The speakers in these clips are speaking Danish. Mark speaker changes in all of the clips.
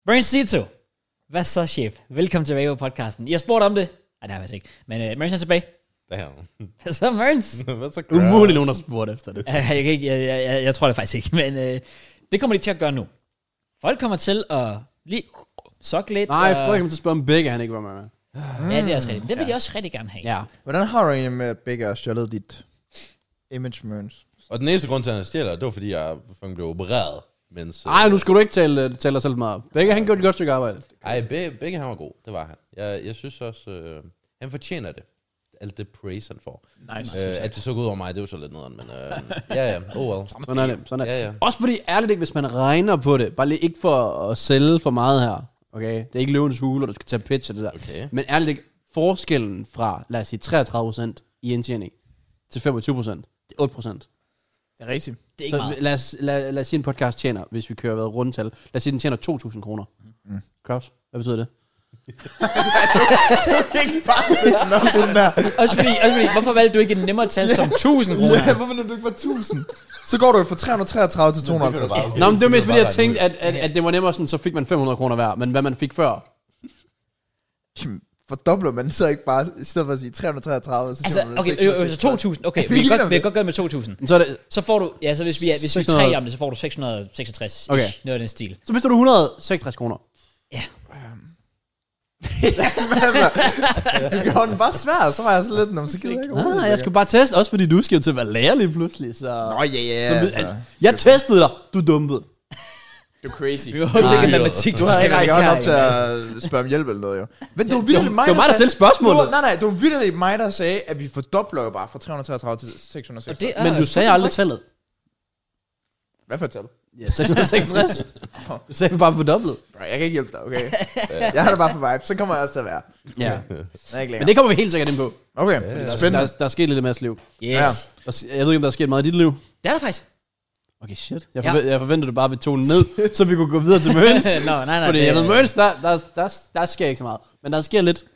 Speaker 1: Mernsito. Hvad så, chef? Velkommen til Raver-podcasten. I har spurgt om det. Nej, det har jeg ikke. Men Merns er tilbage. Hvad så, Merns?
Speaker 2: Hvad så,
Speaker 3: Umuligt nogen, der spurgte efter det.
Speaker 1: Jeg tror det faktisk ikke, men det kommer de til at gøre nu. Folk kommer til at lige sokke lidt.
Speaker 3: Nej, folk kommer til at spørge, om begge han ikke var med.
Speaker 1: Ja, det er også rigtigt. Det vil de også rigtig gerne have.
Speaker 3: Ja.
Speaker 4: Hvordan har du egentlig med, at begge har stjålet dit image, Merns?
Speaker 2: Og den eneste grund til, at han stjæler, det var, fordi jeg blev opereret.
Speaker 3: Nej, nu skal du ikke tale dig selv meget. Begge han gjorde et godt stykke arbejde.
Speaker 2: Ej, begge han var god. Det var han. Jeg synes også, han fortjener det. Alt det praise, han får.
Speaker 4: Nice.
Speaker 2: At det så ud over mig, det var så lidt nederen, men ja. Oh well.
Speaker 3: Sådan er det. Sådan er det.
Speaker 2: Ja.
Speaker 3: Også fordi, ærligt ikke, hvis man regner på det, bare lige ikke for at sælge for meget her, okay? Det er ikke løvens hule, og du skal tage pitch og det der.
Speaker 2: Okay.
Speaker 3: Men ærligt ikke, forskellen fra, lad os sige, 33% i indtjening til 25%, det er 8%.
Speaker 4: Det er rigtigt.
Speaker 1: Det er ikke
Speaker 3: Så
Speaker 1: meget.
Speaker 3: lad os sige, en podcast tjener, hvis vi kører ved rundtal, lad os sige, den tjener 2.000 kroner. Kraus, hvad betyder det?
Speaker 4: Ikke bare sætte nok den der.
Speaker 1: Også fordi, hvorfor valgte du ikke et nemmere tal som 1.000 kroner?
Speaker 4: Ja, hvorfor når du ikke var 1000? Så går du fra 333 til 250.
Speaker 3: Nå, men det var mest fordi, jeg tænkte, at det var nemmere sådan, så fik man 500 kroner hver, men hvad man fik før.
Speaker 4: Fordobler man så ikke bare, i stedet for at sige 333, så
Speaker 1: Altså, okay, så 2.000. Okay, vi kan godt gøre det med 2.000.
Speaker 3: Så, er det,
Speaker 1: Så får du, ja, så hvis vi er 3 om det, så får du 666.
Speaker 3: Okay.
Speaker 1: Noget af den stil.
Speaker 3: så mister du 166 kroner.
Speaker 1: Ja.
Speaker 4: Du kan holde den bare svær, så var jeg så lidt, så gider jeg ikke.
Speaker 3: Jeg skal bare teste, også fordi du skal jo til at være lærer lige pludselig, så...
Speaker 4: Nå, ja.
Speaker 3: Så, jeg testede dig, du dumpede.
Speaker 4: Du er crazy.
Speaker 1: Vi var ikke matematik.
Speaker 4: Du havde ikke rækket hånden op til at spørge om hjælp eller noget, jo. Men det var vildt mig,
Speaker 3: det var mig, der stillede spørgsmålet.
Speaker 4: Nej, det var vildt mig, der sagde, at vi fordobler jo bare fra 333 til 666.
Speaker 3: Men du sagde aldrig tallet.
Speaker 4: Hvad for et tal?
Speaker 3: Ja, 666. Du sagde bare fordoblet.
Speaker 4: Bro, jeg kan ikke hjælpe dig, okay? Jeg har det bare for vibe, så kommer jeg også til at være.
Speaker 3: Ja.
Speaker 4: Jeg er ikke længere.
Speaker 3: Men det kommer vi helt sikkert ind på.
Speaker 4: Okay, spændende.
Speaker 3: Der er sket lidt i Mads liv.
Speaker 1: Yes.
Speaker 4: Ja.
Speaker 3: Jeg ved ikke, om der er sket meget i dit liv.
Speaker 1: Det er der faktisk.
Speaker 3: Okay, shit. Jeg forventede, du bare ville tone ned, så vi kunne gå videre til Mørns.
Speaker 1: Nej.
Speaker 3: Fordi jeg ved, Mørns, der sker ikke så meget. Men der sker lidt.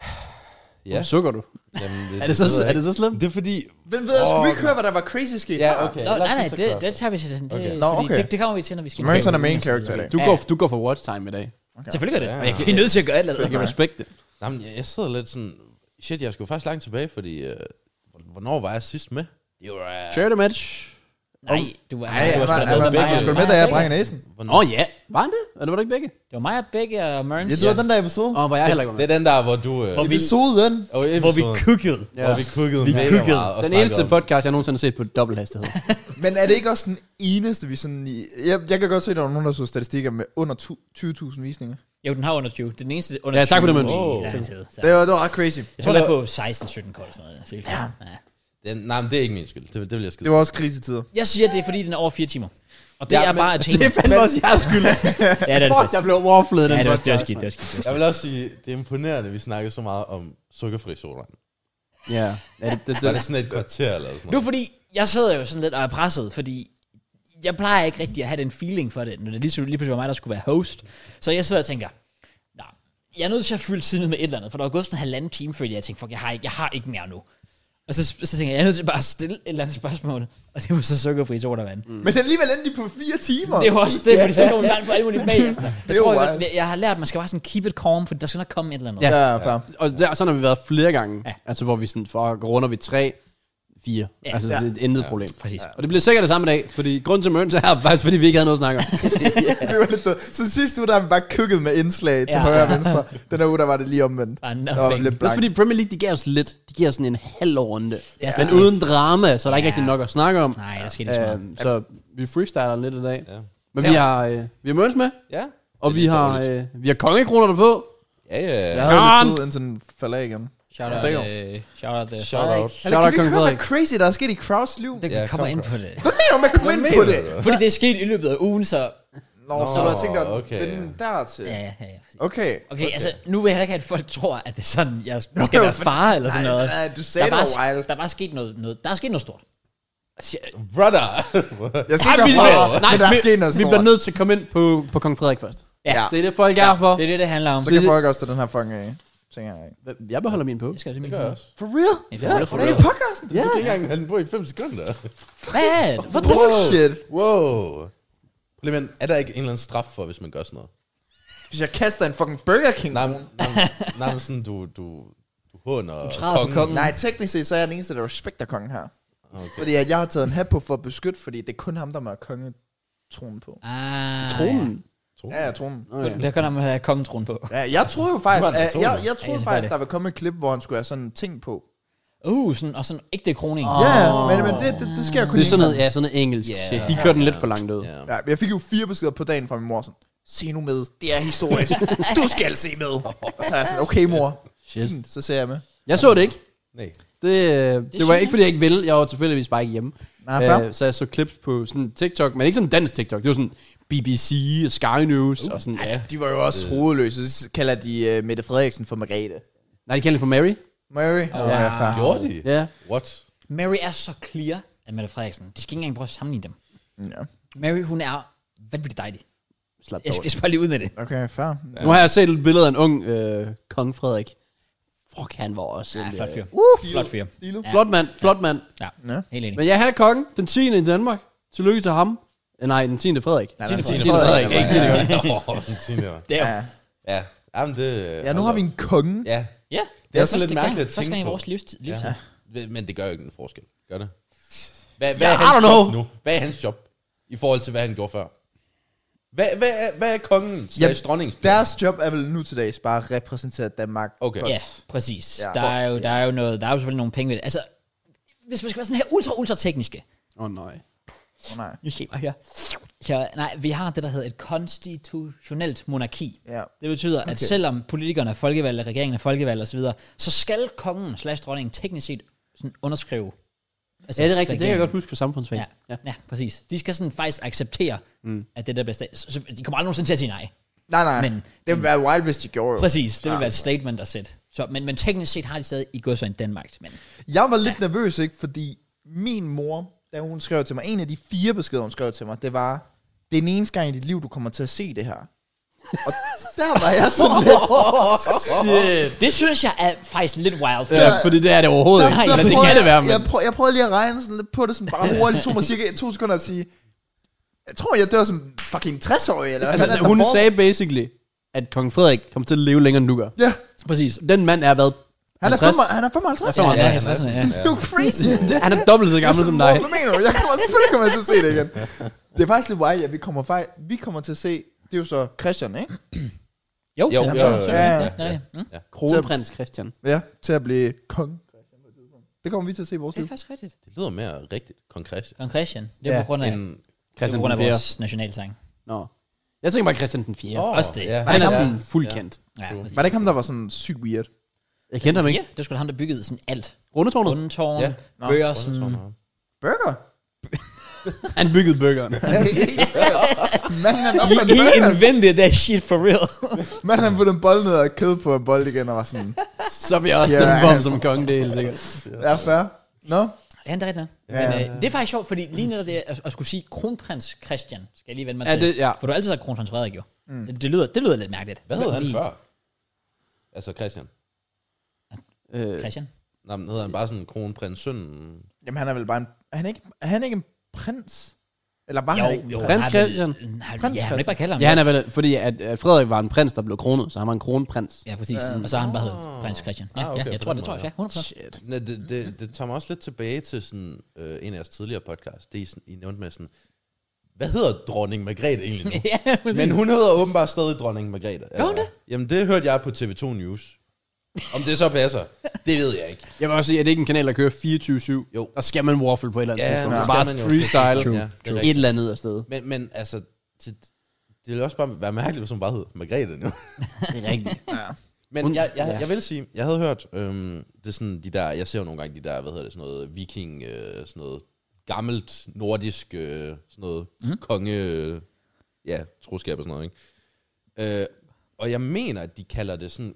Speaker 3: Hvorfor sukker du?
Speaker 2: Jamen,
Speaker 3: Er det så slemt?
Speaker 2: Det er fordi...
Speaker 4: Men ved jeg, skulle vi ikke høre, hvad der var crazy sket?
Speaker 2: Ja, okay.
Speaker 1: Nej, det tager vi til den.
Speaker 4: Nå, okay.
Speaker 1: Det kommer vi til, når vi skal...
Speaker 4: Merns er main character i dag.
Speaker 3: Du går for watch time i dag.
Speaker 1: Selvfølgelig gør det.
Speaker 2: Ja.
Speaker 1: Vi er nødt til at gøre alt.
Speaker 3: Jeg kan respekte det.
Speaker 2: Jamen, jeg sidder lidt sådan... Shit, jeg skulle faktisk langt tilbage, fordi... hvornår var jeg sidst med? Det var...
Speaker 3: Share the match.
Speaker 1: Nej, du var...
Speaker 4: Nej, jeg var sgu med, da jeg brænger næsen.
Speaker 3: Ja. Var han det? Eller var det ikke begge?
Speaker 1: Det var mig og Begge og Merns.
Speaker 4: Ja, det var den der episode.
Speaker 3: Hvor jeg heller ikke var
Speaker 2: Det
Speaker 3: med.
Speaker 2: er den der, hvor du...
Speaker 4: Episoden.
Speaker 1: Hvor vi cookede.
Speaker 2: Hvor vi cookede
Speaker 1: Vi
Speaker 2: mega
Speaker 1: cookede.
Speaker 2: meget. og
Speaker 3: Den
Speaker 2: snakkede
Speaker 3: eneste
Speaker 2: om-
Speaker 3: podcast, jeg nogensinde har set på dobbelt hastighed.
Speaker 4: Men er det ikke også den eneste, vi sådan... Jeg kan godt se, at der var nogen, der så statistikker med under 20.000 visninger.
Speaker 1: Jo, den har under 20. Det er den eneste under 20.
Speaker 3: Ja, tak for det, Merns.
Speaker 4: Det var ret crazy.
Speaker 1: Jeg tror, det er på 16-17 kort og sådan noget. Ja.
Speaker 2: Nej, men det er ikke min skyld. Det vil jeg skide.
Speaker 4: Det var også krisetider.
Speaker 1: Jeg siger, det er fordi, den er over 4 timer. Og det
Speaker 2: Ja,
Speaker 1: er
Speaker 2: men
Speaker 1: bare et tema.
Speaker 3: Det er fandme også jeres skyld.
Speaker 1: Ja, det er det
Speaker 3: Fuck,
Speaker 1: faktisk.
Speaker 3: jeg blev overfladet den
Speaker 1: Ja, det var
Speaker 3: podcast.
Speaker 1: skidt.
Speaker 2: Jeg vil også sige, det er imponerende, at vi snakkede så meget om sukkerfri sodavand.
Speaker 3: Ja.
Speaker 2: Var det sådan et kvarter eller sådan
Speaker 1: Nu fordi, jeg sidder jo sådan lidt og er presset, fordi jeg plejer ikke rigtig at have den feeling for det, når det lige pludselig var mig, der skulle være host. Så jeg sidder og tænker, jeg er nødt til at fylde tiden med et eller andet, for der var gået sådan en halvanden time, fordi jeg tænkte, fuck, jeg har ikke mere nu. Og så tænker jeg er nødt til bare at stille et eller andet spørgsmål, og det var så sukkerfri sodavand.
Speaker 4: Men alligevel endte de på 4 timer.
Speaker 1: Det var også det, fordi så kommer man på alle mulige bagefter. Jeg
Speaker 4: Det er
Speaker 1: tror,
Speaker 4: jo
Speaker 1: jeg har lært, at man skal bare sådan keep it calm, for der skal nok komme et eller andet.
Speaker 3: Ja.
Speaker 4: Ja, fair.
Speaker 3: Og sådan har vi været flere gange.
Speaker 1: Ja.
Speaker 3: Altså, hvor vi sådan, for at runder vi 3, 4.
Speaker 1: Ja.
Speaker 3: Altså, det er et intet problem.
Speaker 1: Præcis.
Speaker 3: Og det bliver sikkert det samme i dag, fordi grunden til Mørns er faktisk, fordi vi ikke havde noget at snakke om.
Speaker 4: Vi var lidt døde. Så sidste uge, der har vi bare kukket med indslag til højre og venstre. Den her uge, der var det lige omvendt.
Speaker 1: Bare
Speaker 4: Der var
Speaker 1: nothing.
Speaker 4: lidt
Speaker 3: Også
Speaker 4: blank.
Speaker 3: fordi Premier League, de giver os lidt. De giver sådan en halv runde.
Speaker 1: Ja.
Speaker 3: Men uden drama, så er der ikke
Speaker 1: Ja.
Speaker 3: rigtig nok at snakke om.
Speaker 1: Nej, der skete ikke så meget.
Speaker 3: Så vi freestyler lidt i dag.
Speaker 2: Ja.
Speaker 3: Men vi har Mørns med,
Speaker 2: Ja.
Speaker 3: og
Speaker 2: Det er
Speaker 3: vi
Speaker 2: lidt
Speaker 3: har,
Speaker 2: dårligt.
Speaker 3: vi har kongekroner der på.
Speaker 2: Ja.
Speaker 4: Jeg havde lidt tid, indtil den falder af igen.
Speaker 1: Shout out.
Speaker 2: Shout out.
Speaker 3: Shout out,
Speaker 4: Kan vi
Speaker 3: Kong
Speaker 4: ikke høre, hvad
Speaker 3: Frederik.
Speaker 4: crazy der er sket i Kraus liv?
Speaker 1: Det
Speaker 2: Ja,
Speaker 1: kommer
Speaker 2: kom,
Speaker 1: ind på det.
Speaker 4: Hvad mener du med at komme ind på det?
Speaker 1: Fordi det er sket i løbet af ugen, så...
Speaker 4: Nå, så du har tænkt dig
Speaker 2: okay.
Speaker 4: at vende der til.
Speaker 1: Ja.
Speaker 4: Okay.
Speaker 1: Okay, altså, nu vil jeg heller ikke have, at folk tror, at det er sådan, jeg skal være far eller sådan noget.
Speaker 4: Nej, du sagde det var wild.
Speaker 1: Der er bare sket noget. Der er sket noget stort.
Speaker 2: Brother.
Speaker 4: Jeg skal ikke være far, men der er sket noget
Speaker 3: Vi bliver
Speaker 4: stort.
Speaker 3: nødt til at komme ind på Kong Frederik først.
Speaker 1: Ja,
Speaker 3: Det er det, folk er for.
Speaker 1: det er det handler om.
Speaker 4: Så kan folk også til den her fucking ting her.
Speaker 3: Jeg beholder min på.
Speaker 1: Jeg skal
Speaker 2: Det gør jeg også.
Speaker 4: For real?
Speaker 1: Ja,
Speaker 4: For real podcasten?
Speaker 2: Du kan ikke engang have den på i 5 sekunder.
Speaker 1: Hvad? What the
Speaker 4: Bullshit.
Speaker 2: Wow. Men er der ikke en eller anden straf for, hvis man gør sådan noget?
Speaker 4: Hvis jeg kaster en fucking Burger King.
Speaker 2: Nej, men sådan, du håner
Speaker 1: Du træder på kongen.
Speaker 4: Nej, teknisk set, så er jeg den eneste, der respekter kongen her.
Speaker 2: Okay.
Speaker 4: Fordi at jeg har taget en hat på for at beskytte, fordi det er kun ham, der må have kongetronen på.
Speaker 3: Tronen?
Speaker 4: Ja, tronen.
Speaker 1: Ja. Det kan man have kongetronen på.
Speaker 4: Ja, jeg troede jo faktisk, jeg troede
Speaker 1: selvfølgelig.
Speaker 4: faktisk, der ville komme et klip, hvor han skulle have sådan en ting på.
Speaker 1: Sådan, og sådan ægte kroning.
Speaker 4: Ja, men det sker kun
Speaker 3: Det er sådan
Speaker 4: én
Speaker 3: noget, sådan noget engelsk
Speaker 2: Yeah.
Speaker 3: shit. De kørte den lidt for langt ud.
Speaker 2: Ja.
Speaker 4: gang. Ja, jeg fik jo 4 beskeder på dagen fra min mor, sådan, se nu med, det er historisk. Du skal se med. Og så er jeg sådan, okay mor.
Speaker 3: Shit.
Speaker 4: Fint, så ser jeg med.
Speaker 3: Jeg så det ikke.
Speaker 2: Nej.
Speaker 3: Det var ikke, fordi jeg ikke ville. Jeg var tilfældigvis bare ikke hjemme.
Speaker 4: Nej, fair.
Speaker 3: Så jeg så clips på sådan TikTok, men ikke sådan dansk TikTok. Det var sådan BBC og Sky News og sådan, ja.
Speaker 4: De var jo også hovedløse. Så kalder de Mette Frederiksen for Margrethe.
Speaker 3: Nej, de kalder det for Mary.
Speaker 4: Mary? Ja, fair.
Speaker 2: Gjorde de?
Speaker 3: Ja.
Speaker 2: What?
Speaker 1: Mary er så clear af Mette Frederiksen. De skal ikke engang prøve at sammenligne dem.
Speaker 4: Ja.
Speaker 1: Mary, hun er vanvittigt dejlig.
Speaker 3: Slap
Speaker 1: Jeg
Speaker 3: dog.
Speaker 1: skal bare lige ud med det.
Speaker 4: Okay, fair.
Speaker 3: Nu har jeg set et billede af en ung kong Frederik. Fuck, han var også
Speaker 1: Ja,
Speaker 3: en,
Speaker 1: flot fyr. Flot fyr.
Speaker 4: Stilet.
Speaker 1: Ja.
Speaker 3: Flot mand, flot mand.
Speaker 1: Ja,
Speaker 4: Ja.
Speaker 1: helt enig.
Speaker 3: Men ja, han er kongen, den 10. i Danmark. Tillykke til ham. Nej, den 10. Frederik.
Speaker 4: Ja,
Speaker 1: Tine
Speaker 4: Tine
Speaker 1: Frederik.
Speaker 4: Frederik.
Speaker 3: Ikke 10.
Speaker 1: Det er jo.
Speaker 4: Ja.
Speaker 2: Ja, jamen det...
Speaker 4: Ja, nu har vi en konge.
Speaker 2: Ja,
Speaker 1: Ja,
Speaker 2: det er
Speaker 1: første
Speaker 2: så lidt
Speaker 1: gang-
Speaker 2: mærkeligt at
Speaker 1: Første gang i
Speaker 2: tænke på.
Speaker 1: vores livstid.
Speaker 2: Ja. Men det gør jo ikke en forskel. Gør det? Hvad
Speaker 3: I
Speaker 2: er
Speaker 3: don't
Speaker 2: hans
Speaker 3: know.
Speaker 2: job nu? Hvad er hans job? I forhold til, hvad han gjorde før? Hvad er kongen
Speaker 4: Ja,
Speaker 2: dronningens job?
Speaker 4: Deres job er vel nu til dags bare at repræsentere Danmark.
Speaker 2: Okay.
Speaker 4: godt.
Speaker 1: Ja, præcis.
Speaker 4: Ja.
Speaker 1: Der er jo selvfølgelig nogle penge ved det. Altså, hvis man skal være sådan her ultra tekniske.
Speaker 3: Nej.
Speaker 4: Nej.
Speaker 1: Jeg se bare her. Så, nej, vi har det, der hedder et konstitutionelt monarki.
Speaker 4: Ja.
Speaker 1: Det betyder, at selvom politikerne er folkevalgte, regeringen er folkevalgte osv., så skal kongen / dronningen teknisk set sådan underskrive. Altså,
Speaker 3: Ja, det er rigtigt. Det kan jeg
Speaker 1: regeringen.
Speaker 3: godt huske fra samfundsfag.
Speaker 1: Ja, præcis. De skal sådan faktisk acceptere, at det der bliver så de kommer aldrig nogensinde til at sige nej.
Speaker 4: Nej.
Speaker 1: Men-
Speaker 4: Det ville være wild, hvis de gjorde.
Speaker 1: Præcis, det vil være et statement at sætte. Så, men teknisk set har de stadig i gået så en Danmark. Men
Speaker 4: Jeg var lidt nervøs, ikke? Fordi min mor, da hun skrev til mig, en af de 4 beskeder, hun skrev til mig, det var, det er den eneste gang i dit liv, du kommer til at se det her. Og der var jeg sådan lidt...
Speaker 1: det synes jeg er faktisk lidt wild.
Speaker 3: Ja, fordi det er det overhovedet ikke.
Speaker 1: Nej,
Speaker 3: Men det
Speaker 1: prøver
Speaker 3: skal det være, men...
Speaker 4: Jeg prøvede lige at regne sådan lidt på det, sådan bare hurtigt, tog mig cirka 2 sekunder at sige, jeg tror, jeg dør som fucking 60-årig, eller hvad fanden er
Speaker 3: Altså,
Speaker 4: der
Speaker 3: hun
Speaker 4: foregår?
Speaker 3: sagde basically, at kong Frederik kommer til at leve længere end du gør.
Speaker 4: Ja,
Speaker 3: Præcis. Den mand er hvad?
Speaker 4: han er
Speaker 3: 50?
Speaker 4: 55.
Speaker 1: Ja,
Speaker 2: Ja,
Speaker 1: han er sådan, ja.
Speaker 4: Det er jo crazy.
Speaker 3: Han er dobbelt så gammel som dig.
Speaker 4: Hvad mener du? Selvfølgelig kommer jeg til at se det igen. Det er faktisk lidt wild, ja. Vi kommer til at se, det er jo så Christian, ikke?
Speaker 1: Jo,
Speaker 2: Jo,
Speaker 1: ja,
Speaker 2: jo,
Speaker 1: ja.
Speaker 3: Kronprins Christian.
Speaker 4: Ja, til at blive kong. Det kommer vi til at se i vores
Speaker 1: Det er
Speaker 4: liv.
Speaker 1: faktisk rigtigt.
Speaker 2: Det lyder mere rigtigt. Konkret.
Speaker 1: Kong Christian. Det er
Speaker 3: Ja,
Speaker 1: på grund af,
Speaker 2: En,
Speaker 1: det er
Speaker 3: Christian
Speaker 1: på grund af
Speaker 3: den 4.
Speaker 1: vores nationalsang.
Speaker 3: Nå. Jeg tænker bare Christian den 4.
Speaker 1: Også det.
Speaker 2: Ja,
Speaker 3: Han er
Speaker 2: ja.
Speaker 3: sådan fuldt kendt.
Speaker 1: Ja,
Speaker 2: True.
Speaker 1: præcis.
Speaker 4: Var det ikke ham, der var sådan sygt weird?
Speaker 3: Jeg kendte ham ikke.
Speaker 1: Ja, det skulle ham, der byggede sådan alt.
Speaker 3: Rundetårnet.
Speaker 1: Rundetårn,
Speaker 2: Ja.
Speaker 1: Børsen.
Speaker 4: Burger?
Speaker 3: Han byggede burgeren.
Speaker 4: Manden han opfandt
Speaker 1: He
Speaker 4: burger.
Speaker 1: invented that shit for real.
Speaker 4: Manden han puttede en bold ned og kød på en bold igen og var sådan,
Speaker 3: Så vil jeg også
Speaker 4: Ja.
Speaker 3: stemme på ham som konge, det er helt sikkert.
Speaker 4: ja, fair. Nå?
Speaker 1: Ja, det er rigtigt.
Speaker 4: Ja.
Speaker 1: Men det er faktisk sjovt, fordi lige netop det at skulle sige kronprins Christian, skal jeg lige vende mig
Speaker 3: Ja,
Speaker 1: til.
Speaker 3: det, ja.
Speaker 1: For du har altid sagt kronprins Frederik jo. Det lyder lidt mærkeligt.
Speaker 2: Hvad hed han
Speaker 1: Lige-
Speaker 2: før? Altså Christian.
Speaker 1: Christian?
Speaker 2: Nej, men hedder han bare sådan kronprinsen?
Speaker 4: Jamen han er vel bare en... Er han ikke en prins? Eller bare han ikke?
Speaker 3: Prins
Speaker 1: han er vel-
Speaker 3: Christian.
Speaker 1: Ja, han vil ikke bare kalde ham.
Speaker 3: Ja, han er vel, fordi at Frederik var en prins, der blev kronet, så han var en kronprins.
Speaker 1: Ja, præcis. Og så har han bare heddet prins Christian. Ja,
Speaker 2: okay,
Speaker 1: ja, jeg
Speaker 2: på
Speaker 1: tror,
Speaker 2: den
Speaker 1: det tror
Speaker 2: måde,
Speaker 1: jeg. Ja, 100%.
Speaker 4: Shit.
Speaker 2: Nej, det tager mig også lidt tilbage til sådan, en af jeres tidligere podcast. Det I nævnte med sådan, hvad hedder dronning Margrethe egentlig nu?
Speaker 1: Ja, præcis.
Speaker 2: Men hun hedder åbenbart stadig dronning Margrethe.
Speaker 1: Gør hun det?
Speaker 2: Jamen det hørte jeg på TV2 News. Om det så passer, det ved jeg ikke.
Speaker 3: Jeg vil også sige, at det ikke en kanal, der kører 24/7.
Speaker 2: Jo.
Speaker 3: Der skal man waffle på et eller andet
Speaker 2: Ja,
Speaker 3: tidspunkt.
Speaker 2: det
Speaker 3: Det er
Speaker 2: skal
Speaker 3: bare
Speaker 2: man jo.
Speaker 3: freestyle.
Speaker 1: True.
Speaker 2: Ja, det er
Speaker 3: Et
Speaker 2: rigtigt.
Speaker 3: eller andet afsted.
Speaker 2: Men altså, det ville også bare være mærkeligt, hvis hun bare hed Margrethe nu.
Speaker 3: Det er rigtigt.
Speaker 2: Men jeg vil sige, jeg havde hørt, det er sådan de der, jeg ser jo nogle gange de der, hvad hedder det, sådan noget viking, sådan noget gammelt nordisk, sådan noget konge, troskab og sådan noget, ikke? Og jeg mener, at de kalder det sådan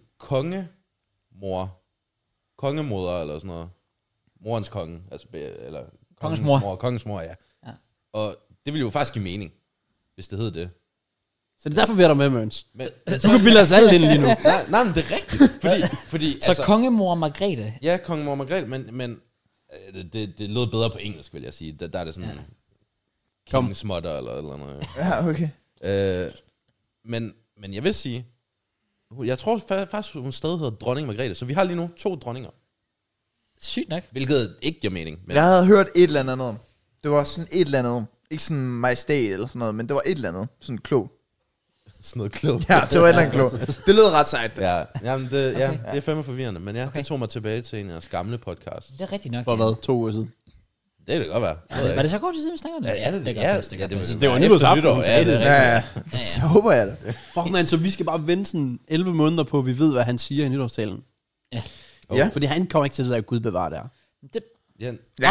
Speaker 2: kongemoder eller sådan noget. Morens konge, altså, eller
Speaker 1: Kongens mor.
Speaker 2: Kongens mor, ja. Og det ville jo faktisk give mening, hvis det hed det.
Speaker 3: Så det er derfor, vi er der med, Mørns.
Speaker 2: Men,
Speaker 3: Du kan bilde os alle ind lige nu.
Speaker 2: nej, men det er rigtigt, fordi
Speaker 1: Så kongemor Margrethe.
Speaker 2: ja, kongemor Margrethe, men det lød bedre på engelsk, vil jeg sige. Der er det sådan King Smutter eller noget.
Speaker 4: Ja, okay.
Speaker 2: Men Men jeg vil sige, jeg tror faktisk, hun stadig hedder dronning Margrethe, så vi har lige nu 2 dronninger.
Speaker 1: Sygt nok.
Speaker 2: Hvilket ikke giver mening. Men
Speaker 4: Jeg havde hørt et eller andet. Det var sådan et eller andet. Ikke sådan majestæt eller sådan noget, men det var et eller andet. Sådan klog.
Speaker 2: sådan noget klogt.
Speaker 4: Ja, det var et eller andet klog. Det lød ret sejt.
Speaker 2: Ja, jamen det,
Speaker 1: Okay.
Speaker 2: det er fandme forvirrende. Men ja,
Speaker 1: Okay.
Speaker 2: det tog mig tilbage til en af jeres gamle podcast.
Speaker 1: Det er rigtigt nok.
Speaker 3: For hvad? 2 uger siden.
Speaker 2: Det kan det godt være.
Speaker 1: Var det så godt til siden, vi snakker om det?
Speaker 2: Ja, det
Speaker 1: kan
Speaker 2: ja,
Speaker 1: passe, det kan passe.
Speaker 3: Det var
Speaker 2: efter
Speaker 3: nytårsaften, hun
Speaker 2: nytår,
Speaker 3: sagde
Speaker 2: det er
Speaker 3: det.
Speaker 2: rigtigt.
Speaker 4: Ja, så håber jeg det.
Speaker 3: Fuck man, så vi skal bare vente sådan 11 måneder på, at vi ved, hvad han siger i nytårstalen.
Speaker 4: Ja.
Speaker 3: Fordi han kommer ikke til det der Gud bevare der.
Speaker 1: Det,
Speaker 2: Ja,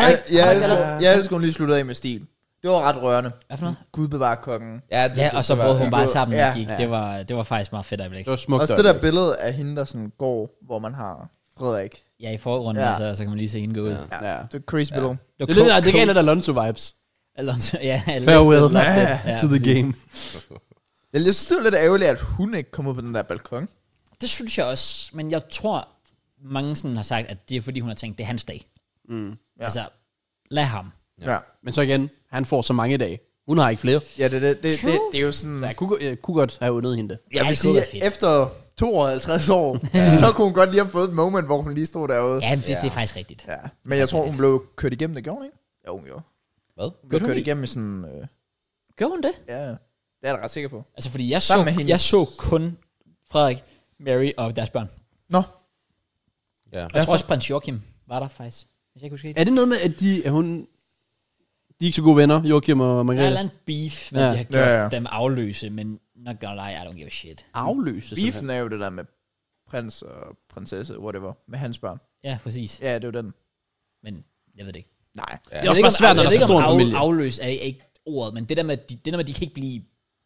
Speaker 4: Jeg elsker, hun lige sluttede af med stil. Det var ret rørende.
Speaker 1: hvad for noget?
Speaker 4: Gud bevare kongen.
Speaker 1: Ja, og så brød hun bare sammen
Speaker 4: Ja.
Speaker 1: og gik. Det var faktisk meget fedt øjeblik.
Speaker 3: Det var smukt.
Speaker 4: Også det der billede af hende, der sådan går, hvor man har Frederik.
Speaker 1: Ja, i forgrunden,
Speaker 4: Ja.
Speaker 1: så kan man lige se hende gå ud.
Speaker 2: Ja.
Speaker 3: Ja.
Speaker 4: Det er crazy billede.
Speaker 3: Det er lidt, det gav lidt Alonso-vibes.
Speaker 1: Alonso, ja.
Speaker 3: Farewell
Speaker 1: to
Speaker 3: to the game.
Speaker 4: Jeg synes, det var lidt ærgerligt, at hun ikke kom ud på den der balkon.
Speaker 1: Det synes jeg også, men jeg tror, mange sådan har sagt, at det er fordi, hun har tænkt, det er hans dag.
Speaker 3: Mm.
Speaker 4: Ja.
Speaker 1: Altså, lad ham.
Speaker 4: Ja.
Speaker 3: Men så igen, han får så mange dage. Hun har ikke flere.
Speaker 4: Ja, det er jo sådan...
Speaker 3: Så jeg kunne godt have undet hende det.
Speaker 4: Jeg
Speaker 1: Ja,
Speaker 4: vil
Speaker 1: det kunne
Speaker 4: sige,
Speaker 1: være fedt.
Speaker 4: efter 52 år, så kunne hun godt lige have fået et moment, hvor hun lige stod derude.
Speaker 1: Ja, det er faktisk rigtigt.
Speaker 4: Ja. Men jeg tror, hun blev kørt igennem det, gjorde hun ikke? Jo, hun gjorde.
Speaker 2: Hvad?
Speaker 4: Hun blev
Speaker 1: hun
Speaker 4: kørt
Speaker 1: ikke?
Speaker 4: igennem i sådan...
Speaker 1: Gør hun det?
Speaker 4: ja, det er jeg da ret sikker på.
Speaker 1: Altså, fordi jeg
Speaker 4: Sammen med
Speaker 1: så,
Speaker 4: hendes-
Speaker 1: jeg så kun Frederik, Mary og deres børn.
Speaker 4: Nå,
Speaker 2: Ja.
Speaker 1: Og jeg tror også, prins Joachim var der faktisk. Hvis jeg ikke husker
Speaker 3: Er det noget med, at de er ikke så gode venner, Joachim og
Speaker 1: Der er et
Speaker 3: Margrethe?
Speaker 1: eller andet beef, men
Speaker 3: Ja.
Speaker 1: de har gjort
Speaker 4: Ja.
Speaker 1: dem afløse, men not gonna lie, I don't give a shit.
Speaker 3: Afløse,
Speaker 4: beefen er jo det der med prins og prinsesse, whatever, med hans børn.
Speaker 1: Ja, præcis.
Speaker 4: Ja, det er jo den.
Speaker 1: Men jeg ved det ikke.
Speaker 4: Nej.
Speaker 3: Det er
Speaker 1: Jeg
Speaker 3: også
Speaker 1: ved
Speaker 3: bare
Speaker 1: ikke,
Speaker 3: svært,
Speaker 1: om-
Speaker 3: når
Speaker 1: jeg
Speaker 3: der
Speaker 1: ved
Speaker 3: er så
Speaker 1: ikke, om
Speaker 3: stor en familie.
Speaker 1: Afløs er ikke ordet, men det der med, at de kan ikke blive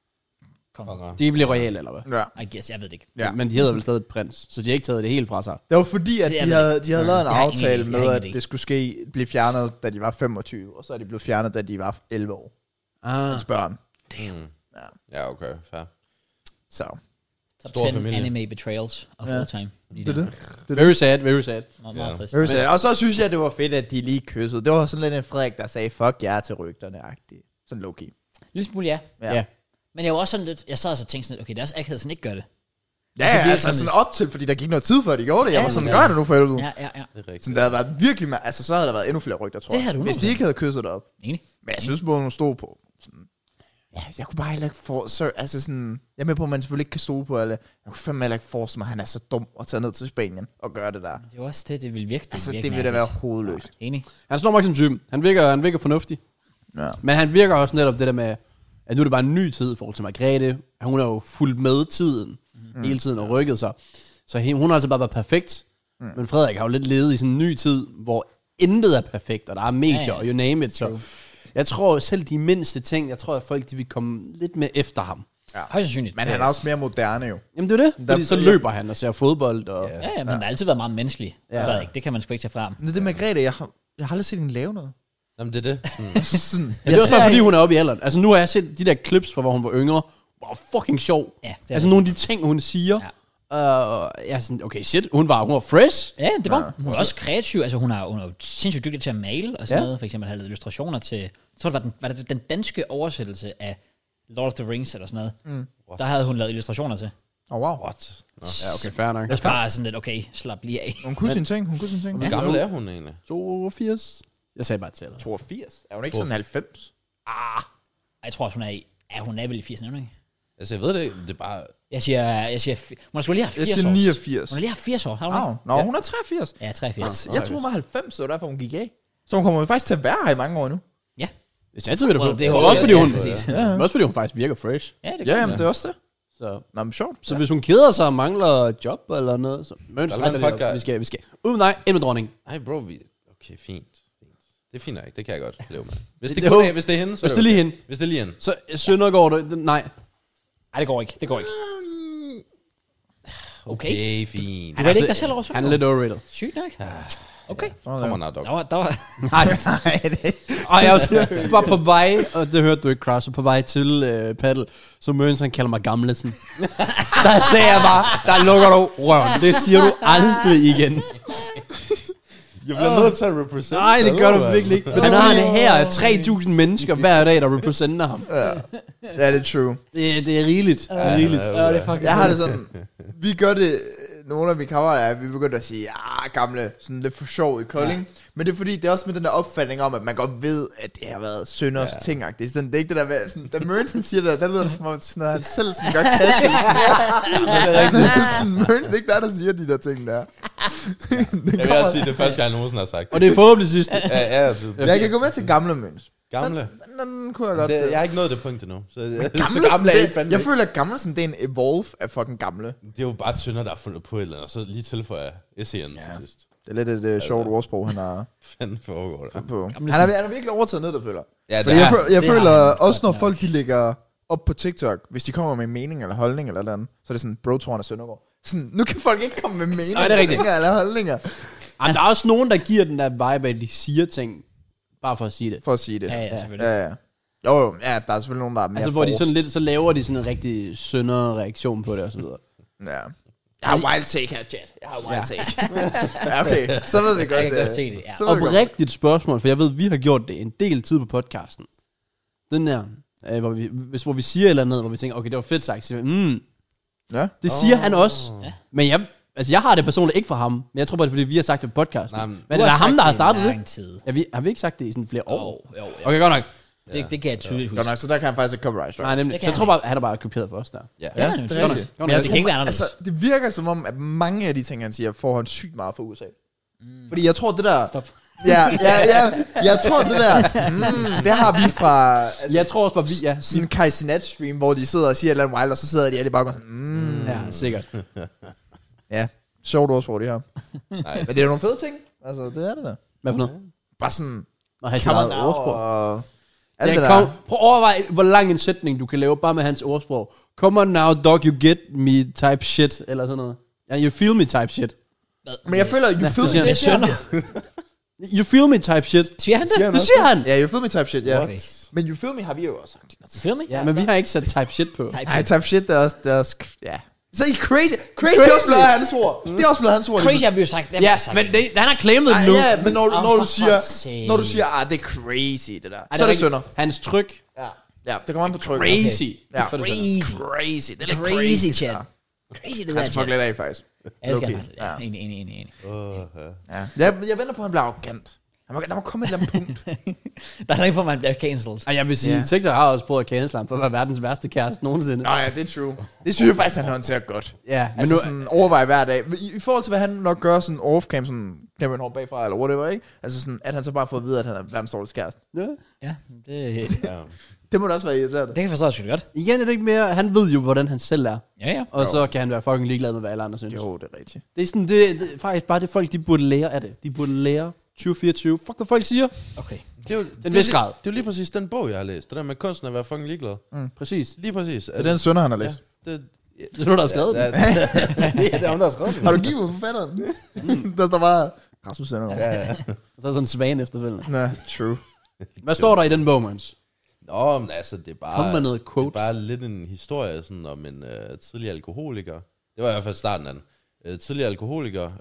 Speaker 1: konger.
Speaker 3: De bliver royale, eller hvad?
Speaker 4: Ja.
Speaker 1: I guess, jeg ved det ikke.
Speaker 3: Ja. Men de hedder vel stadig prins, så de har ikke taget det helt fra sig.
Speaker 4: Det var fordi, at
Speaker 1: Det er
Speaker 4: de
Speaker 1: det
Speaker 4: havde,
Speaker 1: ikke.
Speaker 4: de havde lavet en
Speaker 1: Jeg har ingen
Speaker 4: aftale
Speaker 1: idé. Jeg
Speaker 4: med,
Speaker 1: har ingen
Speaker 4: at
Speaker 1: idé.
Speaker 4: det skulle blive fjernet, da de var 25, og så er de blevet fjernet, da de var 11 år. Hans børn.
Speaker 2: Damn.
Speaker 4: Ja.
Speaker 2: Ja, okay, fair.
Speaker 4: Så.
Speaker 1: Top
Speaker 2: Stor
Speaker 1: 10
Speaker 2: familie.
Speaker 1: anime betrayals of
Speaker 4: Ja.
Speaker 1: all time.
Speaker 4: Det er det.
Speaker 3: Very sad, very sad.
Speaker 1: Meget, meget
Speaker 2: Ja.
Speaker 1: trist.
Speaker 4: Og så synes jeg, det var fedt, at de lige kyssede. Det var sådan lidt en Frederik, der sagde, fuck jer til rygterne-agtigt. Sådan low-key.
Speaker 1: Lille smule ja.
Speaker 3: Ja.
Speaker 1: Men jeg var også sådan lidt, jeg sad og så tænkte sådan lidt, okay, det er også akavet, sådan ikke gør det.
Speaker 4: Ja,
Speaker 1: Altså, virkelig
Speaker 4: altså
Speaker 1: sådan
Speaker 4: sådan op til, fordi der gik noget tid før, de gjorde det. Jeg
Speaker 1: Ja,
Speaker 4: var sådan,
Speaker 1: det
Speaker 4: gør
Speaker 1: er-
Speaker 4: det nu for helvede.
Speaker 1: Ja.
Speaker 2: Det er rigtigt.
Speaker 4: Sådan, der havde været virkelig, altså så havde der været endnu flere rygter, tror
Speaker 1: Det
Speaker 4: jeg.
Speaker 1: havde du
Speaker 4: Hvis de
Speaker 1: 100%.
Speaker 4: ikke havde kysset det op.
Speaker 1: Enig.
Speaker 4: Men jeg synes både, hun stod på. Sådan, ja, jeg kunne bare heller ikke altså sådan, jeg er med på, at man selvfølgelig ikke kan stole på alle. Jeg kunne fandme heller ikke forestille mig, at han er så dum at tage ned til Spanien og gøre det der.
Speaker 1: Det er jo også det vil virkelig
Speaker 4: Altså,
Speaker 1: virkelig
Speaker 4: det vil da være
Speaker 1: mærkeligt.
Speaker 4: hovedløst.
Speaker 1: Enig.
Speaker 3: Han slår mig ikke som typen. Han virker fornuftig.
Speaker 4: Ja.
Speaker 3: Men han virker også netop det der med, at nu er det bare en ny tid i forhold til Margrethe. Hun har jo fulgt med tiden hele tiden og rykket sig. Så hun har altså bare været perfekt. Men Frederik har jo lidt levet i sådan en ny tid, hvor intet er perfekt, og der er medier og you name it. Så jeg tror selv de mindste ting, jeg tror at folk de vil komme lidt med efter ham.
Speaker 1: Højst sandsynligt.
Speaker 4: Men han er også mere moderne jo.
Speaker 3: Jamen det er det, fordi så løber han og ser fodbold. Og
Speaker 1: Ja, men han har altid været meget menneskelig.
Speaker 3: Ja.
Speaker 1: Frederik, det kan man sgu ikke tage frem.
Speaker 4: Men det med Grete, jeg har aldrig set hende lave noget.
Speaker 2: Jamen, det er det.
Speaker 4: Sådan,
Speaker 3: Ja, det er også bare fordi hun er oppe i alderen. Altså nu har jeg set de der clips fra hvor hun var yngre. Wow, fucking sjov.
Speaker 1: Ja, det er
Speaker 3: Altså nogle af de ting hun siger. Jeg er sådan, okay shit, hun var fresh.
Speaker 1: Ja, det var hun er også kreativ. Altså hun er jo sindssygt dygtig til at male og sådan
Speaker 3: Ja.
Speaker 1: noget. For eksempel har lavet illustrationer til, jeg tror det var den danske oversættelse af Lord of the Rings eller sådan noget. Der havde hun lavet illustrationer til.
Speaker 4: Oh, wow.
Speaker 2: What? Nå.
Speaker 3: Ja, okay, fair nok.
Speaker 1: Det var bare sådan lidt, okay, slap lige af.
Speaker 4: Hun kunne sine ting, hun kunne sine ting.
Speaker 2: Hvor gammel er hun egentlig?
Speaker 3: 82. Jeg sagde bare til dig.
Speaker 4: 82. Er hun ikke sådan 90?
Speaker 1: Jeg tror også, hun er vel i 80'erne, ikke?
Speaker 2: Altså, jeg ved det ikke. Det er bare...
Speaker 1: Jeg siger, hun skulle lige have 80
Speaker 4: Jeg
Speaker 1: år.
Speaker 4: siger 89.
Speaker 1: Hun har lige haft 80 år, har hun ikke?
Speaker 4: Nå, hun er 83.
Speaker 1: Ja, 83.
Speaker 4: Jeg tror, hun var 90, så det var derfor, hun gik af. Så hun kommer jo faktisk til at være her i mange år nu.
Speaker 1: Ja.
Speaker 3: Det satser vi da på.
Speaker 1: Well, det er jo-
Speaker 3: også fordi
Speaker 1: ja,
Speaker 3: hun,
Speaker 1: præcis.
Speaker 3: også fordi hun faktisk virker fresh.
Speaker 1: Ja, det
Speaker 4: Ja,
Speaker 1: kan
Speaker 4: jamen, det er også det.
Speaker 3: Så,
Speaker 4: Nå, men sjovt.
Speaker 3: så hvis hun keder sig og mangler job eller noget, så mønster
Speaker 2: Der er en podcast.
Speaker 3: vi skal. Nej, ind med dronning.
Speaker 2: Ej, bro, okay, fint. Det er fint nok. Det kan jeg godt leve med. Hvis
Speaker 3: Det
Speaker 2: det,
Speaker 3: er
Speaker 2: kun
Speaker 3: jo-
Speaker 2: er, hvis det er hende, så
Speaker 3: Hvis det er lige hende.
Speaker 2: Hvis det er lige hende.
Speaker 3: Så Søndergaard, nej.
Speaker 1: Nej, det går ikke. Det går ikke.
Speaker 2: Okay, fint.
Speaker 1: Du valgte ikke dig selv over
Speaker 3: Han er lidt overrated.
Speaker 1: Sygt nok. Okay.
Speaker 2: Kommer nok, dog.
Speaker 1: Der var
Speaker 3: Nej,
Speaker 4: Nej, det
Speaker 3: og jeg var bare på vej, og det hørte du ikke, Cross, på vej til paddle, så Møns, han kalder mig gamlesen. Der sagde jeg bare, der lukker du røven. Det siger du aldrig igen.
Speaker 2: Jeg bliver nødt til at represent.
Speaker 3: Nej, det gør du virkelig ikke. Men han har en her af 3.000 mennesker hver dag, der representer ham.
Speaker 4: Ja, det er true.
Speaker 3: Det er rigeligt. Det er rigeligt.
Speaker 1: Ja, det er fucking
Speaker 4: Jeg har det sådan, vi gør det, nogle af mine kammerater, vi begynder at sige, gamle, sådan lidt for sjov i Kolding. Ja. Men det er fordi, det er også med den der opfatning om, at man godt ved, at det har været Sønders ting. Det er ikke det der med, sådan, da Mørnsen siger det, der lyder det som om, at han selv sådan gør casual. Mørnsen, det er ikke der siger de der ting der.
Speaker 2: Jeg vil også sige, det er første gang, jeg nogensinde har sagt.
Speaker 3: Og det er forhåbentlig sidste.
Speaker 4: Jeg kan gå med til gamle Mørns.
Speaker 2: Gamle?
Speaker 4: Den kunne jeg godt.
Speaker 2: Jeg har ikke nået det punkt endnu. Så
Speaker 4: gamle er fandme. Jeg føler, at Gammelsen, det er en evolve af fucking gamle.
Speaker 2: Det er jo bare Tønder, der har fundet på et eller andet, og så lige tilføjer SCN til sidst.
Speaker 4: Det er lidt et sjovt ordsprog, han har
Speaker 2: fanden foregår der.
Speaker 4: på. Han er virkelig overtaget ned, der føler.
Speaker 2: Ja,
Speaker 4: Fordi jeg føler også, når folk de lægger op på TikTok, hvis de kommer med en mening eller holdning eller andet, så er det sådan, bro, tror han er Søndergaard. Sådan, nu kan folk ikke komme med meninger eller holdninger.
Speaker 3: Jamen, der er også nogen, der giver den der vibe, at de siger ting, bare for at sige det.
Speaker 4: For at sige det.
Speaker 1: Ja, selvfølgelig.
Speaker 4: Ja. Jo, ja, der er selvfølgelig nogen, der er mere
Speaker 3: Altså, hvor de sådan lidt, så laver de sådan en rigtig sønderreaktion på det og så videre.
Speaker 4: Ja. Jeg har wild take her, chat. Jeg har wild take. Ja, okay. Så ved vi godt.
Speaker 1: Jeg kan godt se det, ja.
Speaker 3: Oprigtigt spørgsmål, for jeg ved, vi har gjort det en del tid på podcasten. Den der, hvor vi siger et eller andet, hvor vi tænker, okay, det var fedt sagt.
Speaker 4: Ja.
Speaker 3: Det siger han også. Ja. Men jeg har det personligt ikke fra ham. Men jeg tror bare, det er, fordi vi har sagt det på podcasten.
Speaker 2: Nej,
Speaker 3: men det er ham, der har startet det.
Speaker 1: Ja,
Speaker 3: har vi ikke sagt det i sådan flere år?
Speaker 1: Jo.
Speaker 3: Okay, godt nok.
Speaker 1: Det kan jeg tydeligt huske.
Speaker 4: Godt nok, så der kan han faktisk ikke copyright strike.
Speaker 3: Nej, nemlig. Så jeg tror bare, han har bare kopieret for os der.
Speaker 4: Ja, det er rigtigt.
Speaker 1: Men det kan ikke være anderledes.
Speaker 4: Altså, det virker som om, at mange af de ting, han siger, får han sygt meget fra USA. Fordi jeg tror, det der...
Speaker 1: Stop.
Speaker 4: Ja. Jeg tror, det der... det har vi fra... Altså,
Speaker 3: jeg tror også bare,
Speaker 4: sådan en Kai Cenat stream, hvor de sidder og siger et eller andet wild, og så sidder de alle i baggrunden sådan...
Speaker 3: Ja, sikkert.
Speaker 4: Ja, sjovt ordsprog, det her. Men det er jo nogle fede ting. Altså, det er det der.
Speaker 3: Hvad for noget?
Speaker 4: Bare sådan...
Speaker 3: Og have sit eget ordsprog.
Speaker 4: Og
Speaker 3: prøv at overveje, hvor lang en sætning du kan lave bare med hans ordsprog. Come on now, dog, you get me type shit, eller sådan noget. Yeah, you feel me type shit.
Speaker 4: Men jeg føler, you feel me...
Speaker 1: Det sønder.
Speaker 3: You feel me type shit.
Speaker 1: Siger han det?
Speaker 3: Det siger han.
Speaker 4: Ja, you feel me type shit, ja.
Speaker 1: Okay.
Speaker 4: Men you feel me har vi jo også sagt.
Speaker 1: You feel me?
Speaker 3: Ja, men vi har ikke sat type shit på.
Speaker 4: Nej, type shit, det er også ja. Så I crazy er også blevet hans ord. Det er også blevet hans ord.
Speaker 1: Crazy har vi jo sagt.
Speaker 3: Ja, men han har claimet det nu.
Speaker 4: Ja, men når du siger, det er crazy, det der. Så er det synder.
Speaker 3: Hans tryk.
Speaker 4: Ja, det kommer an på tryk.
Speaker 3: Crazy.
Speaker 4: Ja,
Speaker 1: Crazy.
Speaker 4: Det er lidt
Speaker 1: crazy, chat. Crazy, det der.
Speaker 4: Han skal fuck lidt af, faktisk.
Speaker 1: Jeg elsker faktisk. Ja, enig.
Speaker 4: Ja. Jeg venter på, at han bliver arrogant. Der må komme et eller andet punkt.
Speaker 1: Der er ikke for, at man bliver cancelled.
Speaker 3: Og jeg vil sige, TikTok har også prøvet at cancel ham for at være verdens værste kæreste nogensinde.
Speaker 4: Nå ja, det er true. Det synes jeg faktisk, han håndterer godt.
Speaker 3: Ja, men
Speaker 4: altså nu sådan overveje hver dag. I forhold til, hvad han nok gør sådan off-cam, sådan knæpper en hår bagfra, eller whatever, ikke? Altså sådan, at han så bare får at vide, at han er verdens dårligste kæreste.
Speaker 1: Ja, det...
Speaker 4: Det må da også være irriterende.
Speaker 1: Det kan jeg forstå godt.
Speaker 3: Igen er det ikke mere, han ved jo, hvordan han selv er.
Speaker 1: Ja.
Speaker 3: Og så kan han være fucking ligeglad med, hvad alle andre synes.
Speaker 4: Jo, det er rigtigt.
Speaker 3: Det er sådan, det er faktisk bare det folk, de burde lære af det. De burde lære 2024. Fuck, hvad folk siger.
Speaker 1: Okay.
Speaker 2: Det er jo
Speaker 3: Den vis grad.
Speaker 2: Det er jo lige præcis den bog, jeg har læst. Det der med kunsten at være fucking ligeglad.
Speaker 3: Præcis.
Speaker 2: Lige præcis.
Speaker 4: Det er den sønner, han har læst.
Speaker 2: Ja,
Speaker 3: det er nogen, der har skrevet den.
Speaker 2: Ja, det er hun, der har skrevet den.
Speaker 4: Har du givet forfatteren? Der står bare Rasmus Søndergaard.
Speaker 2: Ja.
Speaker 3: Og så er sådan en svan efterfølgende.
Speaker 4: Ja, true.
Speaker 3: Hvad står der i den bog, Måns?
Speaker 2: Nå, men altså, det er bare...
Speaker 3: Kom med noget quotes.
Speaker 2: Det er bare lidt en historie sådan, om en tidligere alkoholiker. Det var i hvert fald starten af den. Tidligere alkoholiker,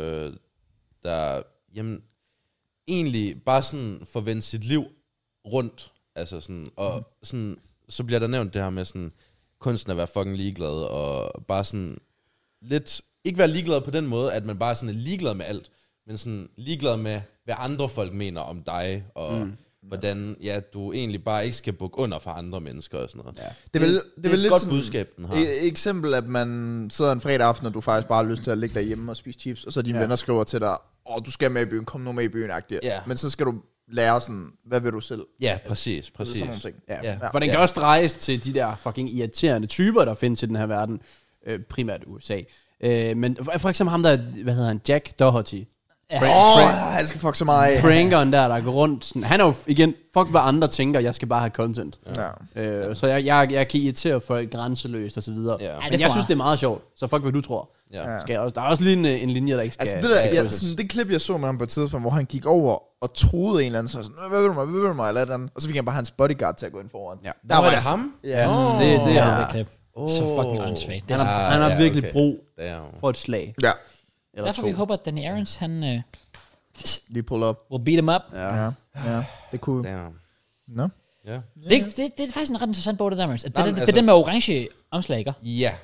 Speaker 2: der jamen, egentlig bare sådan forvente sit liv rundt. Altså sådan, og sådan, så bliver der nævnt det her med sådan, kunsten at være fucking ligeglad, og bare sådan lidt, ikke være ligeglad på den måde, at man bare sådan er ligeglad med alt, men sådan ligeglad med, hvad andre folk mener om dig, og hvordan du egentlig bare ikke skal bukke under for andre mennesker og sådan noget. Ja.
Speaker 4: Det er vel
Speaker 2: et
Speaker 4: lidt
Speaker 2: godt
Speaker 4: sådan
Speaker 2: budskab, den har.
Speaker 4: Eksempel, at man sidder en fredag aften, og du faktisk bare har lyst til at ligge derhjemme og spise chips, og så dine venner skriver til dig, du skal med i byen, kom nu med i byen, men så skal du lære sådan, hvad vil du selv?
Speaker 2: Ja, præcis.
Speaker 4: Sådan nogle ting.
Speaker 3: Ja. For den kan også drejes til de der fucking irriterende typer, der findes i den her verden, primært USA. Men for eksempel ham der, hvad hedder han, Jack Doherty.
Speaker 4: Han skal fuck så meget af.
Speaker 3: Prankeren der går rundt. Sådan, han er jo igen, fuck hvad andre tænker, jeg skal bare have content.
Speaker 4: Ja.
Speaker 3: Så jeg kan irritere folk grænseløst og så videre.
Speaker 2: Ja.
Speaker 3: Men jeg synes, det er meget sjovt. Så fuck hvad du tror.
Speaker 2: Ja.
Speaker 3: Skal jeg også, der er også lige en linje, der ikke skal...
Speaker 4: Altså det der, sådan, det klip, jeg så med ham på et tidspunkt, hvor han gik over og troede en eller anden, så sådan, hvad vil du mig, eller andet. Og så fik han bare hans bodyguard til at gå ind foran.
Speaker 3: Ja.
Speaker 2: Der var det ham?
Speaker 3: Ja, det er
Speaker 1: det klip. Så fucking åndssvagt.
Speaker 3: Han har virkelig brug
Speaker 2: Damn.
Speaker 3: for et slag.
Speaker 4: Ja.
Speaker 1: Derfor vi håber, at Danny Aarons, han
Speaker 4: lige pull up.
Speaker 1: We'll beat them up.
Speaker 3: Ja.
Speaker 4: Ja. Det kunne...
Speaker 2: Damn.
Speaker 4: Nå.
Speaker 2: Ja.
Speaker 1: Det er faktisk en ret interessant bog, det der, Mads. Det er
Speaker 2: altså-
Speaker 1: den med orange omslag, ikke?
Speaker 2: Ja.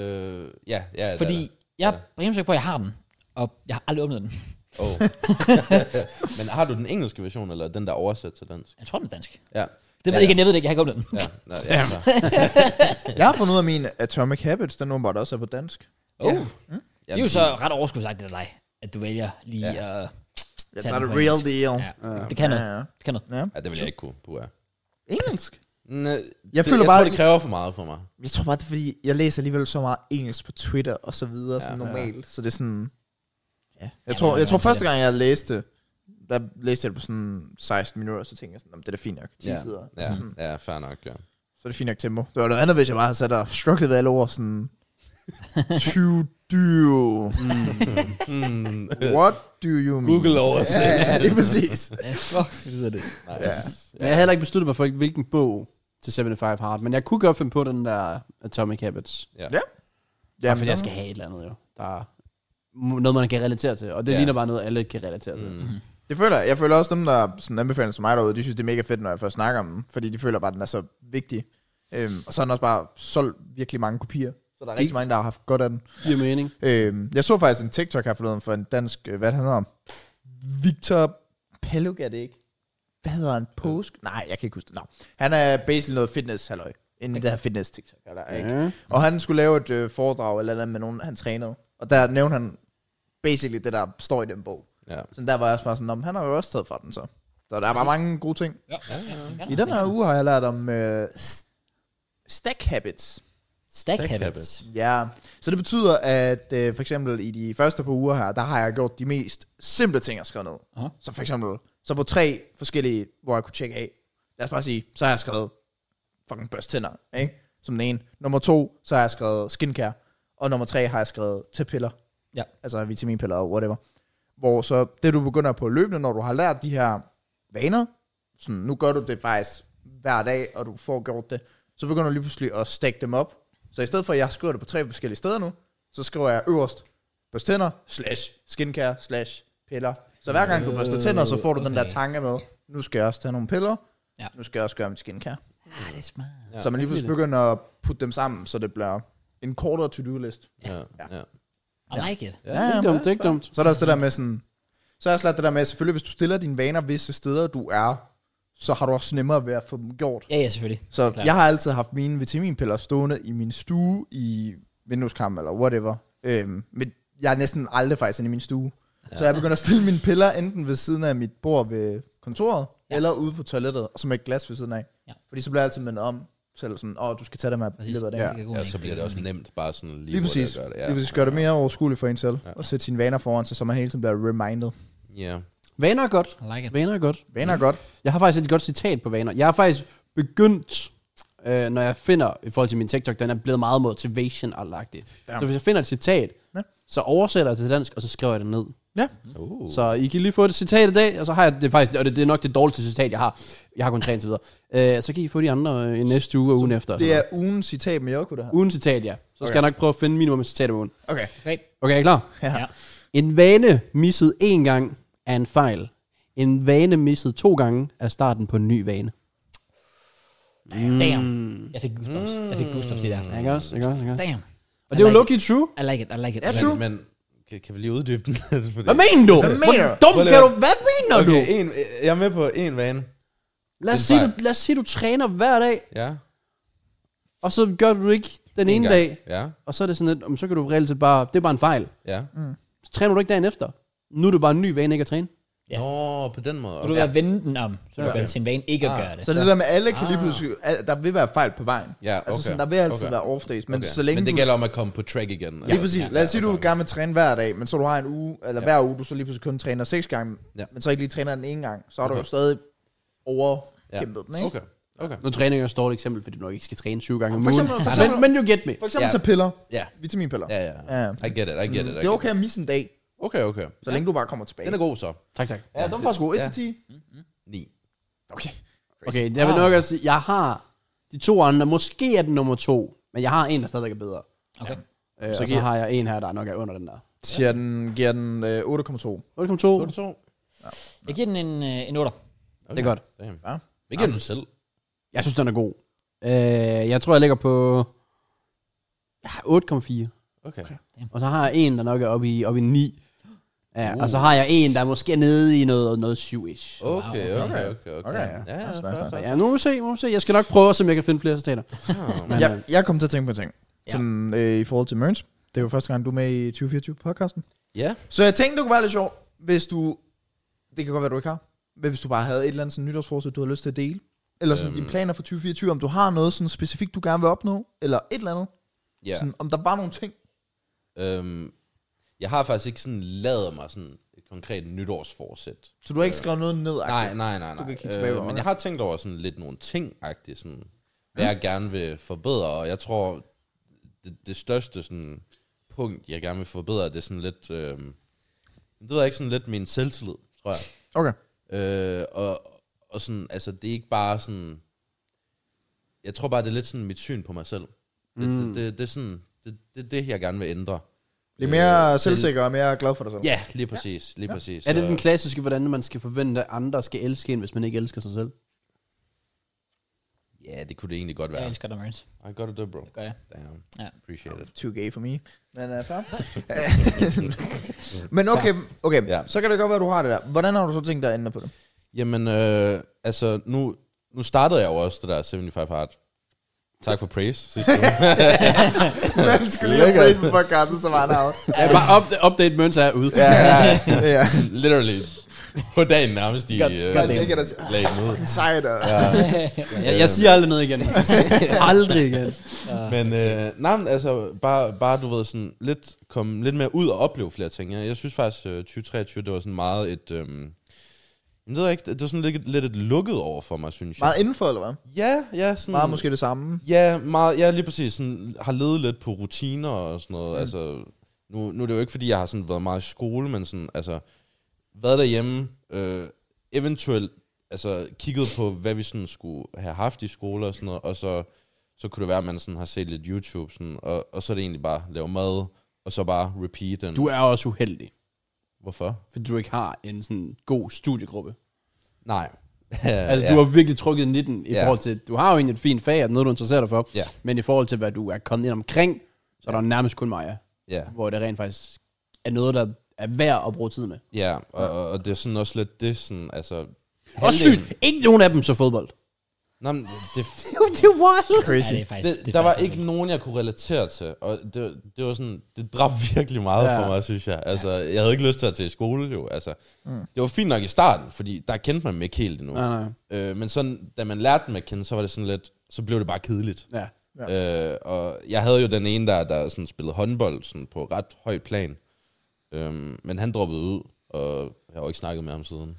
Speaker 1: Fordi jeg er rimelig sikker på, at jeg har den, og jeg har aldrig åbnet den.
Speaker 2: Oh. Men har du den engelske version, eller den, der er oversat til dansk?
Speaker 1: Jeg tror, den er dansk.
Speaker 2: Ja.
Speaker 1: Det ved jeg ikke, jeg ved det ikke, jeg har ikke åbnet den.
Speaker 2: Ja. Nej, ja.
Speaker 4: Jeg har fundet ud af min Atomic Habits, den åbenbart også er på dansk.
Speaker 1: Oh. Det er jo så ret overskudsagt af dig, at du vælger lige at...
Speaker 4: Jeg
Speaker 1: tage
Speaker 4: tager
Speaker 1: den
Speaker 4: det
Speaker 1: på
Speaker 4: real
Speaker 1: engelsk.
Speaker 4: deal.
Speaker 1: Ja, det kan noget.
Speaker 4: Ja.
Speaker 1: Det kan noget.
Speaker 4: Ja.
Speaker 2: Ja, det vil jeg ikke kunne. Puha.
Speaker 4: Engelsk?
Speaker 2: Jeg
Speaker 4: føler
Speaker 2: jeg
Speaker 4: bare-
Speaker 2: tror, det kræver for meget for mig.
Speaker 4: Jeg tror bare, det er fordi, jeg læser alligevel så meget engelsk på Twitter og så videre, sådan normalt. Så det er sådan... Ja. Jeg tror første gang, jeg læste, der læste jeg det på sådan 16 minutter, så tænkte jeg sådan, det er da fint nok. 10 sider.
Speaker 2: Ja,
Speaker 4: Så, sådan,
Speaker 2: ja, fair nok, ja.
Speaker 4: så er det fint nok tempo. Det var noget andet, hvis jeg bare havde sat og strugglet ved alle ord, sådan... To do. What do you mean?
Speaker 2: Google oversæt.
Speaker 4: Ja, det er præcis.
Speaker 1: Ja, fuck, det er det.
Speaker 2: Nice.
Speaker 4: Ja.
Speaker 3: Jeg har heller ikke besluttet mig for, hvilken bog til 75 Hard, men jeg kunne godt finde på den der Atomic Habits.
Speaker 2: Ja.
Speaker 3: Ja, fordi jeg skal have et eller andet jo. Der er noget, man kan relatere til, og det ligner bare noget, alle kan relatere til.
Speaker 4: Jeg føler også dem, der sådan anbefaler som mig derude, de synes, det er mega fedt, når jeg først snakker om dem, fordi de føler bare, at den er så vigtig. Og så har den også bare solgt virkelig mange kopier. Så der er rigtig mange, der har haft godt af den.
Speaker 3: Giver mening.
Speaker 4: Jeg så faktisk en TikTok her forleden for en dansk, hvad han hedder, Victor Pellug, er det ikke? Hvad hedder han? Påsk? Nej, jeg kan ikke huske det. No. Han er basically noget fitness, halløj. Inden det her fitness TikTok, ikke?
Speaker 3: Ja.
Speaker 4: Og han skulle lave et foredrag eller andet med nogen, han trænede. Og der nævnte han basically det, der står i den bog.
Speaker 2: Ja.
Speaker 4: Så der var jeg også bare sådan, han har jo også taget fra den, så. Så der var mange gode ting.
Speaker 1: Ja.
Speaker 4: I den her uge har jeg lært om stack habits.
Speaker 1: Stack
Speaker 2: Stack
Speaker 1: habits.
Speaker 2: habits.
Speaker 4: Ja, så det betyder, at for eksempel i de første par uger her, der har jeg gjort de mest simple ting, jeg skrev ned.
Speaker 1: Aha.
Speaker 4: Så for eksempel, så på 3 forskellige, hvor jeg kunne tjekke af. Lad os bare sige, så har jeg skrevet fucking børste tænder, ikke? Som den ene. Nummer 2, så har jeg skrevet skincare. Og nummer 3 har jeg skrevet til piller.
Speaker 1: Ja.
Speaker 4: Altså vitaminpiller og whatever. Hvor så det du begynder på løbende, når du har lært de her vaner, sådan, nu gør du det faktisk hver dag, og du får gjort det, så begynder du lige pludselig at stack dem op. Så i stedet for, at jeg skriver det på 3 forskellige steder nu, så skriver jeg øverst børste tænder, /skincare, /piller. Så hver gang du børster tænder, så får du den der tanke med, nu skal jeg også tage nogle piller, nu skal jeg også gøre mit skincare.
Speaker 1: Det er smart.
Speaker 2: Ja.
Speaker 4: Så man lige pludselig begynder at putte dem sammen, så det bliver en kortere to-do-list.
Speaker 2: Ja.
Speaker 1: I like it.
Speaker 3: Det er ikke dumt, det er ikke dumt.
Speaker 4: Så er der også det der med sådan, så er der slet det der med, selvfølgelig hvis du stiller dine vaner visse steder, du er, så har du også nemmere ved at få dem gjort.
Speaker 1: Ja, selvfølgelig.
Speaker 4: Så
Speaker 1: Klart.
Speaker 4: jeg har altid haft mine vitaminpiller stående i min stue, i vindueskarmen eller whatever. Men jeg er næsten aldrig faktisk inde i min stue. Ja. Så jeg begynder at stille mine piller enten ved siden af mit bord ved kontoret, eller ude på toilettet, og så med et glas ved siden af.
Speaker 1: Ja.
Speaker 4: Fordi så bliver jeg altid mindet om, selv sådan, du skal tage dem her i
Speaker 1: Præcis.
Speaker 4: løbet af dagen.
Speaker 1: Det giver god
Speaker 2: Ja,
Speaker 1: mening.
Speaker 2: så bliver det også nemt, bare sådan
Speaker 4: Lige præcis.
Speaker 2: hvor det gør det.
Speaker 4: Lige præcis gør det mere overskueligt for en selv, og sætte sine vaner foran sig, så man hele tiden bliver reminded.
Speaker 2: Ja.
Speaker 3: Vaner er godt.
Speaker 1: I like it.
Speaker 3: Vaner er godt.
Speaker 4: Vaner er godt.
Speaker 3: Jeg har faktisk et godt citat på vaner. Jeg har faktisk begyndt, når jeg finder, i forhold til min TikTok, den er blevet meget motivation-agtig. Så hvis jeg finder et citat, så oversætter jeg det til dansk, og så skriver jeg det ned.
Speaker 4: Ja.
Speaker 3: Så I kan lige få et citat i dag, og så har jeg det faktisk, og det er nok det dårligste citat, jeg har. Jeg har kun 3 indtil videre. Så kan I få de andre i næste uge og ugen efter.
Speaker 4: Det er ugens citat med Joko, det her.
Speaker 3: Ugen citat, ja. Så skal jeg nok prøve at finde minimum et citat om ugen.
Speaker 4: Okay.
Speaker 1: Great.
Speaker 3: Okay, er I klar?
Speaker 4: Ja.
Speaker 3: En vane misset 1 gang er en fejl. En vane misset 2 gange er starten på en ny vane.
Speaker 1: Damn. Jeg fik goosebumps lige der.
Speaker 3: Ikke også?
Speaker 1: Damn.
Speaker 3: Og det er jo low-key true.
Speaker 1: I like it.
Speaker 4: Ja,
Speaker 1: I like
Speaker 4: true.
Speaker 1: it.
Speaker 2: Men kan vi lige uddybe den lidt? Fordi...
Speaker 3: Hvad mener du?
Speaker 4: Hvad mener
Speaker 3: Hvor dum kan du? Hvad mener du?
Speaker 2: Okay, jeg er med på en vane.
Speaker 3: Lad os sige, du træner hver dag,
Speaker 2: Ja.
Speaker 3: og så gør du det ikke den ene dag,
Speaker 2: Ja.
Speaker 3: og så er det sådan lidt, så kan du reelt set bare, det er bare en fejl.
Speaker 2: Ja.
Speaker 3: Så træner du ikke dagen efter. Nu er det bare en ny vane ikke at træne.
Speaker 1: Ja.
Speaker 2: Nå, på den måde.
Speaker 1: Du vil vende den om, så du gør det til en vane ikke at gøre det.
Speaker 4: Så det der med, alle kan lige pludselig, der vil være fejl på vejen.
Speaker 2: Ja, okay.
Speaker 4: Altså sådan, der vil altid
Speaker 2: Okay.
Speaker 4: være off days, men
Speaker 2: Okay.
Speaker 4: så længe
Speaker 2: men det
Speaker 4: du...
Speaker 2: gælder om at komme på track igen.
Speaker 4: Lige præcis. Lad os sige, du gerne vil træne hver dag, men så du har en uge, eller hver uge, du så lige pludselig kun træner 6 gange, men så ikke lige træner den ene gang, så har du jo stadig overkæmpet den, ikke?
Speaker 2: Okay.
Speaker 3: Nu træner jeg et stort eksempel, fordi du nok ikke skal træne 7 gange om
Speaker 4: For
Speaker 3: ugen.
Speaker 4: eksempel-
Speaker 3: Men you get me.
Speaker 4: For eksempel tage piller,
Speaker 2: Ja.
Speaker 4: vitaminpiller.
Speaker 2: Ja. I get it.
Speaker 4: Det er okay at misse en dag,
Speaker 2: Okay.
Speaker 4: så længe du bare kommer tilbage.
Speaker 2: Den er god så.
Speaker 3: Tak.
Speaker 4: Ja, den er faktisk god. 1-10.
Speaker 2: 9.
Speaker 4: Okay.
Speaker 3: Okay, jeg vil nok også sige, jeg har de 2 andre, måske er den nummer 2, men jeg har en, der stadig er bedre.
Speaker 1: Okay.
Speaker 3: Så har jeg en her, der nok er under den der.
Speaker 4: Giver den 8,2.
Speaker 3: 8,2.
Speaker 1: Jeg giver den en 8.
Speaker 2: Okay.
Speaker 3: Det er godt.
Speaker 2: Damn.
Speaker 4: Ja.
Speaker 2: Hvad giver du selv?
Speaker 3: Jeg synes, den er god. Jeg tror, jeg ligger på 8,4.
Speaker 2: Okay.
Speaker 3: Og så har jeg en, der nok er oppe i 9. Ja, og så har jeg en, der er måske nede i noget 7-ish.
Speaker 2: Okay.
Speaker 4: Ja,
Speaker 3: Så ja, nu må vi se. Jeg skal nok prøve, om jeg kan finde flere citater. Men,
Speaker 4: Jeg kom til at tænke på en ting. Sådan, i forhold til Mørns. Det er jo første gang, du er med i 2024-podcasten.
Speaker 2: Ja.
Speaker 4: Så jeg tænkte, det kunne være lidt sjovt, hvis du... Det kan godt være, du ikke har. Men hvis du bare havde et eller andet sådan nytårsforsæt, du har lyst til at dele. Eller sådan dine planer for 2024. Om du har noget sådan specifikt, du gerne vil opnå. Eller et eller andet.
Speaker 2: Ja.
Speaker 4: Sådan, om der var nogle ting.
Speaker 2: Jeg har faktisk ikke sådan lavet mig sådan et konkret nytårsforsæt.
Speaker 4: Så du har ikke skrevet noget ned?
Speaker 2: Nej.
Speaker 4: Du kan kigge tilbage over
Speaker 2: Men
Speaker 4: det.
Speaker 2: jeg har tænkt over sådan lidt nogle ting-agtigt, sådan, hvad jeg gerne vil forbedre, og jeg tror, det største sådan punkt, jeg gerne vil forbedre, det er sådan lidt, det ved jeg ikke, sådan lidt min selvtillid, tror jeg.
Speaker 4: Okay.
Speaker 2: Og sådan, altså det er ikke bare sådan, jeg tror bare, det er lidt sådan mit syn på mig selv. Det er sådan, det jeg gerne vil ændre.
Speaker 4: Lidt mere selvsikker og mere glad for dig selv.
Speaker 2: Ja, lige præcis, præcis.
Speaker 3: er det den klassiske, hvordan man skal forvente, at andre skal elske en, hvis man ikke elsker sig selv?
Speaker 2: Ja, det kunne det egentlig godt være.
Speaker 1: Jeg elsker dig, Mørns.
Speaker 2: I got it, bro.
Speaker 1: Det gør jeg.
Speaker 2: Damn.
Speaker 1: Ja.
Speaker 2: Appreciate it.
Speaker 4: Too gay for me. Men fair. Men okay.
Speaker 2: Ja.
Speaker 4: Så kan det godt være, du har det der. Hvordan har du så tænkt dig at ændre på det?
Speaker 2: Jamen, altså, nu startede jeg jo også det der 75 Hard. Tak for praise sidste uge.
Speaker 4: Man skulle lige have praise på podcastet, så var han herude.
Speaker 3: Ja, bare update Møns er ude.
Speaker 4: Ja.
Speaker 2: Literally. På dagen nærmest i
Speaker 1: God damn.
Speaker 2: lagde den ud.
Speaker 4: Sejt.
Speaker 3: Jeg siger aldrig noget igen. Aldrig igen.
Speaker 2: Men nej, men altså, bare du ved, sådan komme lidt mere ud og opleve flere ting. Jeg synes faktisk, 2023, det var sådan meget et... jeg ved ikke, det var sådan lidt et lukket over for mig, synes jeg.
Speaker 4: Meget indenfor, eller hvad?
Speaker 2: Ja, sådan...
Speaker 4: Meget måske det samme.
Speaker 2: Ja, meget, ja, lige præcis. Sådan, har levet lidt på rutiner og sådan noget. Altså, nu er det jo ikke, fordi jeg har sådan været meget i skole, men sådan, altså, været derhjemme, eventuelt, altså, kigget på, hvad vi sådan skulle have haft i skole og sådan noget, og så kunne det være, at man sådan har set lidt YouTube, sådan, og så er det egentlig bare lave mad, og så bare repeat den.
Speaker 3: Du er også uheldig,
Speaker 2: Hvorfor?
Speaker 3: fordi du ikke har en sådan god studiegruppe.
Speaker 2: Nej.
Speaker 3: Altså, du har virkelig trukket 19 i
Speaker 2: Ja.
Speaker 3: forhold til, du har jo egentlig et fint fag, og noget, du interesserer dig for,
Speaker 2: Ja.
Speaker 3: men i forhold til, hvad du er kommet ind omkring, så er der nærmest kun mig,
Speaker 2: Ja.
Speaker 3: hvor det rent faktisk er noget, der er værd at bruge tid med.
Speaker 2: Ja, og det er sådan også lidt det, sådan, altså...
Speaker 3: Også sygt. Ikke nogen af dem så fodbold.
Speaker 2: Nej, men det
Speaker 3: Det er wild.
Speaker 1: Crazy. Ja, det er faktisk,
Speaker 2: der var ikke nogen, jeg kunne relatere til, og det var sådan, det dræbte virkelig meget for mig, synes jeg. Altså, jeg havde ikke lyst til at tage i skole, jo. Altså, det var fint nok i starten, fordi der kendte man dem ikke helt endnu.
Speaker 3: Nej.
Speaker 2: Men sådan, da man lærte dem at kende, så var det sådan lidt, så blev det bare kedeligt.
Speaker 3: Ja.
Speaker 2: Og jeg havde jo den ene der sådan spillede håndbold sådan på ret højt plan. Men han droppede ud, og jeg har jo ikke snakket med ham siden.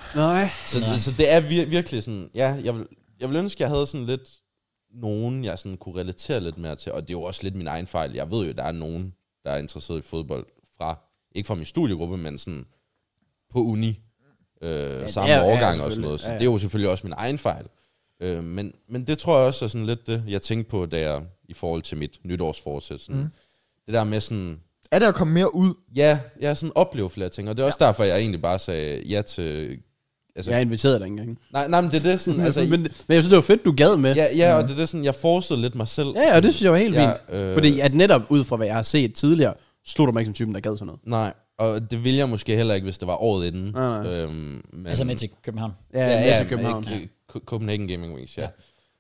Speaker 2: Så det er virkelig sådan, ja, jeg vil ønske, jeg havde sådan lidt nogen, jeg sådan kunne relatere lidt mere til, og det er jo også lidt min egen fejl. Jeg ved jo, der er nogen, der er interesseret i fodbold ikke fra min studiegruppe, men sådan på uni, samme årgang og sådan noget. Så det er jo selvfølgelig også min egen fejl. Men det tror jeg også er sådan lidt det, jeg tænkte på, da jeg i forhold til mit nytårsforsæt. Det der med sådan...
Speaker 4: Er det at komme mere ud?
Speaker 2: Ja, jeg sådan opleve flere ting, og det er også derfor, jeg egentlig bare sagde ja til... Altså,
Speaker 3: Jeg inviterede dig ikke engang.
Speaker 2: Nej, men det er det sådan... altså,
Speaker 3: men jeg synes, det var fedt, du gad med.
Speaker 2: Ja, og det er det sådan, jeg forestillede lidt mig selv.
Speaker 3: Ja, og det synes jeg var helt fint.
Speaker 2: Ja,
Speaker 3: Fordi at netop ud fra, hvad jeg har set tidligere, slog du mig ikke som typen, der gad sådan noget.
Speaker 2: Nej, og det ville jeg måske heller ikke, hvis det var året inden.
Speaker 3: Nej.
Speaker 2: Men,
Speaker 1: Altså med til København.
Speaker 3: Ja, til København.
Speaker 2: Copenhagen Gaming Weeks, ja.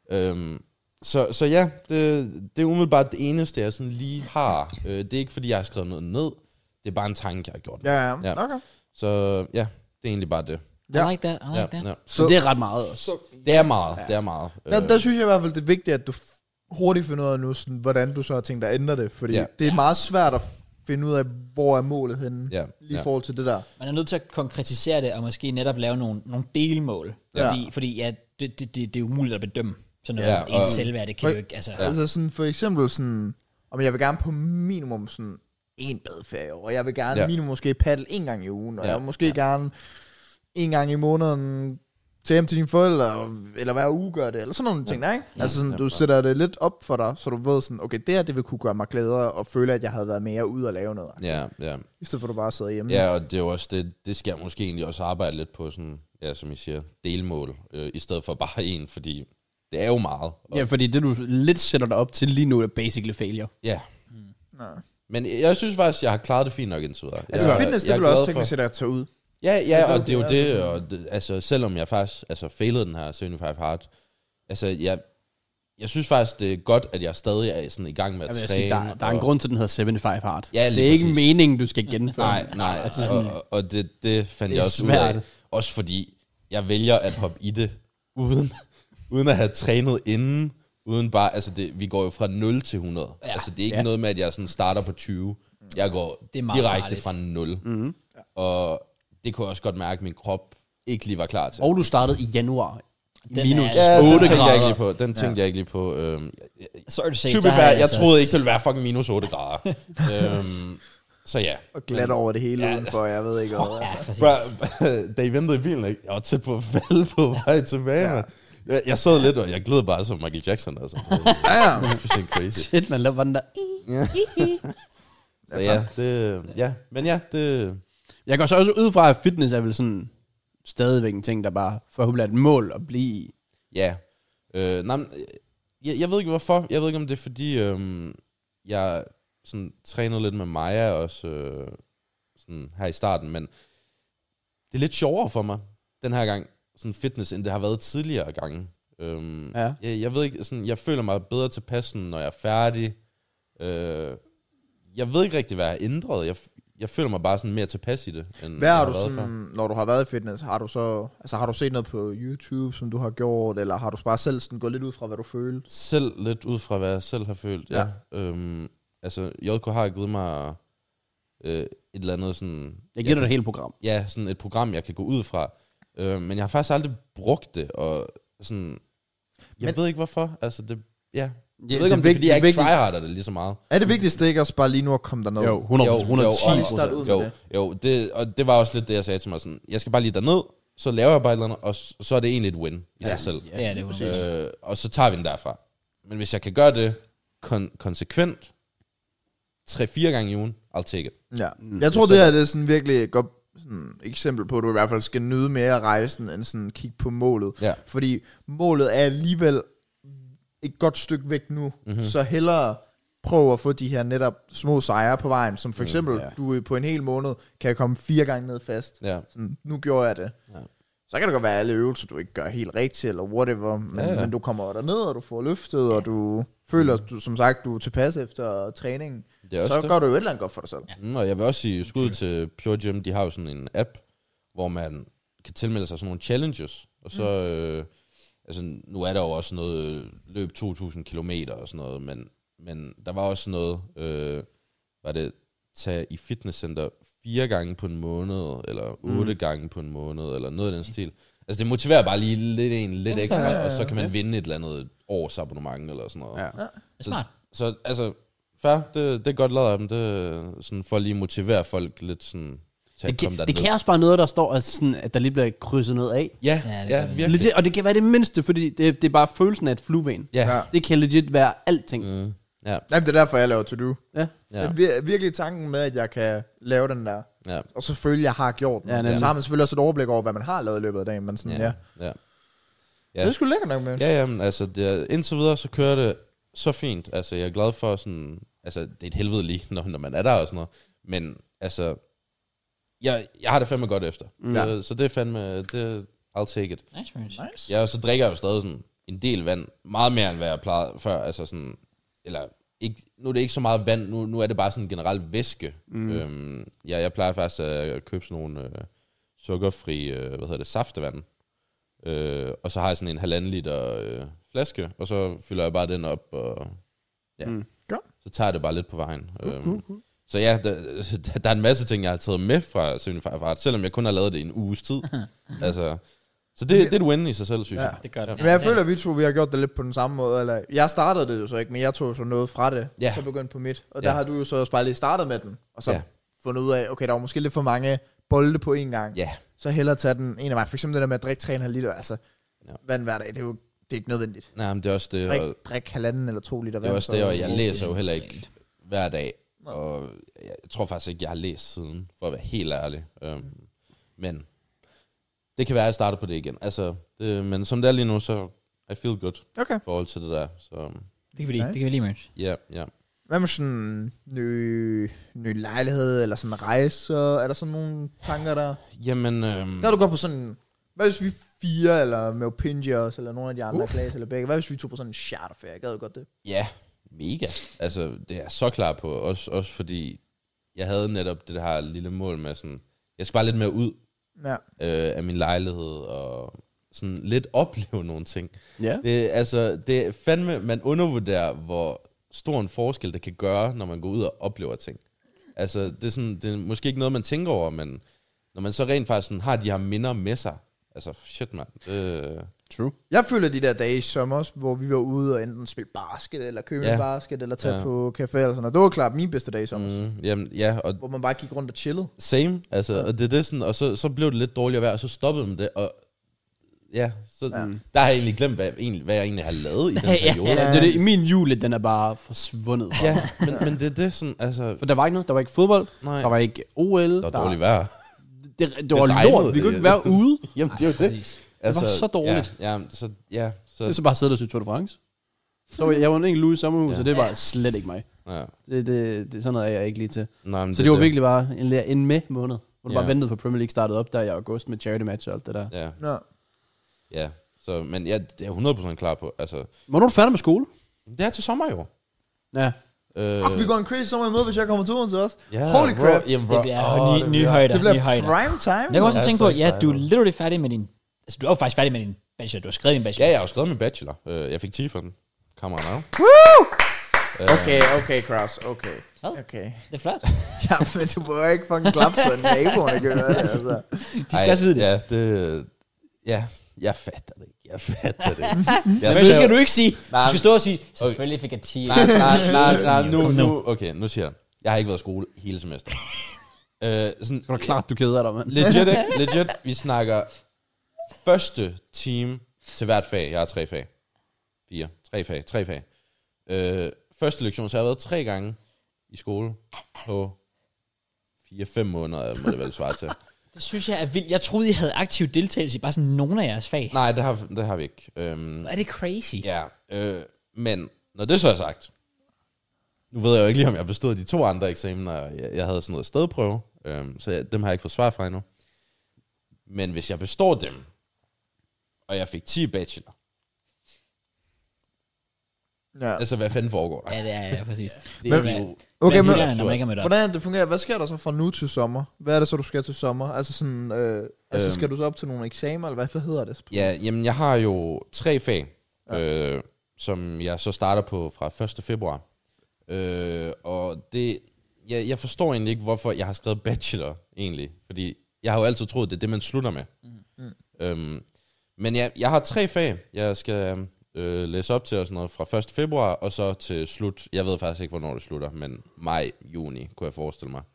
Speaker 2: Så ja, det er umiddelbart det eneste, jeg sådan lige har. Det er ikke, fordi jeg har skrevet noget ned. Det er bare en tanke, jeg har gjort.
Speaker 4: Ja. Okay.
Speaker 2: Så ja, det er egentlig bare det.
Speaker 1: I like that.
Speaker 2: Ja.
Speaker 3: Så det er ret meget også.
Speaker 2: Det er meget, det er meget.
Speaker 4: Der synes jeg i hvert fald, det er vigtigt, at du hurtigt finder ud af nu, sådan, hvordan du så har tænkt dig at ændre det. Fordi det er meget svært at finde ud af, hvor er målet henne, lige i forhold til det der.
Speaker 1: Man er nødt til at konkretisere det, og måske netop lave nogle delmål. Fordi det er umuligt at bedømme sådan noget. Ens selvværd, det kan jo ikke...
Speaker 4: Altså sådan for eksempel sådan, om jeg vil gerne på minimum sådan en badeferie, og jeg vil gerne minimum måske paddle en gang i ugen, og jeg vil måske gerne en gang i måneden tage hjem til dine forældre, eller hver uge gør det, eller sådan nogle ting der, ikke? Altså sådan, du sætter det lidt op for dig, så du ved sådan, okay, det vil kunne gøre mig glædere, og føle, at jeg havde været mere ude og lave noget.
Speaker 2: Ja.
Speaker 4: I stedet for, at du bare sidder hjemme.
Speaker 2: Ja, og det er jo også det skal jeg måske egentlig også arbejde lidt på, sådan, ja, som I siger, delmål, i stedet for bare en, fordi det er jo meget.
Speaker 3: Ja, fordi det du lidt sætter dig op til lige nu, er basically failure.
Speaker 2: Ja. Men jeg synes faktisk, jeg har klaret det fint nok indtil videre.
Speaker 4: Altså fitness, det vil også teknisk set at tage ud.
Speaker 2: Ja, og det er jo det, og det, altså selvom jeg faktisk failede den her 75 hard, altså jeg synes faktisk, det er godt, at jeg stadig er sådan i gang med at træne.
Speaker 3: Sige, der er en grund til, at den hedder 75 hard.
Speaker 2: Ja,
Speaker 3: det er ikke meningen, du skal gennemføre.
Speaker 2: Nej,
Speaker 3: altså sådan,
Speaker 2: og det fandt jeg også ud af. Også fordi, jeg vælger at hoppe i det, uden at have trænet inden, uden bare, altså vi går jo fra 0 til 100. Ja, altså det er ikke noget med, at jeg sådan starter på 20. Jeg går direkte fra 0. Mm-hmm. Og det kunne jeg også godt mærke, at min krop ikke lige var klar til.
Speaker 3: Og du startede i januar.
Speaker 2: Minus 8 grader. Den tænkte jeg ikke lige på.
Speaker 1: Sorry to say,
Speaker 2: jeg troede ikke, det ville være fucking minus 8 grader. Så ja.
Speaker 4: Og glat over det hele udenfor, jeg ved ikke hvad.
Speaker 2: Ja, da I ventede i bilen, jeg var tæt på at falde på vej tilbage. Ja. Jeg sad lidt, og jeg gled bare som Michael Jackson. Altså.
Speaker 4: Ja.
Speaker 2: Crazy.
Speaker 3: Shit, man laver den der.
Speaker 2: Det...
Speaker 3: Jeg går så også ud fra, at fitness er vel sådan stadigvæk en ting, der bare forhåbentlig er et mål at blive i.
Speaker 2: Ja. Jeg ved ikke hvorfor. Jeg ved ikke, om det er fordi, jeg sådan trænede lidt med Maja også sådan her i starten, men det er lidt sjovere for mig den her gang, sådan fitness, end det har været tidligere gange. Jeg ved ikke, sådan, jeg føler mig bedre tilpas, når jeg er færdig. Jeg ved ikke rigtig, hvad jeg har ændret. Jeg føler mig bare sådan mere tilpas i det, end
Speaker 4: hvad har du sådan, når du har været i fitness, har du så, altså har du set noget på YouTube, som du har gjort, eller har du bare selv sådan gået lidt ud fra, hvad du følte?
Speaker 2: Selv lidt ud fra, hvad jeg selv har følt, ja. Altså, JK har givet mig et eller andet sådan...
Speaker 3: Jeg giver dig et helt program.
Speaker 2: Ja, sådan et program, jeg kan gå ud fra. Men jeg har faktisk aldrig brugt det, og sådan... Jeg ved ikke hvorfor, altså det... Ja... Jeg ved ikke, om det er, fordi jeg ikke tryharder det lige så meget.
Speaker 4: Er det vigtigste ikke også bare lige nu at komme derned?
Speaker 3: Jo, 110%.
Speaker 2: Jo, det var også lidt det, jeg sagde til mig. Sådan, jeg skal bare lige derned, så laver jeg bare et eller andet, og så er det egentlig et win i sig selv.
Speaker 1: Ja, det er
Speaker 2: og så tager vi den derfra. Men hvis jeg kan gøre det konsekvent, 3-4 gange i ugen, I'll take it.
Speaker 4: Ja. Jeg tror, det her det er sådan virkelig et godt sådan eksempel på, at du i hvert fald skal nyde mere af rejsen, end sådan kigge på målet.
Speaker 2: Ja.
Speaker 4: Fordi målet er alligevel et godt stykke væk nu, så hellere prøv at få de her netop små sejre på vejen, som for eksempel, du på en hel måned kan komme 4 gange ned fast.
Speaker 2: Ja.
Speaker 4: Sådan, nu gjorde jeg det. Ja. Så kan det godt være alle øvelser, du ikke gør helt rigtigt, eller whatever, men du kommer derned, og du får løftet, og du føler, du, som sagt, du er tilpas efter træningen. Så gør du jo et eller andet godt for dig selv.
Speaker 2: Ja. Og jeg vil også sige, skud til Pure Gym, de har jo sådan en app, hvor man kan tilmelde sig sådan nogle challenges, og så... Altså, nu er der jo også noget løb 2.000 kilometer og sådan noget, men der var også noget, var det tage i fitnesscenter 4 gange på en måned, eller 8 gange på en måned, eller noget af den stil. Altså, det motiverer bare lige lidt ekstra, og så kan man vinde et eller andet års abonnement, eller sådan noget.
Speaker 1: Ja. Det er smart.
Speaker 2: Så altså, fair, det er godt lavet af dem, det er sådan for at lige motivere folk lidt sådan...
Speaker 3: Det kan også bare noget, der står, altså sådan, at der lige bliver krydset noget af.
Speaker 2: Ja, virkelig.
Speaker 3: Legit, og det kan være det mindste, fordi det er bare følelsen af et flueben.
Speaker 2: Ja.
Speaker 3: Det kan legit være alting.
Speaker 2: Ja.
Speaker 4: Jamen, det er derfor, jeg laver to-do.
Speaker 3: Ja.
Speaker 4: Det er virkelig tanken med, at jeg kan lave den der.
Speaker 2: Ja.
Speaker 4: Og så føler jeg har gjort den. Så har man selvfølgelig også et overblik over, hvad man har lavet i løbet af dagen. Men sådan, ja. Det er sgu lækkert nok med.
Speaker 2: Ja, jamen, altså, indtil videre, så kører det så fint. Altså, jeg er glad for sådan... Altså, det er et helvede lige, når man er der og sådan noget. Men, altså... Jeg har det fandme godt efter. Så det er fandme... I'll take it.
Speaker 1: Nice.
Speaker 2: Ja, og så drikker jeg jo stadig sådan en del vand. Meget mere, end hvad jeg plejede før. Altså sådan... Eller... Ikke, nu er det ikke så meget vand. Nu er det bare sådan en generel væske. Jeg plejer faktisk at købe sådan nogle sukkerfri... saftevand. Og så har jeg sådan en 1,5 liter flaske. Og så fylder jeg bare den op. Og så tager jeg det bare lidt på vejen. Så ja, der er en masse ting, jeg har taget med fra 75 hard, selvom jeg kun har lavet det i en uges tid. Altså, så det er et win i sig selv, synes jeg.
Speaker 1: Det gør det.
Speaker 4: Men jeg føler, at vi har gjort det lidt på den samme måde. Eller, jeg startede det jo så ikke, men jeg tog så noget fra det, så begyndte på mit. Og der har du jo så også bare lige startet med den, og så fundet ud af, okay, der var måske lidt for mange bolde på en gang,
Speaker 2: Ja.
Speaker 4: så hellere tage den en af mig. For eksempel det der med at drikke 3,5 liter, altså vand hver dag, det er ikke nødvendigt.
Speaker 2: Nej, men det er også det.
Speaker 4: Drik 1,5 eller 2 liter vand.
Speaker 2: Det er også det, og jeg
Speaker 1: så-
Speaker 2: læser jo heller ikke hver dag. Og jeg tror faktisk ikke, jeg har læst siden, for at være helt ærlig. Men det kan være, at jeg starter på det igen. Altså, men som det er lige nu, så I feel good
Speaker 4: Okay.
Speaker 2: i forhold til det der. Så
Speaker 1: Det kan vi lide, det kan vi lide, Merch.
Speaker 2: ja.
Speaker 4: Hvad med sådan ny lejlighed, eller sådan en rejse? Er der sådan nogle tanker der?
Speaker 2: Jamen,
Speaker 4: Der er du godt på sådan... Hvad hvis vi 4, eller med Opinjios, eller nogle af de andre klasse, eller begge? Hvad hvis vi tog på sådan en charterferie? Gad du godt det?
Speaker 2: ja, mega. Altså, det er jeg så klar på. Også fordi, jeg havde netop det her lille mål med sådan... Jeg skal bare lidt mere ud
Speaker 4: Ja.
Speaker 2: af min lejlighed, og sådan lidt opleve nogle ting.
Speaker 3: Ja.
Speaker 2: Det er fandme, man undervurderer, hvor stor en forskel det kan gøre, når man går ud og oplever ting. Altså, det er måske ikke noget, man tænker over, men når man så rent faktisk sådan, har de her minder med sig, altså, shit, mand.
Speaker 3: True.
Speaker 4: Jeg føler de der dage i sommer, hvor vi var ude og enten spille basket, eller købe en basket, eller tage på café, eller sådan noget. Det var klart min bedste dag i sommer.
Speaker 2: Jamen, ja, og
Speaker 4: Hvor man bare gik rundt og chillede.
Speaker 2: same, altså, og det er det sådan, og så blev det lidt dårligere vejr, og så stoppede man det, og der har jeg egentlig glemt, hvad jeg egentlig har lavet i den periode.
Speaker 3: Det er det, min jule, den er bare forsvundet.
Speaker 2: Ja, men det er det sådan, altså...
Speaker 3: For der var ikke noget. Der var ikke fodbold.
Speaker 2: Nej.
Speaker 3: Der var ikke OL.
Speaker 2: Der var dårligt vejr.
Speaker 3: Det var
Speaker 2: Det regnede.
Speaker 3: lort. Vi kunne ikke være ude.
Speaker 2: Jamen, det er jo det.
Speaker 1: Præcis.
Speaker 3: Det var så dårligt.
Speaker 2: Så
Speaker 3: Det er så bare sidde og se Tour de France. Så var jeg var en enkelt uge i sommerhus,
Speaker 2: Ja.
Speaker 3: og det var slet ikke mig.
Speaker 2: ja.
Speaker 3: Det er sådan noget, jeg ikke lige til.
Speaker 2: Nej, men
Speaker 3: Så det var virkelig bare en med måned, hvor du bare ventede på Premier League startede op der i august med charity match og alt det der.
Speaker 2: Ja,
Speaker 4: Nå.
Speaker 2: ja. Så, men ja, det er 100% klar på. Altså,
Speaker 3: Hvornår er du færdig med skole?
Speaker 2: det er til sommer jo.
Speaker 3: Ja.
Speaker 4: Vi går en crazy sommer imod, hvis jeg kommer turen til os.
Speaker 2: Ja,
Speaker 4: Holy
Speaker 2: bro.
Speaker 4: crap.
Speaker 2: Jamen, bro.
Speaker 1: Det bliver nye højder.
Speaker 4: Det
Speaker 1: nye
Speaker 4: bliver
Speaker 1: højder.
Speaker 4: prime time.
Speaker 1: Jeg kan også
Speaker 2: Jeg er
Speaker 1: tænke
Speaker 2: så
Speaker 1: på, ja,
Speaker 2: excited.
Speaker 1: du er literally færdig med din... Altså, du er jo faktisk færdig med din bachelor. Du har skrevet din bachelor.
Speaker 2: Ja, jeg har jo skrevet min bachelor. Jeg fik 10 for den. Come on now.
Speaker 4: Okay, Kraus, okay.
Speaker 1: Hvad?
Speaker 4: Okay.
Speaker 1: Det er flot.
Speaker 4: Ja, men du må jo ikke fucking klappe sådan, naboerne gør det, altså.
Speaker 1: De skal også vide det.
Speaker 2: Ja, ja, jeg fatter det ikke.
Speaker 1: Men så skal du ikke sige...
Speaker 2: Nej.
Speaker 1: Du skal stå og sige, selvfølgelig fik jeg 10.
Speaker 2: Nej, nu, okay, nu siger jeg. Jeg har ikke været i skole hele semester. Sådan,
Speaker 3: Det var klart, du keder dig, mand.
Speaker 2: legit, ikke? Legit. Vi snakker første time til hvert fag. Jeg har 3 fag. 3 fag. Første lektion, så jeg har været 3 gange i skole på 4-5 måneder, må det vel svare til.
Speaker 1: Det synes jeg er vildt. Jeg troede, I havde aktiv deltagelse i bare sådan nogle af jeres fag.
Speaker 2: Nej, det har vi ikke.
Speaker 1: Er det crazy?
Speaker 2: Ja, men når det så er sagt, nu ved jeg jo ikke lige, om jeg bestod de 2 andre eksamener. Jeg havde sådan noget stedprøve, så dem har jeg ikke fået svar fra endnu. Men hvis jeg består dem, og jeg fik 10 bachelor,
Speaker 4: Ja.
Speaker 2: altså hvad fanden foregår der?
Speaker 1: Ja, det er ja, præcis.
Speaker 2: Det er
Speaker 4: Men-
Speaker 2: jo...
Speaker 4: Okay,
Speaker 1: Men
Speaker 4: men
Speaker 1: hylderne, når man ikke er mødt op.
Speaker 4: hvordan er det fungerer? Hvad sker der så fra nu til sommer? Hvad er det så, du skal til sommer? Altså sådan, skal du så op til nogle eksamener, eller hvad hedder det?
Speaker 2: Ja, jamen jeg har jo 3 fag, som jeg så starter på fra 1. februar. Og det, jeg forstår egentlig ikke, hvorfor jeg har skrevet bachelor egentlig. Fordi jeg har jo altid troet, det er det, man slutter med. Men jeg har 3 fag, jeg skal læse op til og sådan noget fra 1. februar, og så til slut. Jeg ved faktisk ikke, hvornår det slutter, men maj, juni, kunne jeg forestille mig.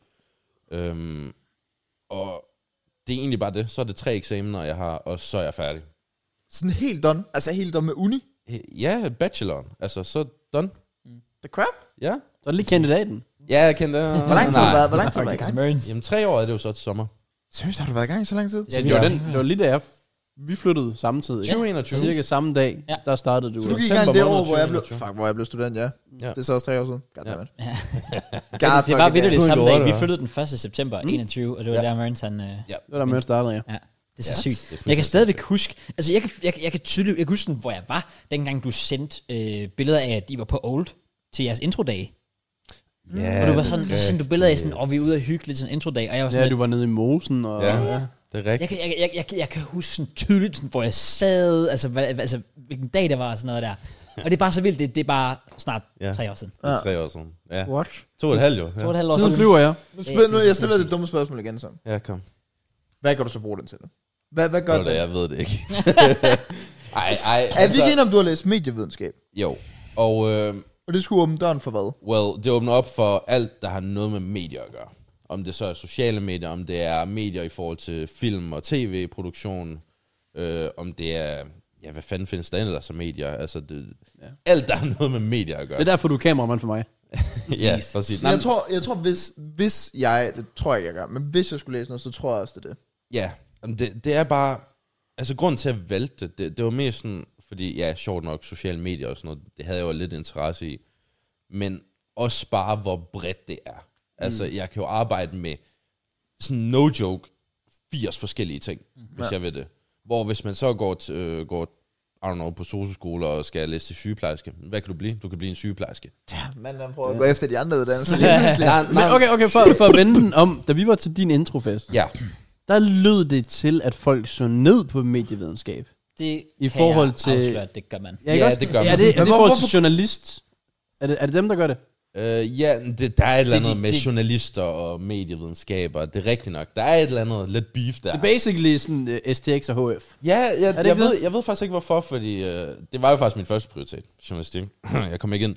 Speaker 2: Og det er egentlig bare det. Så er det 3 eksamener, jeg har, og så er jeg færdig.
Speaker 4: Sådan helt done? Altså helt done med uni?
Speaker 2: Ja, bacheloren. Altså, så done.
Speaker 4: The crap?
Speaker 2: Ja.
Speaker 3: Så er det lige kandidaten.
Speaker 2: Ja, jeg kendte det.
Speaker 4: Hvor lang tid har du været, hvor lang tid har du været i gang?
Speaker 1: Burns.
Speaker 2: Jamen, 3 år er det jo så til sommer.
Speaker 4: Seriøst, har du været i gang i så lang tid?
Speaker 3: Ja, det var lige da vi flyttede samtidig.
Speaker 2: 2021.
Speaker 3: Cirka samme dag,
Speaker 1: Ja.
Speaker 3: der startede du.
Speaker 4: Så du gik i
Speaker 2: September
Speaker 4: gang det
Speaker 2: måned
Speaker 4: år, hvor jeg blev...
Speaker 2: 2021.
Speaker 4: Fuck, hvor jeg blev student, ja.
Speaker 2: Ja.
Speaker 4: Det er så også 3 år siden. Goddammit.
Speaker 1: Ja.
Speaker 4: God
Speaker 1: Det var
Speaker 4: fucking
Speaker 1: vildt det
Speaker 2: Sådan
Speaker 1: samme
Speaker 2: gjorde
Speaker 1: dag. Vi
Speaker 2: det.
Speaker 1: flyttede den 1. september 21, og det var der, Mørns han...
Speaker 3: Det var der, Mørn startede, ja.
Speaker 1: Ja, det er så
Speaker 2: Ja,
Speaker 1: sygt.
Speaker 2: det er
Speaker 1: Men jeg kan
Speaker 2: fuldstændig
Speaker 1: stadigvæk huske... Altså, jeg kan tydeligt... Jeg kan huske, sådan, hvor jeg var, dengang du sendte billeder af, at I var på Old til jeres introdag.
Speaker 2: Ja,
Speaker 1: Og du var
Speaker 2: det
Speaker 1: sådan,
Speaker 2: er
Speaker 1: så sendte du billeder af sådan, vi er ude og hygge lidt sådan en introdag, og jeg var sådan,
Speaker 3: Ja, du var nede i mosen, og
Speaker 2: Ja, det er rigtigt.
Speaker 1: jeg kan huske sådan tydeligt, sådan, hvor jeg sad, altså hvilken dag det var og sådan noget der. Og det er bare så vildt, det er bare snart 3 år siden.
Speaker 2: Det er 3 år siden. Ja.
Speaker 4: What?
Speaker 2: 2,5 jo.
Speaker 1: 2,5 år
Speaker 3: tiden
Speaker 1: siden.
Speaker 3: flyver jeg.
Speaker 4: Jeg stiller det dumme spørgsmål igen så.
Speaker 2: Ja, kom.
Speaker 4: Hvad kan du så bruge den til? Hvad gør
Speaker 2: Gør det,
Speaker 4: det?
Speaker 2: jeg ved det ikke. Ej,
Speaker 4: Er vi ikke enige om, du har læst medievidenskab?
Speaker 2: Jo. Og,
Speaker 4: Og det skulle åbne døren for hvad?
Speaker 2: well, det åbner op for alt, der har noget med medier at gøre. Om det så er sociale medier, om det er medier i forhold til film og tv-produktion, om det er, ja, hvad fanden findes der ellers af medier? Altså, alt der er noget med medier at gøre.
Speaker 3: Det er derfor, du er kameramand for mig.
Speaker 2: Ja, præcis.
Speaker 4: Jeg tror hvis jeg, det tror jeg gør, men hvis jeg skulle læse noget, så tror jeg også, det er det.
Speaker 2: Ja, det er bare, altså grunden til at vælge det var mest sådan, fordi ja, sjovt nok, sociale medier og sådan noget, det havde jeg jo lidt interesse i, men også bare, hvor bredt det er. Altså, jeg kan jo arbejde med sådan no joke 80 forskellige ting, hvis jeg ved det. Hvor hvis man så går I don't know, på sosu-skole og skal læse til sygeplejerske, hvad kan du blive? Du kan blive en sygeplejerske.
Speaker 4: Ja, man prøver at gå efter de andre uddannelser lige pludselig.
Speaker 3: Men okay, for at vende den om, da vi var til din introfest,
Speaker 2: Ja.
Speaker 3: der lød det til, at folk så ned på medievidenskab.
Speaker 1: Det
Speaker 3: I forhold til...
Speaker 1: afsløre, at det gør man.
Speaker 2: Ja, det gør man.
Speaker 3: Er det i
Speaker 4: Men
Speaker 3: forhold til journalist? Er det dem, der gør det?
Speaker 2: Ja, der er et eller andet med journalister og medievidenskaber. Det er rigtigt nok. Der er et eller andet lidt beef der.
Speaker 3: Det er basically sådan STX og HF.
Speaker 2: Ja,
Speaker 3: det ikke
Speaker 2: jeg ved faktisk ikke hvorfor, fordi det var jo faktisk min første prioritet, journalistik. Jeg kom ikke ind.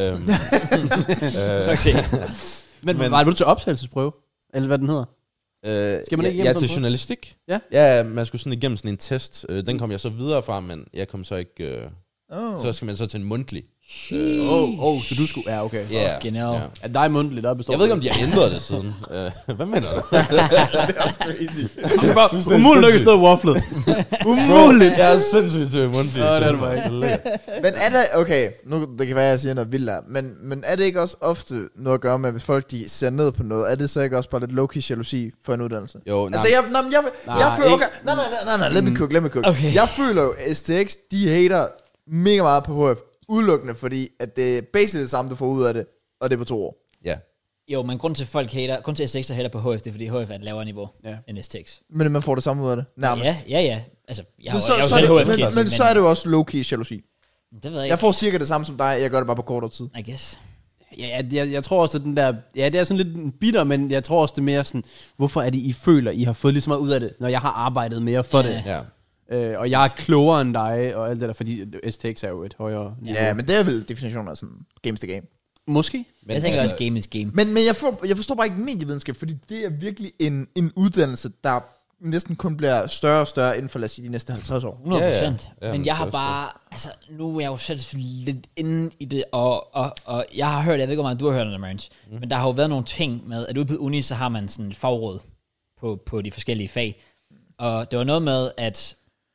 Speaker 1: Så se.
Speaker 3: Men var du til optagelsesprøve? Eller hvad den hedder? Skal man ikke igennem
Speaker 2: ja,
Speaker 3: sådan
Speaker 2: til
Speaker 3: på?
Speaker 2: journalistik.
Speaker 3: Ja.
Speaker 2: Ja, man skulle sådan igennem sådan en test. Den kom jeg så videre fra, men jeg kom så ikke... Så skal man så til en mundtlig.
Speaker 3: Så du skulle... Ja, okay.
Speaker 2: Ja,
Speaker 1: Genau.
Speaker 2: ja.
Speaker 3: At dig mundtligt, der består...
Speaker 2: Jeg ved ikke, om de har ændret det siden. Hvad mener du?
Speaker 4: Det er også crazy.
Speaker 3: Umuligt ikke stå wafflet. Umuligt.
Speaker 2: Jeg er sindssygt til mundtlig.
Speaker 3: Nå, det er du bare ikke.
Speaker 4: Men er det, okay, nu det kan være, at jeg siger noget vildt der, men er det ikke også ofte noget at gøre med, hvis folk de ser ned på noget, er det så ikke også bare lidt low-key jalousi for en uddannelse?
Speaker 2: Jo,
Speaker 4: Altså, jeg føler, okay, nej, let me cook.
Speaker 1: Okay.
Speaker 4: Jeg føler jo, STX, de hater mega meget på HF, udelukkende, fordi at det er basically det samme, du får ud af det, og det er på 2 år.
Speaker 2: Ja.
Speaker 1: Jo, men grund til STX hater på HF, det er fordi HF er et lavere niveau end STX.
Speaker 4: Men man får det samme ud af det, nærmest.
Speaker 1: Ja. Altså, jeg
Speaker 4: Men
Speaker 1: er jo selv HF-kendt.
Speaker 4: men så er det jo også low-key jalousi.
Speaker 1: Det ved jeg ikke.
Speaker 4: Jeg får cirka det samme som dig, jeg gør det bare på kortere tid.
Speaker 1: I guess.
Speaker 3: Ja, jeg tror også, at den der... Ja, det er sådan lidt bitter, men jeg tror også, det er mere sådan... Hvorfor er det, I føler, I har fået lige så meget ud af det, når jeg har arbejdet mere for det?
Speaker 2: Ja.
Speaker 3: Og jeg er klogere end dig, og alt det der, fordi STX er jo et højere niveau.
Speaker 4: Ja, men det er vel definitionen af sådan games to game.
Speaker 3: Måske.
Speaker 2: Men
Speaker 1: Jeg tænker også, game is game.
Speaker 4: Men jeg forstår bare ikke medievidenskab, fordi det er virkelig en uddannelse, der næsten kun bliver større og større inden for, lad os sige, de næste 50 år.
Speaker 1: 100%.
Speaker 2: Ja,
Speaker 1: Men jeg har
Speaker 2: det er
Speaker 1: bare... Altså, nu er jeg jo selv lidt inde i det, og jeg har hørt, jeg ved ikke, hvor meget du har hørt om det, Marins, men der har jo været nogle ting med, at ude på uni, så har man sådan et fagråd på de forskellige fag. Og det var noget med, at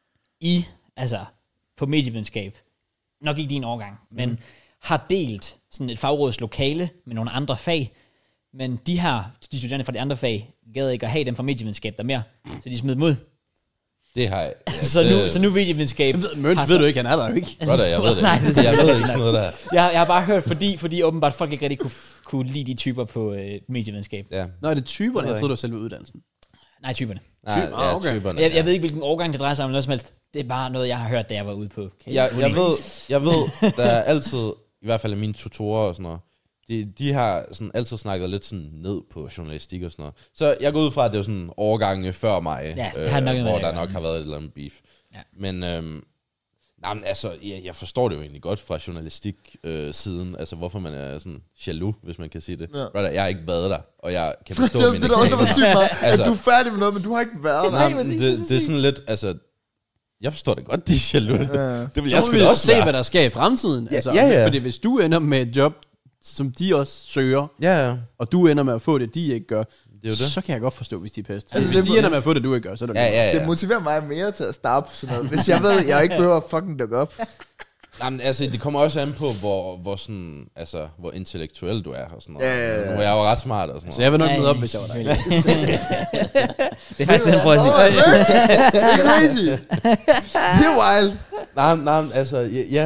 Speaker 1: på medievidenskab, nok ikke din årgang, men har delt sådan et fagrådslokale med nogle andre fag, men de studerende fra de andre fag gad ikke at have dem fra medievidenskab der mere, så de smed dem ud.
Speaker 2: Det har jeg. Ja,
Speaker 1: Så nu medievidenskab...
Speaker 3: Møns ved du ikke, han er der ikke.
Speaker 2: Brother, jeg ved det.
Speaker 1: Nej, det
Speaker 2: jeg ved ikke sådan noget der.
Speaker 1: Jeg har bare hørt, fordi åbenbart folk ikke rigtig kunne lide de typer på medievidenskab.
Speaker 2: Ja.
Speaker 3: Nå, er det typerne? Jeg troede, det var selve uddannelsen.
Speaker 1: Nej, typerne.
Speaker 2: Nej,
Speaker 3: okay.
Speaker 2: typerne.
Speaker 1: Jeg ved ikke, hvilken årgang det drejer sig om, noget som helst. Det er bare noget, jeg har hørt, da jeg var ude på.
Speaker 2: Jeg ved, der er altid, i hvert fald af mine tutorer og sådan noget, de har sådan altid snakket lidt sådan ned på journalistik og sådan noget. Så jeg går ud fra, at det er sådan årgange før mig,
Speaker 1: Ja, det har nok
Speaker 2: hvor
Speaker 1: været
Speaker 2: der
Speaker 1: det,
Speaker 2: nok har været et eller andet beef.
Speaker 1: Ja.
Speaker 2: Men, altså, jeg forstår det jo egentlig godt fra journalistik-siden, altså hvorfor man er sådan jaloux, hvis man kan sige det.
Speaker 4: Ja.
Speaker 2: Brother, jeg har ikke været der, og jeg kan forstå
Speaker 4: Det er
Speaker 2: mine
Speaker 4: det, der undrer mig sygt meget,
Speaker 2: Altså-
Speaker 4: at du er færdig med noget, men du har ikke været der.
Speaker 2: Nej, men det er sådan lidt, altså, jeg forstår det godt, de er jaloux.
Speaker 4: Ja.
Speaker 2: Det vil
Speaker 3: Jeg
Speaker 2: jeg
Speaker 3: skulle
Speaker 2: sgu da også
Speaker 3: se,
Speaker 2: være.
Speaker 3: hvad der sker i fremtiden.
Speaker 2: Ja, ja.
Speaker 3: Fordi hvis du ender med et job, som de også søger,
Speaker 2: Ja,
Speaker 3: og du ender med at få det, de ikke gør,
Speaker 2: det er jo det.
Speaker 3: så kan jeg godt forstå, hvis de er pest.
Speaker 4: Altså,
Speaker 3: Hvis
Speaker 4: det-
Speaker 3: de ender med at få det, du ikke gør, så er det
Speaker 2: Ja.
Speaker 4: Det motiverer mig mere til at starte på sådan noget. Hvis jeg ved, at jeg ikke behøver at fucking dukke op.
Speaker 2: Jamen, altså, det kommer også an på, hvor sådan, altså, hvor intellektuel du er og sådan noget.
Speaker 4: Ja.
Speaker 2: Nu er jeg jo ret smart og sådan
Speaker 3: Så
Speaker 2: noget.
Speaker 3: jeg vil nok møde op, hvis jeg var der.
Speaker 1: Det er faktisk det, han prøver at sige.
Speaker 4: Det er crazy. Det er wild.
Speaker 2: Nej, altså,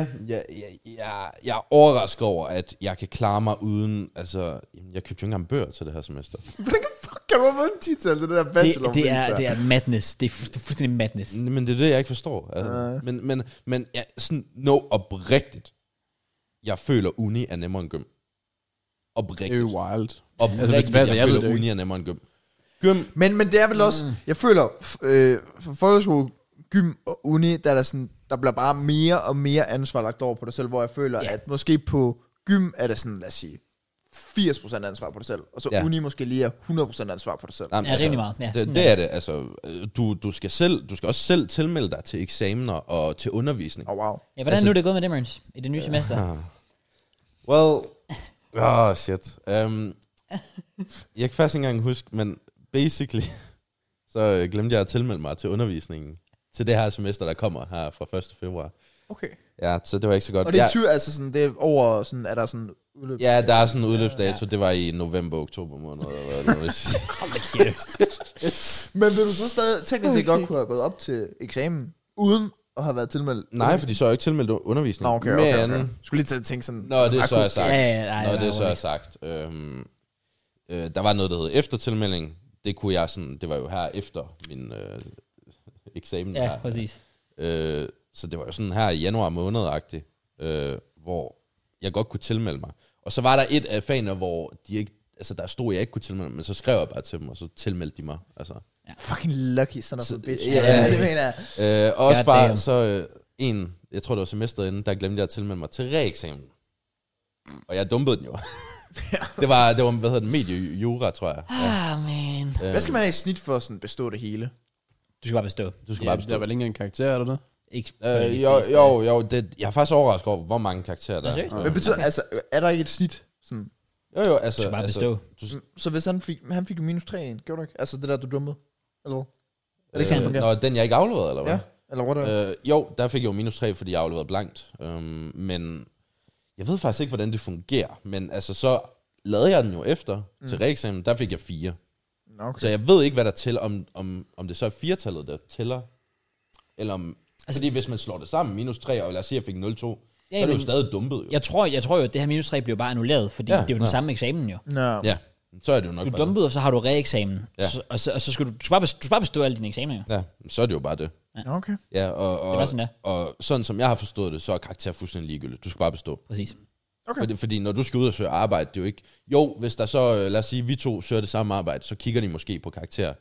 Speaker 2: jeg er overrasket over, at jeg kan klare mig uden, altså, jeg købte jo ikke engang bøger til det her semester.
Speaker 4: Hvordan fuck kan du have fået en titel til det der bachelor?
Speaker 1: Det er madness. Det er fuldstændig madness.
Speaker 2: Men det er det, jeg ikke forstår. Altså. Men ja, sådan, oprigtigt. Jeg føler, uni er nemmere end gym.
Speaker 3: Det
Speaker 2: Oprigtigt.
Speaker 3: er jo wild.
Speaker 2: Oprigtigt,
Speaker 3: Altså, hvis det
Speaker 2: jeg
Speaker 3: jeg ved
Speaker 2: føler,
Speaker 3: det
Speaker 2: uni er nemmere end gym. Gym,
Speaker 4: Men det er vel også, jeg føler, for folkeskole, gym og uni, der bliver bare mere og mere ansvar lagt over på dig selv, hvor jeg føler, at måske på gym er det sådan, lad os sige, 80% ansvar på dig selv, og så
Speaker 2: Ja.
Speaker 4: uni måske lige er 100% ansvar på dig selv.
Speaker 2: Jamen,
Speaker 1: Ja, rimelig meget. Ja, sådan
Speaker 2: det er det. Altså, du skal også selv tilmelde dig til eksamener og til undervisning.
Speaker 4: Wow.
Speaker 1: Ja, hvordan nu er det gået med det, Mørns, i det nye semester?
Speaker 2: Well, shit. Jeg kan faktisk ikke engang huske, men basically, så glemte jeg at tilmelde mig til undervisningen til det her semester, der kommer her fra 1. februar.
Speaker 4: Okay.
Speaker 2: Ja, så det var ikke så godt.
Speaker 4: Og det er altså sådan, det er over, sådan, er der sådan udløb?
Speaker 2: Ja, der er sådan en udløbsdato. Det var i november-oktober måned. Eller hvad.
Speaker 1: Hold da kæft.
Speaker 4: Men vil du så stadig teknisk set godt kunne have gået op til eksamen, uden at have været tilmeldt?
Speaker 2: Nej, fordi så er jeg ikke tilmeldt undervisning.
Speaker 4: Nå, okay. Skulle lige til at tænke sådan...
Speaker 2: Nå, det er så er sagt.
Speaker 1: Ja,
Speaker 2: Nå, det er så er sagt. Der var noget, der hed eftertilmelding. Det kunne jeg sådan... Det var jo her efter min eksamen.
Speaker 1: Ja,
Speaker 2: her.
Speaker 1: præcis.
Speaker 2: Så det var jo sådan her i januar måned-agtigt, hvor jeg godt kunne tilmelde mig. Og så var der et af fagene, hvor de ikke, altså der stod, jeg ikke kunne tilmelde mig, men så skrev jeg bare til dem, og så tilmeldte de mig. Altså.
Speaker 4: Fucking lucky, son of a bitch.
Speaker 2: Ja,
Speaker 4: det mener jeg.
Speaker 2: Og også
Speaker 1: God
Speaker 2: bare
Speaker 1: damn.
Speaker 2: så jeg tror det var semesteret inden, der glemte jeg at tilmelde mig til reeksamen. Og jeg dumpede den jo. det var hvad hedder det, mediejura, tror jeg. Ja.
Speaker 1: Man.
Speaker 4: Hvad skal man have i snit for sådan bestå det hele?
Speaker 1: Du skal bare bestå.
Speaker 2: Du skal
Speaker 3: Ja,
Speaker 2: bare
Speaker 3: der er
Speaker 2: bestå.
Speaker 3: vel ikke engang en karakter, eller det?
Speaker 1: Ikke
Speaker 2: Jo, jeg er faktisk overrasket over, hvor mange karakterer der
Speaker 1: Nå, seriøst?
Speaker 4: Hvad betyder, altså, er der ikke et snit? Sådan,
Speaker 2: Jo, altså...
Speaker 1: Du skal bare bestå.
Speaker 4: så hvis han fik jo minus 3 ind, gjorde du ikke? Altså det der, du dummede? Eller hvad? Er det ikke sådan, det fungerer?
Speaker 2: Nå, den jeg ikke afleverede, eller hvad?
Speaker 4: Ja, eller what?
Speaker 2: Jo, der fik jeg jo minus 3, fordi jeg afleverede blankt. Men jeg ved faktisk ikke, hvordan det fungerer. Men altså, så lavede jeg den jo efter til reeksamen. Der fik jeg 4.
Speaker 4: Okay.
Speaker 2: Så jeg ved ikke, hvad der tæller, om det så er 4-tallet, der tæller. Eller om... Altså, fordi hvis man slår det sammen, minus 3, og lad os sige, at jeg fik 0,2,
Speaker 1: Ja,
Speaker 2: så er det jo stadig dumpet. Jo.
Speaker 1: Jeg tror jo, at det her minus 3 bliver bare annulleret, fordi det er jo den samme eksamen jo.
Speaker 4: Nå.
Speaker 2: Ja, så er det jo nok
Speaker 1: Du
Speaker 2: bare
Speaker 1: dumpede, og så har du reeksamen.
Speaker 2: Ja.
Speaker 1: Og så skal du bare bestå alle dine eksamener jo.
Speaker 2: det. Ja, så er det jo bare det.
Speaker 4: Okay.
Speaker 2: Ja,
Speaker 1: Det var sådan der.
Speaker 2: og sådan som jeg har forstået det, så er karakter fuldstændig ligegyldigt. Du skal bare bestå.
Speaker 1: Præcis.
Speaker 4: Okay.
Speaker 2: Fordi når du skal ud og søge arbejde, det er jo ikke... Jo, hvis der så, lad os sige, vi to søger det samme arbejde, så kigger de måske på karakter.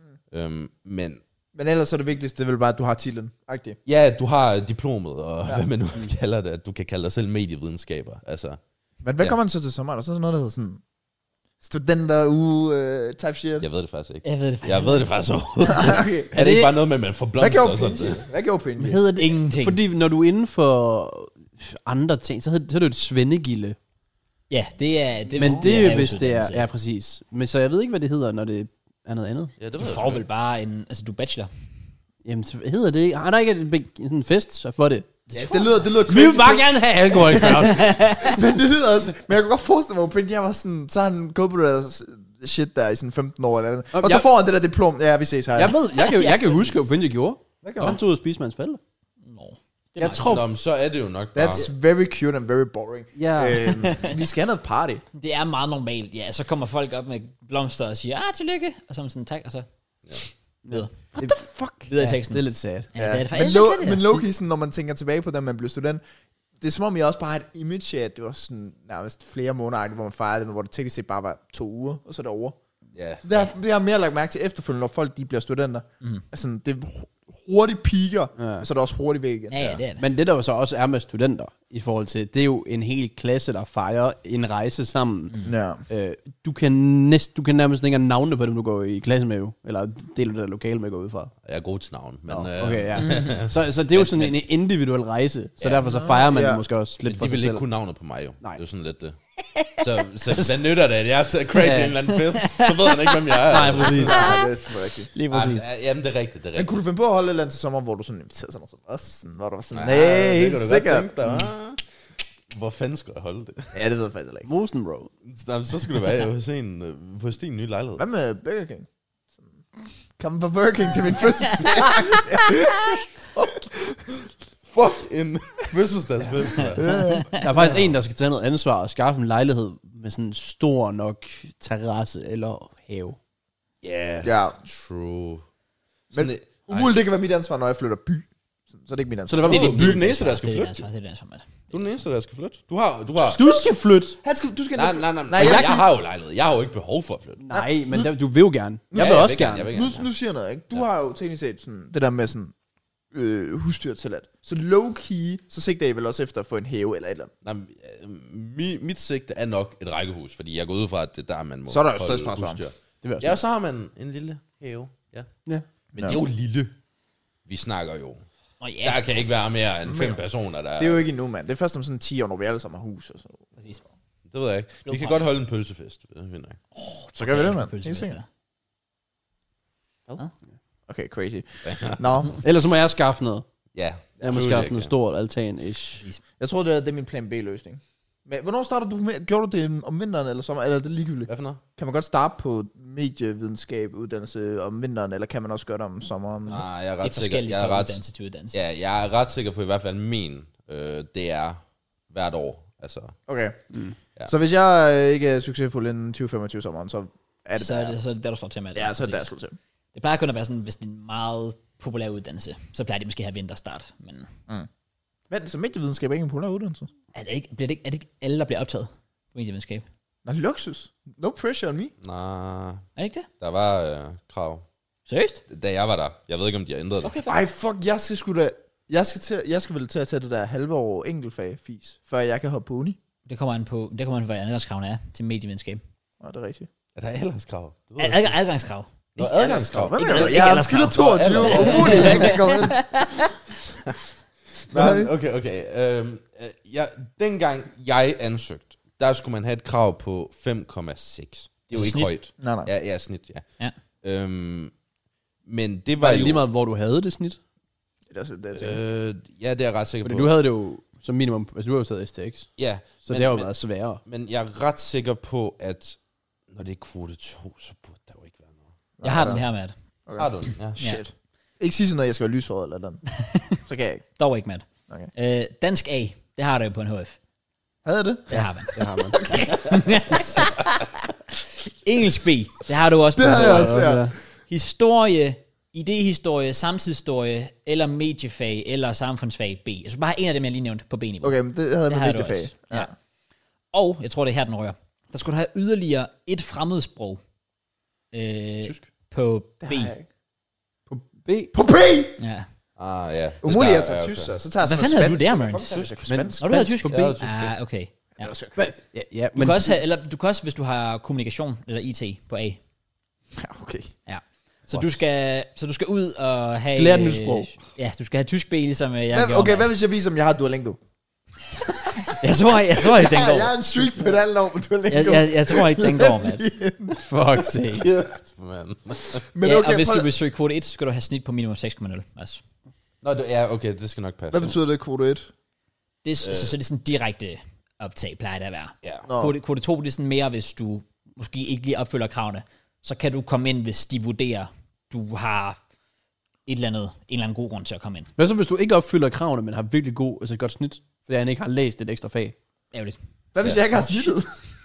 Speaker 2: Men
Speaker 4: Men ellers er det vigtigste, det er vel bare, at du har titlen. Rigtigt.
Speaker 2: ja, du har diplomet, og hvad man nu kalder det, at du kan kalde dig selv medievidenskaber. Altså,
Speaker 4: Men hvad
Speaker 2: Ja.
Speaker 4: kommer man så til sommer? Er der så noget, der hedder sådan... Studenter type shit?
Speaker 2: jeg ved det faktisk ikke.
Speaker 1: Jeg ved det faktisk.
Speaker 2: Jeg ved det faktisk overhovedet.
Speaker 4: Okay.
Speaker 2: Er det ikke bare noget med, at man får
Speaker 4: Hvad
Speaker 2: blomster
Speaker 4: gjorde
Speaker 2: og sådan
Speaker 4: Pinji?
Speaker 2: det?
Speaker 4: Hvad gjorde Pinji?
Speaker 3: Hvad hedder det?
Speaker 1: Ingenting.
Speaker 3: Fordi når du er inden for andre ting, så er det jo et svendegilde.
Speaker 1: Ja, det er... Det,
Speaker 3: Men det er jo, hvis det er...
Speaker 1: erhvervsuddannelse.
Speaker 3: Ja, præcis. Men så jeg ved ikke, hvad det hedder, når det er noget andet.
Speaker 2: Ja, det
Speaker 1: Du
Speaker 2: ved jeg
Speaker 1: får
Speaker 2: sgu
Speaker 1: vel bare en... Altså, du er bachelor.
Speaker 3: Jamen, så hedder det ikke... Har der ikke sådan en fest så for det?
Speaker 4: Ja, det lyder
Speaker 3: Vi vil
Speaker 4: crazy.
Speaker 3: bare gerne have alkohol, crowd.
Speaker 4: Men det lyder også... Men jeg kan godt forestille mig, at Pinji var sådan... Så har han gået på det der shit der i sådan 15 år eller andet. Og så
Speaker 3: jeg-
Speaker 4: får han det der diplom. Ja, vi ses her.
Speaker 3: Jeg kan huske, hvad Pinji gjorde.
Speaker 4: Hvad gjorde
Speaker 3: Han tog ud og spiste med hans forældre.
Speaker 1: Nå. Det er
Speaker 3: Jeg
Speaker 1: meget
Speaker 3: tror...
Speaker 2: Nå, men så er det jo nok bare...
Speaker 4: That's very cute and very boring.
Speaker 3: Ja.
Speaker 4: Vi skal have noget party.
Speaker 1: Det er meget normalt, ja. Så kommer folk op med blomster og siger, tillykke. Og så er man sådan, tak, og så... Videre.
Speaker 3: What the
Speaker 4: fuck?
Speaker 1: Videre i
Speaker 3: Ja,
Speaker 1: teksten.
Speaker 3: det er lidt sad.
Speaker 1: Ja, det er det
Speaker 4: Men,
Speaker 1: faktisk.
Speaker 4: men low-key, sådan, når man tænker tilbage på, da man blev student, det er som om, jeg også bare har et image af, at det var sådan nærmest flere måneder, hvor man fejrede det, men hvor det teknisk set bare var 2 uger, og så er det over.
Speaker 2: Ja.
Speaker 4: Så det har jeg mere lagt mærke til efterfølgende, når folk de bliver studenter. Altså, det hurtigt piker, og så er det også hurtigt væk igen.
Speaker 1: Ja, det er det.
Speaker 3: Men det der jo så også er med studenter, i forhold til, det er jo en hel klasse, der fejrer en rejse sammen.
Speaker 4: Ja.
Speaker 3: Du kan nærmest ikke engang navne på dem, du går i klasse med jo. Eller del af det lokale med, går ud fra.
Speaker 2: Jeg er god til navn, men...
Speaker 3: Okay, ja. så det er jo sådan en individuel rejse, så derfor så fejrer man det måske også lidt
Speaker 2: Men
Speaker 3: for
Speaker 2: de
Speaker 3: sig
Speaker 2: vil
Speaker 3: selv.
Speaker 2: ikke kunne navnet på mig jo.
Speaker 3: Nej.
Speaker 2: Det er jo sådan lidt det. Så hvad nytter det, at jeg er crazy i en eller anden fest? Så ved han ikke, hvem jeg er.
Speaker 3: Nej, præcis.
Speaker 4: Ja, det er sgu rigtigt.
Speaker 3: Lige præcis.
Speaker 2: Jamen, det er rigtigt, det er
Speaker 4: Men
Speaker 2: rigtigt.
Speaker 4: kunne du finde på at holde et eller andet til sommer, hvor du sådan inviterede sådan noget som os? Sådan, hvor du var sådan,
Speaker 2: Ja,
Speaker 4: nej,
Speaker 2: det
Speaker 4: helt
Speaker 2: kan du godt
Speaker 4: sikkert.
Speaker 2: tænke dig, hva'? Hvor fanden skulle jeg holde det?
Speaker 4: Ja, det ved jeg faktisk heller ikke.
Speaker 3: Mosen, bro.
Speaker 2: Nå, så skulle det være hos på din nye lejlighed.
Speaker 4: Hvad med Burger King? Kom på Burger King til min fødselsdag.
Speaker 2: Fuck en fødselsdagsfest.
Speaker 3: Der er faktisk en, der skal tage noget ansvar og skaffe en lejlighed med sådan en stor nok terrasse eller have.
Speaker 2: Yeah,
Speaker 4: Ja,
Speaker 2: true.
Speaker 4: men umuligt det kan være mit ansvar, når jeg flytter by. Så er det ikke mit ansvar.
Speaker 3: Så det var
Speaker 2: Det er du er den eneste, der skal
Speaker 1: Det er det
Speaker 2: flytte.
Speaker 1: ansvar, det er det ansvar, Matt.
Speaker 2: Du er den eneste, der skal flytte. Du har...
Speaker 3: Du skal flytte.
Speaker 4: Du skal
Speaker 2: Nej, jeg har jo lejlighed. Jeg har jo ikke behov for at flytte.
Speaker 3: Nej, men du vil jo gerne. Jeg
Speaker 2: Ja,
Speaker 3: vil også
Speaker 2: jeg
Speaker 3: gerne.
Speaker 2: vil
Speaker 4: Nu siger jeg noget, ikke? Du har jo teknisk set sådan, det der med sådan, husdyr tilladt. Så low-key, så sigter I vel også efter at få en have eller et eller andet.
Speaker 2: Nej, mit sigte er nok et rækkehus, fordi jeg går ud fra, at det er der, man må
Speaker 4: Så er der jo
Speaker 2: holde
Speaker 4: stridspres
Speaker 2: husdyr.
Speaker 3: Det vil
Speaker 2: Ja, og så har man en lille have. Ja.
Speaker 3: Ja.
Speaker 2: Men det er jo lille. Vi snakker jo.
Speaker 1: Ja,
Speaker 2: Der kan ikke være mere end 5 personer, der
Speaker 4: Det er jo ikke endnu, mand. Det er først om sådan 10 år, når vi alle sammen har hus og så.
Speaker 1: præcis.
Speaker 2: Det ved jeg ikke. Vi kan godt holde en pølsefest. Det finder jeg.
Speaker 4: Så gør vi det, mand.
Speaker 1: Pølsefest,
Speaker 4: Helt sikkert.
Speaker 1: ja.
Speaker 4: Okay, crazy. Nå,
Speaker 3: Ellers så må jeg skaffe noget.
Speaker 2: Ja.
Speaker 3: Jeg må skaffe noget stort altan-ish.
Speaker 4: jeg tror, det er min plan B-løsning. Men hvornår starter du med? Gjorde du det om vinteren eller sommer? Eller er det ligegyldigt?
Speaker 2: Hvad for noget?
Speaker 4: Kan man godt starte på medievidenskab uddannelse om vinteren, eller kan man også gøre det om sommeren?
Speaker 2: Nej, jeg er
Speaker 1: Det er
Speaker 2: ret sikker.
Speaker 1: forskelligt
Speaker 2: Jeg er
Speaker 1: fra
Speaker 2: ret,
Speaker 1: uddannelse til uddannelse.
Speaker 2: ja, jeg er ret sikker på i hvert fald min. Det er hvert år. Altså,
Speaker 4: Okay.
Speaker 2: Ja.
Speaker 4: Så hvis jeg ikke er succesfuld inden 2025 sommeren, så er det
Speaker 1: Så er det der, du står til med.
Speaker 4: Ja, så er det der slut til.
Speaker 1: Det plejer kun at være sådan, hvis det er en meget populær uddannelse, så plejer de måske at have vinterstart. Men
Speaker 4: Men så medievidenskab er ikke en populær uddannelse?
Speaker 1: er det ikke alle, der bliver optaget på medievidenskab?
Speaker 4: Nå, luksus. No pressure on me.
Speaker 2: nej,
Speaker 1: Er det ikke det?
Speaker 2: der var krav.
Speaker 1: Seriøst?
Speaker 2: Da jeg var der. Jeg ved ikke, om de har ændret det.
Speaker 1: Okay, fedt.
Speaker 4: Ej, fuck, jeg skal sgu da... Jeg skal vel til at tage det der halve år enkeltfag fis, før jeg kan hoppe på uni.
Speaker 1: Det kommer an på, hvad adgangskravene er til medievidenskab.
Speaker 4: Nå, det er rigtigt.
Speaker 2: Er der alderskrav? Det ved jeg ikke.
Speaker 1: Adgangskrav.
Speaker 2: Nå, adgangskrav.
Speaker 4: Hvad
Speaker 1: Ikke
Speaker 4: mener du?
Speaker 1: alderskrav.
Speaker 4: Jeg er
Speaker 1: Alderskrav.
Speaker 4: fyldt 22. Umuligt, jeg kan komme ind.
Speaker 2: Nej, okay. Dengang jeg ansøgte, der skulle man have et krav på 5,6. Det er jo
Speaker 1: Så
Speaker 2: ikke
Speaker 1: snit?
Speaker 2: højt.
Speaker 4: Nej.
Speaker 2: Ja, snit, ja.
Speaker 1: Ja.
Speaker 2: Men det
Speaker 3: Var
Speaker 2: var
Speaker 3: det
Speaker 2: jo...
Speaker 3: lige meget, hvor du havde det snit?
Speaker 4: Det er også det,
Speaker 2: ja, det er jeg ret sikker
Speaker 3: Fordi
Speaker 2: på.
Speaker 3: du havde det jo som minimum, altså du har jo taget STX,
Speaker 2: Ja,
Speaker 3: så det har jo været sværere.
Speaker 2: men jeg er ret sikker på, at når det er kvote 2, så burde der jo ikke være noget.
Speaker 1: Jeg har den her med,
Speaker 4: Okay.
Speaker 2: Har du den? Ja.
Speaker 4: Shit. Ikke sige sådan noget, jeg skal være lyshåret eller den. Så kan jeg ikke.
Speaker 1: dog ikke med.
Speaker 4: Okay.
Speaker 1: Dansk A, det har du jo på en HF.
Speaker 4: Havde jeg det?
Speaker 1: Det har man.
Speaker 3: Det har man.
Speaker 1: Engelsk B, det har du også på
Speaker 4: Det havde jeg
Speaker 1: HF.
Speaker 4: også, ja.
Speaker 1: Historie, idehistorie, samtidshistorie, eller mediefag, eller samfundsfag B. Jeg skal bare have en af dem, jeg lige nævnte på B-niveau.
Speaker 4: Okay, men det havde jeg
Speaker 1: Det
Speaker 4: med
Speaker 1: har du
Speaker 4: mediefag.
Speaker 1: også. Ja. Og, jeg tror, det er her, den rører. Der skulle du have yderligere et fremmedsprog
Speaker 2: Tysk.
Speaker 1: på B.
Speaker 4: Det har jeg ikke.
Speaker 3: På B?
Speaker 4: På B!
Speaker 1: Ja.
Speaker 2: Ah, ja.
Speaker 4: Umuligt at
Speaker 2: Ja,
Speaker 4: tage
Speaker 2: okay.
Speaker 4: tysk, så tager jeg
Speaker 1: Hvad
Speaker 4: sådan
Speaker 1: fanden havde
Speaker 4: noget
Speaker 1: du der,
Speaker 4: spansk.
Speaker 1: Mørn?
Speaker 4: Tysk. Spansk.
Speaker 1: Når du havde tysk
Speaker 3: på B?
Speaker 2: Jeg havde tysk,
Speaker 1: Ah, okay. Ja.
Speaker 3: Ja,
Speaker 1: Du
Speaker 3: men
Speaker 1: kan også have, eller du kan også, hvis du har kommunikation eller IT på A.
Speaker 4: Ja, okay.
Speaker 1: Ja. Så du skal ud og have...
Speaker 3: Lære et nyt sprog.
Speaker 1: Ja, du skal have tysk B, ligesom jeg gjorde.
Speaker 4: Okay, hvad hvis jeg viser, om jeg har Duolingo?
Speaker 1: Jeg tror ikke, den går.
Speaker 4: Jeg er en street pedal over Duolingo.
Speaker 1: Jeg tror ikke, den går, mand. Fuck sake.
Speaker 2: Man.
Speaker 4: Men
Speaker 1: Ja,
Speaker 4: okay,
Speaker 1: og hvis
Speaker 4: prøv-
Speaker 1: du vil søge kvote 1, så skal du have snit på minimum 6,0. Altså.
Speaker 2: Nå, ja, okay, det skal nok passe.
Speaker 4: Hvad betyder det, kvote 1?
Speaker 1: Det er, så det er sådan direkte optag, plejer det at være.
Speaker 2: Ja.
Speaker 4: Nå.
Speaker 1: Kvote 2, det er sådan mere, hvis du måske ikke lige opfylder kravene. Så kan du komme ind, hvis de vurderer, du har en eller anden god grund til at komme ind.
Speaker 3: hvad så, hvis du ikke opfylder kravene, men har virkelig god, altså et godt snit, fordi han ikke har læst et ekstra fag?
Speaker 1: Ærgerligt.
Speaker 4: Hvad hvis jeg ikke har snittet?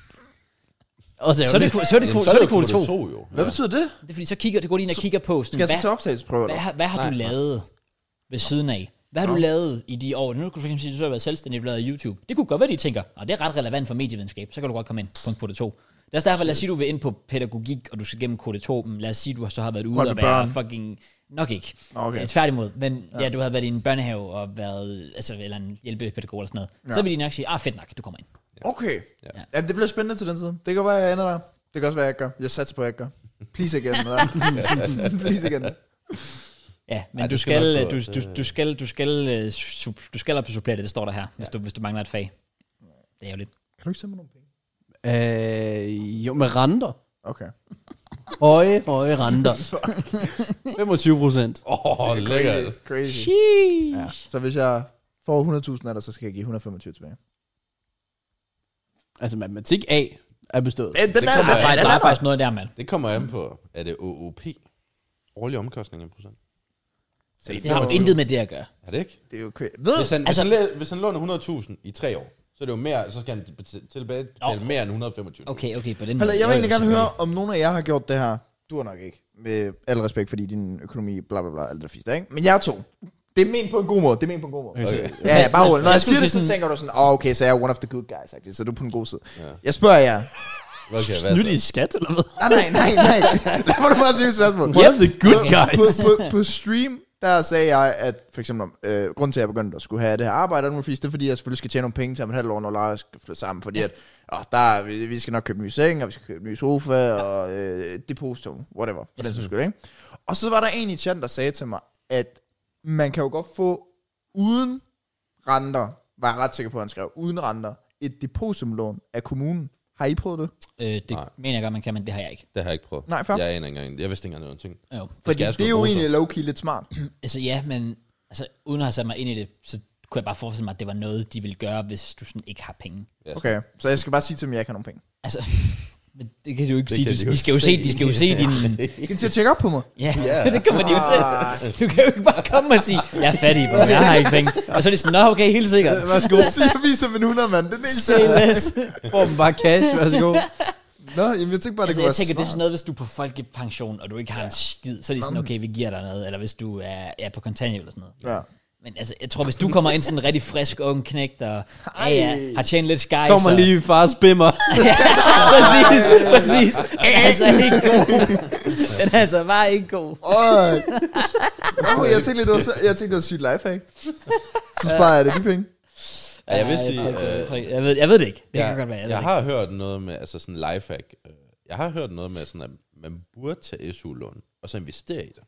Speaker 3: Også
Speaker 1: Så er det kvote 2.
Speaker 2: jo.
Speaker 4: Hvad betyder det?
Speaker 1: Det er fordi, så går de ind og kigger på,
Speaker 4: Skal jeg
Speaker 1: sådan,
Speaker 4: så til optagelsesprøver? eller?
Speaker 1: hvad har du lavet ved siden af? Hvad har du lavet i de år? Nu kan du for eksempel sige, at du har været selvstændig og lavet YouTube. Det kunne godt være, de tænker, det er ret relevant for medievidenskab, så kan du godt komme ind på en kvote 2. Det er også derfor, lad os sige, du vil ind på pædagogik, og du skal gennem kvote 2, men lad os sige, du så har været ude
Speaker 4: Hold
Speaker 1: og
Speaker 4: med
Speaker 1: være
Speaker 4: børn.
Speaker 1: fucking... Nok ikke.
Speaker 4: Okay.
Speaker 1: Tværtimod. Men ja, du havde været i en børnehave og været, altså, eller en hjælpepædagog eller sådan noget. Så vil de nok sige, fedt nok, du kommer ind.
Speaker 4: Okay.
Speaker 2: Ja.
Speaker 4: Ja, det bliver spændende til den tid. Det kan være, jeg ender der. Det kan også være, jeg gør. Jeg satser på, at jeg gør. Please igen. Please igen.
Speaker 1: Ja, men
Speaker 2: Ej,
Speaker 1: du
Speaker 2: det skal
Speaker 1: skal,
Speaker 2: nok gå.
Speaker 1: du skal op på supplere, det står der her, hvis du mangler et fag. Det er jo lidt.
Speaker 4: Kan du ikke sende mig nogle penge?
Speaker 3: Jo, med renter.
Speaker 4: Okay.
Speaker 3: Høje renter. 25%.
Speaker 2: Lækkert.
Speaker 4: Crazy. Ja. Så hvis jeg får 100.000 af dig, så skal jeg give 125 tilbage.
Speaker 3: Altså matematik A er bestået.
Speaker 4: Den
Speaker 1: Der er faktisk noget der, mand.
Speaker 2: Det kommer an på, er det OOP? Årlige omkostninger i procent?
Speaker 1: Det har jo intet med det at gøre.
Speaker 2: Er det ikke?
Speaker 4: Det er jo crazy. Ved du?
Speaker 2: Hvis han låner 100.000 i 3 år, så er det jo mere, så skal han tilbage mere end 125.
Speaker 1: Okay, på den
Speaker 4: Hallo, jeg vil
Speaker 1: Jo,
Speaker 4: egentlig gerne
Speaker 1: selvfølgelig.
Speaker 4: høre, om nogen af jer har gjort det her. Du har nok ikke. Med al respekt, fordi din økonomi, bla bla bla, alt det fisk, ikke? Men jeg to. Det er ment på en god måde.
Speaker 2: Okay.
Speaker 4: Ja, bare roligt. Når jeg
Speaker 1: Jeg
Speaker 4: siger
Speaker 1: skulle
Speaker 4: det, så
Speaker 1: sige
Speaker 4: tænker du sådan, okay, så er jeg one of the good guys, faktisk. Så du er på den gode side. Ja. Jeg spørger jer.
Speaker 2: Okay,
Speaker 3: Snydt i skat, eller hvad?
Speaker 4: Nej. Lad mig nu bare sige et spørgsmål.
Speaker 3: One of the good guys.
Speaker 4: På stream, der sagde jeg, at for eksempel, grunden til, at jeg begyndte at skulle have det her arbejde, det er fordi, jeg selvfølgelig skal tjene nogle penge til om et halvt år, når Lara skal flytte sammen, fordi at vi skal nok købe en ny seng, og vi skal købe en ny sofa, og depositum, whatever, for den så skyld, ikke? Og så var der en i chatten, der sagde til mig, at man kan jo godt få uden renter, var jeg ret sikker på, at han skrev, uden renter, et depositumlån af kommunen. Har I prøvet det?
Speaker 1: Det mener jeg godt, man kan, men det har jeg ikke.
Speaker 2: Det har jeg ikke prøvet.
Speaker 4: Nej, fair.
Speaker 2: Jeg aner ikke engang. Jeg vidste ikke engang noget ting.
Speaker 1: Jo.
Speaker 4: Fordi det er jo egentlig low-key lidt smart.
Speaker 1: Altså ja, men altså, uden at have sat mig ind i det, så kunne jeg bare forestille mig, at det var noget, de ville gøre, hvis du sådan ikke har penge.
Speaker 4: Okay, så jeg skal bare sige til dem, at jeg ikke har nogen penge.
Speaker 1: Altså, men det kan du ikke sige. De skal jo se din...
Speaker 4: I kan til at tjekke op på mig.
Speaker 1: Ja, det kommer de jo til. Du kan jo ikke bare komme og sige, jeg er fattig, bro. Jeg har ikke penge. Og så er de sådan, nå okay, helt sikkert.
Speaker 4: Værsgo. Jeg viser min 100, mand. Det er
Speaker 1: Se less.
Speaker 3: Får dem bare cash, værsgo.
Speaker 4: Nå, jamen, jeg tænker bare, det kunne
Speaker 1: jeg
Speaker 4: være
Speaker 1: tænker, det er
Speaker 4: smart.
Speaker 1: sådan noget, hvis du er på folkepension, og du ikke har en skid, så er det sådan, okay, vi giver dig noget. Eller hvis du er på kontanthjælp eller sådan noget.
Speaker 4: Ja.
Speaker 1: Men altså, jeg tror, hvis du kommer ind sådan en rigtig frisk ung knægt, og har tjent lidt sky,
Speaker 3: Kommer
Speaker 1: så...
Speaker 3: lige far spimmer.
Speaker 1: præcis. Den er altså ikke god. Den er altså bare ikke god.
Speaker 4: Jeg tænkte, det var sygt lifehack. Så sparer jeg det de penge.
Speaker 2: Ja, jeg vil sige...
Speaker 1: Jeg ved det ikke. Det kan godt være.
Speaker 2: Jeg har hørt noget med, altså sådan lifehack. Jeg har hørt noget med sådan, at man burde tage SU-lån, og så investere i det.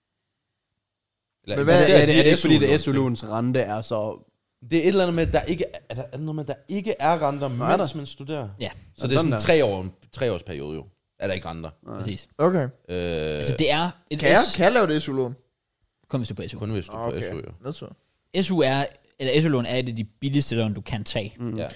Speaker 2: Eller
Speaker 4: Men hvad
Speaker 3: er det ikke, fordi det SU-låns rente er så...
Speaker 2: Det er et eller andet med, at der ikke er noget med, at der ikke er renter, mens man studerer.
Speaker 1: Ja.
Speaker 2: Så det er sådan en 3 års periode jo. Er der ikke renter?
Speaker 1: Præcis.
Speaker 4: Okay.
Speaker 1: Altså, det er...
Speaker 4: Kan jeg lave det SU-lån?
Speaker 1: Kun hvis du er på SU.
Speaker 2: Kun hvis du er på SU, jo.
Speaker 1: SU er... Eller SU-lån er et af de billigste lån, du kan tage.
Speaker 2: Mm. Ja.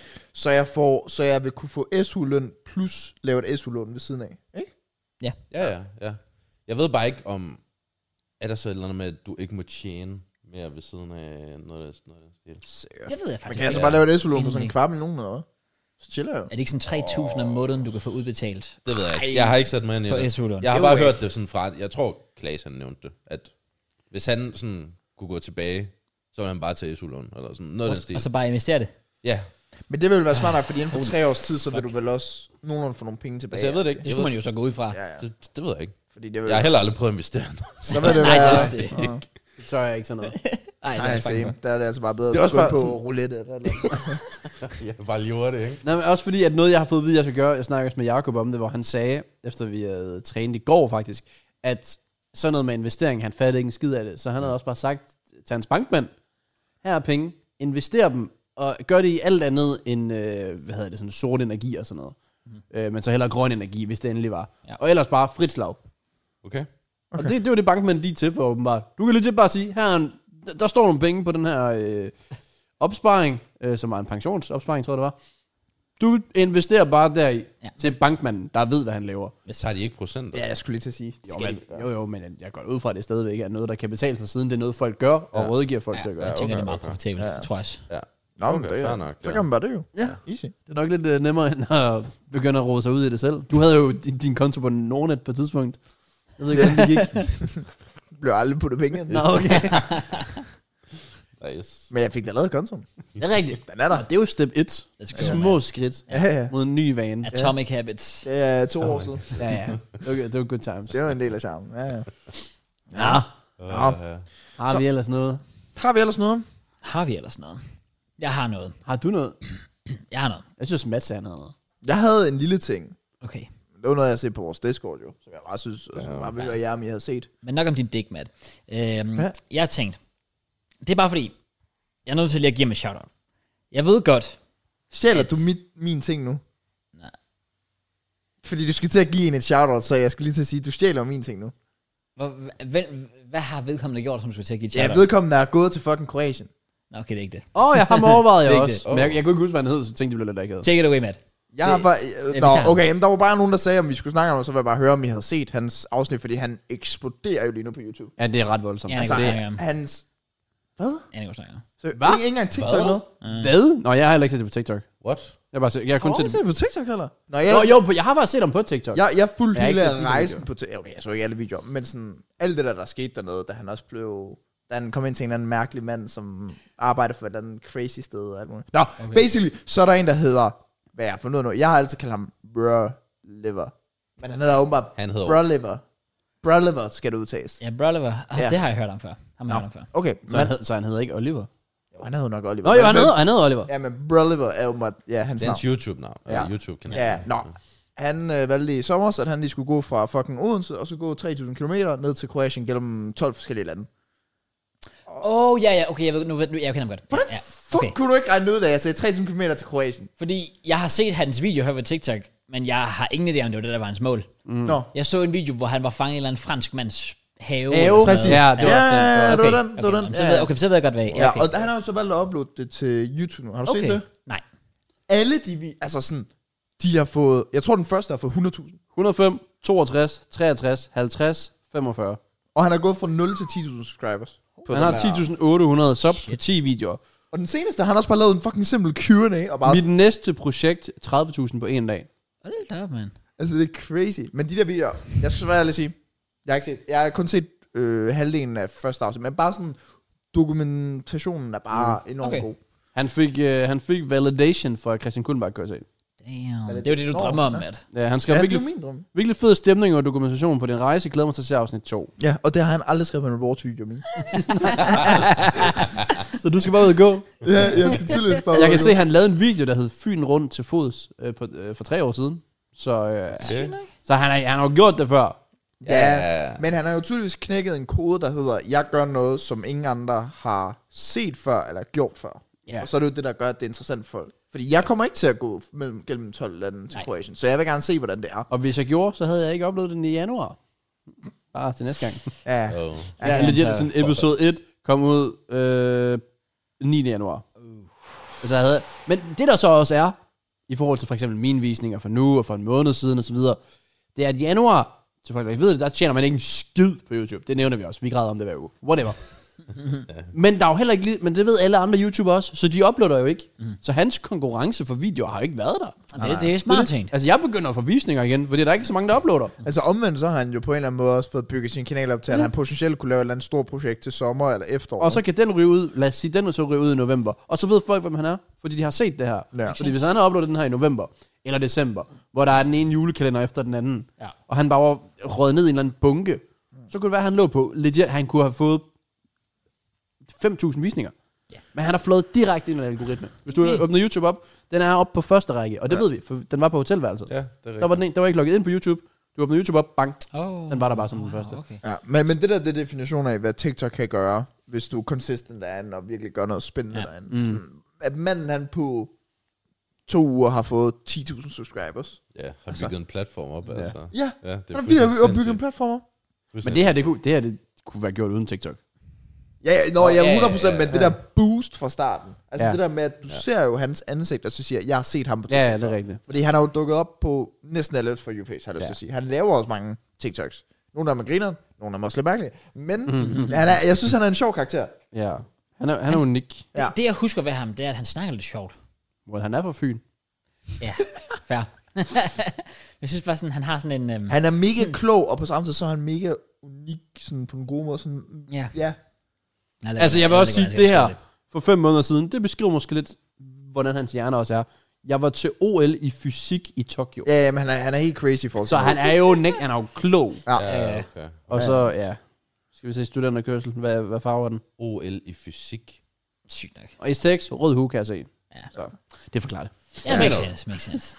Speaker 4: Så jeg vil kunne få SU-løn plus lave et SU-lån ved siden af, ikke?
Speaker 2: Ja. Jeg ved bare ikke om... Er der så et eller andet med, at du ikke må tjene mere ved siden af noget af det stil?
Speaker 1: Det ved jeg faktisk.
Speaker 4: Men kan jeg så bare lave et SU-lån på sådan en kvart million eller hvad? Så chiller jeg jo.
Speaker 1: Er det ikke sådan 3.000 om måneden, du kan få udbetalt?
Speaker 2: Det ved jeg ikke. Jeg har ikke sat mig ind i
Speaker 1: på
Speaker 2: det.
Speaker 1: SU-lån.
Speaker 2: Jeg har bare hørt det sådan fra... Jeg tror, Klaas han nævnte det. At hvis han sådan kunne gå tilbage, så ville han bare tage SU-lån. Eller sådan noget af den stil.
Speaker 1: Og så bare investere det?
Speaker 2: Ja.
Speaker 4: Men det vil være smart nok, fordi inden for 3 års tid, så vil du vel også nogenlunde få nogle penge tilbage.
Speaker 2: Altså, jeg ved det ikke.
Speaker 1: Det skulle man jo så gå ud fra.
Speaker 4: Ja.
Speaker 2: Det ved jeg ikke.
Speaker 4: Fordi det vil
Speaker 2: Jeg har heller aldrig prøvet at investere.
Speaker 4: Så vil det
Speaker 1: Nej,
Speaker 4: være...
Speaker 1: det er det.
Speaker 3: Så er jeg ikke sådan noget.
Speaker 1: Nej,
Speaker 4: same. Der er det altså bare bedre
Speaker 2: Det er
Speaker 4: at
Speaker 2: også
Speaker 4: gå
Speaker 2: bare
Speaker 4: på
Speaker 2: sådan-
Speaker 4: roulette. Eller
Speaker 2: Jeg bare lever det, ikke?
Speaker 3: Nej, men også fordi, at noget, jeg har fået at vide, jeg skal gøre, jeg snakker også med Jacob om det, hvor han sagde, efter vi havde trænet i går faktisk, at sådan noget med investering, han fattede ikke en skid af det, så han havde også bare sagt til hans bankmand, her er penge, invester dem, og gør det i alt andet end, sådan sort energi og sådan noget. Men så heller grøn energi, hvis det endelig var.
Speaker 1: Ja.
Speaker 3: Og ellers bare frit slag.
Speaker 2: Okay.
Speaker 3: Og det var det bankmænd, de er til for åbenbart. Du kan lige bare sige, der står nogle penge på den her opsparing, som var en pensionsopsparing, tror jeg det var. Du investerer bare deri til bankmanden, der ved, hvad han laver.
Speaker 2: Så har de ikke procent?
Speaker 4: Ja, jeg skulle lige til at sige.
Speaker 3: Jo, men jeg går ud fra, at det stadigvæk er noget, der kan betale sig siden. Det er noget, folk gør, og rådgiver folk til at gøre.
Speaker 1: Jeg tænker, det er meget profitabelt, det tror jeg også.
Speaker 2: Ja.
Speaker 4: Nå, men det
Speaker 2: fair nok.
Speaker 4: så kan man bare det jo.
Speaker 3: Ja.
Speaker 4: Easy.
Speaker 3: Det er nok lidt nemmere, end at begynde at rode sig ud i det selv. Du havde jo din konto på Nordnet på et tidspunkt. Jeg ved ikke, hvordan det gik.
Speaker 4: Blev aldrig puttet penge ind.
Speaker 3: Nå, okay.
Speaker 2: Nice.
Speaker 4: Men jeg fik da lavet kontoen.
Speaker 3: Det er rigtigt. Den er der. Det er jo step 1. Små skridt
Speaker 4: Ja.
Speaker 3: mod en ny vane.
Speaker 1: Atomic Habits.
Speaker 4: Det er 2 år siden.
Speaker 3: Ja. Det var good times.
Speaker 4: Det var en del af charmen. Ja.
Speaker 3: Ja.
Speaker 2: Ja.
Speaker 3: Har vi ellers noget?
Speaker 4: Har vi ellers noget?
Speaker 1: Har vi ellers noget? Jeg har noget.
Speaker 3: Har du noget?
Speaker 1: Jeg har noget.
Speaker 3: Jeg synes, Mads havde noget.
Speaker 4: Jeg havde en lille ting.
Speaker 1: Okay.
Speaker 4: Det var noget, jeg har set på vores Discord jo. Som jeg bare synes, som bare ville være jer, om I havde set.
Speaker 1: Men nok om din dick, Matt. Jeg har tænkt, det er bare fordi, jeg er nødt til lige at give mig et shout-out. Jeg ved godt.
Speaker 4: Stjæler du min ting nu?
Speaker 1: Nej.
Speaker 4: Fordi du skal til at give en et shout-out, så jeg skal lige til at sige, du stjæler min ting nu.
Speaker 1: Hvad har vedkommende gjort, som du skal til at give et shout-out?
Speaker 4: Jeg vedkommende er gået til fucking Kroatien.
Speaker 1: Nå, okay, det er ikke det.
Speaker 3: Jeg har overvejet jeg
Speaker 1: Det er
Speaker 3: også.
Speaker 1: ikke
Speaker 3: Men jeg kunne ikke huske, hvad han hed, så tænkte jeg, det blev lidt akavet.
Speaker 1: Take it away, Matt.
Speaker 4: Jeg har bare...
Speaker 1: vi
Speaker 4: Nå,
Speaker 1: tager
Speaker 4: okay, men der var bare nogen, der sagde, om vi skulle snakke om det, så vil jeg bare høre, om I havde set hans afsnit, fordi han eksploderer jo lige nu på YouTube.
Speaker 3: Ja, det er ret voldsomt.
Speaker 1: Ja,
Speaker 3: Altså,
Speaker 1: det
Speaker 3: det
Speaker 1: er
Speaker 4: Hans... Hvad?
Speaker 1: Jeg snakker.
Speaker 4: Så,
Speaker 3: Hvad?
Speaker 4: Ikke engang TikTok eller noget?
Speaker 3: Hvad? Nå, jeg har heller ikke set det på TikTok.
Speaker 2: What?
Speaker 3: Jeg har kun
Speaker 4: Har du
Speaker 3: set
Speaker 4: set
Speaker 3: det.
Speaker 4: det på TikTok heller? Nå,
Speaker 3: Jeg har bare set ham på TikTok.
Speaker 4: Jeg fulgte
Speaker 3: Jeg har ikke
Speaker 4: hele
Speaker 3: set de
Speaker 4: rejsen
Speaker 3: videoer.
Speaker 4: på TikTok. Okay, jeg så ikke alle videoer, men sådan... Alt det der skete dernede, da han også blev... Da han kom ind til en eller anden mærkelig mand, som arbejder for et eller andet crazy sted og alt muligt. Nå, okay. Basically, så er der en, der hedder... Hvad jeg har fundet ud af nu? Jeg har altid kaldt ham Bro Liver. Men han hedder åbenbart
Speaker 2: Han hedder...
Speaker 4: Bro Liver. Broliver skal det udtages.
Speaker 1: Ja, Broliver.
Speaker 4: Ja.
Speaker 1: Det har jeg hørt om før. Ham har jeg hørt om før.
Speaker 4: Okay,
Speaker 3: Så han hedder ikke Oliver?
Speaker 4: jo, han hedder nok Oliver.
Speaker 3: Nå jo, han hedder Oliver.
Speaker 4: Ja, men Broliver er jo hans
Speaker 2: Det er
Speaker 4: navn.
Speaker 2: hans YouTube-navn.
Speaker 4: Ja.
Speaker 2: YouTube-kanal.
Speaker 4: Ja, nå. Han valgte i sommer, at han lige skulle gå fra fucking Odense, og så gå 3.000 km ned til Kroatien gennem 12 forskellige lande.
Speaker 1: Ja, okay, jeg kender ham godt.
Speaker 4: Hvordan
Speaker 1: Ja,
Speaker 4: fuck kunne du ikke regne ud, da jeg sagde 3.000 km til Kroatien?
Speaker 1: Fordi jeg har set hans video her på TikTok, men jeg har ingen idé om det var det, der var hans mål.
Speaker 4: Nå.
Speaker 1: Jeg så en video, hvor han var fanget i en eller anden fransk mands have.
Speaker 3: Have?
Speaker 1: eller sådan
Speaker 4: Præcis.
Speaker 1: noget.
Speaker 3: Ja, det var
Speaker 4: det var den. Det var den.
Speaker 1: Okay, så ved jeg godt, hvad.
Speaker 4: Ja,
Speaker 1: okay.
Speaker 4: og han har jo så valgt at uploade det til YouTube nu. Har du set det?
Speaker 1: Nej.
Speaker 4: Alle altså sådan, de har fået, jeg tror den første har fået 100.000.
Speaker 3: 105, 62, 63, 50, 45.
Speaker 4: Og han er gået fra 0 til 10.000 subscribers.
Speaker 3: Han har 10.800 subs på 10 videoer.
Speaker 4: Og den seneste, han har også bare lavet en fucking simpel Q&A. Og bare,
Speaker 3: Mit næste projekt, 30.000 på en dag.
Speaker 1: Hold da op, mand.
Speaker 4: altså det er crazy. Men de der videoer, jeg skal så være ærlig at sige, jeg har kun set halvdelen af første afsnit, men bare sådan, dokumentationen er bare enormt god.
Speaker 3: Han fik validation for, at Christian Kullenbach kunne se.
Speaker 1: Damn. Det er jo det, du drømmer om, Matt.
Speaker 3: Ja, han skrev
Speaker 4: Ja, det er
Speaker 3: virkelig,
Speaker 4: min drøm.
Speaker 3: virkelig fed stemning og dokumentation på din rejse. Jeg glæder mig til at se afsnit 2.
Speaker 4: Ja, og det har han aldrig skrevet på en rewards-video min.
Speaker 3: Så du skal bare ud og gå.
Speaker 4: Ja, jeg skal tydeligvis bare
Speaker 3: Jeg kan se, at han lavede en video, der hed Fyn rundt til fods for 3 år siden. Så han har jo gjort det før.
Speaker 4: Ja, men han har jo tydeligvis knækket en kode, der hedder, jeg gør noget, som ingen andre har set før, eller gjort før.
Speaker 3: Ja.
Speaker 4: Og så er det jo det, der gør, at det er interessant for folk. Fordi jeg kommer ikke til at gå gennem 12 lande til Kroatien, så jeg vil gerne se, hvordan det er.
Speaker 3: Og hvis jeg gjorde, så havde jeg ikke oplevet den i januar. Bare til næste gang.
Speaker 4: Ja,
Speaker 3: Ja, legit, sådan episode 1 kom ud 9. januar. Så jeg havde, men det der så også er, i forhold til for eksempel mine visninger for nu, og for en måned siden osv., det er, at januar, til folk der ikke ved det, der tjener man ikke en skid på YouTube. Det nævner vi også. Vi græder om det hver uge. Whatever. Men der er jo heller ikke, men det ved alle andre YouTubere også, så de uploader jo ikke. Så hans konkurrence for videoer har jo ikke været der.
Speaker 1: Det er smart tænkt.
Speaker 3: Altså jeg begynder at få visninger igen, fordi der er ikke så mange, der uploader.
Speaker 4: altså omvendt så har han jo på en eller anden måde også fået bygget sin kanal op til, at han potentielt kunne lave et eller andet stort projekt til sommer eller efterår.
Speaker 3: Og så kan den ryge ud, lad os sige, den vil så ryge ud i november. Og så ved folk, hvem han er, fordi de har set det her.
Speaker 4: Ja.
Speaker 3: Fordi hvis han har uploadet den her i november, eller december, hvor der er den ene julekalender efter den anden,
Speaker 1: Ja.
Speaker 3: og han bare var røget ned i en eller anden bunke, så kunne det være, at han lå på, legit, han kunne have fået 5.000 visninger.
Speaker 1: Ja.
Speaker 3: Men han har flået direkte ind i en algoritme. Hvis du åbner YouTube op, den er oppe på første række, og det ved vi, for den var på hotelværelset.
Speaker 2: Ja, det er rigtigt.
Speaker 3: Der var ikke logget ind på YouTube. Du åbner YouTube op, bang.
Speaker 1: Oh.
Speaker 3: Den var der bare som den første.
Speaker 1: Okay.
Speaker 4: Ja, men det der, det er definitionen af, hvad TikTok kan gøre, hvis du er consistent derinde, og virkelig gør noget spændende derinde. Sådan, at manden han på 2 uger har fået 10.000 subscribers.
Speaker 2: Ja, har bygget en platform op, altså.
Speaker 4: Ja,
Speaker 2: Ja, det
Speaker 4: han har virkelig opbygget en platform op.
Speaker 3: Men det her, det kunne være gjort uden TikTok.
Speaker 4: Ja, 100%, men det der boost fra starten. Altså det der med, at du ser jo hans ansigt, og så siger, jeg har set ham på TikTok.
Speaker 3: Ja, det er rigtigt.
Speaker 4: Fordi han har jo dukket op på næsten alle for YouPage, har jeg lyst til at sige. Han laver også mange TikToks. Nogle af dem er griner, nogle af dem er også lidt mærkelige. Men jeg synes, han er en sjov karakter.
Speaker 3: Ja. Han er unik.
Speaker 4: Ja.
Speaker 1: Det jeg husker ved ham, det er, at han snakker lidt sjovt.
Speaker 3: Hvor han er fra Fyn.
Speaker 1: Ja, fair. Jeg synes bare sådan, han har sådan en...
Speaker 4: Han er mega klog, og på samme tid, så er han mega unik, sådan på en god måde. Sådan,
Speaker 1: Ja.
Speaker 3: Altså, jeg vil også sige, det her for 5 måneder siden, det beskriver måske lidt, hvordan hans hjerne også er. Jeg var til OL i fysik i Tokyo.
Speaker 4: Ja, men han er helt crazy for
Speaker 3: Så han er jo han er jo klog.
Speaker 2: Ja, okay.
Speaker 3: Og så, skal vi se studenterkørsel. Hvad farve er den?
Speaker 2: OL i fysik.
Speaker 1: Sygt nok.
Speaker 3: Og STX, rød hue kan jeg se.
Speaker 1: Ja.
Speaker 3: Så det forklarer det.
Speaker 1: Ja, makes sense.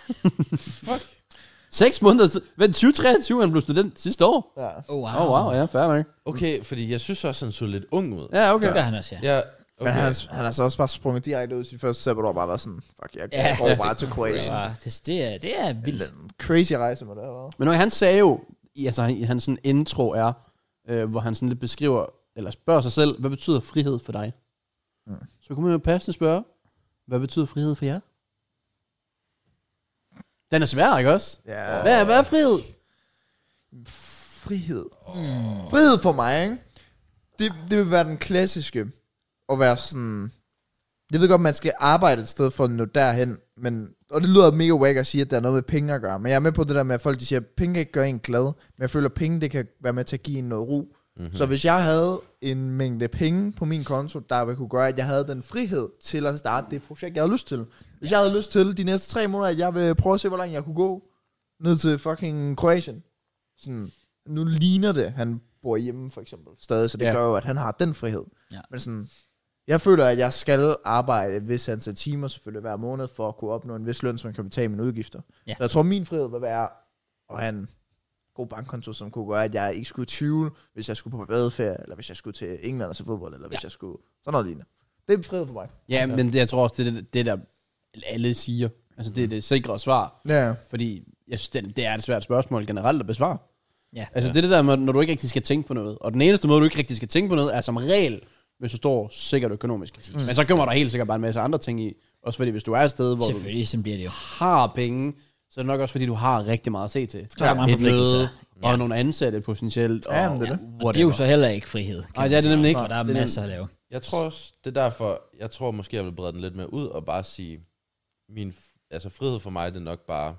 Speaker 3: 6 måneder siden. Men 2023, han blev student sidste år.
Speaker 4: Ja.
Speaker 1: Oh, wow.
Speaker 3: Wow, ja, fair nok.
Speaker 2: Okay, fordi jeg synes også, han så lidt ung ud.
Speaker 3: Ja, okay.
Speaker 1: Det gør han også, ja.
Speaker 2: Ja,
Speaker 4: Men
Speaker 2: okay.
Speaker 4: han har så også bare sprunget direkte ud i sit første sabbatår, og bare været sådan, fuck, jeg går bare til Kroatien.
Speaker 1: Det er vildt.
Speaker 4: En crazy rejse med det her.
Speaker 3: Men han sagde jo, hans sådan intro er, hvor han sådan lidt beskriver, eller spørger sig selv, hvad betyder frihed for dig? Så kunne man jo passende spørge, hvad betyder frihed for jer? Den er svær, ikke også?
Speaker 4: Ja.
Speaker 3: Hvad er frihed?
Speaker 4: Frihed. Frihed for mig, ikke? Det vil være den klassiske, at være sådan... Jeg ved godt, man skal arbejde et sted for at nå derhen, men... Og det lyder mega wack at sige, at der er noget med penge at gøre, men jeg er med på det der med, at folk de siger, at penge kan ikke gøre en glad, men jeg føler, at penge det kan være med til at give en noget ro. Så hvis jeg havde en mængde penge på min konto, der ville kunne gøre, at jeg havde den frihed til at starte det projekt, jeg havde lyst til. Hvis jeg havde lyst til de næste 3 måneder, at jeg vil prøve at se, hvor langt jeg kunne gå ned til fucking Kroatien. Sådan, nu ligner det, han bor hjemme for eksempel stadig, så det gør jo, at han har den frihed.
Speaker 1: Ja.
Speaker 4: Men sådan, jeg føler, at jeg skal arbejde et vis antal timer selvfølgelig hver måned, for at kunne opnå en vis løn, så man kan betale mine udgifter.
Speaker 1: Ja.
Speaker 4: Så jeg tror, min frihed vil være at have en god bankkonto, som kunne gøre, at jeg ikke skulle tvivle, hvis jeg skulle på badeferie, eller hvis jeg skulle til England og se fodbold, eller hvis jeg skulle sådan noget lignende. Det er frihed for mig.
Speaker 3: Ja, men jeg tror også, det der alle siger. Altså, det er det sikre svar.
Speaker 4: Ja.
Speaker 3: Fordi jeg synes, det er et svært spørgsmål generelt at besvare.
Speaker 1: Ja.
Speaker 3: Altså, det er det der med, når du ikke rigtig skal tænke på noget. Og den eneste måde, du ikke rigtig skal tænke på noget, er som regel, hvis du står sikkert økonomisk. Men så kommer der helt sikkert bare en masse andre ting i. Også fordi, hvis du er et sted, hvor du
Speaker 1: Selvfølgelig, sådan bliver det jo.
Speaker 3: har penge, så er det nok også, fordi du har rigtig meget at se til.
Speaker 1: Så er der mange
Speaker 3: Et møde,
Speaker 1: forpligtelser.
Speaker 3: og nogle ansatte potentielt.
Speaker 4: Ja,
Speaker 3: og,
Speaker 4: men det er det.
Speaker 1: Og det er jo så heller ikke frihed.
Speaker 3: Nej, det er det nemlig ikke.
Speaker 1: For der er
Speaker 3: Det er
Speaker 1: masser at lave.
Speaker 2: Jeg tror også, det er derfor, jeg tror måske, jeg vil brede den lidt mere ud, og bare sige, frihed for mig, det er nok bare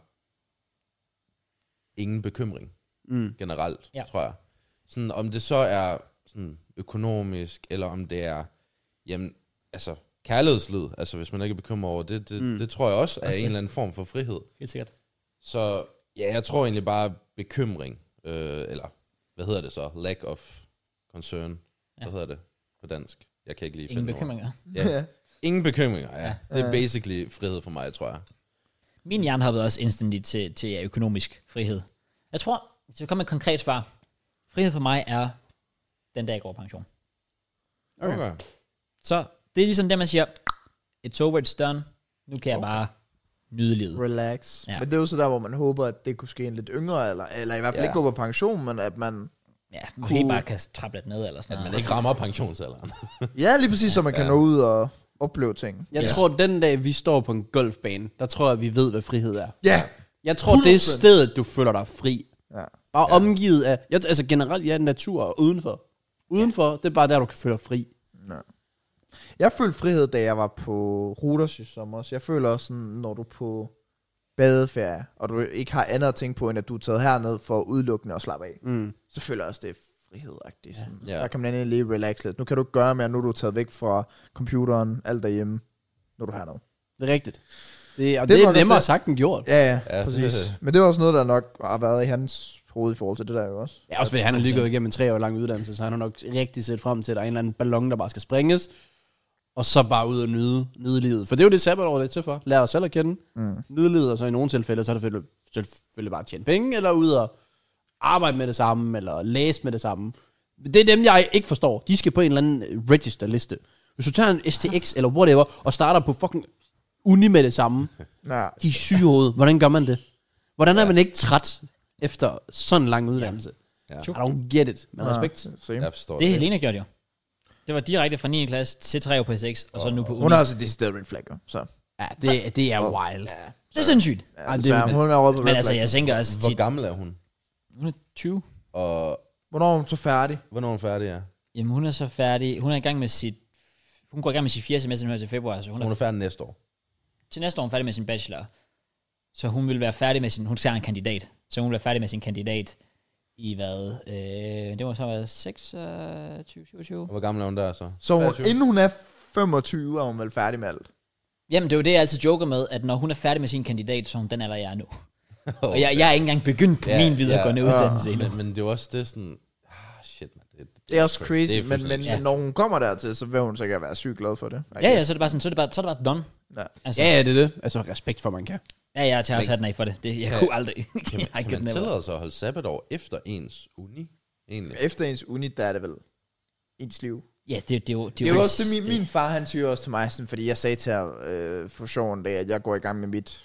Speaker 2: ingen bekymring, generelt, tror jeg. Sådan, om det så er sådan økonomisk, eller om det er, jamen, altså, kærlighedsliv, altså hvis man ikke er bekymret over det, det tror jeg også er en eller anden form for frihed.
Speaker 3: Helt sikkert.
Speaker 2: Så ja, jeg tror egentlig bare bekymring, eller hvad hedder det så? Lack of concern. Hvad hedder det på dansk? Jeg kan ikke lige
Speaker 1: Ingen
Speaker 2: finde
Speaker 1: bekymringer.
Speaker 2: Ja. Ingen bekymringer, ja. Det er basically frihed for mig, tror jeg.
Speaker 1: Min hjerne hoppede også instantly til økonomisk frihed. Jeg tror, hvis jeg kommer med et konkret svar, frihed for mig er den dag, jeg går på pension.
Speaker 2: Okay.
Speaker 1: Så det er ligesom det, man siger, it's over, it's done. Nu kan jeg bare nyde livet.
Speaker 4: Relax.
Speaker 1: Ja.
Speaker 4: Men det er jo så der, hvor man håber, at det kunne ske en lidt yngre, eller i hvert fald ikke gå på pension, men at man...
Speaker 1: Ja, måske bare kan trappe lidt ned eller sådan
Speaker 2: At
Speaker 1: noget.
Speaker 2: man ikke rammer pensionsalderen.
Speaker 4: Ja, lige præcis, så man kan nå ud og opleve ting.
Speaker 3: Jeg tror, den dag, vi står på en golfbane, der tror jeg, vi ved, hvad frihed er.
Speaker 4: Ja.
Speaker 3: Jeg tror, det er
Speaker 4: 100%.
Speaker 3: stedet, du føler dig fri.
Speaker 4: Ja.
Speaker 3: Bare omgivet af... altså generelt, ja, natur og udenfor. Udenfor, det er bare der, du kan føle dig fri.
Speaker 4: Jeg følte frihed, da jeg var på Ruders i sommer. Jeg føler også sådan, når du er på badeferie, og du ikke har andet at tænke på, end at du er taget herned for udelukkende at slappe af, så føler jeg også, det er frihed-agtigt. Sådan.
Speaker 2: Ja.
Speaker 4: Der kan man endelig lige relax lidt. Nu kan du ikke gøre mere, nu er du taget væk fra computeren, alt derhjemme, når du er hernede.
Speaker 3: Det er rigtigt. Det er
Speaker 4: var
Speaker 3: nemmere
Speaker 4: også det.
Speaker 3: sagt end gjort.
Speaker 4: Ja,
Speaker 2: Ja,
Speaker 4: præcis.
Speaker 2: det-
Speaker 4: Men det var også noget, der nok har været i hans hoved i forhold til det der jo også.
Speaker 3: Ja, også fordi han har lige gået igennem en 3 år lang uddannelse, så han har nok rigtig set frem til, at der er en eller anden ballon, der bare skal springes, og så bare ud og nyde livet. For det er jo det sabbatår, det er til for. Lær dig selv at kende. Nyde livet, og så i nogle tilfælde, så er det selvfølgelig bare at tjene penge, eller ud og arbejde med det samme, eller læse med det samme. Det er dem, jeg ikke forstår. De skal på en eller anden registerliste. Hvis du tager en STX eller whatever, og starter på fucking uni med det samme,
Speaker 4: Ja.
Speaker 3: de er syge i hovedet. Hvordan gør man det? Hvordan er man ikke træt efter sådan en lang uddannelse?
Speaker 2: Ja.
Speaker 3: I don't get it. Med respekt.
Speaker 4: Same.
Speaker 2: Jeg forstår
Speaker 1: Det er Helena gjort jo. Det var direkte fra 9. klasse til 3 år på SX, og så nu på uni.
Speaker 4: Hun har også et decideret red flag, jo. Så.
Speaker 3: Ja, det er wild.
Speaker 1: Det er sindssygt.
Speaker 4: Ja,
Speaker 3: det
Speaker 4: det
Speaker 3: er-
Speaker 4: hun er over på
Speaker 1: Men
Speaker 4: red
Speaker 1: altså,
Speaker 4: flag.
Speaker 1: jeg tænker også
Speaker 2: Hvor
Speaker 1: tit,
Speaker 2: gammel er hun?
Speaker 1: hun er 20.
Speaker 2: Og
Speaker 4: Hvornår er hun så færdig?
Speaker 2: hvornår er hun færdig, ja?
Speaker 1: Jamen, hun er så færdig. Hun er i gang med sit... Hun går i gang med sit 4. semester nu her til februar, så hun
Speaker 2: Hun
Speaker 1: er
Speaker 2: er færdig næste år.
Speaker 1: til næste år er hun færdig med sin bachelor. Så hun vil være færdig med sin... Hun skal have en kandidat. Så hun vil være færdig med sin kandidat i hvad? Det må så være 26, 27.
Speaker 2: Og hvor gammel er hun der så?
Speaker 4: Så hun,
Speaker 2: 23?
Speaker 4: inden hun er 25, er hun vel færdig med alt.
Speaker 1: Jamen, det er jo det, jeg altid joker med, at når hun er færdig med sin kandidat, så er hun den alder, jeg er nu. Og jeg er ikke engang begyndt på min videregående uddannelse endnu.
Speaker 2: Men det er jo også det sådan... shit, man.
Speaker 4: Det er også crazy,
Speaker 2: det er
Speaker 4: men
Speaker 2: fuldstændig-
Speaker 4: når hun kommer dertil, så vil hun sikkert være sygt glad for det.
Speaker 1: Ja, så er det bare sådan, så er det bare done.
Speaker 4: Ja.
Speaker 1: Altså,
Speaker 3: Ja, det er det. Altså, respekt for, man kan.
Speaker 1: ja, jeg tager også hatten af for det. Jeg kunne aldrig.
Speaker 2: Kan
Speaker 1: I
Speaker 2: man
Speaker 1: could never.
Speaker 2: tillade sig at holde sabbatår efter ens uni? Egentlig.
Speaker 4: Efter ens uni, der er det vel ens liv.
Speaker 1: Ja, det er jo...
Speaker 4: Det er jo også det, min far, han siger også til mig, sådan, fordi jeg sagde til ham for sjov en dag, at jeg går i gang med mit...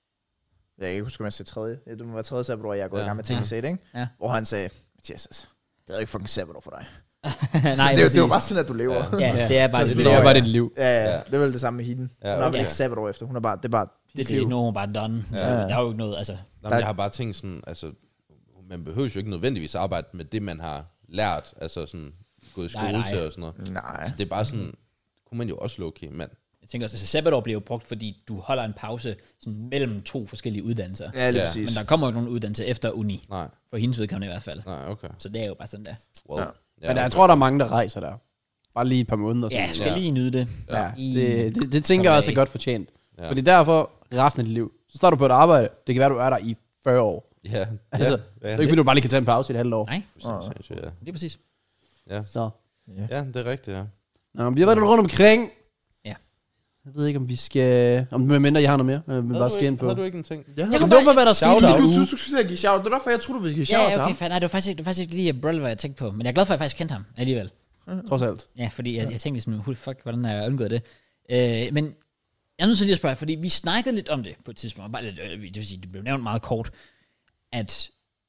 Speaker 4: Jeg kan ikke huske, om jeg sagde tredje. Det må være tredje sabbatår, jeg går i gang med ting, ikke?
Speaker 1: Ja.
Speaker 4: Og han sagde, Mathias, altså, det er jo ikke fucking sabbatår for dig.
Speaker 1: Nej,
Speaker 4: det er jo bare sådan, at du lever.
Speaker 1: Ja, det er bare
Speaker 4: Så
Speaker 1: det.
Speaker 3: Det er bare dit liv.
Speaker 4: Ja, det er vel det samme med hende.
Speaker 2: Ja,
Speaker 4: Hun har vel
Speaker 2: okay.
Speaker 4: ikke sabbatår efter. Hun er bare, det er bare
Speaker 1: Det er det, nu er hun bare done.
Speaker 2: Ja.
Speaker 1: Der er jo ikke noget, altså...
Speaker 2: Nå, men jeg har bare tænkt sådan, altså, man behøver jo ikke nødvendigvis arbejde med det, man har lært, altså sådan, gået i skole
Speaker 1: Nej.
Speaker 2: til og sådan noget.
Speaker 4: Nej.
Speaker 2: Så det er bare sådan, kunne man jo også low-key, mand.
Speaker 1: Jeg tænker også, altså sabbatår bliver jo brugt, fordi du holder en pause sådan mellem 2 forskellige uddannelser.
Speaker 4: Ja, lige
Speaker 2: Ja.
Speaker 4: præcis.
Speaker 1: Men der kommer jo nogle uddannelser efter uni.
Speaker 2: Nej,
Speaker 1: For hendes vedkommende i hvert fald.
Speaker 2: nej, okay.
Speaker 1: Så det er jo bare sådan der.
Speaker 2: Well,
Speaker 4: Ja.
Speaker 3: Men jeg tror, der er mange, der rejser der. Bare lige et par måneder.
Speaker 1: Ja, jeg skal
Speaker 2: Ja.
Speaker 1: lige nyde det.
Speaker 3: Ja,
Speaker 1: I-
Speaker 3: det tænker jeg også er godt fortjent. Fordi derfor, resten af dit liv, så starter du på et arbejde. Det kan være, du er der i 40 år.
Speaker 2: Ja.
Speaker 3: Altså, det er ikke fordi, du bare lige kan tage en pause i et halvt år.
Speaker 1: Nej,
Speaker 2: Ja.
Speaker 1: det er præcis.
Speaker 3: Så.
Speaker 2: Ja, det er rigtigt, ja.
Speaker 3: Nå, vi har været lidt rundt omkring.
Speaker 1: Ja.
Speaker 3: Jeg ved ikke, om vi skal... Om mindre, jeg har noget mere. Vi bare skal ind på.
Speaker 2: Har du ikke en ting?
Speaker 4: Ja,
Speaker 3: Jeg kan dumme, hvad der skete.
Speaker 4: du skulle give shout. Det er derfor, jeg troede, du ville give shout til
Speaker 1: Ja,
Speaker 4: ham.
Speaker 1: okay, nej, det var faktisk ikke lige Brøll, hvad jeg tænkte på. Men jeg er glad for, at jeg faktisk kendte ham alligevel.
Speaker 3: Trods alt.
Speaker 1: Ja, fordi jeg tænkte sådan, fuck, hvordan har jeg undgået det? Men jeg er nødt til lige at spørge, fordi vi snakkede lidt om det på et tidspunkt, bare lidt, det vil sige, det blev nævnt meget kort, at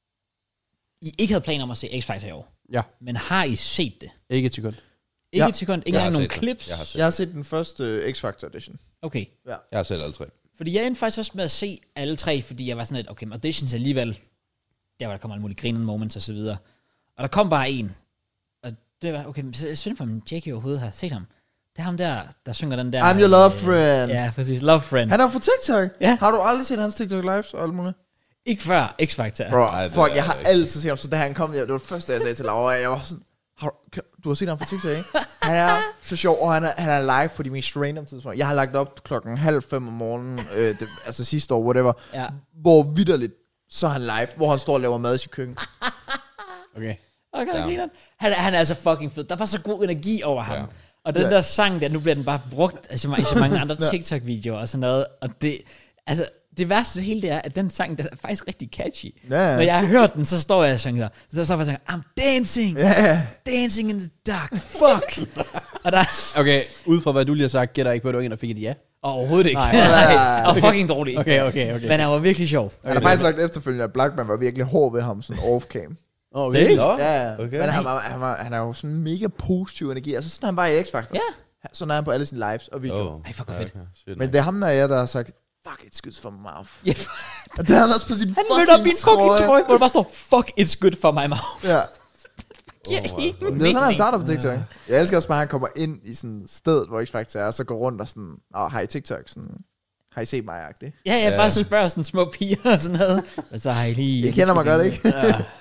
Speaker 1: I ikke havde planer om at se X-Factor i år.
Speaker 3: Ja.
Speaker 1: Men har I set det?
Speaker 3: Ikke et sekund.
Speaker 1: Ikke
Speaker 4: Ja.
Speaker 1: et sekund, ikke
Speaker 2: Jeg har
Speaker 1: engang nogen
Speaker 2: set det.
Speaker 1: clips?
Speaker 2: Jeg har set
Speaker 4: Jeg har set den første X-Factor edition.
Speaker 1: Okay.
Speaker 2: Jeg har set alle 3.
Speaker 1: Fordi jeg endte faktisk også med at se alle 3, fordi jeg var sådan lidt, okay, men auditions alligevel, der var der kommer alle mulige grinende moments og så videre. Og der kom bare en, og det var, okay, så jeg synes på, om Jackie overhovedet har set ham. Det er ham der synger den der...
Speaker 4: I'm your love friend.
Speaker 1: Ja, præcis, love friend.
Speaker 4: Han er på TikTok.
Speaker 1: Ja.
Speaker 4: Har du aldrig set hans TikTok lives og alt muligt?
Speaker 1: Ikke før X-Factor.
Speaker 4: Bro,
Speaker 2: Nej, det
Speaker 4: fuck,
Speaker 2: er
Speaker 4: jeg har
Speaker 2: ikke.
Speaker 4: altid set ham. Så da han kom, det var det første, jeg sagde til Laura. Jeg var sådan, du har set ham på TikTok, ikke? Han er så sjov, og han er live på de mest random tidspunkter. Jeg har lagt op 4:30 om morgenen, altså sidste år, whatever,
Speaker 1: Ja.
Speaker 4: hvor vitterligt, så er han live, hvor han står og laver mad i sit køkken.
Speaker 3: Okay.
Speaker 1: Okay,
Speaker 2: Ja.
Speaker 1: ja. Han er altså fucking fed. Der var så god energi over ham.
Speaker 2: Ja.
Speaker 1: Og den
Speaker 4: Ja.
Speaker 1: der sang der, nu bliver den bare brugt i så mange andre TikTok-videoer og sådan noget. Og det, altså, det værste det hele det er, at den sang, den er faktisk rigtig catchy.
Speaker 4: Ja.
Speaker 1: Når jeg har hørt den, så står jeg og synger. Så står jeg og synger, I'm dancing,
Speaker 4: Ja.
Speaker 1: dancing in the dark, fuck. Og der
Speaker 3: Okay, ud fra hvad du lige har sagt, gætter jeg ikke på, at du var en, der fik et ja.
Speaker 1: overhovedet ikke.
Speaker 3: Nej.
Speaker 1: Nej. Og fucking dårlig.
Speaker 3: Okay.
Speaker 1: Men han var virkelig sjov.
Speaker 4: Han har faktisk sagt efterfølgende, at Blackman var virkelig hård ved ham, sådan off-cam.
Speaker 3: Virkelig?
Speaker 2: Nå,
Speaker 4: Ja,
Speaker 2: okay.
Speaker 4: men han er jo sådan mega positiv energi. Altså sådan er han bare i X-Factor.
Speaker 1: Ja.
Speaker 4: Sådan er han på alle sine lives og videoer.
Speaker 1: Ej, fuck, hvor fedt.
Speaker 2: Shit,
Speaker 4: Men det er ham, der har sagt, fuck, it's good for my mouth.
Speaker 1: Ja,
Speaker 4: Og det er han også på sin
Speaker 1: han mødte op i en fucking
Speaker 4: trøje.
Speaker 1: trøje, hvor der bare står, fuck, it's good for my mouth.
Speaker 4: Ja.
Speaker 1: Giver ingen
Speaker 4: Men det er sådan, han
Speaker 1: mening.
Speaker 4: starter på TikTok. Jeg elsker også bare, at han kommer ind i sådan et sted, hvor X-Factor er, og så går rundt og sådan, har I TikTok? Sådan, har I set mig-agtigt?
Speaker 1: Ja, jeg bare spørger sådan små piger og sådan noget. Og så har jeg lige...
Speaker 4: I kender mig godt, ikke?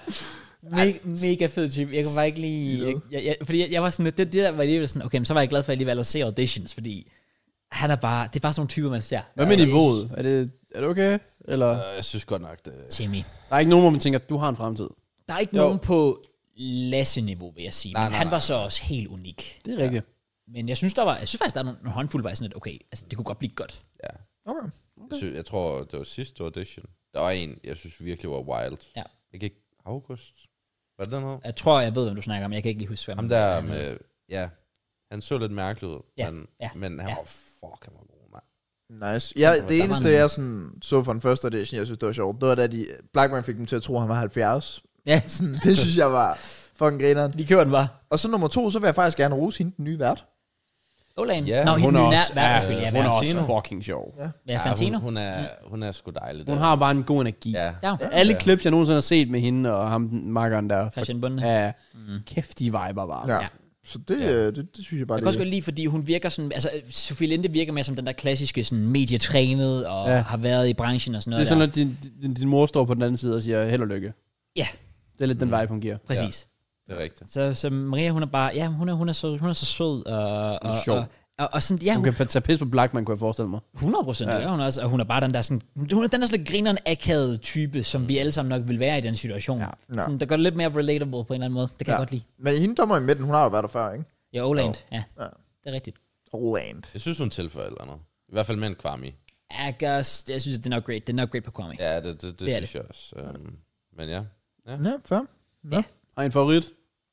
Speaker 1: Mega fed type. Jeg kunne bare ikke lige... Fordi jeg var sådan... Det der var alligevel sådan... Okay, men så var jeg glad for alligevel at se auditions, fordi... Han er bare... Det er bare sådan nogle typer, man ser.
Speaker 3: Hvad med niveauet? Er det okay? Eller?
Speaker 2: Jeg synes godt nok, det...
Speaker 1: Jimmy.
Speaker 3: Der er ikke nogen, hvor man tænker, at du har en fremtid.
Speaker 1: Der er ikke nogen på Lasse-niveau, vil jeg sige.
Speaker 2: Nej,
Speaker 1: Men
Speaker 2: nej,
Speaker 1: han
Speaker 2: nej.
Speaker 1: var så også helt unik.
Speaker 3: Det er rigtigt.
Speaker 1: Men jeg synes faktisk, der er nogle håndfulde, var sådan lidt, okay, altså, det kunne godt blive godt.
Speaker 2: Ja.
Speaker 4: Okay.
Speaker 2: Jeg tror, det var sidste audition. Der var en, jeg synes virkelig var wild.
Speaker 1: Ja.
Speaker 2: Ikke August? Var det den her?
Speaker 1: Jeg tror, jeg ved, hvem du snakker om. Jeg kan ikke lige huske, hvem
Speaker 2: Ham der med... Ja. Han så lidt mærkelig ud.
Speaker 1: Ja,
Speaker 2: Men,
Speaker 1: ja,
Speaker 2: men han
Speaker 1: ja.
Speaker 2: var... Fuck, han var god, mand.
Speaker 4: Nice. Ja, det
Speaker 1: var
Speaker 4: eneste,
Speaker 1: en-
Speaker 4: jeg sådan, så fra den første audition, jeg synes, det var sjovt, det var da Blackman fik dem til at tro, at han var 70.
Speaker 1: Ja,
Speaker 4: Sådan, det synes jeg var fucking grineren.
Speaker 1: de kører den bare.
Speaker 4: Og så nummer 2, så vil jeg faktisk gerne rose hende, den nye vært.
Speaker 1: Olaen.
Speaker 2: Ja,
Speaker 1: Nå,
Speaker 2: hun
Speaker 1: hende
Speaker 3: er
Speaker 1: nye
Speaker 3: også-
Speaker 1: nær, undskyld,
Speaker 3: hun
Speaker 1: ja,
Speaker 3: er
Speaker 1: Fantino.
Speaker 3: også fucking sjov.
Speaker 1: Ja, Fantino.
Speaker 2: Hun er sgu dejlig.
Speaker 3: Hun
Speaker 2: der.
Speaker 3: har bare en god energi.
Speaker 2: Ja.
Speaker 1: Ja,
Speaker 3: Alle clips, jeg nogensinde har set med hende og ham, makkeren der.
Speaker 1: Christian Bunde.
Speaker 3: Ja, kæft, de viber bare.
Speaker 4: Ja.
Speaker 1: Ja.
Speaker 4: Så det, det synes jeg bare,
Speaker 1: Jeg kan også godt lide, fordi hun virker sådan, altså Sofie Linde virker mere som den der klassiske sådan medietrænet og har været i branchen og sådan
Speaker 3: Det er
Speaker 1: noget
Speaker 3: sådan, at din mor står på den anden side og siger, held og lykke.
Speaker 1: Ja.
Speaker 3: Det er lidt den vibe, hun giver.
Speaker 1: Præcis.
Speaker 2: Det er rigtigt.
Speaker 1: Så Maria, hun er bare, ja, hun er så sød og
Speaker 3: sjov.
Speaker 1: og sådan, ja,
Speaker 3: Hun kan tage pis på Blackman, kunne jeg forestille mig.
Speaker 1: 100%, ja. Hun også, og hun er bare den der sådan, hun er den der sådan grineren akavede type, som vi alle sammen nok vil være i den situation.
Speaker 3: Ja.
Speaker 1: Sådan, der gør det lidt mere relatable på en eller anden måde. Det kan jeg godt lide.
Speaker 4: Men hende dommer i midten, hun har jo været der før, ikke?
Speaker 1: Ja, Oland, ja.
Speaker 4: Ja.
Speaker 1: Det er rigtigt.
Speaker 4: Roland.
Speaker 2: Jeg synes, hun tilføjer et eller andet. I hvert fald med en Kwame.
Speaker 1: Jeg synes, at det er nok great. Det er nok great på Kwame.
Speaker 2: Ja, det
Speaker 1: Det er
Speaker 2: synes jeg også. Men ja.
Speaker 4: Ja, fair.
Speaker 3: Har I en favorit?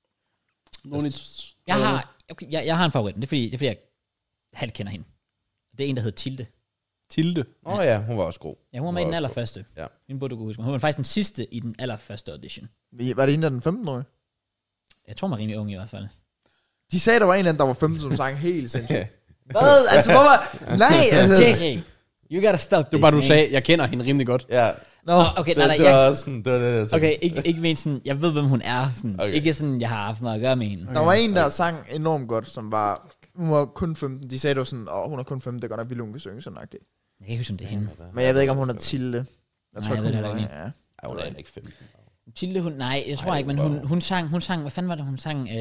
Speaker 3: Nogen i...
Speaker 1: Jeg har en favorit. Det er fordi jeg halvt kender hende. Det er en, der hedder Tilde.
Speaker 3: Tilde.
Speaker 2: Ja, hun var også god.
Speaker 1: Ja, hun var med i den allerførste.
Speaker 2: Ja.
Speaker 1: Hende burde du kunne huske. Hun var faktisk den sidste i den allerførste audition.
Speaker 4: Var det hende, der den 15-årige?
Speaker 1: Jeg tror, hun var rimelig ung i hvert fald.
Speaker 4: De sagde, der var en eller anden, der var 15, som sang helt sindssygt. Hvad? Altså, hvor var... Nej, altså...
Speaker 1: JJ, you gotta stop
Speaker 3: Det var bare, du sagde, jeg kender hende rimelig godt.
Speaker 2: Ja,
Speaker 4: Nå,
Speaker 1: Okay,
Speaker 2: det,
Speaker 1: nej,
Speaker 2: det var også sådan, det var det, jeg tænkte.
Speaker 1: okay, ikke men sådan, jeg ved, hvem hun er. Sådan.
Speaker 2: Okay.
Speaker 1: Ikke sådan, jeg har haft noget at gøre med hende.
Speaker 4: der var en, der sang enormt godt, som var... Hun var kun 15. De sagde, det var sådan, hun er kun 15, det går nok vildt, hun kan synge sådan nok det.
Speaker 1: Jeg kan ikke huske, om det er hende.
Speaker 4: Men jeg ved ikke, om hun er Tilde. Jeg tror
Speaker 1: jeg ved det heller
Speaker 4: hun
Speaker 1: ikke.
Speaker 4: er. Ja.
Speaker 2: Ej, hun er ikke 15.
Speaker 1: Tilde, nej, jeg tror
Speaker 2: Nej,
Speaker 1: ikke, men
Speaker 2: wow.
Speaker 1: hun sang, hvad fanden var det, hun sang?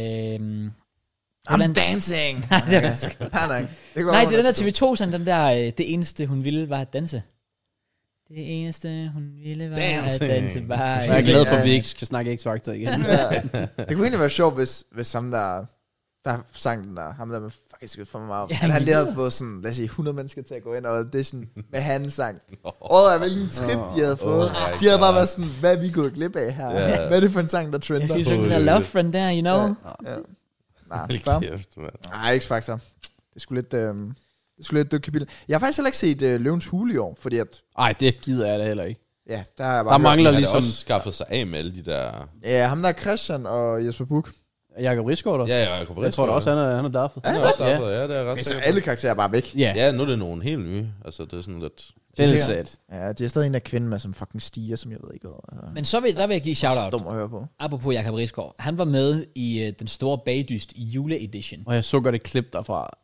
Speaker 4: I'm dancing.
Speaker 1: Nej, det er sgu-
Speaker 4: Nej.
Speaker 1: Nej, det er den der TV2 sang, den der, det eneste hun ville var at danse. Det eneste, hun ville, var
Speaker 2: Dancing.
Speaker 1: at danse bare.
Speaker 3: Jeg er glad for, at vi ikke skal snakke X-Factor igen.
Speaker 4: Det kunne egentlig være sjovt, hvis ham der sang den der, ham der med fucking skidt for mig meget.
Speaker 1: Ja,
Speaker 4: Han lige
Speaker 1: ja.
Speaker 4: havde fået sådan, lad os sige, 100 mennesker til at gå ind og audition med hans sang. Hvilken trip de havde fået.
Speaker 2: my
Speaker 4: De havde bare
Speaker 2: God.
Speaker 4: været sådan, hvad er vi gået glip af her?
Speaker 2: Ja.
Speaker 4: Hvad er det for en sang, der trender?
Speaker 1: Jeg synes, den der love friend der, you know.
Speaker 4: Ja. Nej,
Speaker 2: Hold
Speaker 4: fair.
Speaker 2: kæft, mand.
Speaker 4: Nej, X-Factor. Det er sgu lidt dødt kapitel. Jeg har faktisk heller ikke set Løvens Hule i år, fordi at,
Speaker 3: Ej, det gider jeg da heller ikke.
Speaker 4: ja, der har jeg bare
Speaker 3: Der
Speaker 4: hørt-
Speaker 3: mangler
Speaker 2: De har da
Speaker 3: ligesom
Speaker 2: også skaffet sig af med alle de der...
Speaker 4: Ja, ham der er Christian og Jesper Buch.
Speaker 3: Jakob Risgaard.
Speaker 2: Ja, jeg kunne
Speaker 3: Jeg tror da også, han er derfor.
Speaker 2: Han er også
Speaker 3: Ja.
Speaker 2: derfor, ja, det er ret
Speaker 4: Okay, så
Speaker 2: sikkert.
Speaker 4: alle karakterer er bare væk.
Speaker 3: Ja,
Speaker 2: Ja, nu er det nogle helt nye. Altså, det er sådan lidt...
Speaker 3: det er
Speaker 4: sikkert.
Speaker 3: sæt.
Speaker 4: Ja, de er stadig en der kvinde med som fucking stiger, som jeg ved ikke hvad.
Speaker 1: Men så der vil jeg give shout-out.
Speaker 4: Dum at høre på.
Speaker 1: Apropos Jakob Risgaard. Han var med i den store bagdyst i juleedition.
Speaker 3: Og jeg så godt et klip derfra.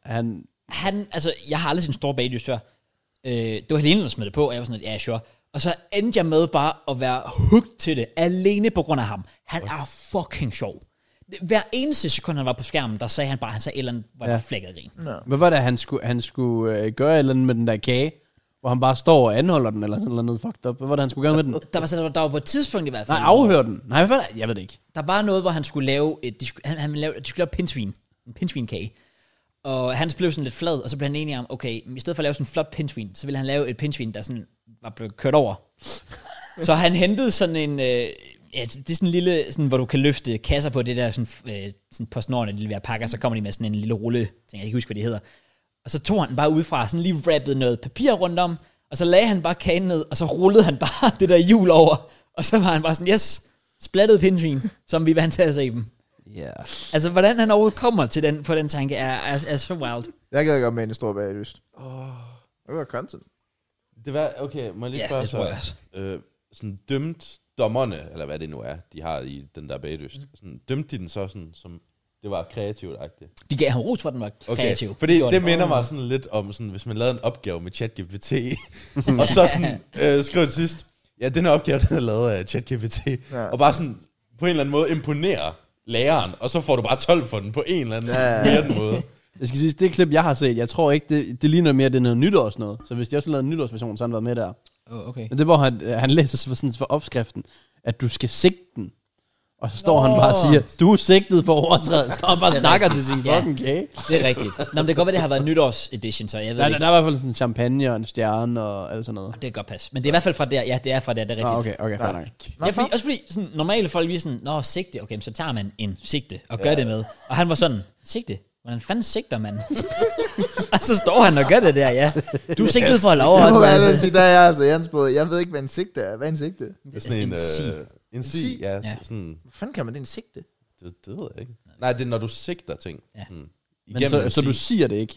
Speaker 1: Jeg har aldrig set en stor bagdyst før. Det var Helene, der smed det på, og jeg var sådan, ja, sure. Og så endte jeg med bare at være hooked til det, alene på grund af ham. Han er fucking sjov. Hver eneste sekund, han var på skærmen, der sagde han bare, han sagde et eller andet, hvor jeg
Speaker 3: Ja.
Speaker 1: var flækket af grin.
Speaker 3: Hvad var det, han skulle gøre et eller andet med den der kage? Hvor han bare står og anholder den, eller sådan noget fucked up. Hvad var det, han skulle gøre med den?
Speaker 1: Der var på et tidspunkt i hvert fald.
Speaker 3: Nej, afhør den. Nej, hvad var det? Jeg ved det ikke.
Speaker 1: Der var noget, hvor han skulle lave, han ville lave, de skulle lave pindsvin. En pindsvinkage. Og han blev sådan lidt flad, og så blev han enig om, okay, i stedet for at lave sådan en flot pindsvin, så ville han lave et pindsvin, der sådan var blevet kørt over. Så han hentede sådan en, det er sådan en lille, sådan, hvor du kan løfte kasser på det der, sådan PostNord, en lille pakker, så kommer de med sådan en lille rulle, jeg kan ikke huske, hvad det hedder. Og så tog han den bare udefra, sådan lige wrappede noget papir rundt om, og så lagde han bare kagen ned, og så rullede han bare det der hjul over, og så var han bare sådan, yes, splattet pindsvin, som vi er vant til at se dem.
Speaker 3: Ja.
Speaker 1: Altså, hvordan han overhovedet kommer til på den tanke, er så wild.
Speaker 4: Jeg gad godt med en stor baglyst. Det var content.
Speaker 2: Det var, okay, må jeg lige
Speaker 1: Ja,
Speaker 2: spørge
Speaker 1: det tror jeg
Speaker 2: så,
Speaker 1: også.
Speaker 2: sådan dømt dommerne, eller hvad det nu er, de har i den der bagdyst, sådan, dømte de den så sådan, som det var kreativt-agtigt?
Speaker 1: De gav ham ros for, at den var
Speaker 2: Okay,
Speaker 1: kreativ.
Speaker 2: fordi
Speaker 1: gjorde
Speaker 2: det
Speaker 1: de.
Speaker 2: minder mig sådan lidt om, sådan, hvis man lavede en opgave med ChatGPT, og så sådan, skrev til sidst, ja, den her opgave, den er lavet af ChatGPT, og bare sådan, på en eller anden måde imponere læreren, og så får du bare 12 for den på en eller anden weird måde.
Speaker 3: Jeg skal sige, det klip, jeg har set, jeg tror ikke, det ligner mere, det er noget nytårs noget. Så hvis de også har lavet en nytårsversion, så har han været med der.
Speaker 1: Okay.
Speaker 3: Men det hvor han læser for opskriften, at du skal sigte den. Og så står han bare og siger, du er sigtet for overtrædelse. Står han bare og snakker til sin fucking kage.
Speaker 1: Det er rigtigt. Nå, men det kan godt være, det har været en nytårsedition, så jeg ved
Speaker 3: Der
Speaker 1: ikke.
Speaker 3: er i hvert fald sådan en champagne og en stjerne og alt sådan noget.
Speaker 1: Det kan godt passe. Men det er i hvert fald fra der. Ja, det er fra der, det er rigtigt.
Speaker 3: Okay, fair nok.
Speaker 1: Ja, fordi, også fordi sådan, normale folk vi er sådan, nå, sigte, okay, så tager man en sigte og gør det med. Og han var sådan, sigte? Hvordan fanden sigter man? Og så står han og gør det der, ja. Du er sigtet for at love
Speaker 4: Jeg må
Speaker 1: også.
Speaker 4: ærligt sige, der er jeg altså Jens både. Jeg ved ikke, hvad en sigte er. Hvad er en sigte?
Speaker 2: Det er sådan en... En sig, ja.
Speaker 1: Ja.
Speaker 2: Sådan,
Speaker 4: Hvad fanden kan man det en sigte?
Speaker 2: det ved jeg ikke. Nej, det er, når du sigter ting.
Speaker 1: Ja.
Speaker 2: Sådan,
Speaker 3: Men
Speaker 2: igennem en
Speaker 3: så du
Speaker 2: sig.
Speaker 3: siger det ikke?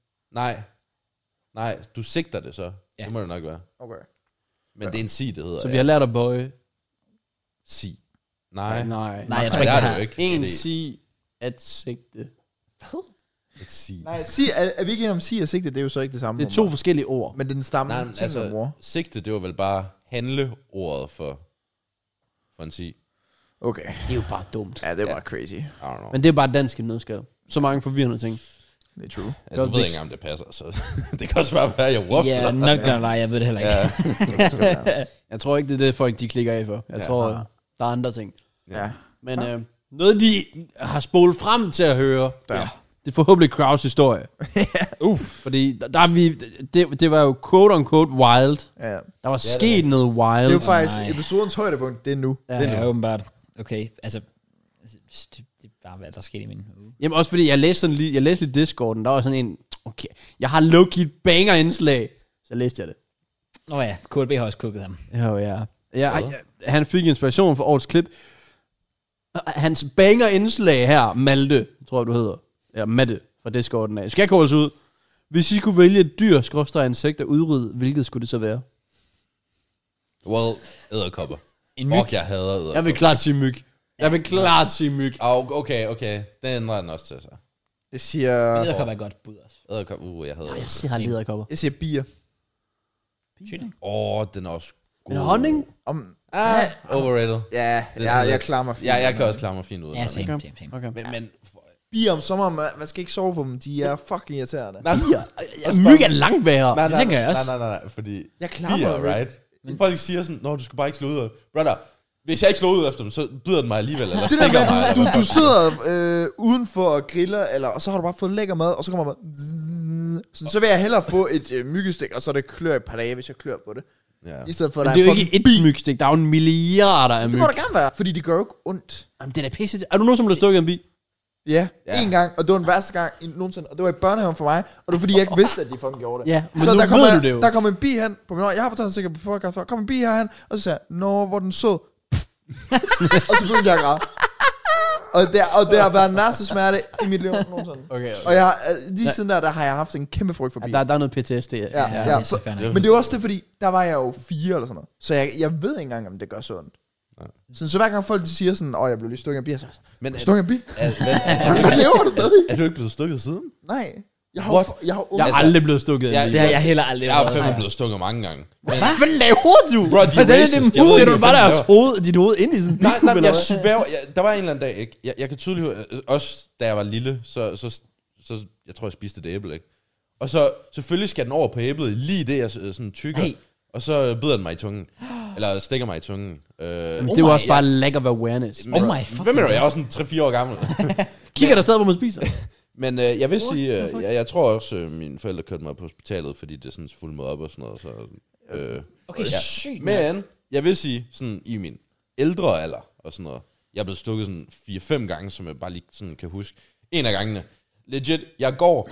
Speaker 2: Nej, du sigter det så.
Speaker 1: Ja.
Speaker 2: Det må det nok være.
Speaker 4: Okay.
Speaker 2: Men det er en sig, det hedder.
Speaker 3: Så vi har lært at bøje?
Speaker 2: Sig. Nej.
Speaker 1: Nej, jeg tror
Speaker 2: det
Speaker 1: ikke,
Speaker 2: er
Speaker 1: det
Speaker 2: det
Speaker 1: har.
Speaker 2: jo ikke.
Speaker 3: En
Speaker 2: Det
Speaker 3: sig at sigte.
Speaker 2: et sig.
Speaker 4: Nej, er vi ikke enige om sig og sigte? Det er jo så ikke det samme.
Speaker 3: Det er to forskellige ord.
Speaker 4: Men det er den stamme
Speaker 2: Nej,
Speaker 4: ting, man
Speaker 2: altså,
Speaker 4: bruger.
Speaker 2: sigte, det var vel bare handleordet for en sig.
Speaker 4: Okay.
Speaker 3: Det er jo bare dumt.
Speaker 4: Ja, det var crazy.
Speaker 2: I don't know.
Speaker 3: Men det er bare dansk i nødskal. Så mange forvirrende ting.
Speaker 4: Det er true.
Speaker 2: Ja, du ved ikke engang, om det passer, så det kan også bare være, at jeg waffler.
Speaker 1: Ja, nok gonna lie, jeg ved det heller ikke.
Speaker 2: Ja.
Speaker 3: Jeg tror ikke, det er det, folk de klikker af for. Jeg tror, der er andre ting.
Speaker 4: Ja.
Speaker 3: Men noget, de har spolet frem til at høre, det er forhåbentlig Kraus historie. Fordi der er vi, det var jo quote-unquote wild.
Speaker 4: Ja.
Speaker 3: Der var sket noget wild.
Speaker 4: Det er jo faktisk
Speaker 1: Nej.
Speaker 4: episodens højdepunkt, det er nu.
Speaker 1: Ja, åbenbart. Okay, altså, det er bare, hvad der skete i min uge.
Speaker 3: Jamen også fordi, jeg læste lidt Discorden, der var sådan en, okay, jeg har low-key et banger-indslag. Så læste jeg det.
Speaker 1: Nå ja, KLB har også kukket ham.
Speaker 3: Han fik inspiration for årets klip. Hans banger-indslag her, Malte, tror jeg du hedder. Ja, Matte fra Discorden af. Skal koldes ud. Hvis I skulle vælge et dyr, insekt at udrydde, hvilket skulle det så være?
Speaker 2: Well, æderkopper.
Speaker 1: En myg.
Speaker 2: Og jeg hader æderkopper.
Speaker 3: Jeg vil klart sige myg.
Speaker 2: Okay. Den ændrer den også til sig.
Speaker 4: Jeg siger...
Speaker 1: Det kan være godt bud også.
Speaker 2: Æderkopper, jeg hader
Speaker 3: Jeg
Speaker 2: æderkopper.
Speaker 3: siger, har lederkopper.
Speaker 4: Jeg siger bier.
Speaker 1: Sygt,
Speaker 2: Den er også god.
Speaker 3: Men honning?
Speaker 2: Overrated.
Speaker 4: Ja, jeg klarer mig fint.
Speaker 2: Ja, jeg kan også klare mig fint ud.
Speaker 1: Ja, same.
Speaker 3: Okay.
Speaker 2: Men
Speaker 4: Bier om sommeren, man skal ikke sove på dem. De er fucking irriterende.
Speaker 2: nej,
Speaker 3: Myg er langt værre.
Speaker 2: nej,
Speaker 1: Det tænker jeg også.
Speaker 2: Nej, fordi
Speaker 4: Jeg klarer
Speaker 2: bier,
Speaker 4: mig,
Speaker 2: right? Folk siger sådan, du skal bare ikke slå ud af. Brother, hvis jeg ikke slår ud efter dem, så bider den mig alligevel, eller
Speaker 4: Det
Speaker 2: stikker
Speaker 4: der
Speaker 2: mig.
Speaker 4: med,
Speaker 2: Eller
Speaker 4: du sidder udenfor og griller, og så har du bare fået lækker mad, og så kommer man så vil jeg hellere få et myggestik, og så det klør et par dage, hvis jeg klør på det.
Speaker 2: Ja.
Speaker 4: I stedet for,
Speaker 3: Men det er jo ikke et mygstik, der er jo en milliarder af
Speaker 4: Det
Speaker 3: myg.
Speaker 4: må der gerne være, fordi de gør jo ikke ondt.
Speaker 3: Jamen, det er da pisse. Er du nogen, som blev stukket af en bi?
Speaker 4: Ja,
Speaker 2: Ja.
Speaker 4: en gang, og det var den værste gang nogensinde, og det var i børnehaven for mig, og det var fordi, jeg ikke vidste, at de fucking gjorde det.
Speaker 3: Ja, men
Speaker 4: så
Speaker 3: nu
Speaker 4: der
Speaker 3: ved du det jo.
Speaker 4: Der kom en bi hen på min hånd, jeg har fortalt sikkert på podcast før, kom en bi herhen, og så sagde jeg, hvor den så. Og så begyndte jeg at græde. Og det har været den værste smerte i mit liv nogensinde.
Speaker 3: Okay.
Speaker 4: Og jeg, lige siden der har jeg haft en kæmpe frygt for bi.
Speaker 3: Der er noget PTSD.
Speaker 4: Ja,
Speaker 1: det er så fair nok.
Speaker 4: Men det er også det, fordi der var jeg jo 4 eller sådan noget. Så jeg ved ikke engang, om det gør så ondt. Så hver gang folk de siger sådan, jeg blev lige stukket af en bi, så
Speaker 2: Men
Speaker 4: stukket af en bi?
Speaker 2: er,
Speaker 4: Lever du stadig?
Speaker 2: er du ikke blevet stukket siden?
Speaker 4: Nej. Jeg
Speaker 2: What?
Speaker 3: Jeg er aldrig blevet stukket af en bi.
Speaker 1: Det har jeg heller aldrig
Speaker 2: Jeg er
Speaker 1: været.
Speaker 2: fandme blevet stukket mange gange.
Speaker 3: Hvad laver du?
Speaker 2: Bro, de er
Speaker 3: Hvordan er
Speaker 2: racist.
Speaker 3: det
Speaker 2: Jeg ved
Speaker 3: muligt?
Speaker 2: ikke,
Speaker 3: Du
Speaker 2: hvad
Speaker 3: bare
Speaker 2: fanden
Speaker 3: deres dit hoved ind i sådan en
Speaker 2: Nej,
Speaker 3: bikub,
Speaker 2: men
Speaker 3: eller
Speaker 2: jeg
Speaker 3: hvad?
Speaker 2: sværger, der var en eller anden dag, ikke? Jeg kan tydeligt høre, også da jeg var lille, så jeg tror, jeg spiste et æble, ikke? Og så selvfølgelig skal den over på æblet, lige det, jeg sådan tykker,
Speaker 1: Hey.
Speaker 2: og så bider den mig i tungen. Eller stikker mig i tungen.
Speaker 3: Det er jo også bare lack of awareness.
Speaker 1: Oh my fucking
Speaker 2: Hvem er du? Jeg er også sådan 3-4 år gammel.
Speaker 3: Kigger der stadig, hvor man spiser?
Speaker 2: Men jeg vil sige, jeg tror også, mine forældre kørte mig på hospitalet, fordi det sådan fulmede op og sådan noget. Så,
Speaker 1: Okay, sygt.
Speaker 2: men jeg vil sige, sådan i min ældre alder og sådan noget, jeg er blevet stukket sådan 4-5 gange, som jeg bare lige sådan kan huske. En af gangene, legit, jeg går,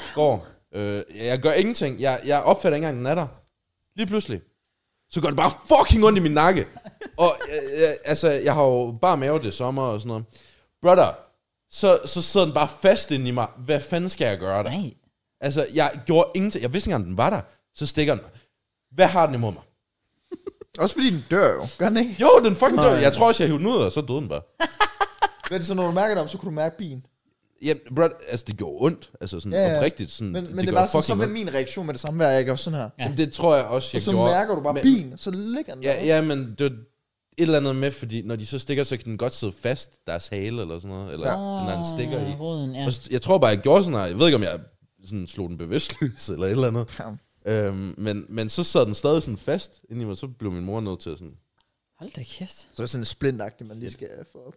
Speaker 2: jeg gør ingenting, jeg opfatter ikke engang, den er der. Lige pludselig, så går det bare fucking ondt i min nakke. Og altså, jeg har jo bare mave det sommer og sådan noget. Brother, så sidder den bare fast inde i mig. Hvad fanden skal jeg gøre der?
Speaker 1: Nej.
Speaker 2: Altså, jeg gjorde ingenting. Jeg vidste ikke engang, den var der. Så stikker den. Hvad har den imod mig?
Speaker 4: Også fordi den dør jo. Gør den ikke?
Speaker 2: Jo, den fucking dør. Jeg tror også, jeg hævde den ud, og så døde den bare.
Speaker 4: Men så når du mærker det om, så kunne du mærke bien.
Speaker 2: Ja, bro, altså det gjorde ondt. Altså sådan oprigtigt. Sådan,
Speaker 4: Men det
Speaker 2: gjorde
Speaker 4: var så
Speaker 2: fucking
Speaker 4: med
Speaker 2: ondt.
Speaker 4: min reaktion med det samme, jeg gør sådan her.
Speaker 1: Ja.
Speaker 2: Men det tror jeg også, jeg
Speaker 4: Og så
Speaker 2: gjorde.
Speaker 4: mærker du bare
Speaker 2: Men-
Speaker 4: bien, så ligger den der.
Speaker 2: Ja, men det var et eller andet med, fordi når de så stikker, så kan den godt sidde fast, deres hale eller sådan noget. Eller den er en stikker i.
Speaker 1: Roden, ja.
Speaker 2: Og jeg tror bare, jeg gjorde sådan her. Jeg ved ikke, om jeg sådan slog den bevidstløs eller et eller andet.
Speaker 4: Ja.
Speaker 2: Men så sad den stadig sådan fast inde i mig, så blev min mor nødt til at sådan...
Speaker 1: Hold da kæft.
Speaker 4: Så det er sådan en splintagtigt, man lige skal få op.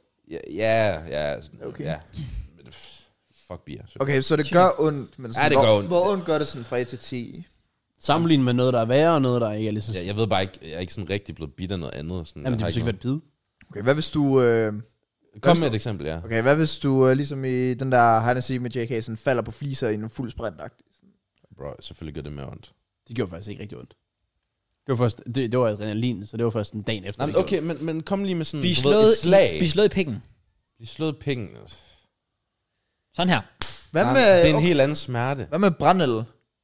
Speaker 2: Ja, sådan,
Speaker 4: Okay.
Speaker 2: ja. Men fuck bier. Så.
Speaker 4: Okay, så det gør ondt, men sådan,
Speaker 2: Ja, det gør ondt.
Speaker 4: hvor ondt gør det sådan fra 1 til 10?
Speaker 3: Sammenlignet med noget, der er værre, og noget, der ikke er lige så...
Speaker 2: Ja, jeg ved bare ikke, jeg er ikke sådan rigtig blevet bidt af noget andet. Sådan,
Speaker 3: Jamen, det
Speaker 2: jeg har
Speaker 3: vil ikke være et bid.
Speaker 4: Okay, hvad hvis du...
Speaker 2: Kom med et eksempel, ja.
Speaker 4: Okay, hvad hvis du ligesom i den der hide and seek med JK sådan falder på fliser i en fuld sprintagtig?
Speaker 2: Bro, selvfølgelig gør det mere ondt.
Speaker 3: Det gjorde faktisk ikke rigtig ondt. Det var først, det var adrenalin, så det var først en dag efter.
Speaker 2: Nej,
Speaker 3: det
Speaker 2: okay, men kom lige med sådan
Speaker 1: Bliv
Speaker 2: du ved, et slag.
Speaker 1: slået i pikken.
Speaker 2: Bliv slået i pikken.
Speaker 1: Sådan her.
Speaker 4: Hvad
Speaker 2: Nej,
Speaker 4: med,
Speaker 2: det er en helt anden smerte.
Speaker 4: hvad med brændel?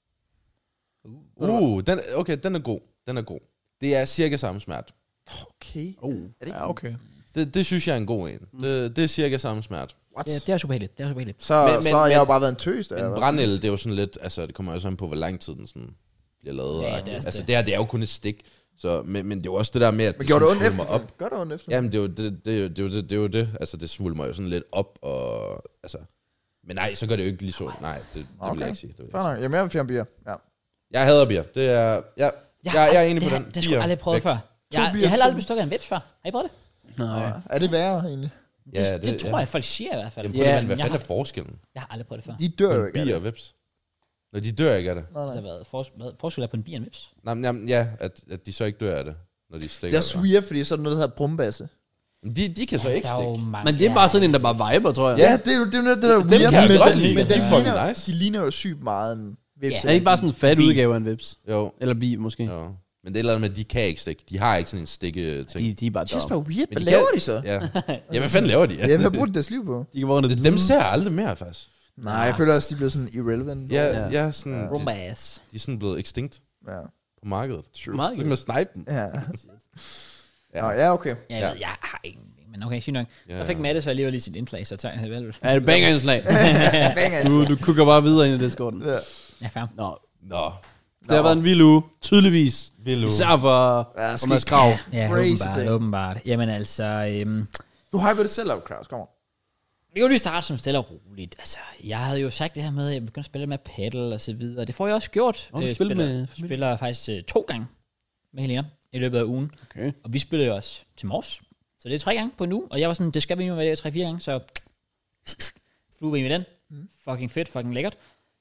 Speaker 2: Den er god. Den er god. Det er cirka samme smerte.
Speaker 4: Okay.
Speaker 3: Oh,
Speaker 4: det ikke-
Speaker 3: ja, okay.
Speaker 2: Det synes jeg er en god en. Det er cirka samme smerte.
Speaker 4: What?
Speaker 1: Det er super heldigt. Det er super heldigt.
Speaker 4: Så har jeg jo bare været en tøs der.
Speaker 2: Men brændel, det er jo sådan lidt, altså det kommer jo sådan på, hvor lang tid den sådan bliver lavet.
Speaker 1: Ja,
Speaker 2: og-
Speaker 1: det er også
Speaker 2: altså
Speaker 1: det.
Speaker 2: det er jo kun et stik. Så, men det er jo også det der med, at
Speaker 4: Men gjorde det ondt
Speaker 2: svulmer
Speaker 4: efter? Gør det ondt efter?
Speaker 2: Jamen, det er jo det. Altså, det svulmer jo sådan lidt op, og altså... Men nej, så gør det jo ikke lige så. Nej, det vil jeg
Speaker 4: Okay.
Speaker 2: ikke sige. Det vil jeg,
Speaker 4: Fair
Speaker 2: ikke
Speaker 4: nok. Jamen, jeg vil fjerne bier. Ja.
Speaker 2: sige. Jeg hader bier. Det er... Jeg er enig på den.
Speaker 1: Det har jeg aldrig prøvet
Speaker 2: Væk.
Speaker 1: før. Jeg har heller aldrig blevet stukket af en vips før. Har I prøvet det?
Speaker 3: Nej.
Speaker 4: Er det værre egentlig?
Speaker 2: Ja,
Speaker 1: Det tror jeg, folk siger i hvert fald.
Speaker 2: Jamen,
Speaker 3: Ja,
Speaker 2: hvad
Speaker 1: jeg
Speaker 2: fanden er
Speaker 1: har-
Speaker 2: forskellen?
Speaker 1: Jeg har aldrig prøvet det før.
Speaker 4: De dør jo
Speaker 2: På
Speaker 4: ikke.
Speaker 2: en bier og vips? Når de dør ikke af det.
Speaker 4: Nej,
Speaker 1: Så
Speaker 4: nej.
Speaker 1: hvad forskel er på en bi og en vips?
Speaker 2: Nej, men jamen, ja, at de så ikke dør af det, når de stikker.
Speaker 4: Det er også weird, fordi så er der noget, der hedder brumbasse.
Speaker 2: Men de kan så ikke
Speaker 1: Der er jo
Speaker 2: stikke.
Speaker 1: mange,
Speaker 3: Men det er bare sådan en, der bare viber, tror jeg.
Speaker 4: Ja, det er jo det der
Speaker 2: Dem
Speaker 4: weird.
Speaker 2: kan jeg
Speaker 4: men
Speaker 2: godt
Speaker 4: den-
Speaker 2: lide.
Speaker 4: Men
Speaker 2: De er
Speaker 4: de
Speaker 2: fucking
Speaker 4: ligner,
Speaker 2: nice.
Speaker 4: de ligner jo sygt meget en vips.
Speaker 1: Ja.
Speaker 3: Er det ikke bare sådan en fat
Speaker 1: Bi.
Speaker 3: udgave af en vips?
Speaker 2: Jo,
Speaker 3: Eller bi, måske?
Speaker 2: jo. Men det er et eller andet med, at de kan ikke stikke. De har ikke sådan en stikke-ting.
Speaker 3: De er bare
Speaker 4: Det er også
Speaker 3: dumme.
Speaker 4: bare weird.
Speaker 2: Men
Speaker 4: Hvad
Speaker 2: de
Speaker 4: laver
Speaker 2: kan-
Speaker 4: de så?
Speaker 2: Ja. Ja, hvad fanden laver de?
Speaker 4: Ja, hvad bruger de deres liv på?
Speaker 3: De kan vågne
Speaker 2: Dem ser jeg aldrig mere, faktisk.
Speaker 4: Nej, jeg føler også, de bliver sådan irrelevant.
Speaker 2: Ja, sådan, de
Speaker 1: Rumbass.
Speaker 2: er sådan blevet extinct
Speaker 4: Ja.
Speaker 2: på markedet.
Speaker 3: meget
Speaker 2: Så kan man snipe dem.
Speaker 4: Ja. Nå, ja, okay.
Speaker 1: Jeg ved, jeg har ikke, men okay, sygt nok.
Speaker 2: Ja.
Speaker 1: Så fik Matte så alligevel lige sit indslag, så tager jeg vel.
Speaker 3: Ja, det banger indslag. Du kukker bare videre ind i Discorden.
Speaker 4: Ja.
Speaker 1: Ja, fair.
Speaker 3: Nå,
Speaker 2: Nå,
Speaker 3: det har været en vild uge, tydeligvis.
Speaker 2: vil du?
Speaker 3: Især for Mads Krav.
Speaker 1: Ja,
Speaker 4: Crazy
Speaker 1: åbenbart,
Speaker 4: ting.
Speaker 1: åbenbart. Jamen altså,
Speaker 4: Du hyper det selv op, Kraus. Kommer.
Speaker 1: vi kan jo lige starte som stille og roligt. Altså, jeg havde jo sagt det her med, at jeg begyndte at spille med paddle og så videre. Det får jeg også gjort.
Speaker 3: Du spiller med familien?
Speaker 1: Spiller faktisk 2 gange med Helena i løbet af ugen.
Speaker 3: Okay.
Speaker 1: Og vi spillede jo også til Mors. Så det er 3 gange på nu. Og jeg var sådan, det skal vi nu være det 3-4 gange. Så flueben med den. Fucking fedt, fucking lækkert.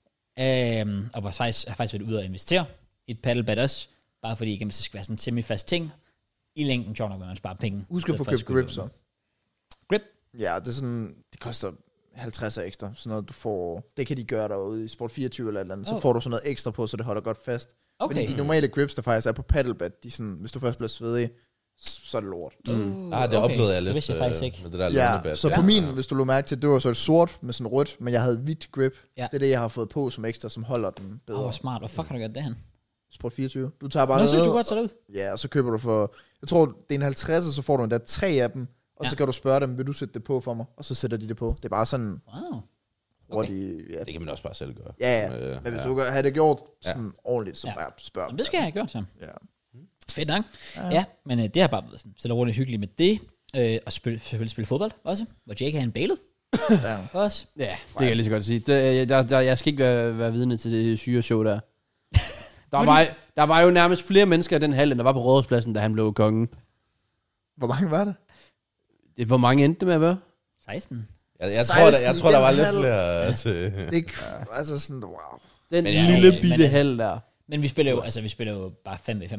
Speaker 1: Og har faktisk været ude og investere i et paddlebad også. Bare fordi igen, hvis det skal være sådan en semi-fast ting. I længden, sjovt nok, vil man spare penge.
Speaker 4: Husk at få købt grip, så.
Speaker 1: Grip?
Speaker 4: Ja, det er sådan, det koster 50 ekstra. Sådan noget, du får, det kan de gøre derude i Sport 24 eller et eller andet. Så får du sådan noget ekstra på, så det holder godt fast.
Speaker 1: Okay.
Speaker 4: Fordi de normale grips, der faktisk er på paddlebad, de sådan, hvis du først bliver svedig, så er det lort.
Speaker 2: Det oplevede jeg lidt
Speaker 1: Det vidste jeg faktisk ikke.
Speaker 2: med det der
Speaker 4: Ja,
Speaker 2: lånebad.
Speaker 4: så på min, hvis du lå mærke til, det var så et sort med sådan rødt, men jeg havde hvidt grip.
Speaker 1: Ja.
Speaker 4: Det er det, jeg har fået på som ekstra, som holder den bedre.
Speaker 1: Hvor smart. Hvor fuck har du gjort det hen?
Speaker 4: Sport 24. Du tager bare
Speaker 1: Nå, synes
Speaker 4: noget,
Speaker 1: du godt så det ud?
Speaker 4: ja, og så køber du for, jeg tror, det er en 50, og så får du endda 3 af dem, og så kan du spørge dem, vil du sætte det på for mig? Og så sætter de det på. Det er bare sådan
Speaker 1: Wow.
Speaker 4: hurtigt, ja.
Speaker 2: Det kan man også bare selv gøre.
Speaker 4: Ja, men hvis du kan have det gjort sådan ordentligt, så
Speaker 1: Ja.
Speaker 4: bare spørg.
Speaker 1: Jamen, det skal jeg have gjort så.
Speaker 4: Ja.
Speaker 1: Fedt nok. Ja, men det har bare været sådan stille og roligt hyggeligt med det. Og selvfølgelig spille fodbold også, hvor Jake havde en bailet
Speaker 4: Ja.
Speaker 1: også.
Speaker 3: Ja, det kan jeg lige så godt sige. Jeg skal ikke være vidne til det syre show der. Der var jo nærmest flere mennesker i den hal, end der var på Rådhuspladsen, da han blev kongen.
Speaker 4: Hvor mange var det?
Speaker 3: Hvor mange endte det med at være?
Speaker 1: 16.
Speaker 2: Jeg
Speaker 4: 16
Speaker 2: tror der var
Speaker 4: i den
Speaker 2: lidt
Speaker 4: hal.
Speaker 2: flere til...
Speaker 4: Det er altså sådan, wow.
Speaker 3: Den
Speaker 2: Men ja,
Speaker 3: lille
Speaker 1: men
Speaker 3: bitte
Speaker 1: altså-
Speaker 3: hal der.
Speaker 1: Men vi spiller jo bare 5v5.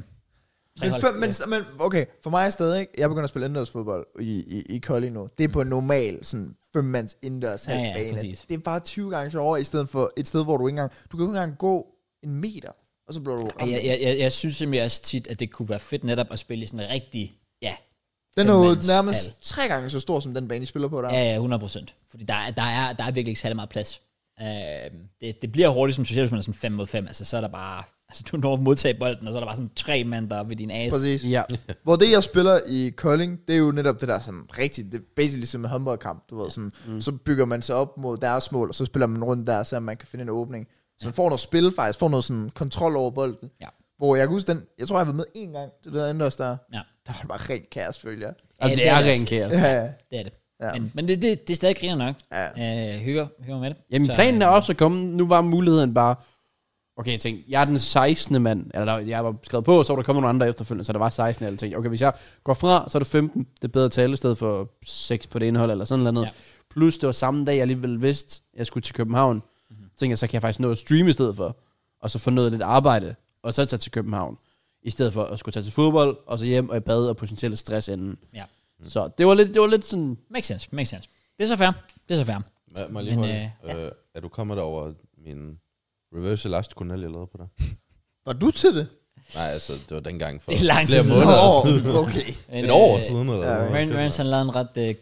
Speaker 4: Men okay, for mig stadig, ikke? Jeg begynder at spille indendørsfodbold i Kolding nu. Det er på en normal, sådan 5-mands indendørs
Speaker 1: Ja, ja,
Speaker 4: halvbane.
Speaker 1: præcis.
Speaker 4: Det er bare 20 gange sjovere, i stedet for et sted, hvor du ikke engang, du kan ikke engang gå en meter, og så bliver du ramt.
Speaker 1: Jeg synes simpelthen også tit, at det kunne være fedt netop at spille i sådan en rigtig, ja.
Speaker 4: Den er jo
Speaker 1: fem-mands
Speaker 4: nærmest
Speaker 1: hal.
Speaker 4: 3 gange så stor, som den bane, I spiller på der.
Speaker 1: Ja, 100%. Fordi der er virkelig ikke særlig meget plads. Det bliver hurtigt, som specielt hvis man er sådan 5 mod 5. Altså, så er der bare... Altså, du når at modtage bolden, og så er der bare sådan 3 mand deroppe ved din as.
Speaker 4: Præcis.
Speaker 3: Ja.
Speaker 4: Hvor det, jeg spiller i Kolding, det er jo netop det der sådan rigtigt, det er basically ligesom en håndboldkamp, du ved, sådan, så bygger man sig op mod deres mål, og så spiller man rundt der, så man kan finde en åbning. Så man får noget spil faktisk, får noget sådan kontrol over bolden.
Speaker 1: Ja.
Speaker 4: Hvor jeg kan huske den, jeg tror jeg har været med 1 gang til det der indendørs der.
Speaker 1: Ja.
Speaker 4: Der var det bare rent kaos, følger jeg.
Speaker 3: Altså, det er
Speaker 1: også.
Speaker 3: ren kaos.
Speaker 4: Ja, ja.
Speaker 1: Det er det.
Speaker 4: Ja.
Speaker 1: Men det er stadig griner nok.
Speaker 4: Ja.
Speaker 1: Hygger med det.
Speaker 3: Jamen, planen er også at komme. Nu var muligheden bare... Okay, jeg tænkte, jeg er den 16. mand. Eller jeg var skrevet på, så var der kommet nogle andre efterfølgende, så der var 16. Jeg tænkte, okay, hvis jeg går fra, så er det 15. Det er bedre at tale i stedet for 6 på det indhold, eller sådan noget.
Speaker 1: Ja.
Speaker 3: Plus, det var samme dag, jeg alligevel vidste, jeg skulle til København. Tænkte jeg, så kan jeg faktisk nå at streame i stedet for. Og så få noget lidt arbejde, og så tage til København. I stedet for at skulle tage til fodbold, og så hjem og i bad, og potentielt stress inden.
Speaker 1: Ja.
Speaker 3: Så det var lidt sådan...
Speaker 1: Makes sense. Det er så fair.
Speaker 2: Må jeg lige
Speaker 1: Men,
Speaker 2: høre, er du kommet over min reverse elastic jeg lavede på dig?
Speaker 4: Var du til det?
Speaker 2: Nej, altså, det var dengang for
Speaker 1: Det er lang
Speaker 2: flere
Speaker 1: tid
Speaker 2: måneder
Speaker 1: siden.
Speaker 2: siden.
Speaker 4: Okay.
Speaker 2: Et år siden, eller
Speaker 4: ja,
Speaker 2: hvad?
Speaker 1: Rance han lavede en ret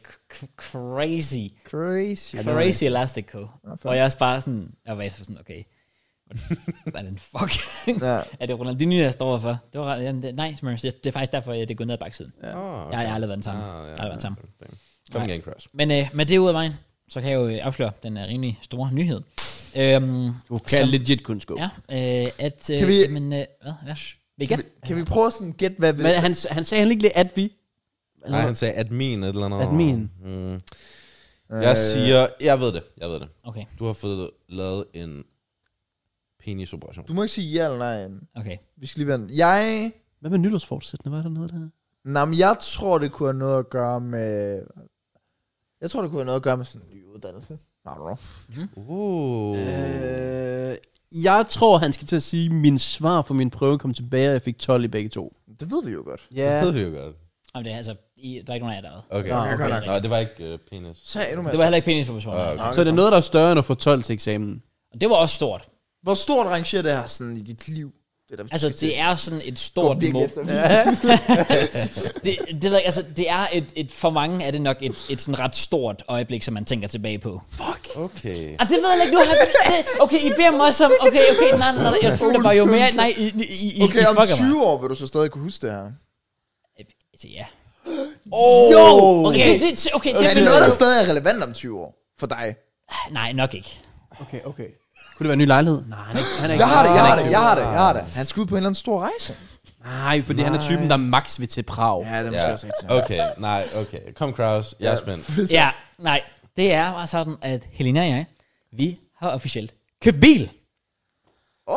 Speaker 1: crazy elastic co. Og jeg er også bare sådan, jeg var sådan, okay, hvad er den fuck?
Speaker 4: Ja.
Speaker 1: Er det Ronaldinho, jeg står for? Det var nej, Smurfs. Det er faktisk derfor, det går ned ad baksiden.
Speaker 2: Okay.
Speaker 1: Jeg har aldrig været den samme.
Speaker 2: Kom igen, Crash.
Speaker 1: Men med det ud af vejen, så kan jeg jo afsløre den rimelig store nyhed.
Speaker 3: Du kan legit kun skuffe.
Speaker 1: Ja, at...
Speaker 4: Kan vi-
Speaker 1: Men, hvad? Ja. Igen?
Speaker 4: Kan vi prøve sådan gætte, hvad vi...
Speaker 3: Men han sagde han ikke lige, at vi...
Speaker 2: Nej, han sagde admin et eller andet.
Speaker 3: Admin.
Speaker 2: Jeg siger, jeg ved det.
Speaker 1: Okay,
Speaker 2: Du har fået lavet en penisoperation.
Speaker 4: Du må ikke sige ja eller nej.
Speaker 1: okay.
Speaker 4: Vi skal lige vente.
Speaker 3: Hvad med nytårsfortsættende? Var der noget der?
Speaker 4: Nej, men jeg tror, det kunne have noget at gøre med... Jeg tror, det kunne have noget at gøre med sådan en ny uddannelse. I don't know.
Speaker 3: Jeg tror, han skal til at sige, at min svar for min prøve kom tilbage, og jeg fik 12 i begge to.
Speaker 4: Det ved vi jo godt.
Speaker 2: Det ved vi jo godt.
Speaker 1: Jamen, det er altså, der er ikke nogen af jer, der har
Speaker 2: Okay.
Speaker 4: Nå, okay.
Speaker 2: Nej, det var ikke penis.
Speaker 4: Så endnu mere.
Speaker 1: Det var heller ikke penisoperationer.
Speaker 2: Okay.
Speaker 3: Så er det noget, der er større end at få 12 til eksamen.
Speaker 1: Og det var også stort.
Speaker 4: Hvor stort rangerer det her sådan i dit liv? Det, der,
Speaker 1: Altså, det er sådan et stort
Speaker 4: virkelig
Speaker 1: mål.
Speaker 4: efter.
Speaker 1: Det ved jeg, altså, det er for mange er det nok et sådan ret stort øjeblik, som man tænker tilbage på.
Speaker 2: Okay.
Speaker 1: Og det ved jeg ikke, nu har jeg... Okay, I beder mig også om... Okay, nej, jeg føler bare jo mere... Nej, I
Speaker 4: Okay, om
Speaker 1: fucker
Speaker 4: 20 år vil du så stadig kunne huske det her.
Speaker 1: mig. Altså, ja.
Speaker 4: Jo!
Speaker 1: Okay, det
Speaker 4: Okay, er det noget, der stadig er relevant om 20 år? For dig?
Speaker 1: Nej, nok ikke.
Speaker 3: Okay. Kunne det være en ny lejlighed? Nej, han er ikke.
Speaker 4: Jeg har det. Han skal ud på en eller anden stor rejse.
Speaker 3: Nej, fordi han er typen, der max vil til Prag.
Speaker 4: Ja, det
Speaker 2: Ja. Okay. Kom, Kraus. Jeg er spændt.
Speaker 1: Ja, nej. Det er bare sådan, at Helena og jeg, vi har officielt købt bil.